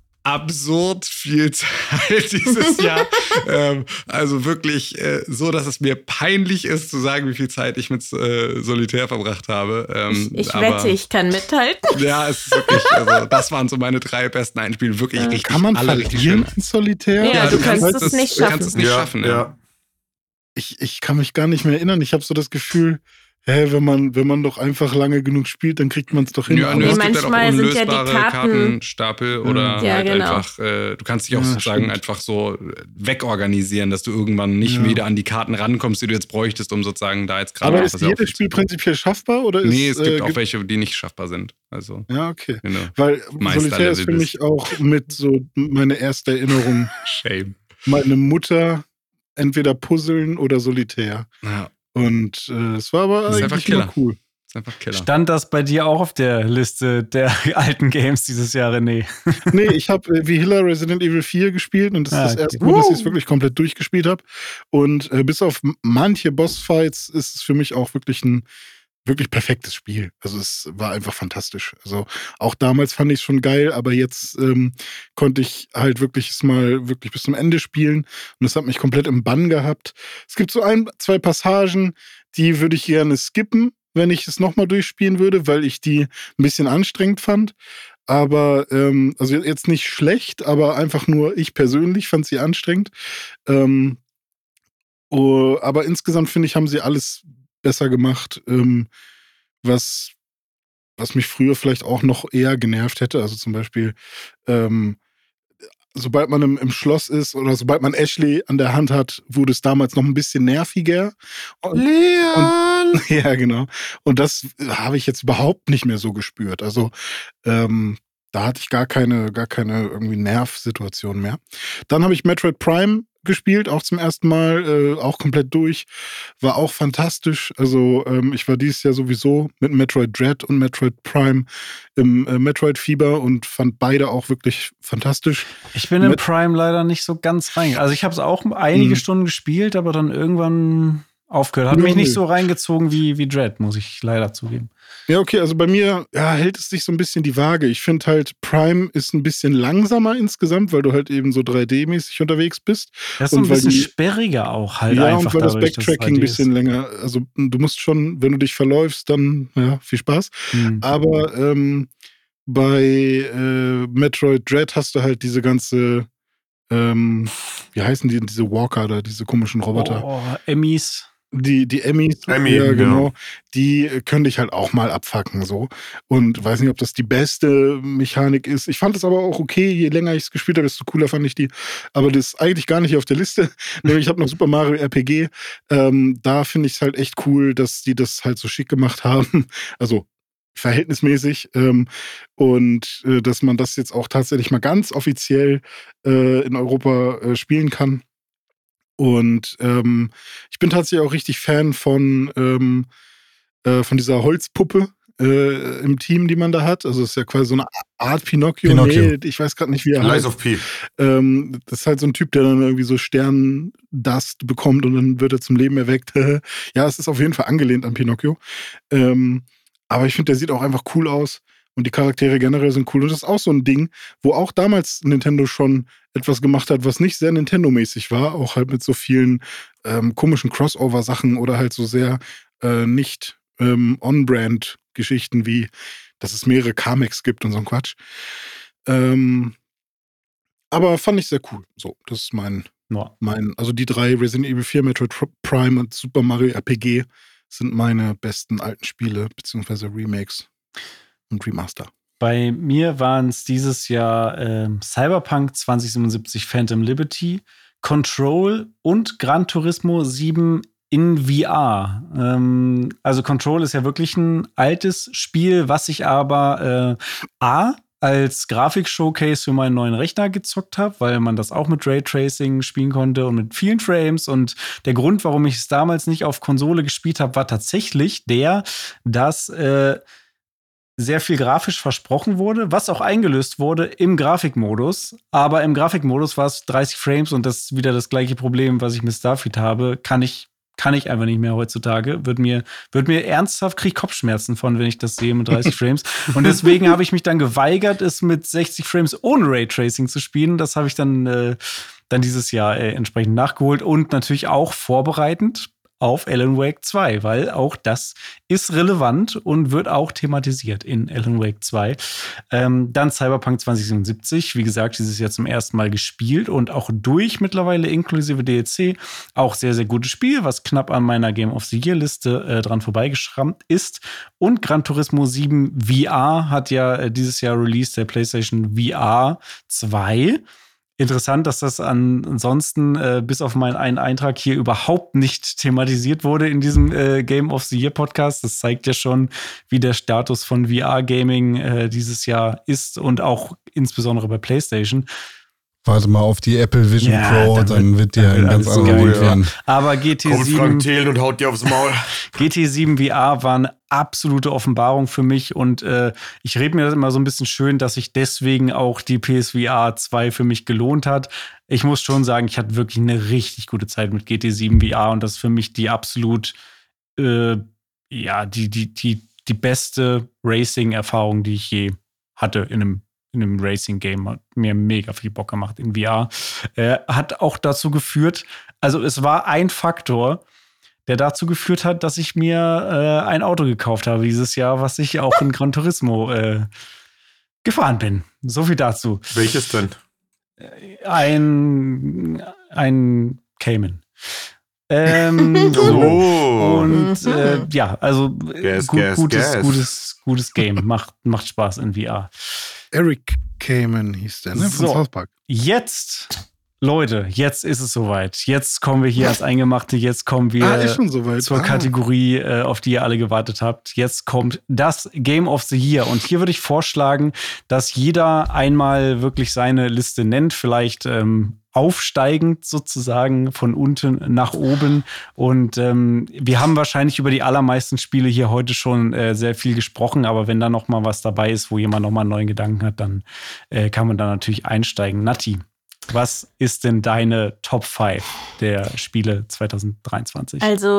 absurd viel Zeit dieses Jahr. Also wirklich so, dass es mir peinlich ist, zu sagen, wie viel Zeit ich mit Solitär verbracht habe. Ich wette, ich kann mithalten. Ja, es ist wirklich, also das waren so meine 3 besten Einspiele. Wirklich richtig, kann man alle richtig schön in Solitär? Ja, du kannst es nicht schaffen. Du kannst es nicht schaffen, ja. Ich kann mich gar nicht mehr erinnern. Ich habe so das Gefühl, wenn man doch einfach lange genug spielt, dann kriegt man es doch hin. Ja, es gibt halt auch unlösbare Kartenstapel oder halt einfach, du kannst dich auch sozusagen einfach so wegorganisieren, dass du irgendwann nicht wieder an die Karten rankommst, die du jetzt bräuchtest, um sozusagen da jetzt gerade... Aber ist jedes Spiel prinzipiell schaffbar? Oder nee, es gibt auch welche, die nicht schaffbar sind. Also, ja, okay. Genau. Weil Solitär ist für mich auch mit so meine erste Erinnerung. Shame. Meine Mutter entweder Puzzeln oder Solitär. Ja. Und es war aber eigentlich immer cool. Das ist einfach Killer. Stand das bei dir auch auf der Liste der alten Games dieses Jahr, René? Nee, ich habe wie Hiller Resident Evil 4 gespielt und das ist das erste Mal, dass ich es wirklich komplett durchgespielt habe. Und bis auf manche Bossfights ist es für mich auch wirklich ein wirklich perfektes Spiel. Also es war einfach fantastisch. Also auch damals fand ich es schon geil, aber jetzt konnte ich halt wirklich es mal wirklich bis zum Ende spielen und es hat mich komplett im Bann gehabt. Es gibt so 2 Passagen, die würde ich gerne skippen, wenn ich es nochmal durchspielen würde, weil ich die ein bisschen anstrengend fand. Aber, also jetzt nicht schlecht, aber einfach nur ich persönlich fand sie anstrengend. Aber insgesamt finde ich, haben sie alles besser gemacht, was mich früher vielleicht auch noch eher genervt hätte. Also zum Beispiel, sobald man im Schloss ist oder sobald man Ashley an der Hand hat, wurde es damals noch ein bisschen nerviger. Leon! Ja, genau. Und das habe ich jetzt überhaupt nicht mehr so gespürt. Also da hatte ich gar keine irgendwie Nervsituation mehr. Dann habe ich Metroid Prime gespielt, auch zum ersten Mal, auch komplett durch. War auch fantastisch. Also ich war dieses Jahr sowieso mit Metroid Dread und Metroid Prime im Metroid-Fieber und fand beide auch wirklich fantastisch. Ich bin in Prime leider nicht so ganz rein. Also ich habe es auch einige Stunden gespielt, aber dann irgendwann aufgehört. Hat mich nicht so reingezogen wie Dread, muss ich leider zugeben. Ja, okay, also bei mir hält es sich so ein bisschen die Waage. Ich finde halt, Prime ist ein bisschen langsamer insgesamt, weil du halt eben so 3D-mäßig unterwegs bist. Das ist so ein bisschen sperriger auch halt ja, einfach. Ja, und weil dadurch, das Backtracking ein bisschen länger, also du musst schon, wenn du dich verläufst, dann, viel Spaß. Aber bei Metroid Dread hast du halt diese ganze, wie heißen die, diese Walker da, diese komischen Roboter? Oh, Emmys. Die Emmys, ja, genau, die können dich halt auch mal abfacken, so. Und weiß nicht, ob das die beste Mechanik ist. Ich fand es aber auch okay, je länger ich es gespielt habe, desto cooler fand ich die. Aber das ist eigentlich gar nicht auf der Liste. Nämlich, ich habe noch Super Mario RPG. Da finde ich es halt echt cool, dass die das halt so schick gemacht haben. Also verhältnismäßig. Und dass man das jetzt auch tatsächlich mal ganz offiziell in Europa spielen kann. Und ich bin tatsächlich auch richtig Fan von dieser Holzpuppe im Team, die man da hat. Also es ist ja quasi so eine Art Pinocchio. Nee, ich weiß gerade nicht, wie er heißt. Lies of P. Das ist halt so ein Typ, der dann irgendwie so Sternendust bekommt und dann wird er zum Leben erweckt. Ja, es ist auf jeden Fall angelehnt an Pinocchio. Aber ich finde, der sieht auch einfach cool aus. Und die Charaktere generell sind cool. Und das ist auch so ein Ding, wo auch damals Nintendo schon etwas gemacht hat, was nicht sehr Nintendo-mäßig war. Auch halt mit so vielen komischen Crossover-Sachen oder halt so sehr nicht On-Brand-Geschichten wie, dass es mehrere Kamex gibt und so ein Quatsch. Aber fand ich sehr cool. So, das ist also die 3, Resident Evil 4, Metroid Prime und Super Mario RPG sind meine besten alten Spiele, beziehungsweise Remakes. Und Remaster. Bei mir waren es dieses Jahr Cyberpunk 2077 Phantom Liberty, Control und Gran Turismo 7 in VR. Also Control ist ja wirklich ein altes Spiel, was ich aber als Grafik-Showcase für meinen neuen Rechner gezockt habe, weil man das auch mit Raytracing spielen konnte und mit vielen Frames. Und der Grund, warum ich es damals nicht auf Konsole gespielt habe, war tatsächlich dass sehr viel grafisch versprochen wurde, was auch eingelöst wurde im Grafikmodus. Aber im Grafikmodus war es 30 Frames und das ist wieder das gleiche Problem, was ich mit Starfield habe. Kann ich einfach nicht mehr heutzutage. Wird mir ernsthaft, kriege ich Kopfschmerzen von, wenn ich das sehe mit 30 Frames. Und deswegen habe ich mich dann geweigert, es mit 60 Frames ohne Raytracing zu spielen. Das habe ich dann dieses Jahr entsprechend nachgeholt und natürlich auch vorbereitend auf Alan Wake 2, weil auch das ist relevant und wird auch thematisiert in Alan Wake 2. Dann Cyberpunk 2077, wie gesagt, dieses Jahr zum ersten Mal gespielt und auch durch mittlerweile inklusive DLC. Auch sehr, sehr gutes Spiel, was knapp an meiner Game of the Year Liste dran vorbeigeschrammt ist. Und Gran Turismo 7 VR hat ja dieses Jahr released, der PlayStation VR 2. Interessant, dass das ansonsten bis auf meinen einen Eintrag hier überhaupt nicht thematisiert wurde in diesem Game of the Year Podcast. Das zeigt ja schon, wie der Status von VR-Gaming dieses Jahr ist und auch insbesondere bei PlayStation. Warte mal auf die Apple Vision Pro, dann wird dir ein ganz anderer Mund werden. Aber GT7 kommt Frank Thelen und haut dir aufs Maul. GT7 VR war eine absolute Offenbarung für mich und ich rede mir das immer so ein bisschen schön, dass sich deswegen auch die PSVR 2 für mich gelohnt hat. Ich muss schon sagen, ich hatte wirklich eine richtig gute Zeit mit GT7 VR und das ist für mich die absolut die beste Racing-Erfahrung, die ich je hatte in einem Racing-Game. Hat mir mega viel Bock gemacht in VR. Hat auch dazu geführt, also es war ein Faktor, der dazu geführt hat, dass ich mir ein Auto gekauft habe dieses Jahr, was ich auch in Gran Turismo gefahren bin. So viel dazu. Welches denn? Ein Cayman. Also gutes Game. Macht Spaß in VR. Eric Cayman hieß der, ne? Von South Park. Jetzt, Leute, jetzt ist es soweit. Jetzt kommen wir hier als Eingemachte. Jetzt kommen wir zur Kategorie, auf die ihr alle gewartet habt. Jetzt kommt das Game of the Year. Und hier würde ich vorschlagen, dass jeder einmal wirklich seine Liste nennt. Vielleicht aufsteigend sozusagen von unten nach oben. Und wir haben wahrscheinlich über die allermeisten Spiele hier heute schon sehr viel gesprochen. Aber wenn da noch mal was dabei ist, wo jemand noch mal einen neuen Gedanken hat, dann kann man da natürlich einsteigen. Nati, was ist denn deine Top 5 der Spiele 2023? Also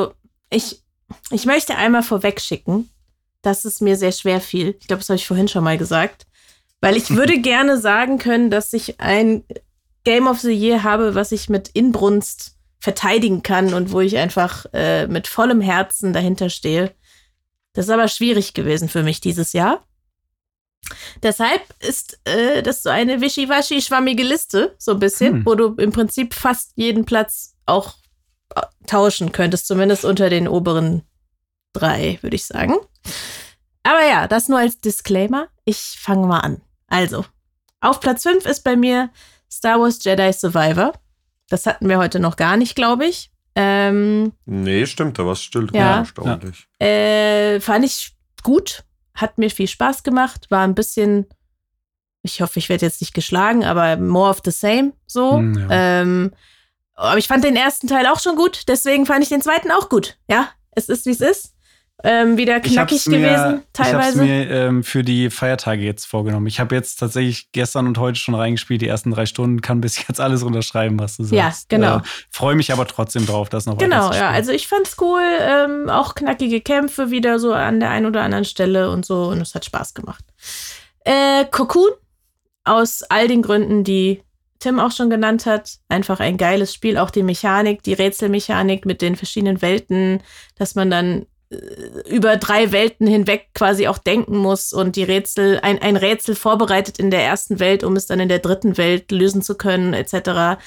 ich möchte einmal vorweg schicken, dass es mir sehr schwer fiel. Ich glaube, das habe ich vorhin schon mal gesagt. Weil ich würde gerne sagen können, dass ich ein Game of the Year habe, was ich mit Inbrunst verteidigen kann und wo ich einfach mit vollem Herzen dahinter stehe. Das ist aber schwierig gewesen für mich dieses Jahr. Deshalb ist das so eine wischiwaschi schwammige Liste, so ein bisschen, wo du im Prinzip fast jeden Platz auch tauschen könntest, zumindest unter den oberen 3, würde ich sagen. Aber ja, das nur als Disclaimer. Ich fange mal an. Also, auf Platz 5 ist bei mir Star Wars Jedi Survivor. Das hatten wir heute noch gar nicht, glaube ich. Nee, stimmt, da war es still. Ja. Erstaunlich. Fand ich gut. Hat mir viel Spaß gemacht. War ein bisschen, ich hoffe, ich werde jetzt nicht geschlagen, aber more of the same, so. Ja. Aber ich fand den ersten Teil auch schon gut. Deswegen fand ich den zweiten auch gut. Ja, es ist, wie es ist. Wieder knackig gewesen, teilweise. Ich habe es mir für die Feiertage jetzt vorgenommen. Ich habe jetzt tatsächlich gestern und heute schon reingespielt, die ersten 3 Stunden, kann bis jetzt alles unterschreiben, was du sagst. Ja, genau. Freue mich aber trotzdem drauf, dass noch genau, ja, also ich fand's cool, auch knackige Kämpfe wieder so an der einen oder anderen Stelle und so, und es hat Spaß gemacht. Cocoon, aus all den Gründen, die Tim auch schon genannt hat, einfach ein geiles Spiel, auch die Mechanik, die Rätselmechanik mit den verschiedenen Welten, dass man dann über 3 Welten hinweg quasi auch denken muss und die Rätsel, ein Rätsel vorbereitet in der ersten Welt, um es dann in der dritten Welt lösen zu können, etc.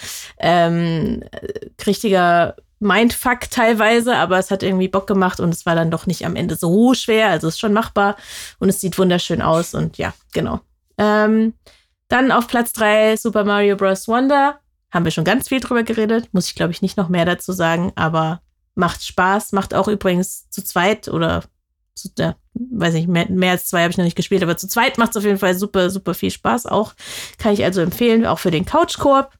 Richtiger Mindfuck teilweise, aber es hat irgendwie Bock gemacht und es war dann doch nicht am Ende so schwer, also es ist schon machbar und es sieht wunderschön aus und ja, genau. Dann auf Platz 3 Super Mario Bros. Wonder, haben wir schon ganz viel drüber geredet, muss ich glaube ich nicht noch mehr dazu sagen, aber macht Spaß, macht auch übrigens zu zweit oder weiß nicht, mehr als 2 habe ich noch nicht gespielt, aber zu zweit macht es auf jeden Fall super, super viel Spaß auch. Kann ich also empfehlen, auch für den Couch-Koop.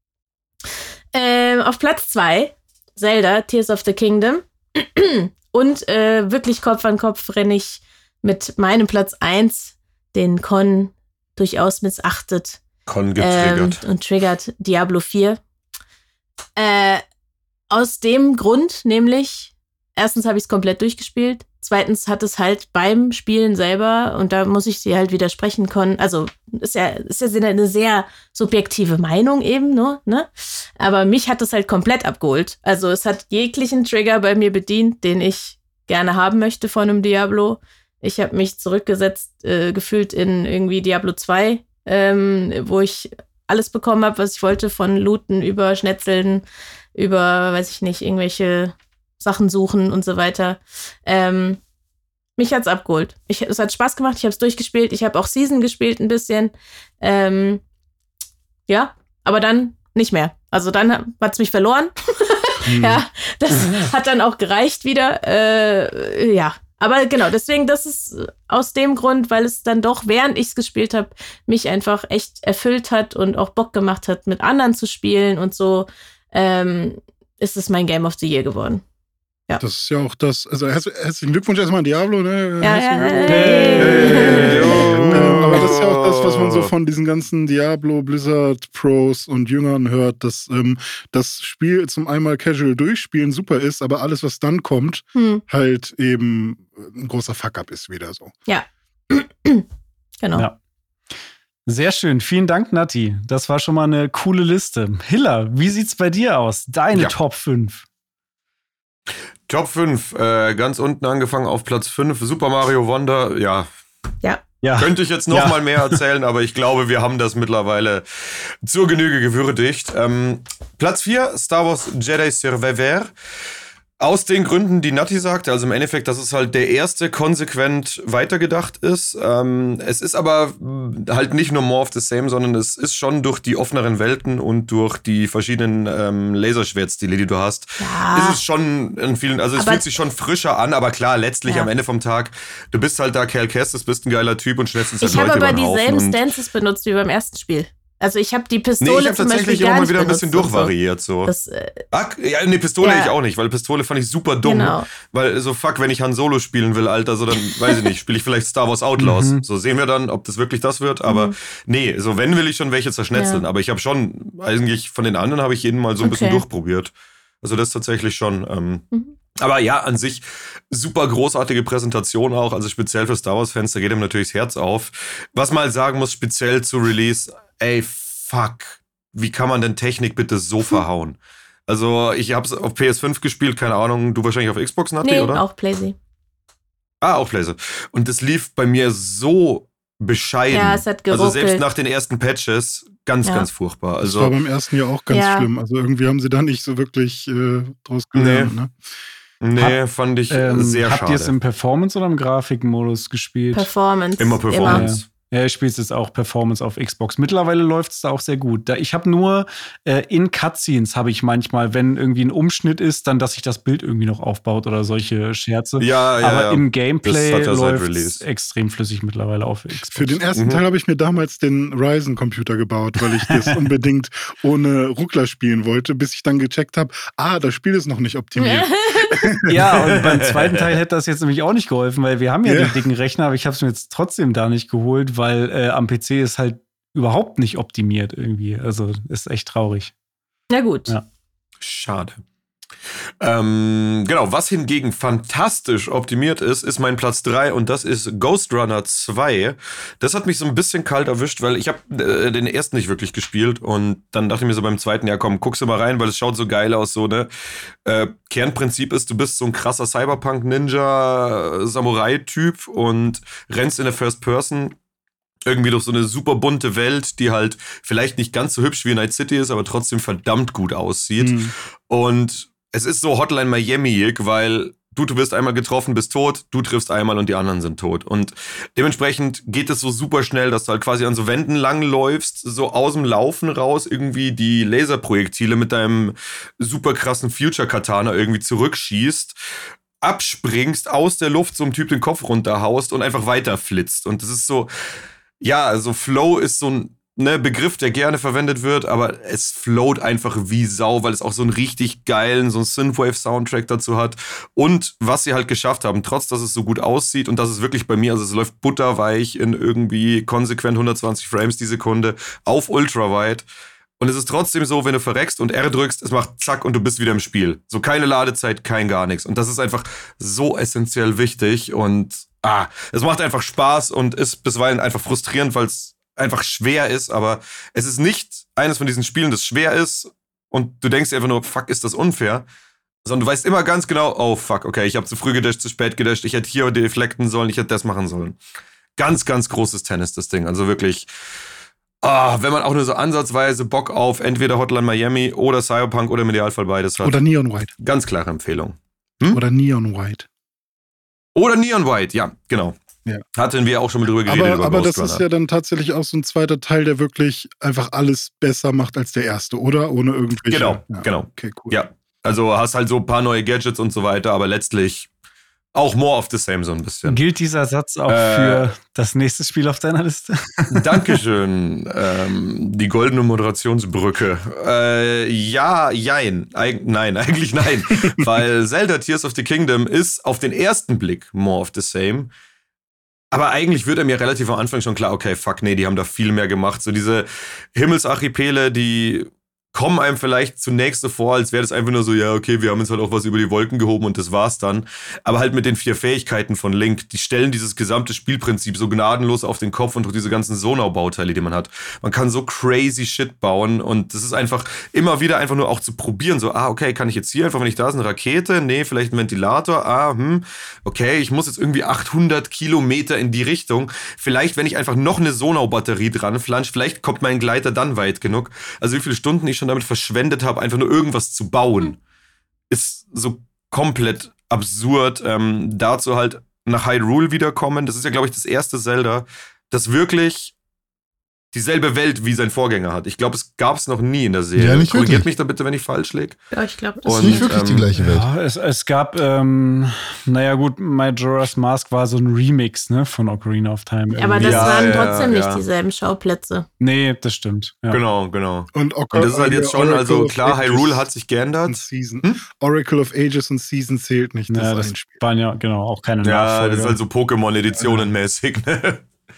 Auf Platz 2 Zelda, Tears of the Kingdom. Und wirklich Kopf an Kopf renne ich mit meinem Platz 1, den Con durchaus missachtet. Con getriggert. Und triggert Diablo 4. Aus dem Grund, nämlich, erstens habe ich es komplett durchgespielt, zweitens hat es halt beim Spielen selber, und da muss ich dir halt widersprechen können, also ist ja eine sehr subjektive Meinung eben, ne? Aber mich hat es halt komplett abgeholt. Also es hat jeglichen Trigger bei mir bedient, den ich gerne haben möchte von einem Diablo. Ich habe mich zurückgesetzt, gefühlt in irgendwie Diablo 2, wo ich alles bekommen habe, was ich wollte, von Looten über Schnetzeln, über, weiß ich nicht, irgendwelche Sachen suchen und so weiter. Mich hat's abgeholt. Es hat Spaß gemacht, ich habe es durchgespielt. Ich habe auch Season gespielt ein bisschen. Ja, aber dann nicht mehr. Also dann hat's mich verloren. Ja, das hat dann auch gereicht wieder. Ja, aber genau, deswegen, das ist aus dem Grund, weil es dann doch, während ich es gespielt habe, mich einfach echt erfüllt hat und auch Bock gemacht hat, mit anderen zu spielen und so. Ist es mein Game of the Year geworden. Ja. Das ist ja auch das, also herzlichen Glückwunsch erstmal an Diablo, ne? Ja, aber das ist ja auch das, was man so von diesen ganzen Diablo, Blizzard, Pros und Jüngern hört, dass das Spiel zum einmal casual durchspielen super ist, aber alles, was dann kommt, halt eben ein großer Fuck-up ist wieder so. Ja. Genau. Ja. Sehr schön. Vielen Dank, Nati. Das war schon mal eine coole Liste. Hilla, wie sieht's bei dir aus? Deine Top 5. Top 5. Ganz unten angefangen auf Platz 5. Super Mario Wonder. Ja. Könnte ich jetzt noch mal mehr erzählen, aber ich glaube, wir haben das mittlerweile zur Genüge gewürdigt. Platz 4. Star Wars Jedi Survivor. Aus den Gründen, die Nati sagte, also im Endeffekt, dass es halt der erste konsequent weitergedacht ist. Es ist aber halt nicht nur more of the same, sondern es ist schon durch die offeneren Welten und durch die verschiedenen Laserschwertstile, die du hast, ist es schon in vielen, also es fühlt sich schon frischer an, aber klar, letztlich am Ende vom Tag, du bist halt da Cal Kestis, bist ein geiler Typ und schnetzelst halt Leute über den Haufen. Ich habe aber dieselben Stances benutzt wie beim ersten Spiel. Also ich habe die Pistole ich hab zum Beispiel tatsächlich immer mal wieder ein bisschen durchvariiert. So. Pistole ich auch nicht, weil Pistole fand ich super dumm. Genau. Weil so wenn ich Han Solo spielen will, Alter, so dann, weiß ich nicht, spiele ich vielleicht Star Wars Outlaws. So sehen wir dann, ob das wirklich das wird. Aber nee, so wenn will ich schon welche zerschnetzeln. Aber ich habe schon, eigentlich von den anderen habe ich jeden mal so ein bisschen durchprobiert. Also das tatsächlich schon. Aber ja, an sich super großartige Präsentation auch, also speziell für Star Wars-Fans, da geht ihm natürlich das Herz auf. Was man halt sagen muss, speziell zu Release, ey, fuck, wie kann man denn Technik bitte so verhauen? Also ich hab's auf PS5 gespielt, keine Ahnung, du wahrscheinlich auf Xbox, Nati, oder? Nee, auch PlayStation. Auch PlayStation. Und das lief bei mir so bescheiden. Ja, es hat geruckelt. Also selbst nach den ersten Patches ganz furchtbar. Also, das war beim ersten Jahr auch ganz schlimm. Also irgendwie haben sie da nicht so wirklich draus gelernt, ne? Nee, fand ich sehr schade. Habt ihr es im Performance- oder im Grafikmodus gespielt? Performance. Immer Performance. Ja, ich spiele es jetzt auch Performance auf Xbox. Mittlerweile läuft es da auch sehr gut. Ich habe nur in Cutscenes habe ich manchmal, wenn irgendwie ein Umschnitt ist, dann, dass sich das Bild irgendwie noch aufbaut oder solche Scherze. Aber im Gameplay läuft es extrem flüssig mittlerweile auf Xbox. Für den ersten Teil habe ich mir damals den Ryzen-Computer gebaut, weil ich das unbedingt ohne Ruckler spielen wollte, bis ich dann gecheckt habe, das Spiel ist noch nicht optimiert. Ja, und beim zweiten Teil hätte das jetzt nämlich auch nicht geholfen, weil wir haben ja den dicken Rechner, aber ich habe es mir jetzt trotzdem da nicht geholt, weil am PC ist halt überhaupt nicht optimiert irgendwie. Also ist echt traurig. Na gut. Ja. Schade. Genau, was hingegen fantastisch optimiert ist mein Platz 3 und das ist Ghost Runner 2. Das hat mich so ein bisschen kalt erwischt, weil ich habe den ersten nicht wirklich gespielt und dann dachte ich mir so beim zweiten, ja komm, guckst du mal rein, weil es schaut so geil aus, so, ne? Kernprinzip ist, du bist so ein krasser Cyberpunk-Ninja-Samurai-Typ und rennst in der First Person irgendwie durch so eine super bunte Welt, die halt vielleicht nicht ganz so hübsch wie Night City ist, aber trotzdem verdammt gut aussieht. Und es ist so Hotline Miami-ig, weil du wirst einmal getroffen, bist tot, du triffst einmal und die anderen sind tot. Und dementsprechend geht es so super schnell, dass du halt quasi an so Wänden langläufst, so aus dem Laufen raus irgendwie die Laserprojektile mit deinem super krassen Future-Katana irgendwie zurückschießt, abspringst, aus der Luft so einem Typ den Kopf runterhaust und einfach weiterflitzt. Und das ist so, ja, also Flow ist so ein Begriff, der gerne verwendet wird, aber es float einfach wie Sau, weil es auch so einen richtig geilen, so einen Synthwave-Soundtrack dazu hat. Und was sie halt geschafft haben, trotz dass es so gut aussieht und dass es wirklich bei mir, also es läuft butterweich in irgendwie konsequent 120 Frames die Sekunde auf Ultrawide. Und es ist trotzdem so, wenn du verreckst und R drückst, es macht zack und du bist wieder im Spiel. So keine Ladezeit, kein gar nichts. Und das ist einfach so essentiell wichtig und es macht einfach Spaß und ist bisweilen einfach frustrierend, weil es einfach schwer ist, aber es ist nicht eines von diesen Spielen, das schwer ist und du denkst dir einfach nur, fuck, ist das unfair, sondern du weißt immer ganz genau, oh fuck, okay, ich habe zu früh gedasht, zu spät gedasht, ich hätte hier deflecten sollen, ich hätte das machen sollen. Ganz, ganz großes Tennis, das Ding, also wirklich, wenn man auch nur so ansatzweise Bock auf entweder Hotline Miami oder Cyberpunk oder im Idealfall beides hat. Oder Neon White. Ganz klare Empfehlung. Oder Neon White. Oder Neon White, ja, genau. Ja. Hatten wir auch schon mal drüber geredet. Aber das ist ja dann tatsächlich auch so ein zweiter Teil, der wirklich einfach alles besser macht als der erste, oder? Ohne irgendwelche... Genau. Okay, cool. Ja, also hast halt so ein paar neue Gadgets und so weiter, aber letztlich auch more of the same so ein bisschen. Gilt dieser Satz auch für das nächste Spiel auf deiner Liste? Dankeschön. Die goldene Moderationsbrücke. Ja, jein. Nein, eigentlich nein. Weil Zelda Tears of the Kingdom ist auf den ersten Blick more of the same. Aber eigentlich wird mir relativ am Anfang schon klar, okay, fuck, nee, die haben da viel mehr gemacht. So diese Himmelsarchipele, die kommen einem vielleicht zunächst so vor, als wäre das einfach nur so, ja, okay, wir haben jetzt halt auch was über die Wolken gehoben und das war's dann. Aber halt mit den 4 Fähigkeiten von Link, die stellen dieses gesamte Spielprinzip so gnadenlos auf den Kopf und durch diese ganzen Sonar-Bauteile, die man hat. Man kann so crazy Shit bauen und das ist einfach immer wieder einfach nur auch zu probieren. So, okay, kann ich jetzt hier einfach, wenn ich da ist, eine Rakete? Nee, vielleicht ein Ventilator? Okay, ich muss jetzt irgendwie 800 Kilometer in die Richtung. Vielleicht, wenn ich einfach noch eine Sonar-Batterie dran flansch, vielleicht kommt mein Gleiter dann weit genug. Also wie viele Stunden ich schon damit verschwendet habe, einfach nur irgendwas zu bauen, ist so komplett absurd. Dazu halt nach Hyrule wiederkommen. Das ist ja, glaube ich, das erste Zelda, das wirklich dieselbe Welt wie sein Vorgänger hat. Ich glaube, es gab es noch nie in der Serie. Ja, nicht Korrigiert wirklich. mich da bitte, wenn ich falsch liege. Ja, ich glaube, das ist nicht wirklich die gleiche Welt. Ja, es gab, naja gut, Majora's Mask war so ein Remix, ne, von Ocarina of Time. Aber das waren trotzdem nicht dieselben Schauplätze. Nee, das stimmt. Ja. Genau. Und das ist halt jetzt schon, also klar, Hyrule hat sich geändert. Oracle of Ages und Season zählt nicht. Das waren ja genau auch keine Nachfolger. Ja, das ist halt so Pokémon-Editionen mäßig, ne?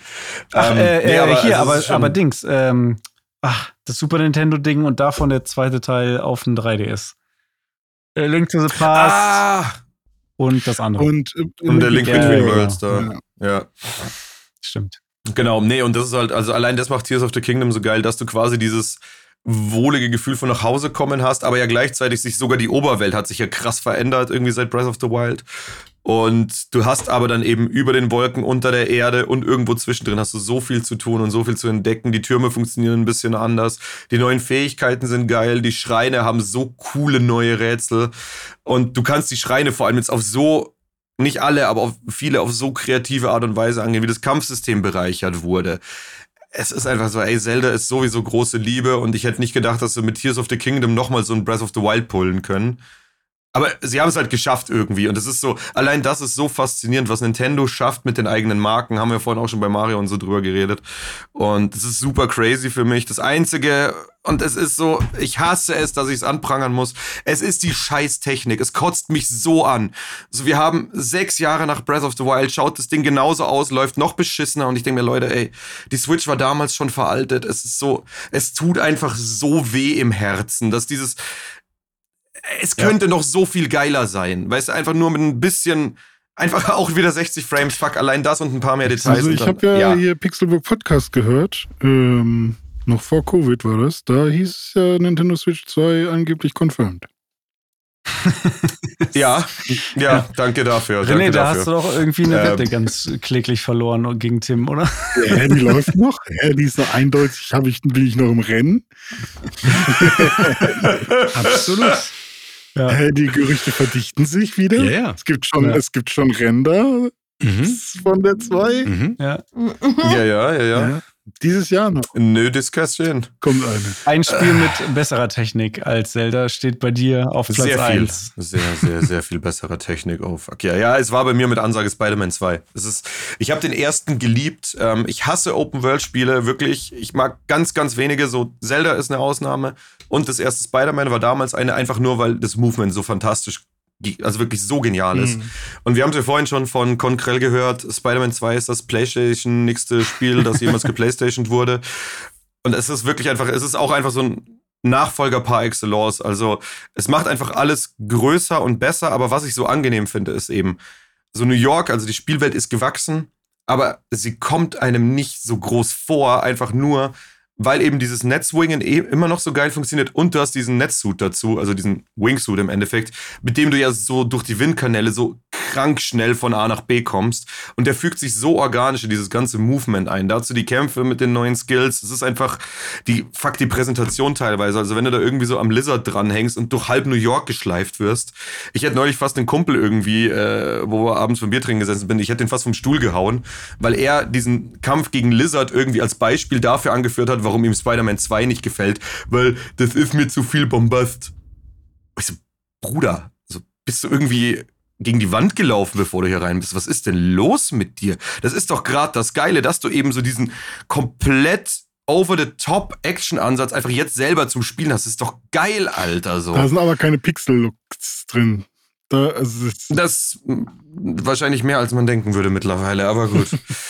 Aber Dings, das Super Nintendo-Ding und davon der zweite Teil auf dem 3DS. Link to the Past. Und das andere. Und der Link Between Worlds da. Ja. Stimmt. Genau, nee, und das ist halt, also allein das macht Tears of the Kingdom so geil, dass du quasi dieses wohlige Gefühl von nach Hause kommen hast, aber ja gleichzeitig sich sogar die Oberwelt hat sich ja krass verändert, irgendwie seit Breath of the Wild. Und du hast aber dann eben über den Wolken, unter der Erde und irgendwo zwischendrin hast du so viel zu tun und so viel zu entdecken. Die Türme funktionieren ein bisschen anders. Die neuen Fähigkeiten sind geil. Die Schreine haben so coole neue Rätsel. Und du kannst die Schreine vor allem jetzt auf so, nicht alle, aber auf viele auf so kreative Art und Weise angehen, wie das Kampfsystem bereichert wurde. Es ist einfach so, ey, Zelda ist sowieso große Liebe und ich hätte nicht gedacht, dass wir mit Tears of the Kingdom nochmal so ein Breath of the Wild pullen können. Aber sie haben es halt geschafft irgendwie und es ist so, allein das ist so faszinierend, was Nintendo schafft mit den eigenen Marken, haben wir vorhin auch schon bei Mario und so drüber geredet und es ist super crazy für mich. Das Einzige, und es ist so, ich hasse es, dass ich es anprangern muss, es ist die Scheißtechnik, es kotzt mich so an. Also wir haben 6 Jahre nach Breath of the Wild, schaut das Ding genauso aus, läuft noch beschissener und ich denke mir, Leute, ey, die Switch war damals schon veraltet, es ist so, es tut einfach so weh im Herzen, dass dieses... Es könnte noch so viel geiler sein. Weißt du, einfach nur mit ein bisschen, einfach auch wieder 60 Frames, fuck, allein das und ein paar mehr Details. Also ich habe hier Pixelbook Podcast gehört, noch vor Covid war das, da hieß ja Nintendo Switch 2 angeblich confirmed. ja, danke dafür. René, da hast du doch irgendwie eine Wette ganz kläglich verloren gegen Tim, oder? Ja, die läuft noch. Ja, die ist noch eindeutig, bin ich noch im Rennen. Absolut. Ja. Die Gerüchte verdichten sich wieder. Ja. Es gibt schon Render von der 2. Mhm. Ja. Dieses Jahr noch. No discussion. Kommt eine. Ein Spiel mit besserer Technik als Zelda steht bei dir auf Platz 1. Sehr viel bessere Technik auf. Okay, ja, es war bei mir mit Ansage Spider-Man 2. Ich habe den ersten geliebt. Ich hasse Open-World-Spiele, wirklich. Ich mag ganz, ganz wenige. So Zelda ist eine Ausnahme. Und das erste Spider-Man war damals einfach nur, weil das Movement so fantastisch, also wirklich so genial ist. Und wir haben es ja vorhin schon von Konkrell gehört, Spider-Man 2 ist das PlayStation-nächste Spiel, das jemals geplaystationed wurde. Und es ist wirklich einfach, es ist auch einfach so ein Nachfolger par excellence. Also es macht einfach alles größer und besser, aber was ich so angenehm finde, ist eben so New York, also die Spielwelt ist gewachsen, aber sie kommt einem nicht so groß vor, einfach nur, weil eben dieses Netzwingen immer noch so geil funktioniert und du hast diesen Netzsuit dazu, also diesen Wingsuit im Endeffekt, mit dem du ja so durch die Windkanäle so krank schnell von A nach B kommst und der fügt sich so organisch in dieses ganze Movement ein. Dazu die Kämpfe mit den neuen Skills, es ist einfach die Präsentation teilweise, also wenn du da irgendwie so am Lizard dranhängst und durch halb New York geschleift wirst. Ich hätte neulich fast einen Kumpel irgendwie, wo wir abends beim Bier trinken gesessen bin, ich hätte den fast vom Stuhl gehauen, weil er diesen Kampf gegen Lizard irgendwie als Beispiel dafür angeführt hat, warum ihm Spider-Man 2 nicht gefällt, weil das ist mir zu viel Bombast. Ich so, Bruder, also bist du irgendwie gegen die Wand gelaufen, bevor du hier rein bist? Was ist denn los mit dir? Das ist doch gerade das Geile, dass du eben so diesen komplett over-the-top-Action-Ansatz einfach jetzt selber zum Spielen hast. Das ist doch geil, Alter. So. Da sind aber keine Pixel-Looks drin. Das wahrscheinlich mehr, als man denken würde mittlerweile, aber gut.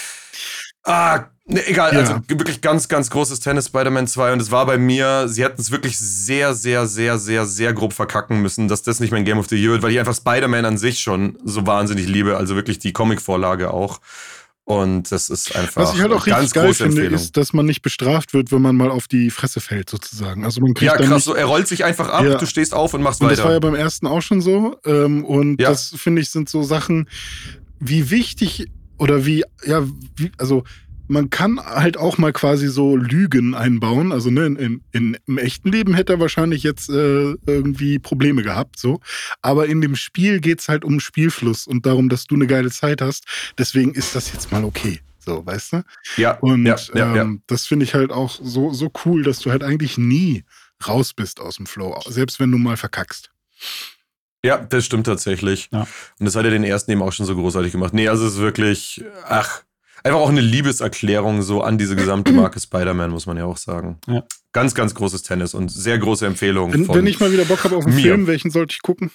Egal, ja. Also wirklich ganz, ganz großes Tennis Spider-Man 2 und es war bei mir, sie hätten es wirklich sehr, sehr, sehr, sehr, sehr grob verkacken müssen, dass das nicht mein Game of the Year wird, weil ich einfach Spider-Man an sich schon so wahnsinnig liebe, also wirklich die Comic-Vorlage auch. Und das ist einfach was ich halt auch ganz richtig geil große finde, Empfehlung. ist, dass man nicht bestraft wird, wenn man mal auf die Fresse fällt, sozusagen. Also man kriegt krass, so, er rollt sich einfach ab, du stehst auf und machst weiter. Das war ja beim ersten auch schon so. Und das, finde ich, sind so Sachen, wie wichtig oder also man kann halt auch mal quasi so Lügen einbauen. Also im echten Leben hätte er wahrscheinlich jetzt irgendwie Probleme gehabt, so. Aber in dem Spiel geht's halt um Spielfluss und darum, dass du eine geile Zeit hast. Deswegen ist das jetzt mal okay. So, weißt du? Ja. Und das finde ich halt auch so cool, dass du halt eigentlich nie raus bist aus dem Flow, selbst wenn du mal verkackst. Ja, das stimmt tatsächlich. Ja. Und das hat er den ersten eben auch schon so großartig gemacht. Nee, also es ist wirklich, einfach auch eine Liebeserklärung so an diese gesamte Marke Spider-Man, muss man ja auch sagen. Ja. Ganz, ganz großes Tennis und sehr große Empfehlung. Wenn ich mal wieder Bock habe auf einen Film, welchen sollte ich gucken?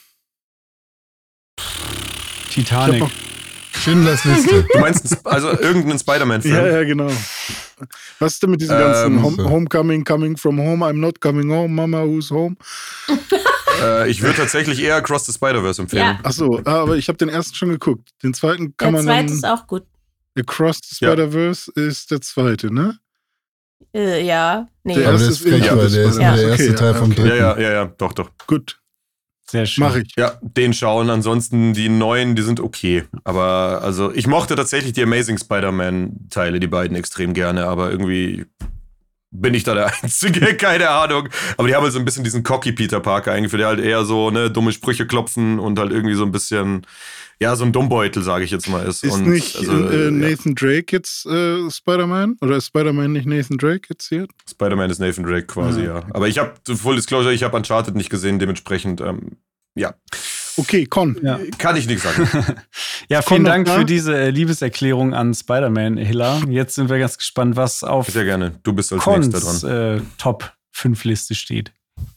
Titanic. Schindlers Liste. Du meinst also irgendeinen Spider-Man-Film? Ja, genau. Was ist denn mit diesem ganzen Homecoming, coming from home, I'm not coming home, Mama, who's home? Ich würde tatsächlich eher Across the Spider-Verse empfehlen. Ja. Achso, aber ich habe den ersten schon geguckt. Den zweiten kann man dann... Der zweite ist auch gut. Across the Spider-Verse ist der zweite, ne? Ja, nee. Der Aber erste der ist frech, weil der ist nur der erste Teil vom dritten. Ja, doch. Gut, Sehr schön. mach ich. Ja, den schauen. Ansonsten die neuen, die sind okay. Aber also ich mochte tatsächlich die Amazing Spider-Man-Teile, die beiden extrem gerne, aber irgendwie bin ich da der Einzige, keine Ahnung. Aber die haben halt so ein bisschen diesen cocky Peter Parker eingeführt, der halt eher so dumme Sprüche klopfen und halt irgendwie so ein bisschen, ja, so ein Dummbeutel, sage ich jetzt mal. Ist und, nicht Nathan Drake jetzt Spider-Man? Oder ist Spider-Man nicht Nathan Drake jetzt hier? Spider-Man ist Nathan Drake quasi, ja. Aber ich habe, Full Disclosure, ich habe Uncharted nicht gesehen, dementsprechend, ja. Okay, Con. Ja. Kann ich nichts sagen. Ja, vielen Dank für diese Liebeserklärung an Spider-Man, Hilla. Jetzt sind wir ganz gespannt, was auf Sehr gerne. Du bist als Cons Nächster dran. Top-5-Liste steht.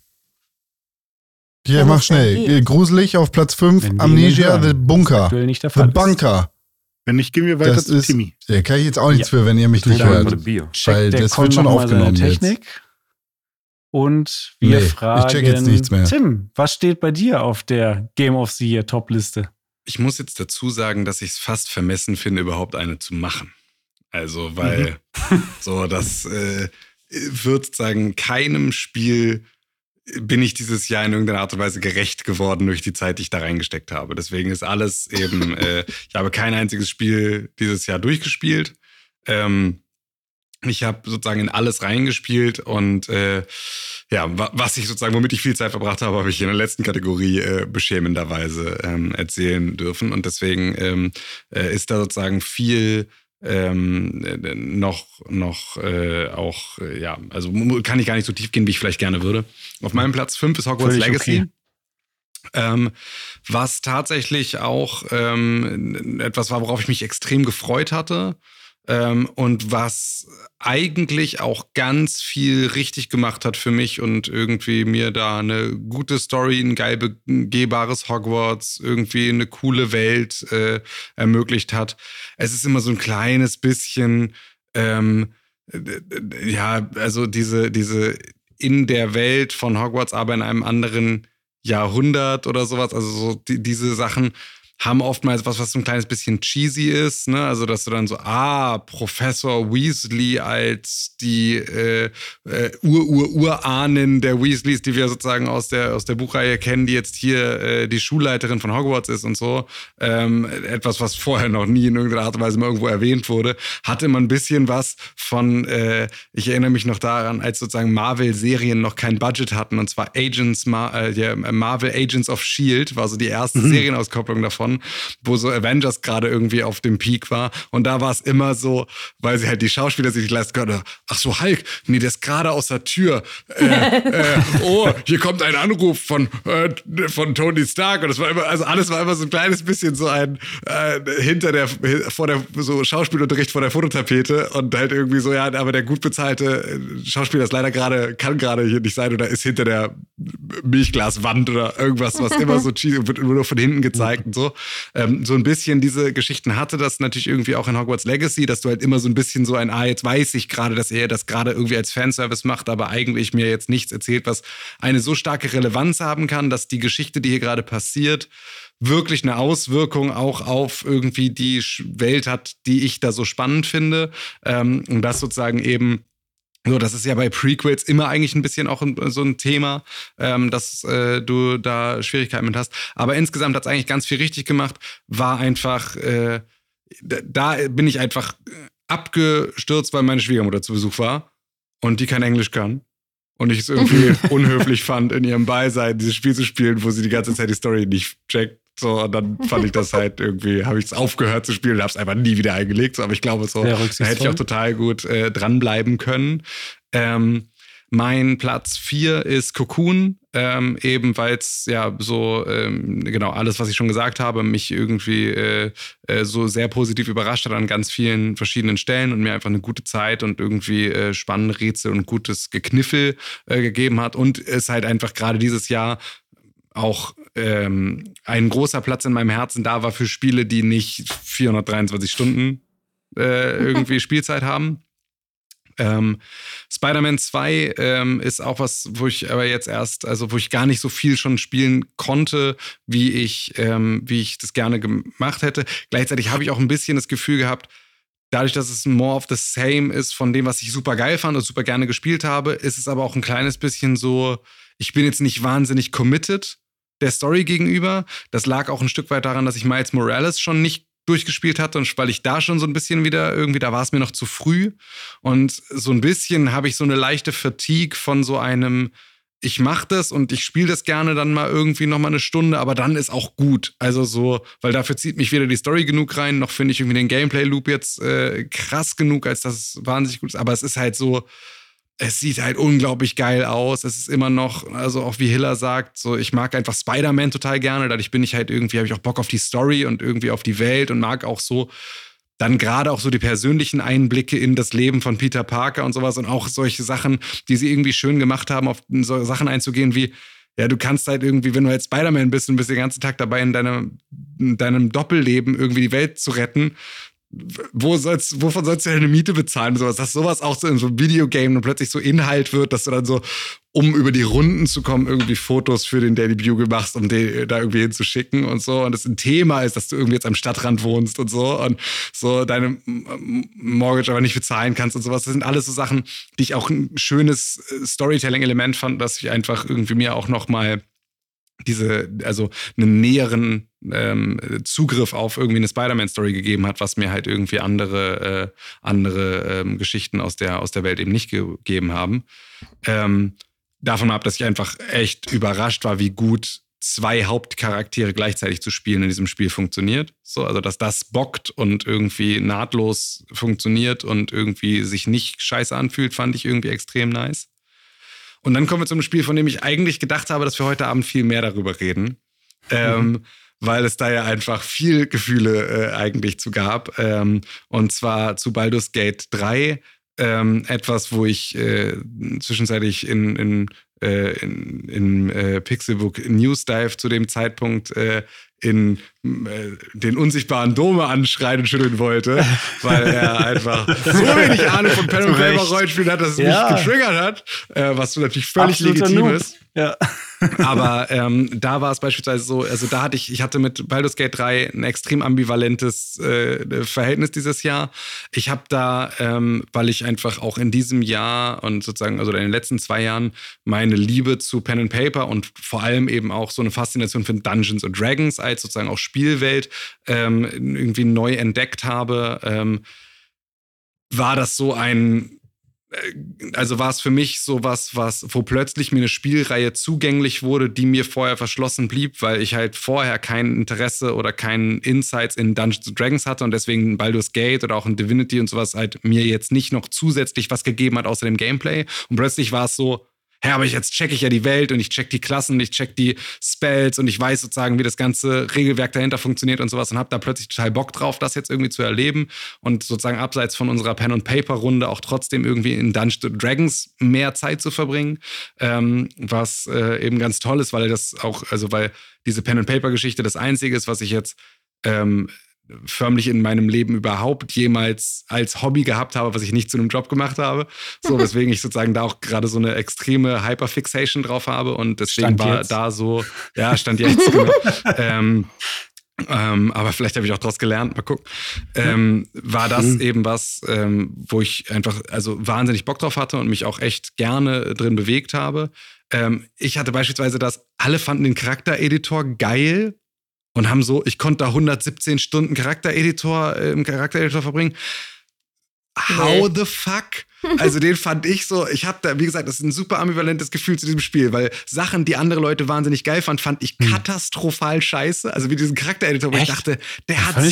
Hier, mach schnell. Gruselig auf Platz 5, Wenn die Amnesia, ihn The Bunker. Aktuell nicht der The Fall ist. Bunker. Wenn nicht, gehen wir weiter Das zu ist, Timmy. da kann ich jetzt auch nichts für, wenn ihr mich nicht Dann hört. Bier. Weil Der das Con wird schon noch mal seine aufgenommen jetzt. Technik. Und wir Nee, ich fragen check jetzt nichts mehr. Tim, was steht bei dir auf der Game of the Year Top-Liste? Ich muss jetzt dazu sagen, dass ich es fast vermessen finde, überhaupt eine zu machen. Also, weil so, das wird sagen, keinem Spiel bin ich dieses Jahr in irgendeiner Art und Weise gerecht geworden durch die Zeit, die ich da reingesteckt habe. Deswegen ist alles eben, ich habe kein einziges Spiel dieses Jahr durchgespielt. Ich habe sozusagen in alles reingespielt und ja, was ich sozusagen, womit ich viel Zeit verbracht habe, habe ich in der letzten Kategorie beschämenderweise erzählen dürfen. Und deswegen ist da sozusagen viel auch, ja, also kann ich gar nicht so tief gehen, wie ich vielleicht gerne würde. Auf meinem Platz 5 ist Hogwarts Völlig Legacy. okay. Was tatsächlich auch etwas war, worauf ich mich extrem gefreut hatte. Und was eigentlich auch ganz viel richtig gemacht hat für mich und irgendwie mir da eine gute Story, ein geil begehbares Hogwarts, irgendwie eine coole Welt ermöglicht hat. Es ist immer so ein kleines bisschen, ja, also diese in der Welt von Hogwarts, aber in einem anderen Jahrhundert oder sowas, also so diese Sachen haben oftmals was so ein kleines bisschen cheesy ist, ne? Also, dass du dann so, Professor Weasley als die Urahnen der Weasleys, die wir sozusagen aus der Buchreihe kennen, die jetzt hier die Schulleiterin von Hogwarts ist und so. Etwas, was vorher noch nie in irgendeiner Art und Weise mal irgendwo erwähnt wurde, hatte immer ein bisschen was von, ich erinnere mich noch daran, als sozusagen Marvel-Serien noch kein Budget hatten, und zwar Marvel Agents of S.H.I.E.L.D. war so die erste Serienauskopplung davon, wo so Avengers gerade irgendwie auf dem Peak war. Und da war es immer so, weil sie halt die Schauspieler sich nicht leisten können. Ach so, Hulk, nee, der ist gerade aus der Tür. Hier kommt ein Anruf von Tony Stark. Und das war immer, also alles war immer so ein kleines bisschen so ein vor der so Schauspielunterricht vor der Fototapete und halt irgendwie so, ja, aber der gut bezahlte Schauspieler ist leider kann gerade hier nicht sein oder ist hinter der Milchglaswand oder irgendwas, was immer so cheesy wird nur von hinten gezeigt und so. So ein bisschen diese Geschichten hatte das natürlich irgendwie auch in Hogwarts Legacy, dass du halt immer so ein bisschen so jetzt weiß ich gerade, dass er das gerade irgendwie als Fanservice macht, aber eigentlich mir jetzt nichts erzählt, was eine so starke Relevanz haben kann, dass die Geschichte, die hier gerade passiert, wirklich eine Auswirkung auch auf irgendwie die Welt hat, die ich da so spannend finde. Und das sozusagen eben so, das ist ja bei Prequels immer eigentlich ein bisschen auch so ein Thema, dass du da Schwierigkeiten mit hast. Aber insgesamt hat es eigentlich ganz viel richtig gemacht. War einfach, da bin ich einfach abgestürzt, weil meine Schwiegermutter zu Besuch war und die kein Englisch kann. Und ich es irgendwie unhöflich fand, in ihrem Beisein dieses Spiel zu spielen, wo sie die ganze Zeit die Story nicht checkt. So, und dann fand ich das halt irgendwie, habe ich es aufgehört zu spielen und habe es einfach nie wieder eingelegt. So, aber ich glaube, so da hätte ich auch total gut dranbleiben können. Mein Platz 4 ist Cocoon, eben weil es ja so, genau, alles, was ich schon gesagt habe, mich irgendwie so sehr positiv überrascht hat an ganz vielen verschiedenen Stellen und mir einfach eine gute Zeit und irgendwie spannende Rätsel und gutes Gekniffel gegeben hat. Und es halt einfach gerade dieses Jahr auch ein großer Platz in meinem Herzen da war für Spiele, die nicht 423 Stunden irgendwie Spielzeit haben. Spider-Man 2 ist auch was, wo ich aber jetzt erst, also wo ich gar nicht so viel schon spielen konnte, wie ich das gerne gemacht hätte. Gleichzeitig habe ich auch ein bisschen das Gefühl gehabt, dadurch, dass es more of the same ist von dem, was ich super geil fand und super gerne gespielt habe, ist es aber auch ein kleines bisschen so, ich bin jetzt nicht wahnsinnig committed der Story gegenüber. Das lag auch ein Stück weit daran, dass ich Miles Morales schon nicht durchgespielt hatte und weil ich da schon so ein bisschen wieder irgendwie, da war es mir noch zu früh und so ein bisschen habe ich so eine leichte Fatigue von so einem, ich mache das und ich spiele das gerne dann mal irgendwie noch mal eine Stunde, aber dann ist auch gut. Also so, weil dafür zieht mich weder die Story genug rein, noch finde ich irgendwie den Gameplay-Loop jetzt krass genug, als dass es wahnsinnig gut ist, aber es ist halt so, es sieht halt unglaublich geil aus. Es ist immer noch, also auch wie Hiller sagt, so ich mag einfach Spider-Man total gerne. Dadurch bin ich halt irgendwie, habe ich auch Bock auf die Story und irgendwie auf die Welt und mag auch so dann gerade auch so die persönlichen Einblicke in das Leben von Peter Parker und sowas und auch solche Sachen, die sie irgendwie schön gemacht haben, auf so Sachen einzugehen wie, ja, du kannst halt irgendwie, wenn du halt Spider-Man bist und bist den ganzen Tag dabei in deinem Doppelleben irgendwie die Welt zu retten, wovon sollst du deine Miete bezahlen? Sowas, dass sowas auch so in so einem Videogame und plötzlich so Inhalt wird, dass du dann so, um über die Runden zu kommen, irgendwie Fotos für den Daily Bugle machst, um den da irgendwie hinzuschicken und so. Und das ein Thema ist, dass du irgendwie jetzt am Stadtrand wohnst und so deine Mortgage aber nicht bezahlen kannst und sowas. Das sind alles so Sachen, die ich auch ein schönes Storytelling-Element fand, dass ich einfach irgendwie mir auch noch mal also einen näheren Zugriff auf irgendwie eine Spider-Man-Story gegeben hat, was mir halt irgendwie andere Geschichten aus der Welt eben nicht gegeben haben. Davon ab, dass ich einfach echt überrascht war, wie gut 2 Hauptcharaktere gleichzeitig zu spielen in diesem Spiel funktioniert. So, also dass das bockt und irgendwie nahtlos funktioniert und irgendwie sich nicht scheiße anfühlt, fand ich irgendwie extrem nice. Und dann kommen wir zu einem Spiel, von dem ich eigentlich gedacht habe, dass wir heute Abend viel mehr darüber reden. Weil es da ja einfach viel Gefühle eigentlich zu gab. Und zwar zu Baldur's Gate 3. Etwas, wo ich zwischenzeitlich in Pixelbook News Dive zu dem Zeitpunkt in den unsichtbaren Dome anschreien und schütteln wollte, weil er einfach so wenig Ahnung von Pen and Paper Rollenspielen hat, dass es mich getriggert hat, was natürlich völlig legitim ist. Ja. Aber da war es beispielsweise so, also da ich hatte mit Baldur's Gate 3 ein extrem ambivalentes Verhältnis dieses Jahr. Ich habe da, weil ich einfach auch in diesem Jahr und sozusagen, also in den letzten 2 Jahren, meine Liebe zu Pen and Paper und vor allem eben auch so eine Faszination für Dungeons and Dragons als sozusagen auch Spielwelt irgendwie neu entdeckt habe, war das so war es für mich so wo plötzlich mir eine Spielreihe zugänglich wurde, die mir vorher verschlossen blieb, weil ich halt vorher kein Interesse oder keinen Insights in Dungeons & Dragons hatte und deswegen Baldur's Gate oder auch in Divinity und sowas halt mir jetzt nicht noch zusätzlich was gegeben hat außer dem Gameplay. Und plötzlich war es so, ja, aber jetzt checke ich ja die Welt und ich check die Klassen, ich check die Spells und ich weiß sozusagen, wie das ganze Regelwerk dahinter funktioniert und sowas und habe da plötzlich total Bock drauf, das jetzt irgendwie zu erleben und sozusagen abseits von unserer Pen-and-Paper-Runde auch trotzdem irgendwie in Dungeons & Dragons mehr Zeit zu verbringen, was eben ganz toll ist, weil weil diese Pen-and-Paper-Geschichte das Einzige ist, was ich jetzt förmlich in meinem Leben überhaupt jemals als Hobby gehabt habe, was ich nicht zu einem Job gemacht habe. So, weswegen ich sozusagen da auch gerade so eine extreme Hyperfixation drauf habe und deswegen stand jetzt, genau. Aber vielleicht habe ich auch daraus gelernt, mal gucken. War das eben was, wo ich einfach wahnsinnig Bock drauf hatte und mich auch echt gerne drin bewegt habe. Ich hatte beispielsweise alle fanden den Charaktereditor geil und haben ich konnte da 117 Stunden im Charaktereditor verbringen. How the fuck? Also den fand ich so, ich habe da, wie gesagt, das ist ein super ambivalentes Gefühl zu diesem Spiel, weil Sachen, die andere Leute wahnsinnig geil fanden, fand ich katastrophal scheiße. Also wie diesen Charaktereditor, wo ich dachte, der hat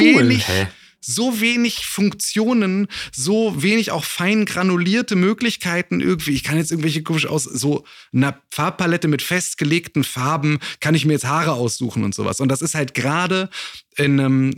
so wenig Funktionen, so wenig auch fein granulierte Möglichkeiten irgendwie. Ich kann jetzt irgendwelche komisch aus so einer Farbpalette mit festgelegten Farben, kann ich mir jetzt Haare aussuchen und sowas. Und das ist halt gerade in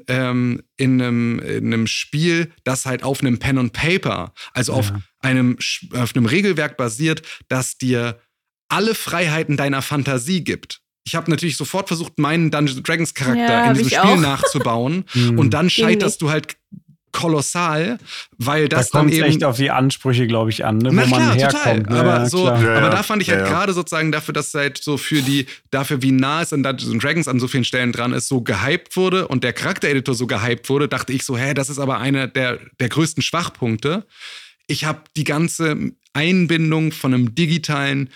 einem Spiel, das halt auf einem Pen and Paper, also auf einem Regelwerk basiert, das dir alle Freiheiten deiner Fantasie gibt. Ich habe natürlich sofort versucht, meinen Dungeons & Dragons Charakter in diesem Spiel nachzubauen. Und dann scheiterst du halt kolossal, weil das da dann eben... Da kommt echt auf die Ansprüche, glaube ich, an, ne? Na, wo man klar, herkommt. Total. Aber da fand ich halt ja. gerade sozusagen dafür, dass es halt so dafür wie nah es an Dungeons & Dragons an so vielen Stellen dran ist, so gehypt wurde und der Charaktereditor so gehypt wurde, dachte ich so, das ist aber einer der größten Schwachpunkte. Ich habe die ganze Einbindung von einem digitalen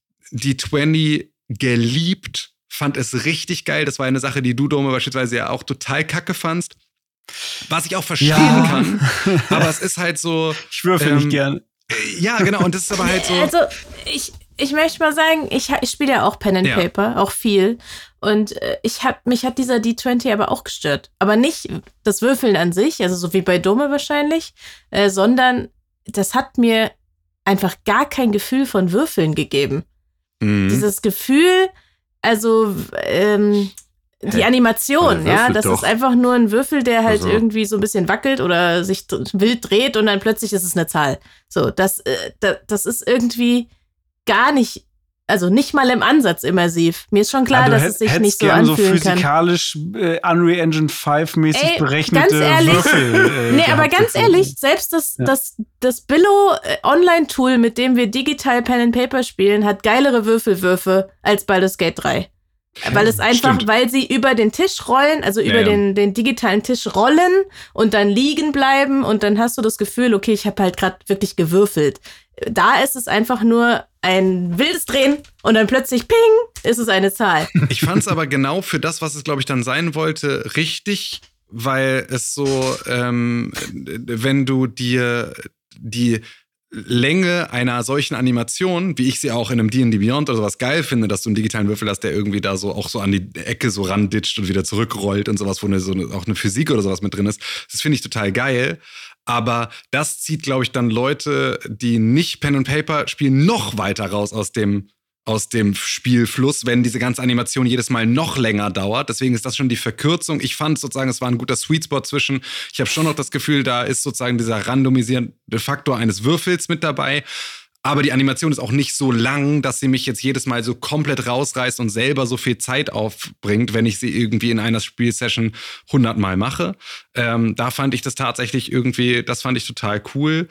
D20 geliebt, fand es richtig geil. Das war eine Sache, die du, Dome, beispielsweise ja auch total kacke fandst. Was ich auch verstehen kann, aber es ist halt so... Ich würfel nicht gern. Ja, genau, und das ist aber halt so... Also, ich möchte mal sagen, ich spiele ja auch Pen and Paper, auch viel. Und mich hat dieser D20 aber auch gestört. Aber nicht das Würfeln an sich, also so wie bei Dome wahrscheinlich, sondern das hat mir einfach gar kein Gefühl von Würfeln gegeben. Dieses Gefühl, also die Animation, das ist einfach nur ein Würfel, der halt irgendwie so ein bisschen wackelt oder sich wild dreht und dann plötzlich ist es eine Zahl. So, das ist irgendwie gar nicht, also nicht mal im Ansatz immersiv. Mir ist schon klar, dass es sich nicht so anfühlen kann. Physikalisch Unreal Engine 5 mäßig berechnete ganz ehrlich, Würfel. Aber ganz ehrlich, selbst das Billo Online-Tool, mit dem wir digital Pen and Paper spielen, hat geilere Würfelwürfe als Baldur's Gate 3. Weil es einfach, weil sie über den Tisch rollen, also über den digitalen Tisch rollen und dann liegen bleiben und dann hast du das Gefühl, okay, ich habe halt gerade wirklich gewürfelt. Da ist es einfach nur ein wildes Drehen und dann plötzlich, ping, ist es eine Zahl. Ich fand es aber genau für das, was es, glaube ich, dann sein wollte, richtig, weil es so, wenn du dir die Länge einer solchen Animation, wie ich sie auch in einem D&D Beyond oder sowas geil finde, dass du einen digitalen Würfel hast, der irgendwie da so auch so an die Ecke so randitscht und wieder zurückrollt und sowas, wo auch eine Physik oder sowas mit drin ist. Das finde ich total geil. Aber das zieht, glaube ich, dann Leute, die nicht Pen and Paper spielen, noch weiter raus aus dem Spielfluss, wenn diese ganze Animation jedes Mal noch länger dauert. Deswegen ist das schon die Verkürzung. Ich fand sozusagen, es war ein guter Sweet Spot zwischen. Ich habe schon noch das Gefühl, da ist sozusagen dieser randomisierende Faktor eines Würfels mit dabei. Aber die Animation ist auch nicht so lang, dass sie mich jetzt jedes Mal so komplett rausreißt und selber so viel Zeit aufbringt, wenn ich sie irgendwie in einer Spielsession 100 Mal mache. Da fand ich das tatsächlich irgendwie, das fand ich total cool.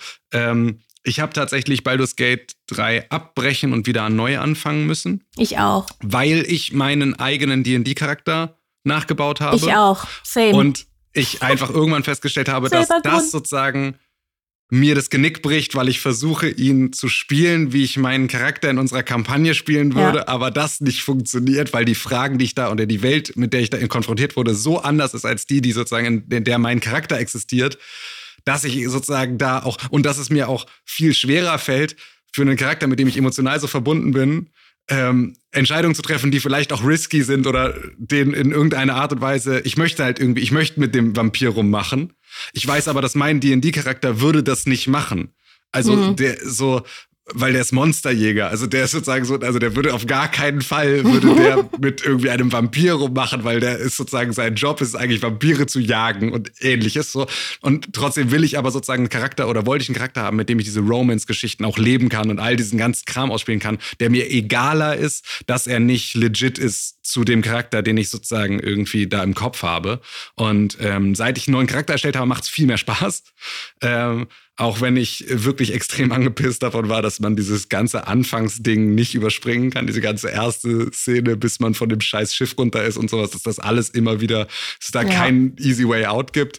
Ich habe tatsächlich Baldur's Gate 3 abbrechen und wieder neu anfangen müssen. Ich auch. Weil ich meinen eigenen D&D-Charakter nachgebaut habe. Ich auch. Same. Und ich einfach irgendwann festgestellt habe, dass das sozusagen mir das Genick bricht, weil ich versuche, ihn zu spielen, wie ich meinen Charakter in unserer Kampagne spielen würde, aber das nicht funktioniert, weil die Fragen, die ich da oder die Welt, mit der ich da konfrontiert wurde, so anders ist als die sozusagen, in der mein Charakter existiert, dass ich sozusagen da auch, und dass es mir auch viel schwerer fällt, für einen Charakter, mit dem ich emotional so verbunden bin, Entscheidungen zu treffen, die vielleicht auch risky sind oder den in irgendeiner Art und Weise, ich möchte mit dem Vampir rummachen. Ich weiß aber, dass mein D&D-Charakter würde das nicht machen. Also weil der ist Monsterjäger. Also der ist sozusagen so, also der würde auf gar keinen Fall der mit irgendwie einem Vampir rummachen, weil der ist sozusagen, sein Job ist eigentlich Vampire zu jagen und ähnliches so. Und trotzdem will ich aber sozusagen wollte ich einen Charakter haben, mit dem ich diese Romance-Geschichten auch leben kann und all diesen ganzen Kram ausspielen kann, der mir egaler ist, dass er nicht legit ist zu dem Charakter, den ich sozusagen irgendwie da im Kopf habe. Und seit ich einen neuen Charakter erstellt habe, macht es viel mehr Spaß. Auch wenn ich wirklich extrem angepisst davon war, dass man dieses ganze Anfangsding nicht überspringen kann, diese ganze erste Szene, bis man von dem scheiß Schiff runter ist und sowas, dass das alles immer wieder, dass es da keinen easy way out gibt.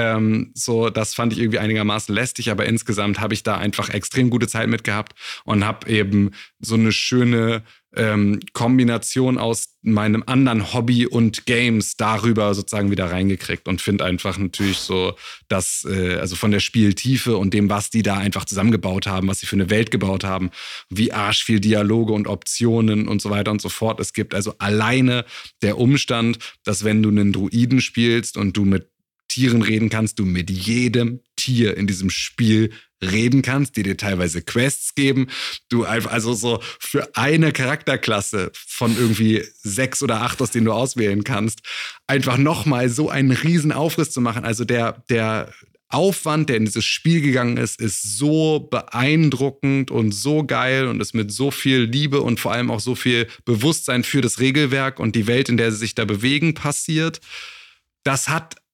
Das fand ich irgendwie einigermaßen lästig, aber insgesamt habe ich da einfach extrem gute Zeit mit gehabt und habe eben so eine schöne Kombination aus meinem anderen Hobby und Games darüber sozusagen wieder reingekriegt und finde einfach natürlich so, dass also von der Spieltiefe und dem, was die da einfach zusammengebaut haben, was sie für eine Welt gebaut haben, wie arsch viel Dialoge und Optionen und so weiter und so fort es gibt. Also alleine der Umstand, dass wenn du einen Druiden spielst und du mit Tieren reden kannst, du mit jedem Tier in diesem Spiel reden kannst, die dir teilweise Quests geben, du einfach, also so für eine Charakterklasse von irgendwie 6 oder 8, aus denen du auswählen kannst, einfach nochmal so einen riesen Aufriss zu machen. Also der Aufwand, der in dieses Spiel gegangen ist so beeindruckend und so geil und ist mit so viel Liebe und vor allem auch so viel Bewusstsein für das Regelwerk und die Welt, in der sie sich da bewegen, passiert. Das hat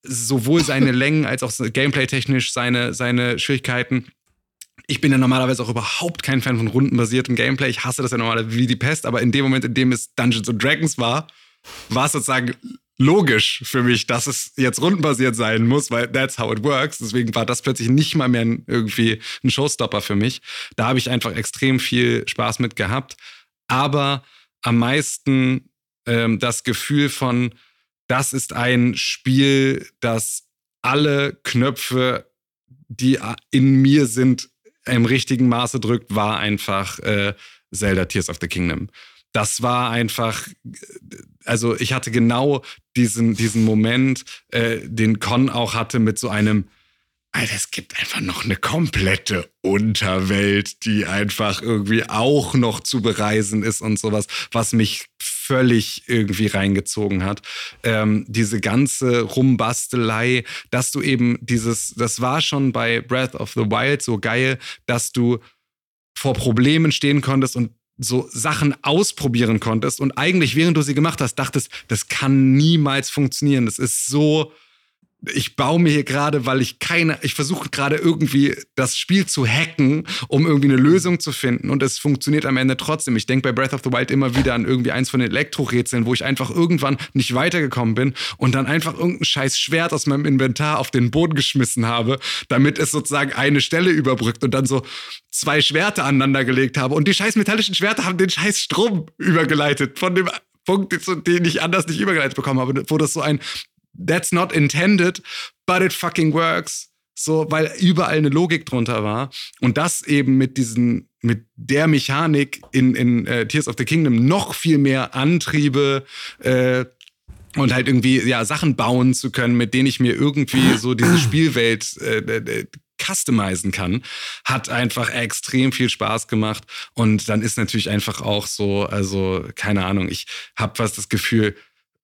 sowohl seine Längen als auch gameplay-technisch seine Schwierigkeiten. Ich bin ja normalerweise auch überhaupt kein Fan von rundenbasiertem Gameplay. Ich hasse das ja normalerweise wie die Pest, aber in dem Moment, in dem es Dungeons & Dragons war es sozusagen logisch für mich, dass es jetzt rundenbasiert sein muss, weil that's how it works. Deswegen war das plötzlich nicht mal mehr irgendwie ein Showstopper für mich. Da habe ich einfach extrem viel Spaß mit gehabt. Aber am meisten das Gefühl von, das ist ein Spiel, das alle Knöpfe, die in mir sind, im richtigen Maße drückt, war einfach Zelda Tears of the Kingdom. Das war einfach, also ich hatte genau diesen Moment, den Con auch hatte mit so einem, Alter, es gibt einfach noch eine komplette Unterwelt, die einfach irgendwie auch noch zu bereisen ist und sowas, was mich völlig irgendwie reingezogen hat. Diese ganze Rumbastelei, dass du eben das war schon bei Breath of the Wild so geil, dass du vor Problemen stehen konntest und so Sachen ausprobieren konntest und eigentlich, während du sie gemacht hast, dachtest, das kann niemals funktionieren. Das ist so, ich baue mir hier gerade, weil ich versuche gerade irgendwie das Spiel zu hacken, um irgendwie eine Lösung zu finden und es funktioniert am Ende trotzdem. Ich denke bei Breath of the Wild immer wieder an irgendwie eins von den Elektrorätseln, wo ich einfach irgendwann nicht weitergekommen bin und dann einfach irgendein scheiß Schwert aus meinem Inventar auf den Boden geschmissen habe, damit es sozusagen eine Stelle überbrückt und dann so 2 Schwerter aneinander gelegt habe und die scheiß metallischen Schwerter haben den scheiß Strom übergeleitet von dem Punkt, den ich anders nicht übergeleitet bekommen habe, wo das so ein That's not intended, but it fucking works. So, weil überall eine Logik drunter war. Und das eben mit der Mechanik in Tears of the Kingdom noch viel mehr Antriebe und halt irgendwie Sachen bauen zu können, mit denen ich mir irgendwie so diese Spielwelt customizen kann, hat einfach extrem viel Spaß gemacht. Und dann ist natürlich einfach auch so, also keine Ahnung, ich habe fast das Gefühl,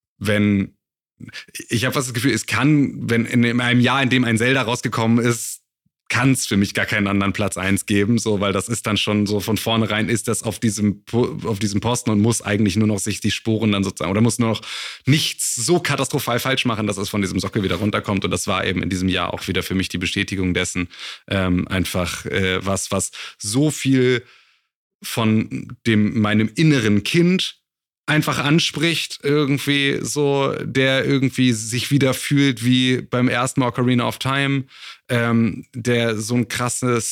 es kann, wenn in einem Jahr, in dem ein Zelda rausgekommen ist, kann es für mich gar keinen anderen Platz 1 geben, so, weil das ist dann schon so von vornherein ist das auf diesem Posten und muss eigentlich nur noch sich die Sporen dann sozusagen, oder muss nur noch nichts so katastrophal falsch machen, dass es von diesem Sockel wieder runterkommt. Und das war eben in diesem Jahr auch wieder für mich die Bestätigung dessen, einfach was so viel von meinem inneren Kind einfach anspricht, irgendwie so, der irgendwie sich wieder fühlt wie beim ersten Ocarina of Time, der so ein krasses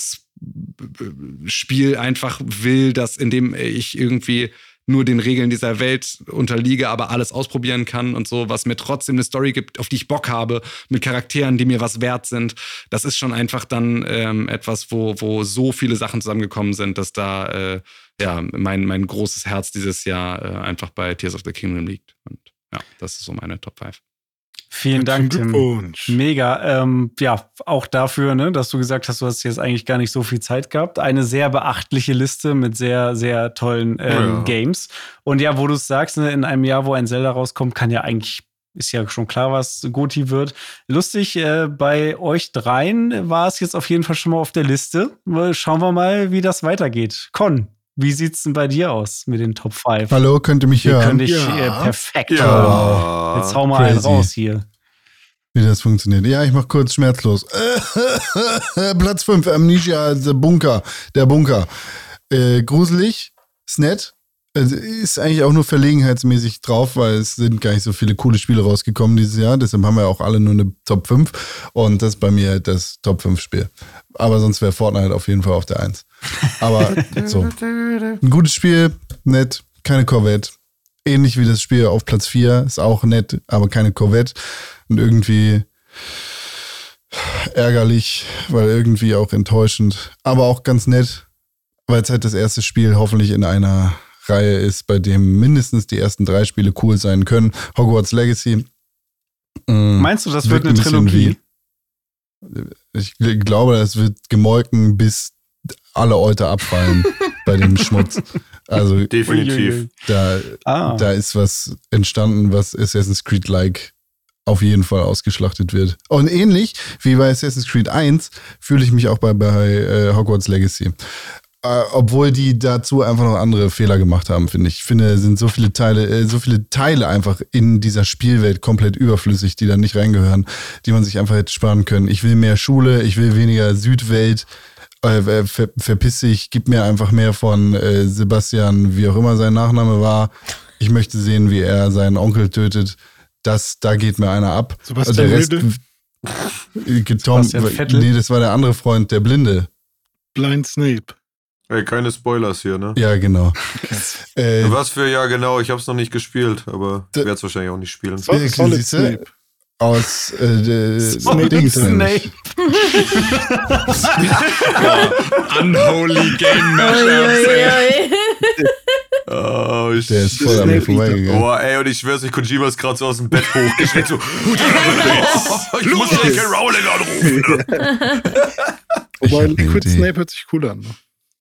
Sandbox-Spiel einfach will, in dem ich irgendwie nur den Regeln dieser Welt unterliege, aber alles ausprobieren kann und so, was mir trotzdem eine Story gibt, auf die ich Bock habe, mit Charakteren, die mir was wert sind. Das ist schon einfach dann etwas, wo so viele Sachen zusammengekommen sind, dass da mein großes Herz dieses Jahr einfach bei Tears of the Kingdom liegt. Und ja, das ist so meine Top 5. Vielen Dank, Tim. Mega. Auch dafür, ne, dass du gesagt hast, du hast jetzt eigentlich gar nicht so viel Zeit gehabt. Eine sehr beachtliche Liste mit sehr, sehr tollen Games. Und ja, wo du es sagst, ne, in einem Jahr, wo ein Zelda rauskommt, ist ja schon klar, was GOTY wird. Lustig, bei euch dreien war es jetzt auf jeden Fall schon mal auf der Liste. Schauen wir mal, wie das weitergeht. Con, wie sieht's denn bei dir aus mit den Top 5? Hallo, könnt ihr mich hören? Wir können dich perfekt hören. Jetzt hau mal einen raus hier. Wie das funktioniert. Ja, ich mach kurz schmerzlos. Platz 5, Amnesia, der Bunker. Gruselig, ist nett. Ist eigentlich auch nur verlegenheitsmäßig drauf, weil es sind gar nicht so viele coole Spiele rausgekommen dieses Jahr. Deshalb haben wir auch alle nur eine Top 5. Und das ist bei mir das Top 5 Spiel. Aber sonst wäre Fortnite auf jeden Fall auf der 1. Aber so. Ein gutes Spiel, nett, keine Corvette. Ähnlich wie das Spiel auf Platz 4, ist auch nett, aber keine Corvette. Und irgendwie ärgerlich, weil irgendwie auch enttäuschend. Aber auch ganz nett, weil es halt das erste Spiel hoffentlich in einer Reihe ist, bei dem mindestens die ersten 3 Spiele cool sein können. Hogwarts Legacy. Meinst du, das wird eine Trilogie? Ich glaube, das wird gemolken, bis alle Euter abfallen bei dem Schmutz. Also definitiv. Da ist was entstanden, was Assassin's Creed-like auf jeden Fall ausgeschlachtet wird. Und ähnlich wie bei Assassin's Creed 1 fühle ich mich auch bei Hogwarts Legacy. obwohl die dazu einfach noch andere Fehler gemacht haben, finde ich. Ich finde, es sind so viele Teile einfach in dieser Spielwelt komplett überflüssig, die da nicht reingehören, die man sich einfach hätte sparen können. Ich will mehr Schule, ich will weniger Südwelt. Verpiss dich, gib mir einfach mehr von Sebastian, wie auch immer sein Nachname war. Ich möchte sehen, wie er seinen Onkel tötet. Da geht mir einer ab. Sebastian der Rest, Tom, nee, das war der andere Freund, der Blinde. Blind Snape. Ey, keine Spoilers hier, ne? Ja, genau. Was für, ja genau, ich hab's noch nicht gespielt, aber ich werde es wahrscheinlich auch nicht spielen. Solid Snape. Aus Snape. Unholy Game Mashup. Oh, der ist voll an mir vorbeigegangen. Oh, ey, und ich schwör's, Kojima ist gerade so aus dem Bett hochgeschickt, so, ich muss J.K. Rowling anrufen. Wobei Liquid Snape hört sich cool an.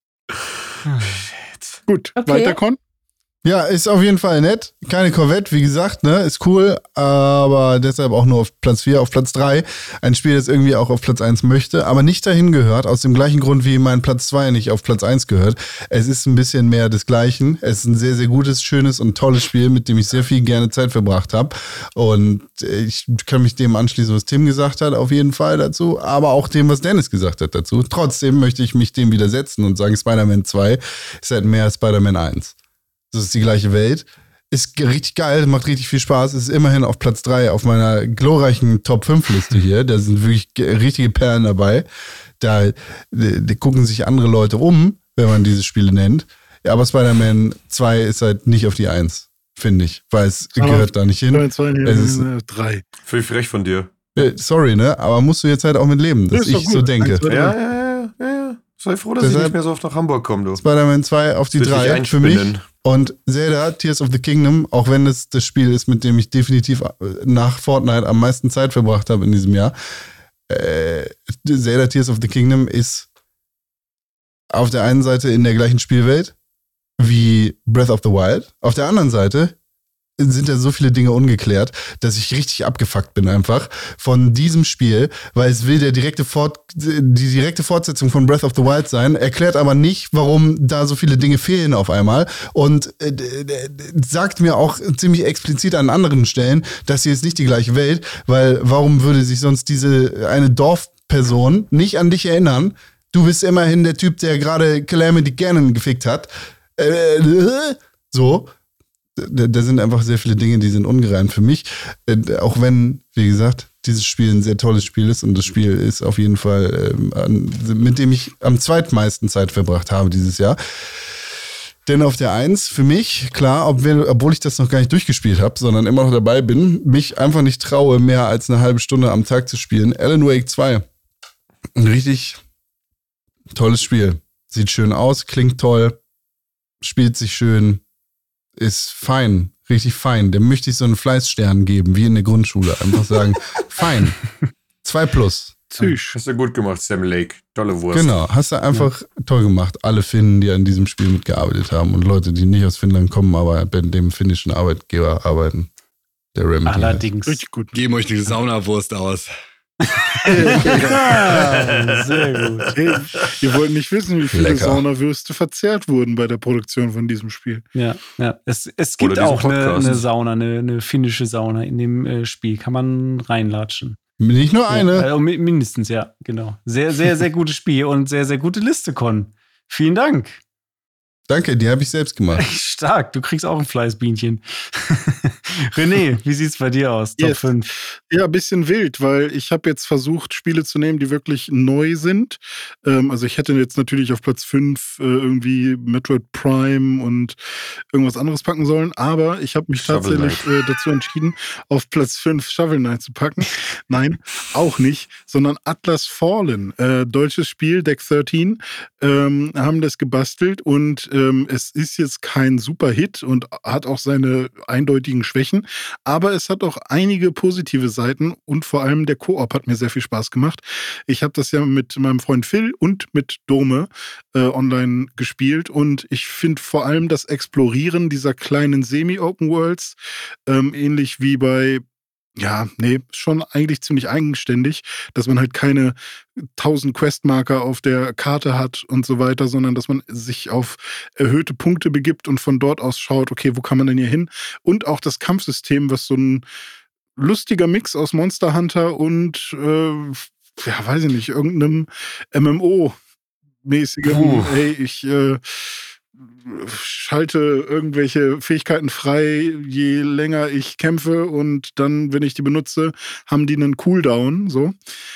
Gut, Okay. weiter, Con. Ja, ist auf jeden Fall nett. Keine Corvette, wie gesagt, ne, ist cool, aber deshalb auch nur auf Platz 4, auf Platz 3. Ein Spiel, das irgendwie auch auf Platz 1 möchte, aber nicht dahin gehört, aus dem gleichen Grund, wie mein Platz 2 nicht auf Platz 1 gehört. Es ist ein bisschen mehr desgleichen. Es ist ein sehr, sehr gutes, schönes und tolles Spiel, mit dem ich sehr viel gerne Zeit verbracht habe. Und ich kann mich dem anschließen, was Tim gesagt hat, auf jeden Fall dazu, aber auch dem, was Dennis gesagt hat dazu. Trotzdem möchte ich mich dem widersetzen und sagen, Spider-Man 2 ist halt mehr als Spider-Man 1. Das ist die gleiche Welt. Ist richtig geil, macht richtig viel Spaß. Ist immerhin auf Platz 3 auf meiner glorreichen Top-5-Liste hier. Da sind wirklich richtige Perlen dabei. Da gucken sich andere Leute um, wenn man diese Spiele nennt. Ja, aber Spider-Man 2 ist halt nicht auf die 1, finde ich. Weil es gehört da nicht hin. Spider-Man 2 ist 3. Völlig frech von dir. Sorry, ne? Aber musst du jetzt halt auch mit leben, dass ich so denke. 1, 2, 3. Ja. Sei froh, dass ich nicht mehr so oft nach Hamburg komme, du. Spider-Man 2 auf die 3 für mich. Und Zelda, Tears of the Kingdom, auch wenn es das Spiel ist, mit dem ich definitiv nach Fortnite am meisten Zeit verbracht habe in diesem Jahr. Zelda, Tears of the Kingdom ist auf der einen Seite in der gleichen Spielwelt wie Breath of the Wild. Auf der anderen Seite sind da so viele Dinge ungeklärt, dass ich richtig abgefuckt bin einfach von diesem Spiel, weil es will die direkte Fortsetzung von Breath of the Wild sein, erklärt aber nicht, warum da so viele Dinge fehlen auf einmal und sagt mir auch ziemlich explizit an anderen Stellen, dass hier ist nicht die gleiche Welt, weil warum würde sich sonst eine Dorfperson nicht an dich erinnern? Du bist immerhin der Typ, der gerade Calamity Ganon gefickt hat. So. Da sind einfach sehr viele Dinge, die sind ungerein für mich. Auch wenn, wie gesagt, dieses Spiel ein sehr tolles Spiel ist und das Spiel ist auf jeden Fall, mit dem ich am zweitmeisten Zeit verbracht habe dieses Jahr. Denn auf der 1 für mich, klar, obwohl ich das noch gar nicht durchgespielt habe, sondern immer noch dabei bin, mich einfach nicht traue, mehr als eine halbe Stunde am Tag zu spielen. Alan Wake 2. Ein richtig tolles Spiel. Sieht schön aus, klingt toll, spielt sich schön. Ist fein, richtig fein. Dem möchte ich so einen Fleißstern geben, wie in der Grundschule. Einfach sagen, fein. 2+. Psych. Hast du gut gemacht, Sam Lake. Tolle Wurst. Genau, hast du einfach toll gemacht. Alle Finnen, die an diesem Spiel mitgearbeitet haben und Leute, die nicht aus Finnland kommen, aber bei dem finnischen Arbeitgeber arbeiten. Der Remedy. Allerdings. Richtig gut. Geben euch die Saunawurst aus. Ja, sehr gut. Hey, ihr wollt nicht wissen, wie viele Lecker. Saunawürste verzehrt wurden bei der Produktion von diesem Spiel. Ja. Es gibt Oder diesen auch Podcast. eine Sauna, eine finnische Sauna in dem Spiel. Kann man reinlatschen. Nicht nur eine. Ja, mindestens, ja, genau. Sehr, sehr, sehr gutes Spiel und sehr, sehr gute Liste, Con. Vielen Dank. Danke, die habe ich selbst gemacht. Stark, du kriegst auch ein Fleißbienchen. René, wie sieht's bei dir aus? Top 5. Ja, ein bisschen wild, weil ich habe jetzt versucht, Spiele zu nehmen, die wirklich neu sind. Also ich hätte jetzt natürlich auf Platz 5 irgendwie Metroid Prime und irgendwas anderes packen sollen, aber ich habe mich tatsächlich dazu entschieden, auf Platz 5 Shovel Knight zu packen. Nein, auch nicht, sondern Atlas Fallen, deutsches Spiel, Deck 13, haben das gebastelt und es ist jetzt kein Super-Hit und hat auch seine eindeutigen Schwächen, aber es hat auch einige positive Seiten und vor allem der Koop hat mir sehr viel Spaß gemacht. Ich habe das ja mit meinem Freund Phil und mit Dome online gespielt und ich finde vor allem das Explorieren dieser kleinen Semi-Open Worlds ähnlich wie bei Ja, nee, schon eigentlich ziemlich eigenständig, dass man halt keine 1000 Questmarker auf der Karte hat und so weiter, sondern dass man sich auf erhöhte Punkte begibt und von dort aus schaut, okay, wo kann man denn hier hin? Und auch das Kampfsystem, was so ein lustiger Mix aus Monster Hunter und, ja, weiß ich nicht, irgendeinem MMO-mäßigen, hey, ich schalte irgendwelche Fähigkeiten frei, je länger ich kämpfe und dann, wenn ich die benutze, haben die einen Cooldown, so.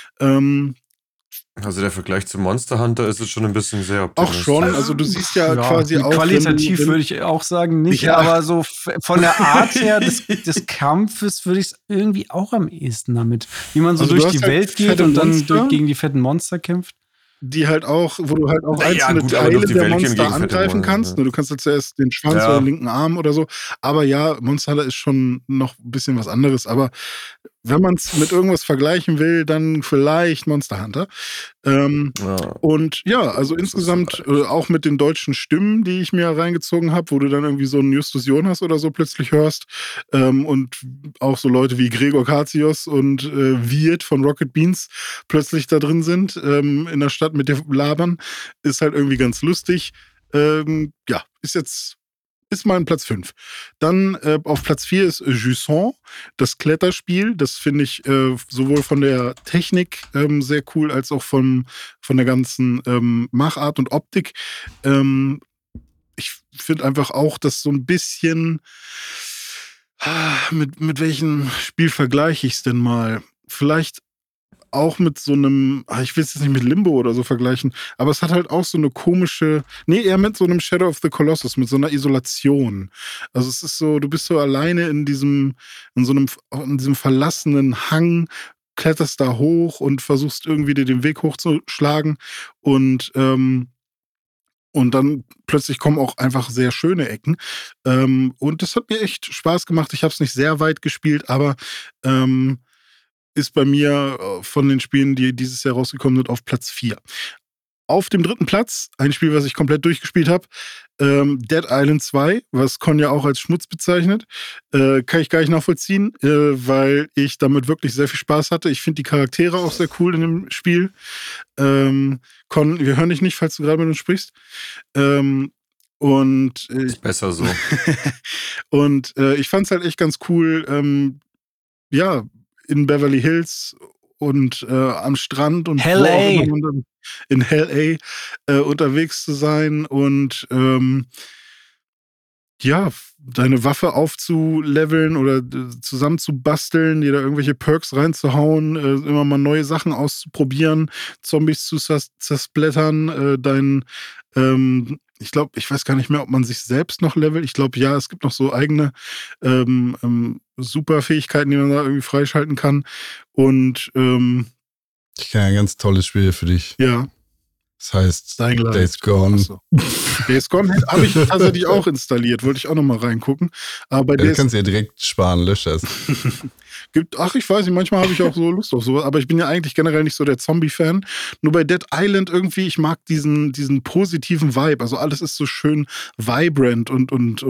Also der Vergleich zu Monster Hunter ist es schon ein bisschen sehr optimistisch. Auch schon, also du siehst ja quasi auch... Qualitativ würde ich auch sagen nicht, aber so von der Art her des Kampfes würde ich es irgendwie auch am ehesten damit. Wie man so durch die Welt geht und dann gegen die fetten Monster kämpft. Die halt auch, wo du halt auch einzelne Teile der Monster angreifen kannst. Du kannst halt zuerst den Schwanz oder den linken Arm oder so. Aber ja, Monster Hunter ist schon noch ein bisschen was anderes. Aber wenn man es mit irgendwas vergleichen will, dann vielleicht Monster Hunter. Und ja, also insgesamt auch mit den deutschen Stimmen, die ich mir reingezogen habe, wo du dann irgendwie so einen Justus Jonas oder so plötzlich hörst. Und auch so Leute wie Gregor Katsios und Wirt von Rocket Beans plötzlich da drin sind, in der Stadt mit dem Labern, ist halt irgendwie ganz lustig. Ja, ist mein Platz 5. Dann auf Platz 4 ist Jusant, das Kletterspiel. Das finde ich sowohl von der Technik sehr cool, als auch von der ganzen Machart und Optik. Ich finde einfach auch, dass so ein bisschen mit welchem Spiel vergleiche ich es denn mal? Vielleicht auch mit so einem, ich will es jetzt nicht mit Limbo oder so vergleichen, aber es hat halt auch so eine komische, eher mit so einem Shadow of the Colossus, mit so einer Isolation. Also es ist so, du bist so alleine in diesem verlassenen Hang, kletterst da hoch und versuchst irgendwie dir den Weg hochzuschlagen und dann plötzlich kommen auch einfach sehr schöne Ecken. Und das hat mir echt Spaß gemacht. Ich habe es nicht sehr weit gespielt, aber ist bei mir von den Spielen, die dieses Jahr rausgekommen sind, auf Platz 4. Auf dem 3. Platz, ein Spiel, was ich komplett durchgespielt habe, Dead Island 2, was Con ja auch als Schmutz bezeichnet. Kann ich gar nicht nachvollziehen, weil ich damit wirklich sehr viel Spaß hatte. Ich finde die Charaktere auch sehr cool in dem Spiel. Con, wir hören dich nicht, falls du gerade mit uns sprichst. Ist besser so. Und ich fand es halt echt ganz cool, ja, in Beverly Hills und am Strand und in L.A. Unterwegs zu sein und ja, deine Waffe aufzuleveln oder zusammenzubasteln, dir da irgendwelche Perks reinzuhauen, immer mal neue Sachen auszuprobieren, Zombies zu zersplattern, ich weiß gar nicht mehr, ob man sich selbst noch levelt. Ich glaube, ja, es gibt noch so eigene Superfähigkeiten, die man da irgendwie freischalten kann. Und ich kenne ein ganz tolles Spiel für dich. Ja. Das heißt Days Gone. So. Days Gone habe ich tatsächlich auch installiert. Wollte ich auch noch mal reingucken. Aber du kannst ja direkt sparen, lösch das. Ich weiß nicht, manchmal habe ich auch so Lust auf sowas. Aber ich bin ja eigentlich generell nicht so der Zombie-Fan. Nur bei Dead Island irgendwie, ich mag diesen positiven Vibe. Also alles ist so schön vibrant und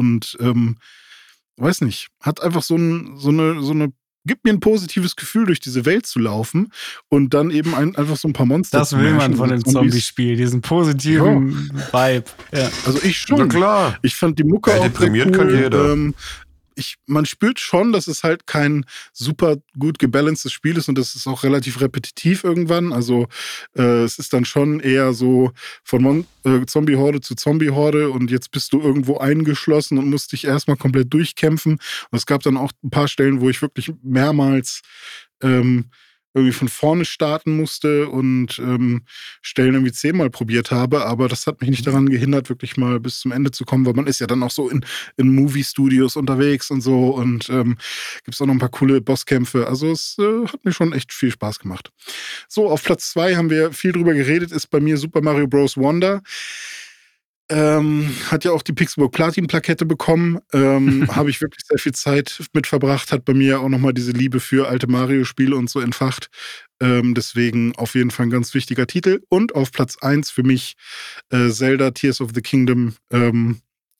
weiß nicht, hat einfach so eine gibt mir ein positives Gefühl, durch diese Welt zu laufen und dann eben einfach so ein paar Monster zu Das will man von dem Zombie-Spiel, diesen positiven Vibe. Ja. Also ich schon. Na klar. Ich fand die Mucke auch deprimiert cool. Kann jeder. Man spürt schon, dass es halt kein super gut gebalancedes Spiel ist und das ist auch relativ repetitiv irgendwann. Also es ist dann schon eher so von Zombie-Horde zu Zombie-Horde und jetzt bist du irgendwo eingeschlossen und musst dich erstmal komplett durchkämpfen. Und es gab dann auch ein paar Stellen, wo ich wirklich mehrmals irgendwie von vorne starten musste und Stellen irgendwie 10-mal probiert habe, aber das hat mich nicht daran gehindert, wirklich mal bis zum Ende zu kommen, weil man ist ja dann auch so in Movie-Studios unterwegs und so und gibt es auch noch ein paar coole Bosskämpfe. Also es hat mir schon echt viel Spaß gemacht. So, auf Platz 2 haben wir viel drüber geredet, ist bei mir Super Mario Bros. Wonder. Hat ja auch die Pixelburg Platin-Plakette bekommen. Habe ich wirklich sehr viel Zeit mit verbracht. Hat bei mir auch nochmal diese Liebe für alte Mario-Spiele und so entfacht. Deswegen auf jeden Fall ein ganz wichtiger Titel. Und auf Platz 1 für mich Zelda Tears of the Kingdom.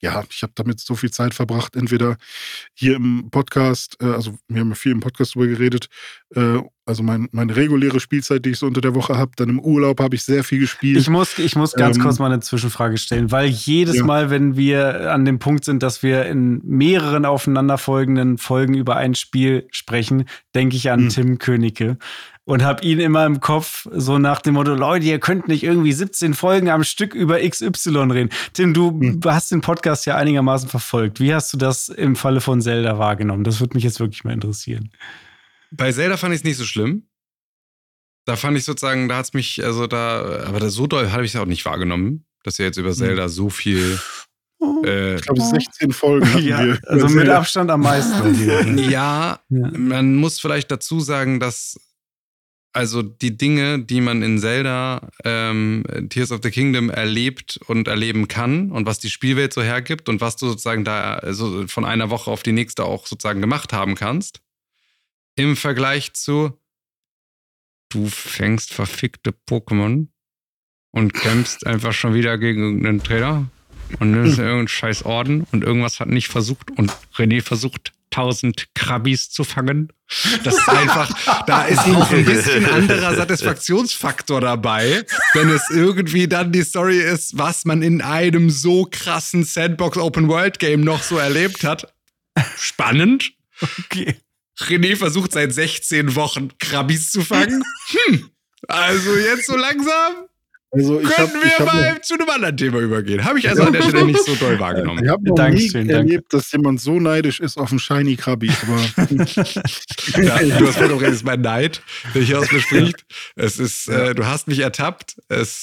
ich habe damit so viel Zeit verbracht, entweder hier im Podcast, also wir haben ja viel im Podcast drüber geredet, also meine reguläre Spielzeit, die ich so unter der Woche habe, dann im Urlaub habe ich sehr viel gespielt. Ich muss ganz kurz mal eine Zwischenfrage stellen, weil jedes Mal, wenn wir an dem Punkt sind, dass wir in mehreren aufeinanderfolgenden Folgen über ein Spiel sprechen, denke ich an Tim Königke. Und habe ihn immer im Kopf so nach dem Motto, Leute, ihr könnt nicht irgendwie 17 Folgen am Stück über XY reden. Tim, du hast den Podcast ja einigermaßen verfolgt. Wie hast du das im Falle von Zelda wahrgenommen? Das würde mich jetzt wirklich mal interessieren. Bei Zelda fand ich es nicht so schlimm. Da fand ich sozusagen, da hat es mich, aber so doll habe ich es auch nicht wahrgenommen, dass wir jetzt über Zelda so viel... ich glaube, 16 Folgen hatten wir. Also mit Abstand am meisten. Ja, man muss vielleicht dazu sagen, dass also die Dinge, die man in Zelda Tears of the Kingdom erlebt und erleben kann und was die Spielwelt so hergibt und was du sozusagen da so von einer Woche auf die nächste auch sozusagen gemacht haben kannst, im Vergleich zu du fängst verfickte Pokémon und kämpfst einfach schon wieder gegen irgendeinen Trainer und nimmst irgendeinen scheiß Orden und irgendwas hat nicht versucht und René versucht 1000 Krabbis zu fangen. Das ist einfach, da ist auch ein bisschen anderer Satisfaktionsfaktor dabei, wenn es irgendwie dann die Story ist, was man in einem so krassen Sandbox-Open-World-Game noch so erlebt hat. Spannend. Okay. René versucht seit 16 Wochen Krabbis zu fangen. Also jetzt so langsam können wir mal zu einem anderen Thema übergehen. Habe ich also an der Stelle nicht so doll wahrgenommen. Ich habe noch nie erlebt, dass jemand so neidisch ist auf einen Shiny Krabi. Aber du hast vollkommen recht, es ist mein Neid, der hier aus mir spricht. Es ist, du hast mich ertappt.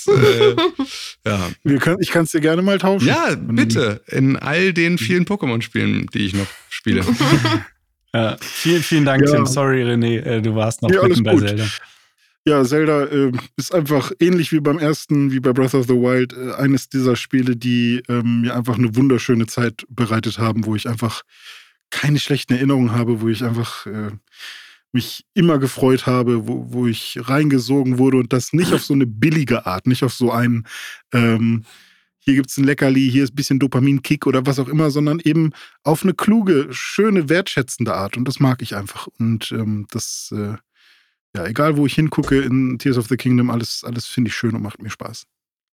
Ich kann es dir gerne mal tauschen. Ja, bitte. In all den vielen Pokémon-Spielen, die ich noch spiele. Vielen Dank, Tim. Sorry, René, du warst noch mitten bei Zelda. Ja, Zelda ist einfach ähnlich wie beim ersten, wie bei Breath of the Wild, eines dieser Spiele, die mir einfach eine wunderschöne Zeit bereitet haben, wo ich einfach keine schlechten Erinnerungen habe, wo ich einfach mich immer gefreut habe, wo ich reingesogen wurde und das nicht auf so eine billige Art, nicht auf so einen hier gibt's ein Leckerli, hier ist ein bisschen Dopamin-Kick oder was auch immer, sondern eben auf eine kluge, schöne, wertschätzende Art und das mag ich einfach und egal wo ich hingucke in Tears of the Kingdom, alles finde ich schön und macht mir Spaß.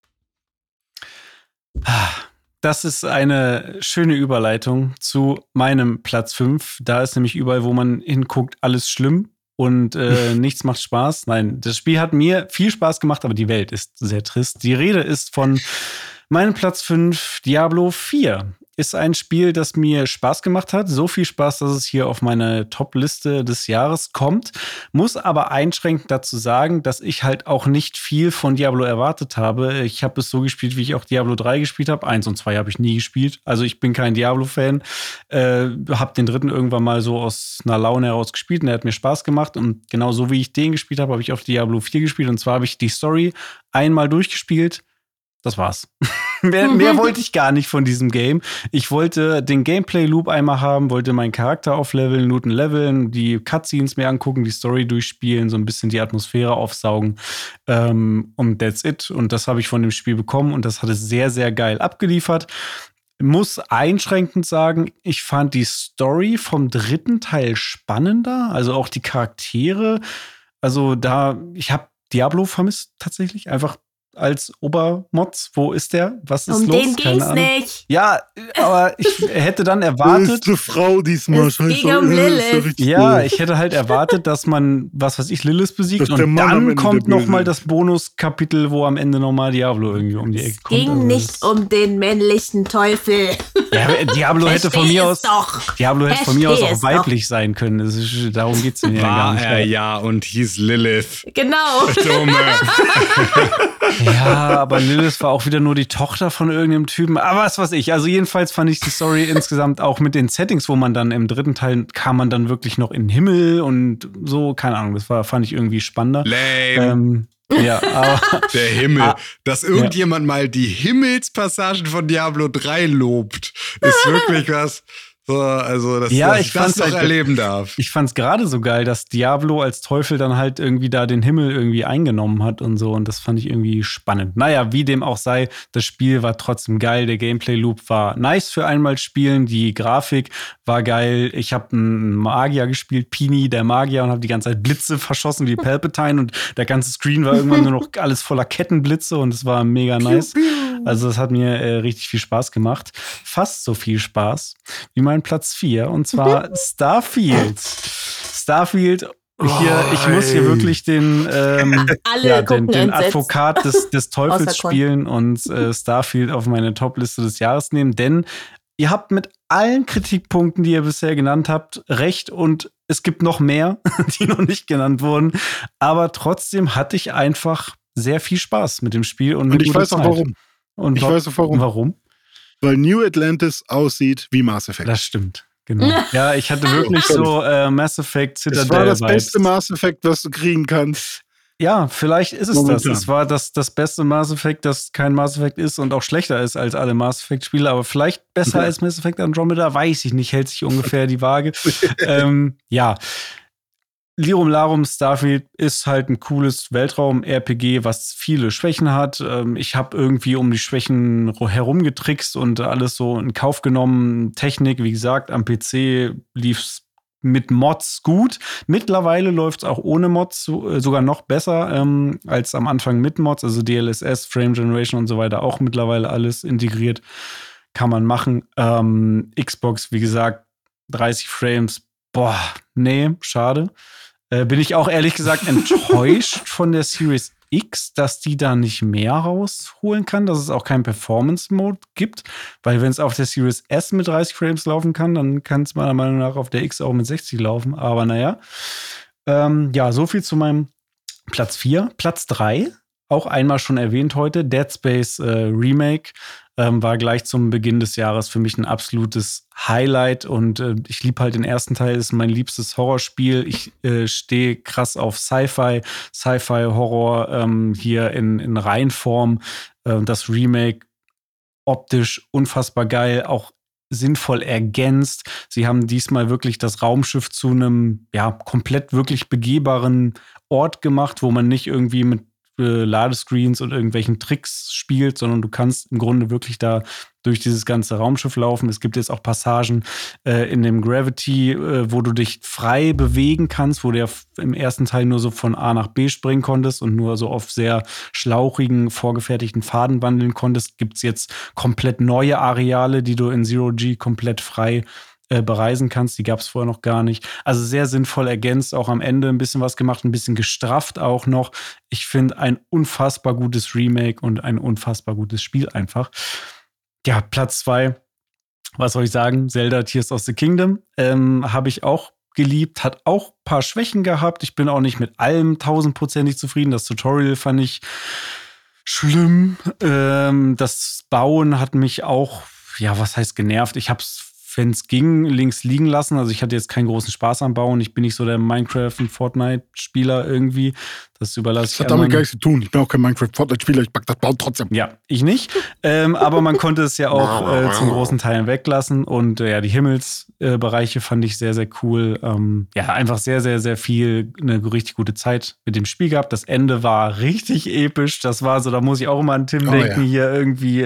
Das ist eine schöne Überleitung zu meinem Platz 5. Da ist nämlich überall, wo man hinguckt, alles schlimm und nichts macht Spaß. Nein, das Spiel hat mir viel Spaß gemacht, aber die Welt ist sehr trist. Die Rede ist von meinem Platz 5, Diablo 4. Ist ein Spiel, das mir Spaß gemacht hat. So viel Spaß, dass es hier auf meine Top-Liste des Jahres kommt. Muss aber einschränkend dazu sagen, dass ich halt auch nicht viel von Diablo erwartet habe. Ich habe es so gespielt, wie ich auch Diablo 3 gespielt habe. 1 und 2 habe ich nie gespielt. Also ich bin kein Diablo-Fan. Habe den dritten irgendwann mal so aus einer Laune heraus gespielt und der hat mir Spaß gemacht. Und genau so wie ich den gespielt habe, habe ich auf Diablo 4 gespielt. Und zwar habe ich die Story einmal durchgespielt. Das war's. Mehr wollte ich gar nicht von diesem Game. Ich wollte den Gameplay-Loop einmal haben, wollte meinen Charakter aufleveln, Looten leveln, die Cutscenes mir angucken, die Story durchspielen, so ein bisschen die Atmosphäre aufsaugen. Und that's it. Und das habe ich von dem Spiel bekommen und das hat es sehr, sehr geil abgeliefert. Muss einschränkend sagen, ich fand die Story vom dritten Teil spannender, also auch die Charaktere. Also ich habe Diablo vermisst tatsächlich, einfach als Obermods. Wo ist der? Was ist los? Den ging's nicht. Ja, aber ich hätte dann erwartet. Das ist eine Frau diesmal. Es ging um Lilith. Ja, ich hätte halt erwartet, dass man, was weiß ich, Lilith besiegt und dann kommt nochmal das Bonuskapitel, wo am Ende nochmal Diablo irgendwie um die Ecke kommt. Es ging nicht um den männlichen Teufel. Ja, Diablo hätte von mir aus auch weiblich sein können. Darum geht's mir ja gar nicht. Ja, und hieß Lilith. Genau. Dumme. Ja, aber Lilith war auch wieder nur die Tochter von irgendeinem Typen. Aber was weiß ich. Also jedenfalls fand ich die Story insgesamt auch mit den Settings, wo man dann im dritten Teil kam man dann wirklich noch in den Himmel und so. Keine Ahnung, fand ich irgendwie spannender. Lame. Ja, aber der Himmel. Dass irgendjemand mal die Himmelspassagen von Diablo 3 lobt, ist wirklich was. So, also, dass ich das noch erleben darf. Ich fand's gerade so geil, dass Diablo als Teufel dann halt irgendwie da den Himmel irgendwie eingenommen hat und so. Und das fand ich irgendwie spannend. Naja, wie dem auch sei, das Spiel war trotzdem geil. Der Gameplay-Loop war nice für einmal spielen. Die Grafik war geil. Ich habe einen Magier gespielt, Pini, der Magier, und habe die ganze Zeit Blitze verschossen wie Palpatine. Und der ganze Screen war irgendwann nur noch alles voller Kettenblitze und es war mega nice. Also das hat mir richtig viel Spaß gemacht. Fast so viel Spaß wie mein Platz 4, und zwar Starfield. Starfield, ich muss hier wirklich den Advokat des Teufels spielen und Starfield auf meine Top-Liste des Jahres nehmen, denn ihr habt mit allen Kritikpunkten, die ihr bisher genannt habt, recht, und es gibt noch mehr, die noch nicht genannt wurden, aber trotzdem hatte ich einfach sehr viel Spaß mit dem Spiel und ich weiß auch warum. Und ich weiß auch warum. Warum? Weil New Atlantis aussieht wie Mass Effect. Das stimmt, genau. Ja, ich hatte wirklich so Mass Effect Citadel. Das war das beste Mass Effect, was du kriegen kannst. Ja, vielleicht ist es momentan. Es war das beste Mass Effect, das kein Mass Effect ist und auch schlechter ist als alle Mass Effect-Spiele, aber vielleicht besser als Mass Effect Andromeda, weiß ich nicht, hält sich ungefähr die Waage. Lirum Larum, Starfield ist halt ein cooles Weltraum-RPG, was viele Schwächen hat. Ich habe irgendwie um die Schwächen herumgetrickst und alles so in Kauf genommen. Technik, wie gesagt, am PC lief's mit Mods gut. Mittlerweile läuft's auch ohne Mods sogar noch besser als am Anfang mit Mods. Also DLSS, Frame Generation und so weiter, auch mittlerweile alles integriert. Kann man machen. Xbox, wie gesagt, 30 Frames. Boah, nee, schade. Bin ich auch ehrlich gesagt enttäuscht von der Series X, dass die da nicht mehr rausholen kann, dass es auch keinen Performance-Mode gibt, weil wenn es auf der Series S mit 30 Frames laufen kann, dann kann es meiner Meinung nach auf der X auch mit 60 laufen, aber naja. So viel zu meinem Platz 4. Platz 3, auch einmal schon erwähnt heute, Dead Space Remake, war gleich zum Beginn des Jahres für mich ein absolutes Highlight, und ich liebe halt den ersten Teil, ist mein liebstes Horrorspiel. Ich stehe krass auf Sci-Fi, Horror hier in Reihenform. Das Remake optisch unfassbar geil, auch sinnvoll ergänzt. Sie haben diesmal wirklich das Raumschiff zu einem komplett wirklich begehbaren Ort gemacht, wo man nicht irgendwie mit Ladescreens und irgendwelchen Tricks spielt, sondern du kannst im Grunde wirklich da durch dieses ganze Raumschiff laufen. Es gibt jetzt auch Passagen in dem Gravity, wo du dich frei bewegen kannst, wo du ja im ersten Teil nur so von A nach B springen konntest und nur so auf sehr schlauchigen, vorgefertigten Pfaden wandeln konntest. Gibt es jetzt komplett neue Areale, die du in Zero-G komplett frei bereisen kannst. Die gab es vorher noch gar nicht. Also sehr sinnvoll ergänzt, auch am Ende ein bisschen was gemacht, ein bisschen gestrafft auch noch. Ich finde ein unfassbar gutes Remake und ein unfassbar gutes Spiel einfach. Ja, Platz 2, was soll ich sagen? Zelda Tears of the Kingdom habe ich auch geliebt, hat auch ein paar Schwächen gehabt. Ich bin auch nicht mit allem 1000%ig zufrieden. Das Tutorial fand ich schlimm. Das Bauen hat mich auch, was heißt genervt? Ich habe es, wenn es ging, links liegen lassen. Also ich hatte jetzt keinen großen Spaß am Bauen. Ich bin nicht so der Minecraft- und Fortnite-Spieler irgendwie. Das überlasse ich. Das hat damit gar nichts zu tun. Ich bin auch kein Minecraft-Fortnite-Spieler. Ich mag das Bauen trotzdem. Ja, ich nicht. Aber man konnte es ja auch zum großen Teil weglassen. Und die Himmelsbereiche fand ich sehr, sehr cool. Einfach sehr, sehr, sehr viel, eine richtig gute Zeit mit dem Spiel gehabt. Das Ende war richtig episch. Das war so, da muss ich auch immer an Tim denken. Ja. Hier irgendwie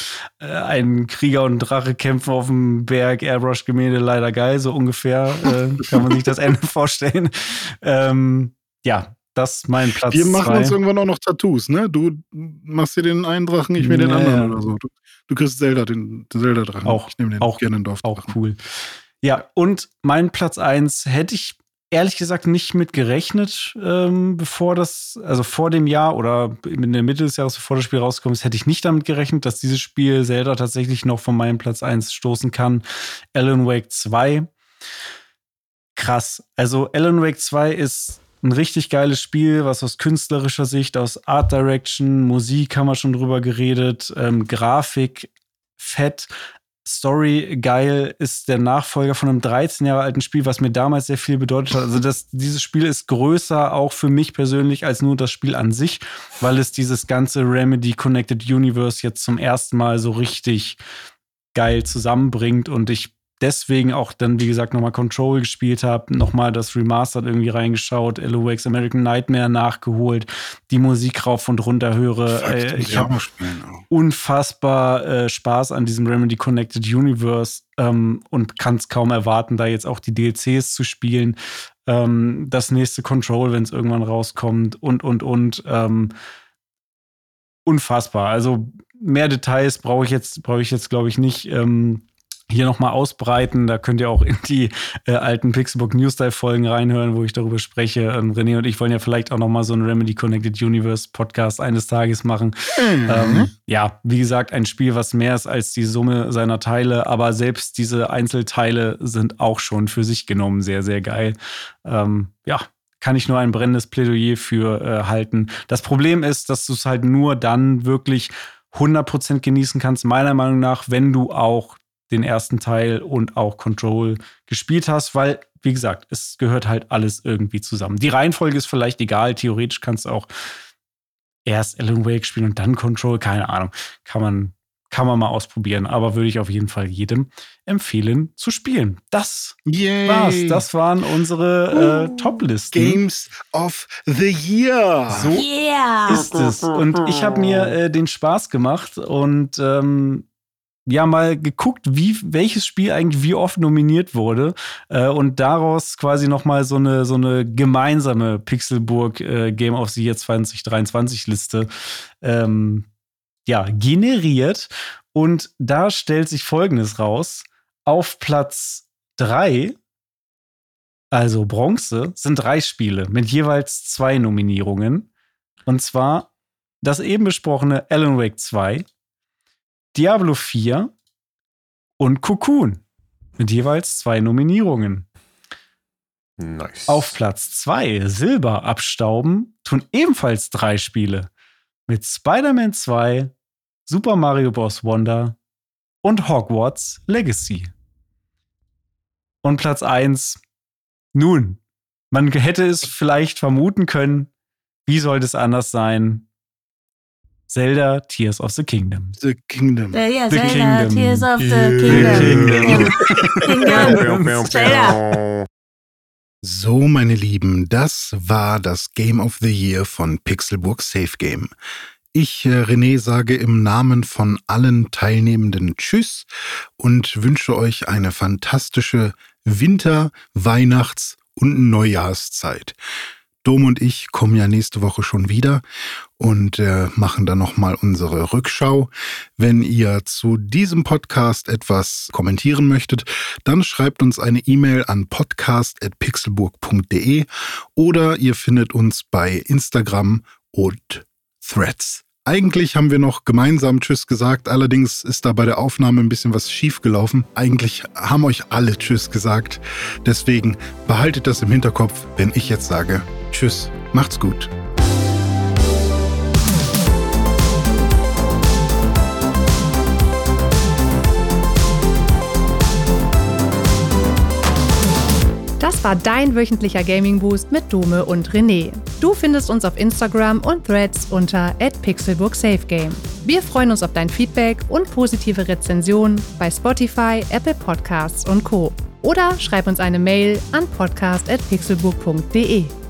ein Krieger und ein Drache kämpfen auf dem Berg. Airbrush-Gemälde, leider geil. So ungefähr kann man sich das Ende vorstellen. Das ist mein Platz 2. Wir machen uns irgendwann auch noch Tattoos, ne? Du machst dir den einen Drachen, ich mir den anderen oder so. Du kriegst den Zelda-Drachen. Auch, ich nehme den auch gerne Dorfdrachen. Auch cool. Ja, und mein Platz 1 hätte ich ehrlich gesagt nicht mit gerechnet, vor dem Jahr oder in der Mitte des Jahres, bevor das Spiel rausgekommen ist, hätte ich nicht damit gerechnet, dass dieses Spiel Zelda tatsächlich noch von meinem Platz 1 stoßen kann. Alan Wake 2. Krass. Also Alan Wake 2 ist ein richtig geiles Spiel, was aus künstlerischer Sicht, aus Art Direction, Musik haben wir schon drüber geredet, Grafik, fett, Story, geil, ist der Nachfolger von einem 13 Jahre alten Spiel, was mir damals sehr viel bedeutet hat. Also dieses Spiel ist größer, auch für mich persönlich, als nur das Spiel an sich, weil es dieses ganze Remedy Connected Universe jetzt zum ersten Mal so richtig geil zusammenbringt, und ich deswegen auch dann, wie gesagt, nochmal Control gespielt habe, nochmal das Remastered irgendwie reingeschaut, Alan Wake's American Nightmare nachgeholt, die Musik rauf und runter höre. Ich habe unfassbar Spaß an diesem Remedy Connected Universe und kann es kaum erwarten, da jetzt auch die DLCs zu spielen. Das nächste Control, wenn es irgendwann rauskommt und. Unfassbar. Also mehr Details brauche ich jetzt, glaube ich, nicht hier nochmal ausbreiten. Da könnt ihr auch in die alten Pixelbook Newsdive-Folgen reinhören, wo ich darüber spreche. René und ich wollen ja vielleicht auch nochmal so einen Remedy Connected Universe Podcast eines Tages machen. Ja, wie gesagt, ein Spiel, was mehr ist als die Summe seiner Teile, aber selbst diese Einzelteile sind auch schon für sich genommen sehr, sehr geil. Ja, kann ich nur ein brennendes Plädoyer für halten. Das Problem ist, dass du es halt nur dann wirklich 100% genießen kannst, meiner Meinung nach, wenn du auch den ersten Teil und auch Control gespielt hast, weil, wie gesagt, es gehört halt alles irgendwie zusammen. Die Reihenfolge ist vielleicht egal, theoretisch kannst du auch erst Alan Wake spielen und dann Control, keine Ahnung, kann man mal ausprobieren, aber würde ich auf jeden Fall jedem empfehlen zu spielen. Das war's. Das waren unsere Top-Listen. Games of the Year. So ist es. Und ich habe mir den Spaß gemacht und mal geguckt, welches Spiel eigentlich wie oft nominiert wurde und daraus quasi nochmal so eine gemeinsame Pixelburg Game of the Year 2023 Liste generiert. Und da stellt sich Folgendes raus. Auf Platz 3, also Bronze, sind 3 Spiele mit jeweils 2 Nominierungen. Und zwar das eben besprochene Alan Wake 2, Diablo 4 und Cocoon mit jeweils 2 Nominierungen. Nice. Auf Platz 2 Silber abstauben tun ebenfalls 3 Spiele mit Spider-Man 2, Super Mario Bros. Wonder und Hogwarts Legacy. Und Platz 1, nun, man hätte es vielleicht vermuten können, wie sollte es anders sein? Zelda Tears of the Kingdom. The Kingdom. Ja, The Zelda Kingdom. Tears of the Kingdom. Zelda. So, meine Lieben, das war das Game of the Year von Pixelburg Safe Game. Ich, René, sage im Namen von allen Teilnehmenden Tschüss und wünsche euch eine fantastische Winter-, Weihnachts- und Neujahrszeit. Dom und ich kommen ja nächste Woche schon wieder und machen dann nochmal unsere Rückschau. Wenn ihr zu diesem Podcast etwas kommentieren möchtet, dann schreibt uns eine E-Mail an podcast@pixelburg.de oder ihr findet uns bei Instagram und Threads. Eigentlich haben wir noch gemeinsam Tschüss gesagt, allerdings ist da bei der Aufnahme ein bisschen was schief gelaufen. Eigentlich haben euch alle Tschüss gesagt, deswegen behaltet das im Hinterkopf, wenn ich jetzt sage Tschüss, macht's gut. Das war dein wöchentlicher Gaming Boost mit Dome und René. Du findest uns auf Instagram und Threads unter @pixelburgsafegame. Wir freuen uns auf dein Feedback und positive Rezensionen bei Spotify, Apple Podcasts und Co. Oder schreib uns eine Mail an podcast@pixelburg.de.